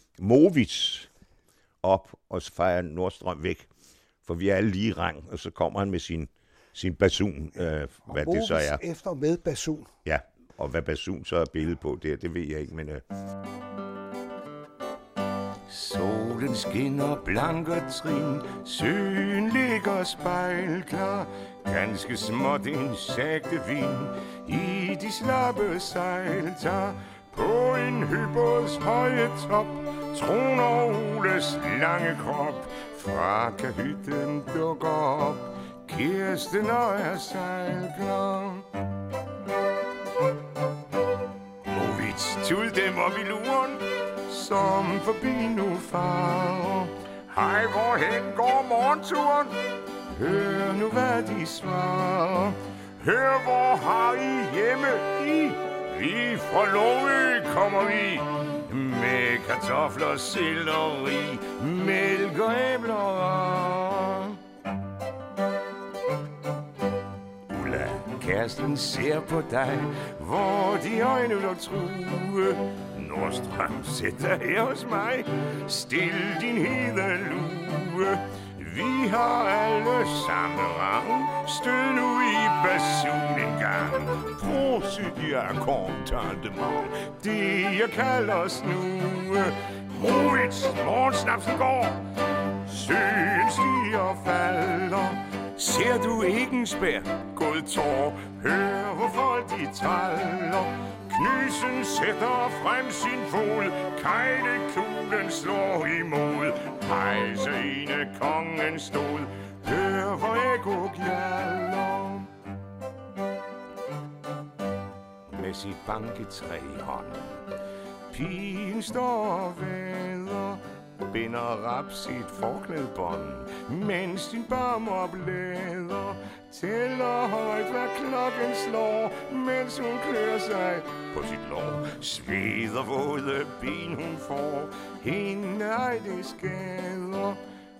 Movits op og fejrer Nordstrøm væk, for vi er alle lige rang, og så kommer han med sin basun, hvad det så er. Efter med basun. Ja, og hvad basun så er billedet på, det ved jeg ikke, men... Solen skinner blank og trin, søen ligger spejlklar, ganske småt en sagte vind i de slappe sejl tager. På en høbåds høje top troner Oles lange krop, fra kahytten dukker op Kirsten og er sejlklar. Movits tud dem op i luren, som forbi nu farer. Hej, hvorhen går morgenturen? Hør nu, hvad de svarer. Hør, hvor har I hjemme i? Vi fra Låge kommer vi, med kartofler, selleri, mælk og æbler. Ulla, kæresten ser på dig, hvor de øjne vil true. Nordstrøm, sæt dig her hos mig, stil din hede lue. Vi har alle samme rang, stød nu i basun en gang. Prosit jer, kontantemand, det jeg kalder os nu. Movits, morgensnapsen går, søen stiger og falder. Ser du ikke en spær, god tår, hør hvor folk de traller. Knysen sætter frem sin fod, kejlekuglen slår imod. Hejse ene kongen stod, hør hvor ekko gjalder. Med sit banketræ i hånden, pigen står og væder, binder rap sit forklædebånd, mens din barm oplæder. Tæller højt, hvad klokken slår, mens hun klør sig på sit lår. Sveder våde ben hun får, hende ej det skader.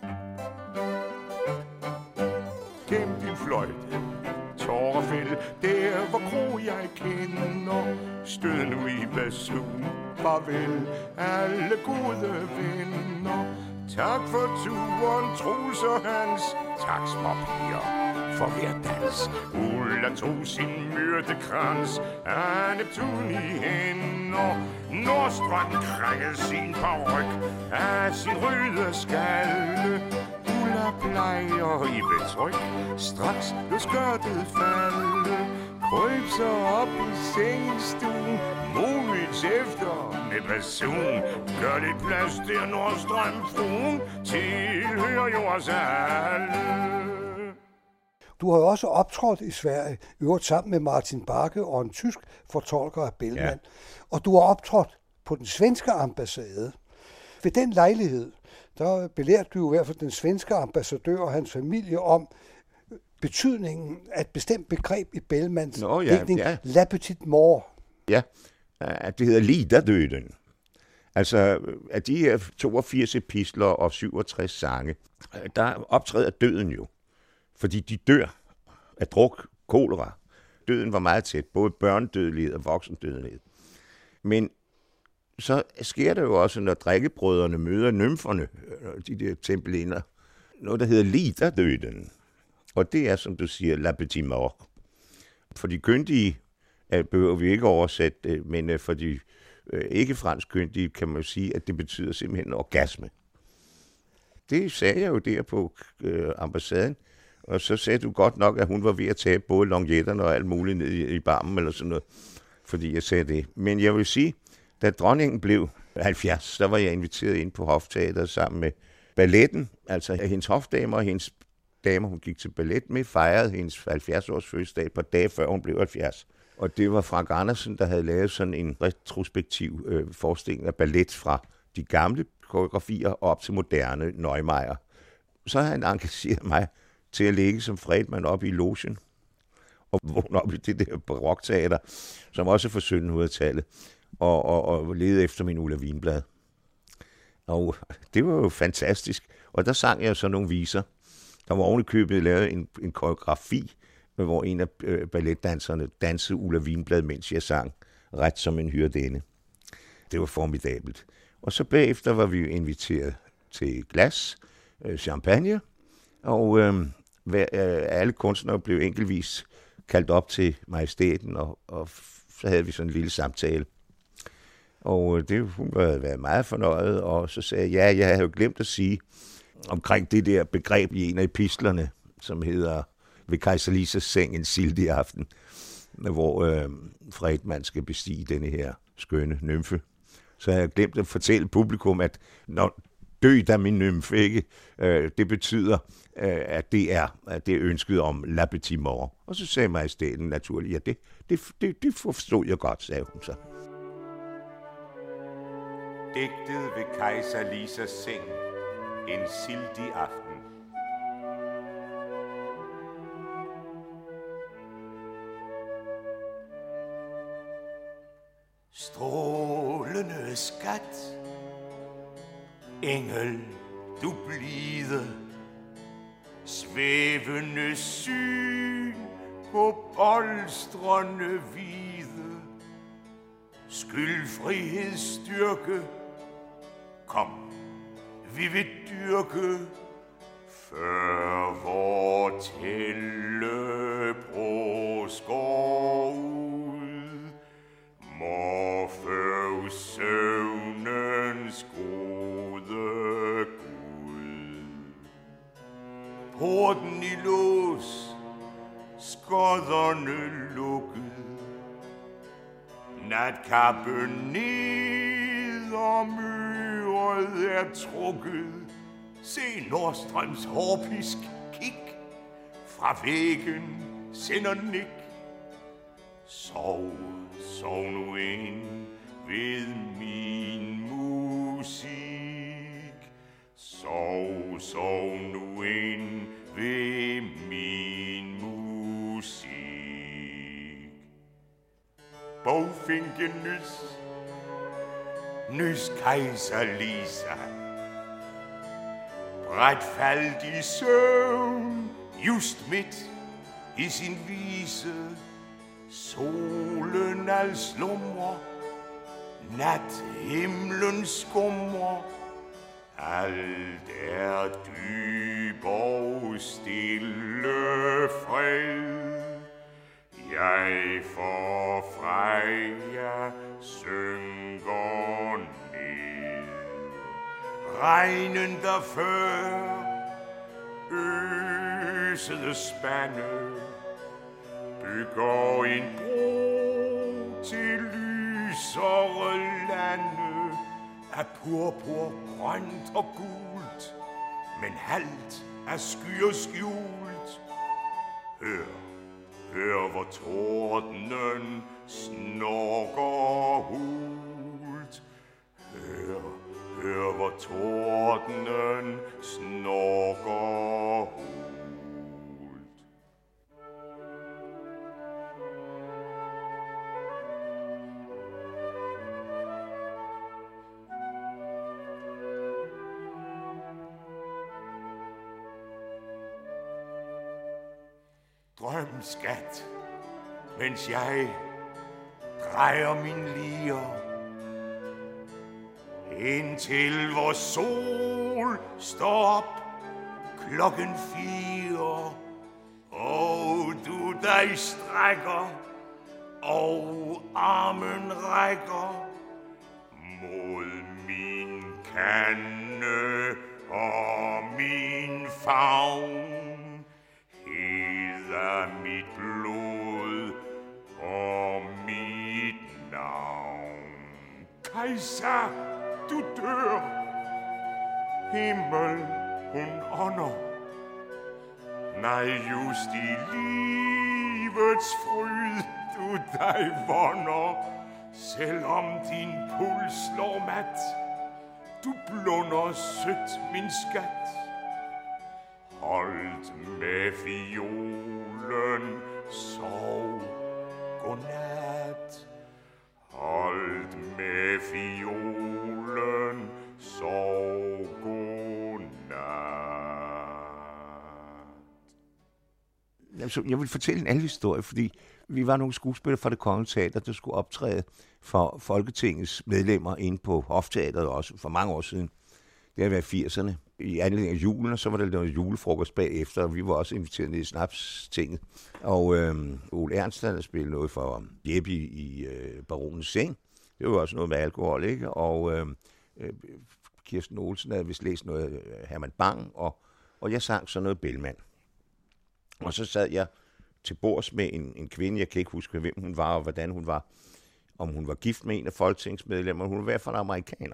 Gem din fløjte, tårerfælde, der hvor kro jeg kender. Stød nu i basun, farvel alle gode venner. Tak for turen, Troels og Hans, tak småpiger for hver dans. Ulla tog sin myrdekrans af Neptun i hænder. Nordstrøm krækkede sin paryk af sin røde skalle. Ulla plejer i betryk, straks blev skørtet falde. Kryb så op i sengestuen, Movits efter med basun. Gør lidt plads der, Nordstrøm fruen, tilhører jo os alle. Du har jo også optrådt i Sverige, øvrigt sammen med Martin Bakke og en tysk fortolker af Bellman. Ja. Og du har optrådt på den svenske ambassade. Ved den lejlighed, der belærte du i hvert fald den svenske ambassadør og hans familie om betydningen af et bestemt begreb i Bellmans digtning, La Petite Mort. Ja, at det hedder liderdøden. Altså, af de her 82 epistler og 67 sange, der optræder døden jo. Fordi de dør af druk, kolera. Døden var meget tæt, både børnedødelighed og voksendødelighed. Men så sker det jo også, når drikkebrødrene møder nymferne, de der tempelinder, noget, der hedder liderdøden. Og det er, som du siger, La Petite Mort. For de kyndige behøver vi ikke oversætte, men for de ikke fransk kyndige kan man sige, at det betyder simpelthen orgasme. Det sagde jeg jo der på ambassaden, og så sagde du godt nok, at hun var ved at tage både longjetterne og alt muligt ned i barmen eller sådan noget, fordi jeg sagde det. Men jeg vil sige, da dronningen blev 70, der var jeg inviteret ind på Hofteatret sammen med balletten, altså hendes hofdamer og hendes damer, hun gik til ballet med, fejrede hendes 70-års fødselsdag et par dage før hun blev 70. Og det var Frank Andersen, der havde lavet sådan en retrospektiv forestilling af ballet fra de gamle koreografier op til moderne Neumeier. Så havde han engageret mig til at ligge som Fredman op i logen og vågne op i det der barokteater, som også er fra 1700-tallet, og lede efter min Ulla Wienblad. Og det var jo fantastisk. Og der sang jeg så nogle viser. Der var ovenikøbet lavet en koreografi, hvor en af balletdanserne dansede Ulla Wienblad, mens jeg sang Ret som en hyrdinde. Det var formidabelt. Og så bagefter var vi inviteret til glas, champagne, og alle kunstnere blev enkeltvis kaldt op til majestæten, og så havde vi sådan en lille samtale. Og hun havde været meget fornøjet, og så sagde jeg, jeg havde jo glemt at sige omkring det der begreb i en af epistlerne, som hedder ved Kejser Lisas seng en sildig aften, hvor Fredman skal bestige denne her skønne nymfe. Så havde jeg glemt at fortælle publikum, at når dø der min nymfe, ikke? Det betyder, at det er ønsket om La Petite Mort. Og så sagde majestæten naturligt, ja, det forstod jeg godt, sagde hun så. Digtet ved Kejser Lisas seng en sildig aften. Strålende skat, engel, du blide, svævende syn på polstrende hvide, skyldfrihedsstyrke, kom, vi vil dyrke, før vor tællebrus går ud. Morføv søvnens gode Gud. Porten i lås, skodderne lukket, natkappen ned og myret er trukket. Se Nordstrøms hårpisk kig, fra væggen sender nik. Sov nu ind ved min musik. Sov nu ind ved min musik. Bogfinke nys Kejser Lisa. Retfaldig søvn, just midt i sin vise. Solen al slumrer, nat himlen skumrer, alt er dyb og stille fred. Jeg for Freja synker ned, regnen der før øsede spande, bygger en bro til lysere lande af purpur, grønt og gult, men halvt af skyer skjult. Hør hvor tordenen snorker hult. Hør hvor tordenen snorker hult. Drøm, skat, mens jeg drejer min lier, indtil vores sol står op 4:00, og du dig strækker, og armen rækker mod min kande og min favn. Af mit blod og mit navn. Kejser, du dør. Himmel, hun ånder. Nej, just i livets fryd, du dig vonder. Selvom din puls slår mat, du blunder sødt, min skat. Holdt med fiolen, sov, godnat. Holdt med fiolen, sov, godnat. Altså, jeg vil fortælle en anden historie, fordi vi var nogle skuespillere fra Det Kongelige Teater, der skulle optræde for Folketingets medlemmer inde på Hofteatret også for mange år siden. Det har været 80'erne. I anledning af julen, og så var der noget julefrokost bagefter, og vi var også inviteret ned i Snapstinget. Og Ole Ernst havde spillet noget for Jeppe i Baronens Seng. Det var også noget med alkohol, ikke? Og Kirsten Olsen havde vist læst noget Herman Bang, og jeg sang så noget Bellman. Og så sad jeg til bords med en kvinde, jeg kan ikke huske, hvem hun var, og hvordan hun var. Om hun var gift med en af folketingsmedlemmerne, hun var i hvert fald amerikaner.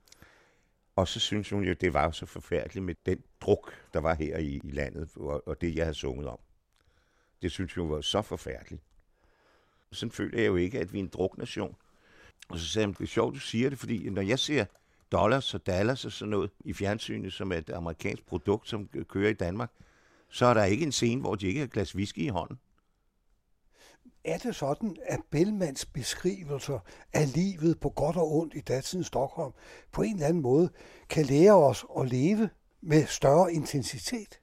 Og så synes hun jo, det var så forfærdeligt med den druk, der var her i landet, og det, jeg havde sunget om. Det synes hun var så forfærdeligt. Sådan føler jeg jo ikke, at vi er en druknation. Og så sagde hun, det er sjovt, du siger det, fordi når jeg ser dollars og Dallas og sådan noget i fjernsynet, som er et amerikansk produkt, som kører i Danmark, så er der ikke en scene, hvor de ikke har et glas whisky i hånden. Er det sådan, at Bellmans beskrivelser af livet på godt og ondt i datidens Stockholm på en eller anden måde kan lære os at leve med større intensitet?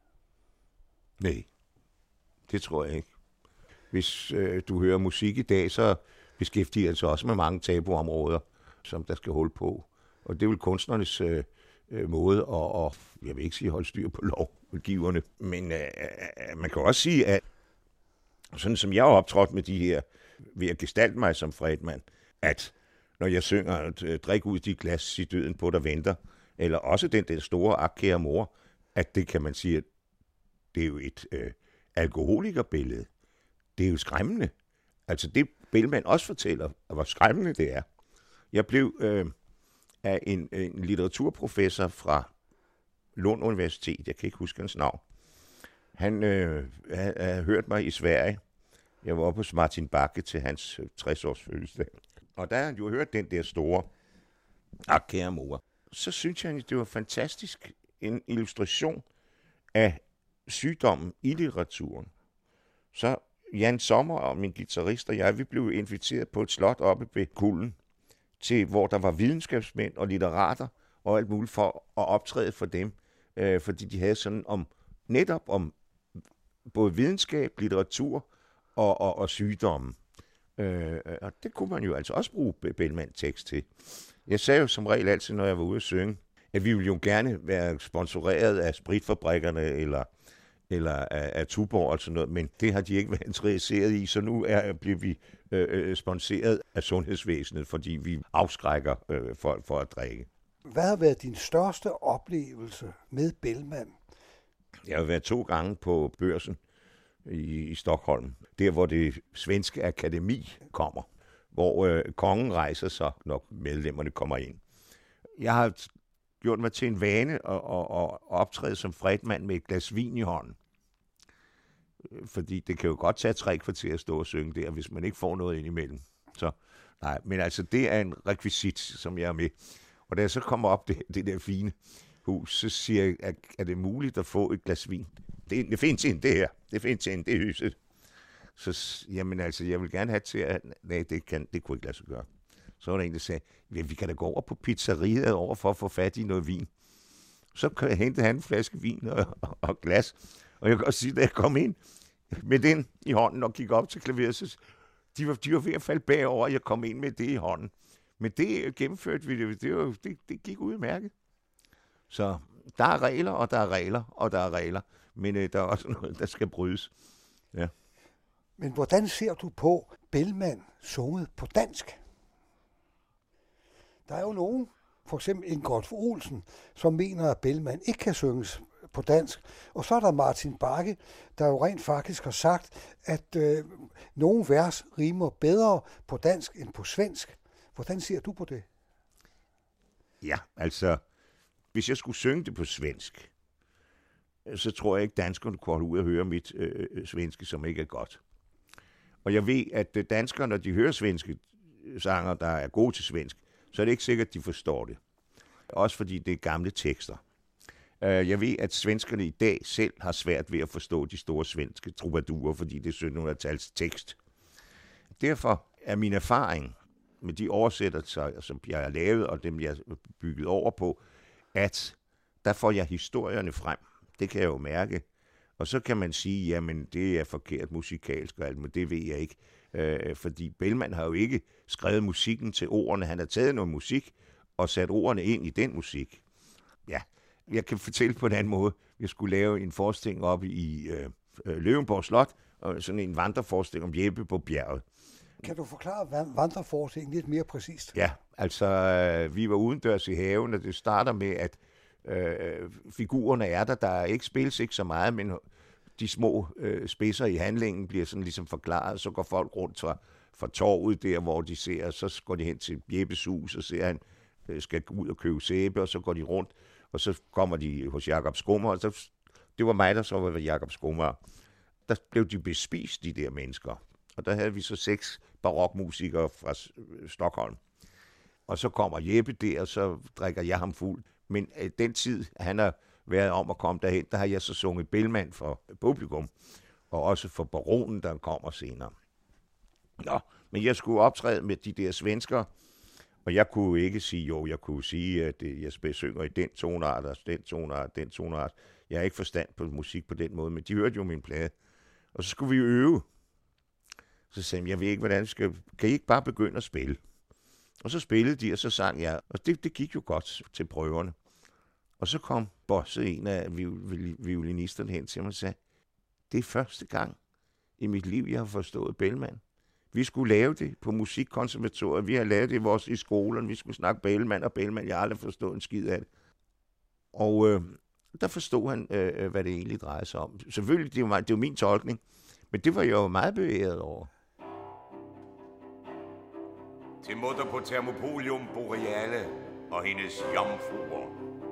Nej, det tror jeg ikke. Hvis du hører musik i dag, så beskæftiger det sig også med mange tabuområder, som der skal holde på. Og det er vel kunstnernes måde at, jeg vil ikke sige holde styr på lovgiverne, men man kan også sige, at sådan som jeg har optrådt med de her, ved at gestalte mig som Fredman, at når jeg synger, drik ud de glas, sig døden på, der venter, eller også den der store akkære mor, at det kan man sige, at det er jo et alkoholikerbillede. Det er jo skræmmende. Altså det Bellman også fortæller, hvor skræmmende det er. Jeg blev af en litteraturprofessor fra Lund Universitet, jeg kan ikke huske hans navn. Han havde hørt mig i Sverige. Jeg var oppe hos Martin Bakke til hans 60-års fødselsdag. Og der havde han jo hørt den der store kære mor. Så synes jeg, det var fantastisk en illustration af sygdommen i litteraturen. Så Jan Sommer og min guitarist og jeg, vi blev inviteret på et slot oppe ved Kulden, til hvor der var videnskabsmænd og litterater og alt muligt for at optræde for dem, fordi de havde sådan netop om både videnskab, litteratur og sygdomme. Og det kunne man jo altså også bruge Bellman-tekst til. Jeg sagde jo som regel altid, når jeg var ude at synge, at vi ville jo gerne være sponsoreret af spritfabrikkerne eller af Tuborg og sådan noget, men det har de ikke været interesseret i, så nu bliver vi sponsoreret af sundhedsvæsenet, fordi vi afskrækker folk for at drikke. Hvad har været din største oplevelse med Bellman? Jeg har været 2 gange på Børsen i Stockholm, der hvor det svenske akademi kommer, hvor kongen rejser sig, når medlemmerne kommer ind. Jeg har gjort mig til en vane at optræde som Fredman med et glas vin i hånden. Fordi det kan jo godt tage 3 kvarter at stå og synge der, hvis man ikke får noget ind imellem. Så nej, men altså det er en rekvisit, som jeg er med. Og da jeg så kommer op det der fine hus, så siger jeg, er det muligt at få et glas vin? Det findes ind det her. Det findes ind det huset. Så jamen altså, jeg vil gerne have til at... Nej, det kunne ikke lade sig gøre. Så var der en, der sagde, ja, vi kan da gå over på pizzeriet over for at få fat i noget vin. Så kan jeg hente han en flaske vin og glas. Og jeg kan også sige, da jeg kom ind med den i hånden og gik op til klaveret, så de var ved at falde bagover, og jeg kom ind med det i hånden. Men det gennemførte vi, det gik udmærket. Så der er regler, og der er regler, og der er regler. Men der er også noget, der skal brydes. Ja. Men hvordan ser du på Bellman sunget på dansk? Der er jo nogen, for eksempel Ingolf Olsen, som mener, at Bellman ikke kan synges på dansk. Og så er der Martin Bakke, der jo rent faktisk har sagt, at nogle vers rimer bedre på dansk end på svensk. Hvordan ser du på det? Ja, altså, hvis jeg skulle synge det på svensk, så tror jeg ikke, danskerne kunne holde ud at høre mit svenske, som ikke er godt. Og jeg ved, at danskere, når de hører svenske sanger, der er gode til svensk, så er det ikke sikkert, at de forstår det. Også fordi det er gamle tekster. Jeg ved, at svenskerne i dag selv har svært ved at forstå de store svenske troubadurer, fordi det er 1700-tals tekst. Derfor er min erfaring med de oversættelser, som jeg har lavet, og dem jeg har bygget over på, at der får jeg historierne frem. Det kan jeg jo mærke. Og så kan man sige, jamen det er forkert musikalsk og alt, men det ved jeg ikke. Fordi Bellman har jo ikke skrevet musikken til ordene. Han har taget noget musik og sat ordene ind i den musik. Ja, jeg kan fortælle på en anden måde. Jeg skulle lave en forestilling op i Løvenborg Slot, og sådan en vandreforestilling om Jeppe på bjerget. Kan du forklare vandreforestillingen lidt mere præcist? Ja, altså vi var udendørs i haven, og det starter med, at figurerne er der. Der ikke spilles ikke så meget, men de små spidser i handlingen bliver sådan ligesom forklaret. Så går folk rundt fra torvet der, hvor de ser, og så går de hen til Jeppes hus, og ser, han skal gå ud og købe sæbe, og så går de rundt, og så kommer de hos Jakob Skummer, og så, det var mig, der så var Jakob Skummer. Der blev de bespist, de der mennesker. Og der havde vi så 6 barokmusikere fra Stockholm. Og så kommer Jeppe der, og så drikker jeg ham fuld. Men den tid, han har været om at komme derhen, der har jeg så sunget Bellman for publikum, og også for baronen, der kommer senere. Nå, men jeg skulle optræde med de der svensker, og jeg kunne ikke sige, jo, jeg kunne sige, at jeg synger i den tonart, og den tonart. Jeg har ikke forstand på musik på den måde, men de hørte jo min plade. Og så skulle vi øve. Så sagde jeg ved ikke, hvordan vi skal... Kan I ikke bare begynde at spille? Og så spillede de, og så sang jeg. Og det gik jo godt til prøverne. Og så kom Bosse, en af violinisterne, hen til mig og sagde, det er første gang i mit liv, jeg har forstået Bellman. Vi skulle lave det på musikkonservatoriet. Vi har lavet det i skolen. Vi skulle snakke Bellman og Bellman. Jeg har aldrig forstået en skid af det. Og der forstod han, hvad det egentlig drejede sig om. Selvfølgelig, det var min tolkning. Men det var jeg jo meget bevæget over. Til mutter på Thermopolium Boreale og hendes jomfruer.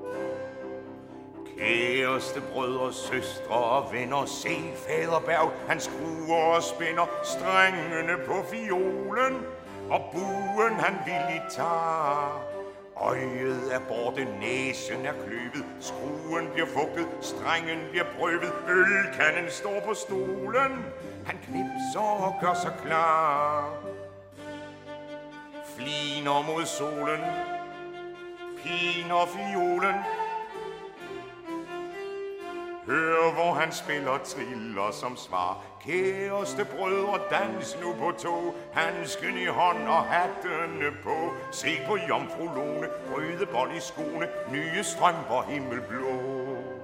Kæreste brødre, søstre og venner, se Faderberg, han skruer og spænder strængene på fiolen, og buen han villigt tager. Øjet er borte, næsen er kløvet, skruen bliver fugtet, strengen bliver prøvet, ølkanden står på stolen, han knipser og gør sig klar. Fliner mod solen, piner fiolen, hør, hvor han spiller triller som svar. Kæreste brødre, dans nu på tog, handsken i hånd og hattene på. Se på jomfru Lone, røde bånd i skoene, nye strømper himmelblå.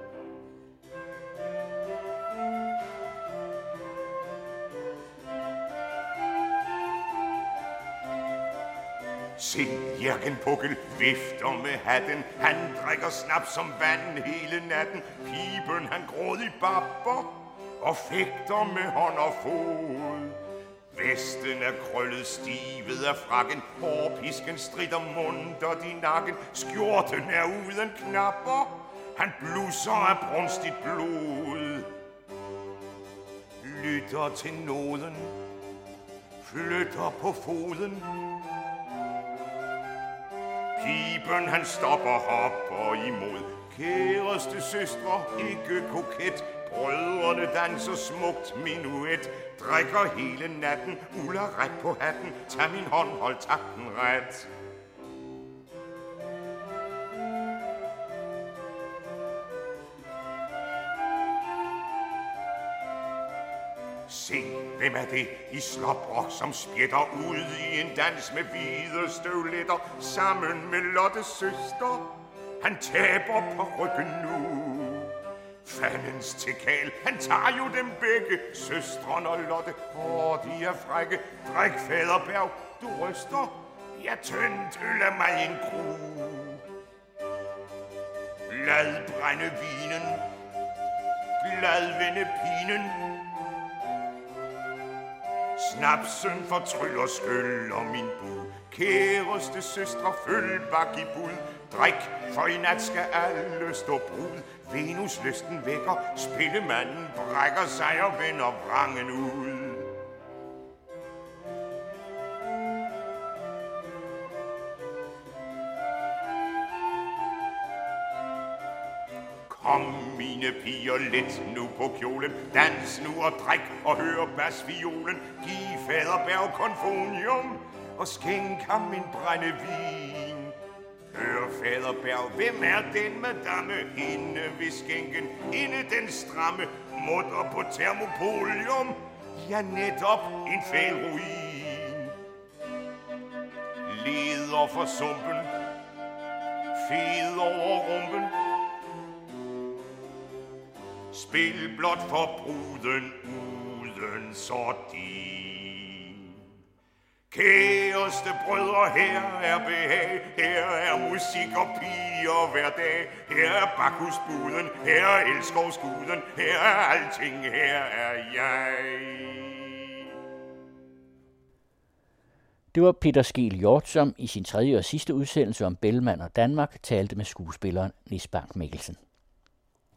Se, Jærgenpukkel vifter med hatten, han drikker snaps som vand hele natten. Piben han grådig babber og fægter med hånd og fod. Vesten er krøllet stivet af frakken, hårpisken strider muntert i nakken. Skjorten er uden knapper, han blusser af brunstigt blod. lytter til noden, flytter på foden. Piben han stopper, hopper imod. Kæreste søstre, ikke koket. Brødrene danser smukt minuet. Drikker hele natten, uller ret på hatten. Tag min hånd, hold takten ret. Se, hvem er det i slåbrok, som spjætter ud i en dans med hvide støvletter sammen med Lottes søster? Han taber på ryggen nu. Fandens tilkal, han tager jo dem begge, søstren og Lotte. De er frække. Drik, Faderberg, du ryster. Ja, tyndt øl af mig en krug. Lad brænde vinen, glad vende pinen. Snapsen fortryller skyller min bud. Kæreste søstre, følg bak i bud. Drik, for i nat skal alle stå brud. Venus lysten vækker, spillemanden brækker sig og vender vrangen ud. Kom mine piger lidt nu på kjolen. Dans nu og drik og hør basviolen. Giv Faderberg konfonium og skænk ham en brændevin. Hør Faderberg, hvem er den madame inde ved skænken? Inde den stramme mutter på termopolium. Ja, netop en fælruin. Leder for sumpen, fed over rumpen. Spil blot for bruden uden sordin. Kæreste brødre, her er behag. Her er musik og piger hver dag. Her er Bakhusbuden, her er Elskovsguden. Her er alting, her er jeg. Det var Peter Skeel Hjort, som i sin tredje og sidste udsendelse om Bellman og Danmark talte med skuespilleren Nis Bank Mikkelsen.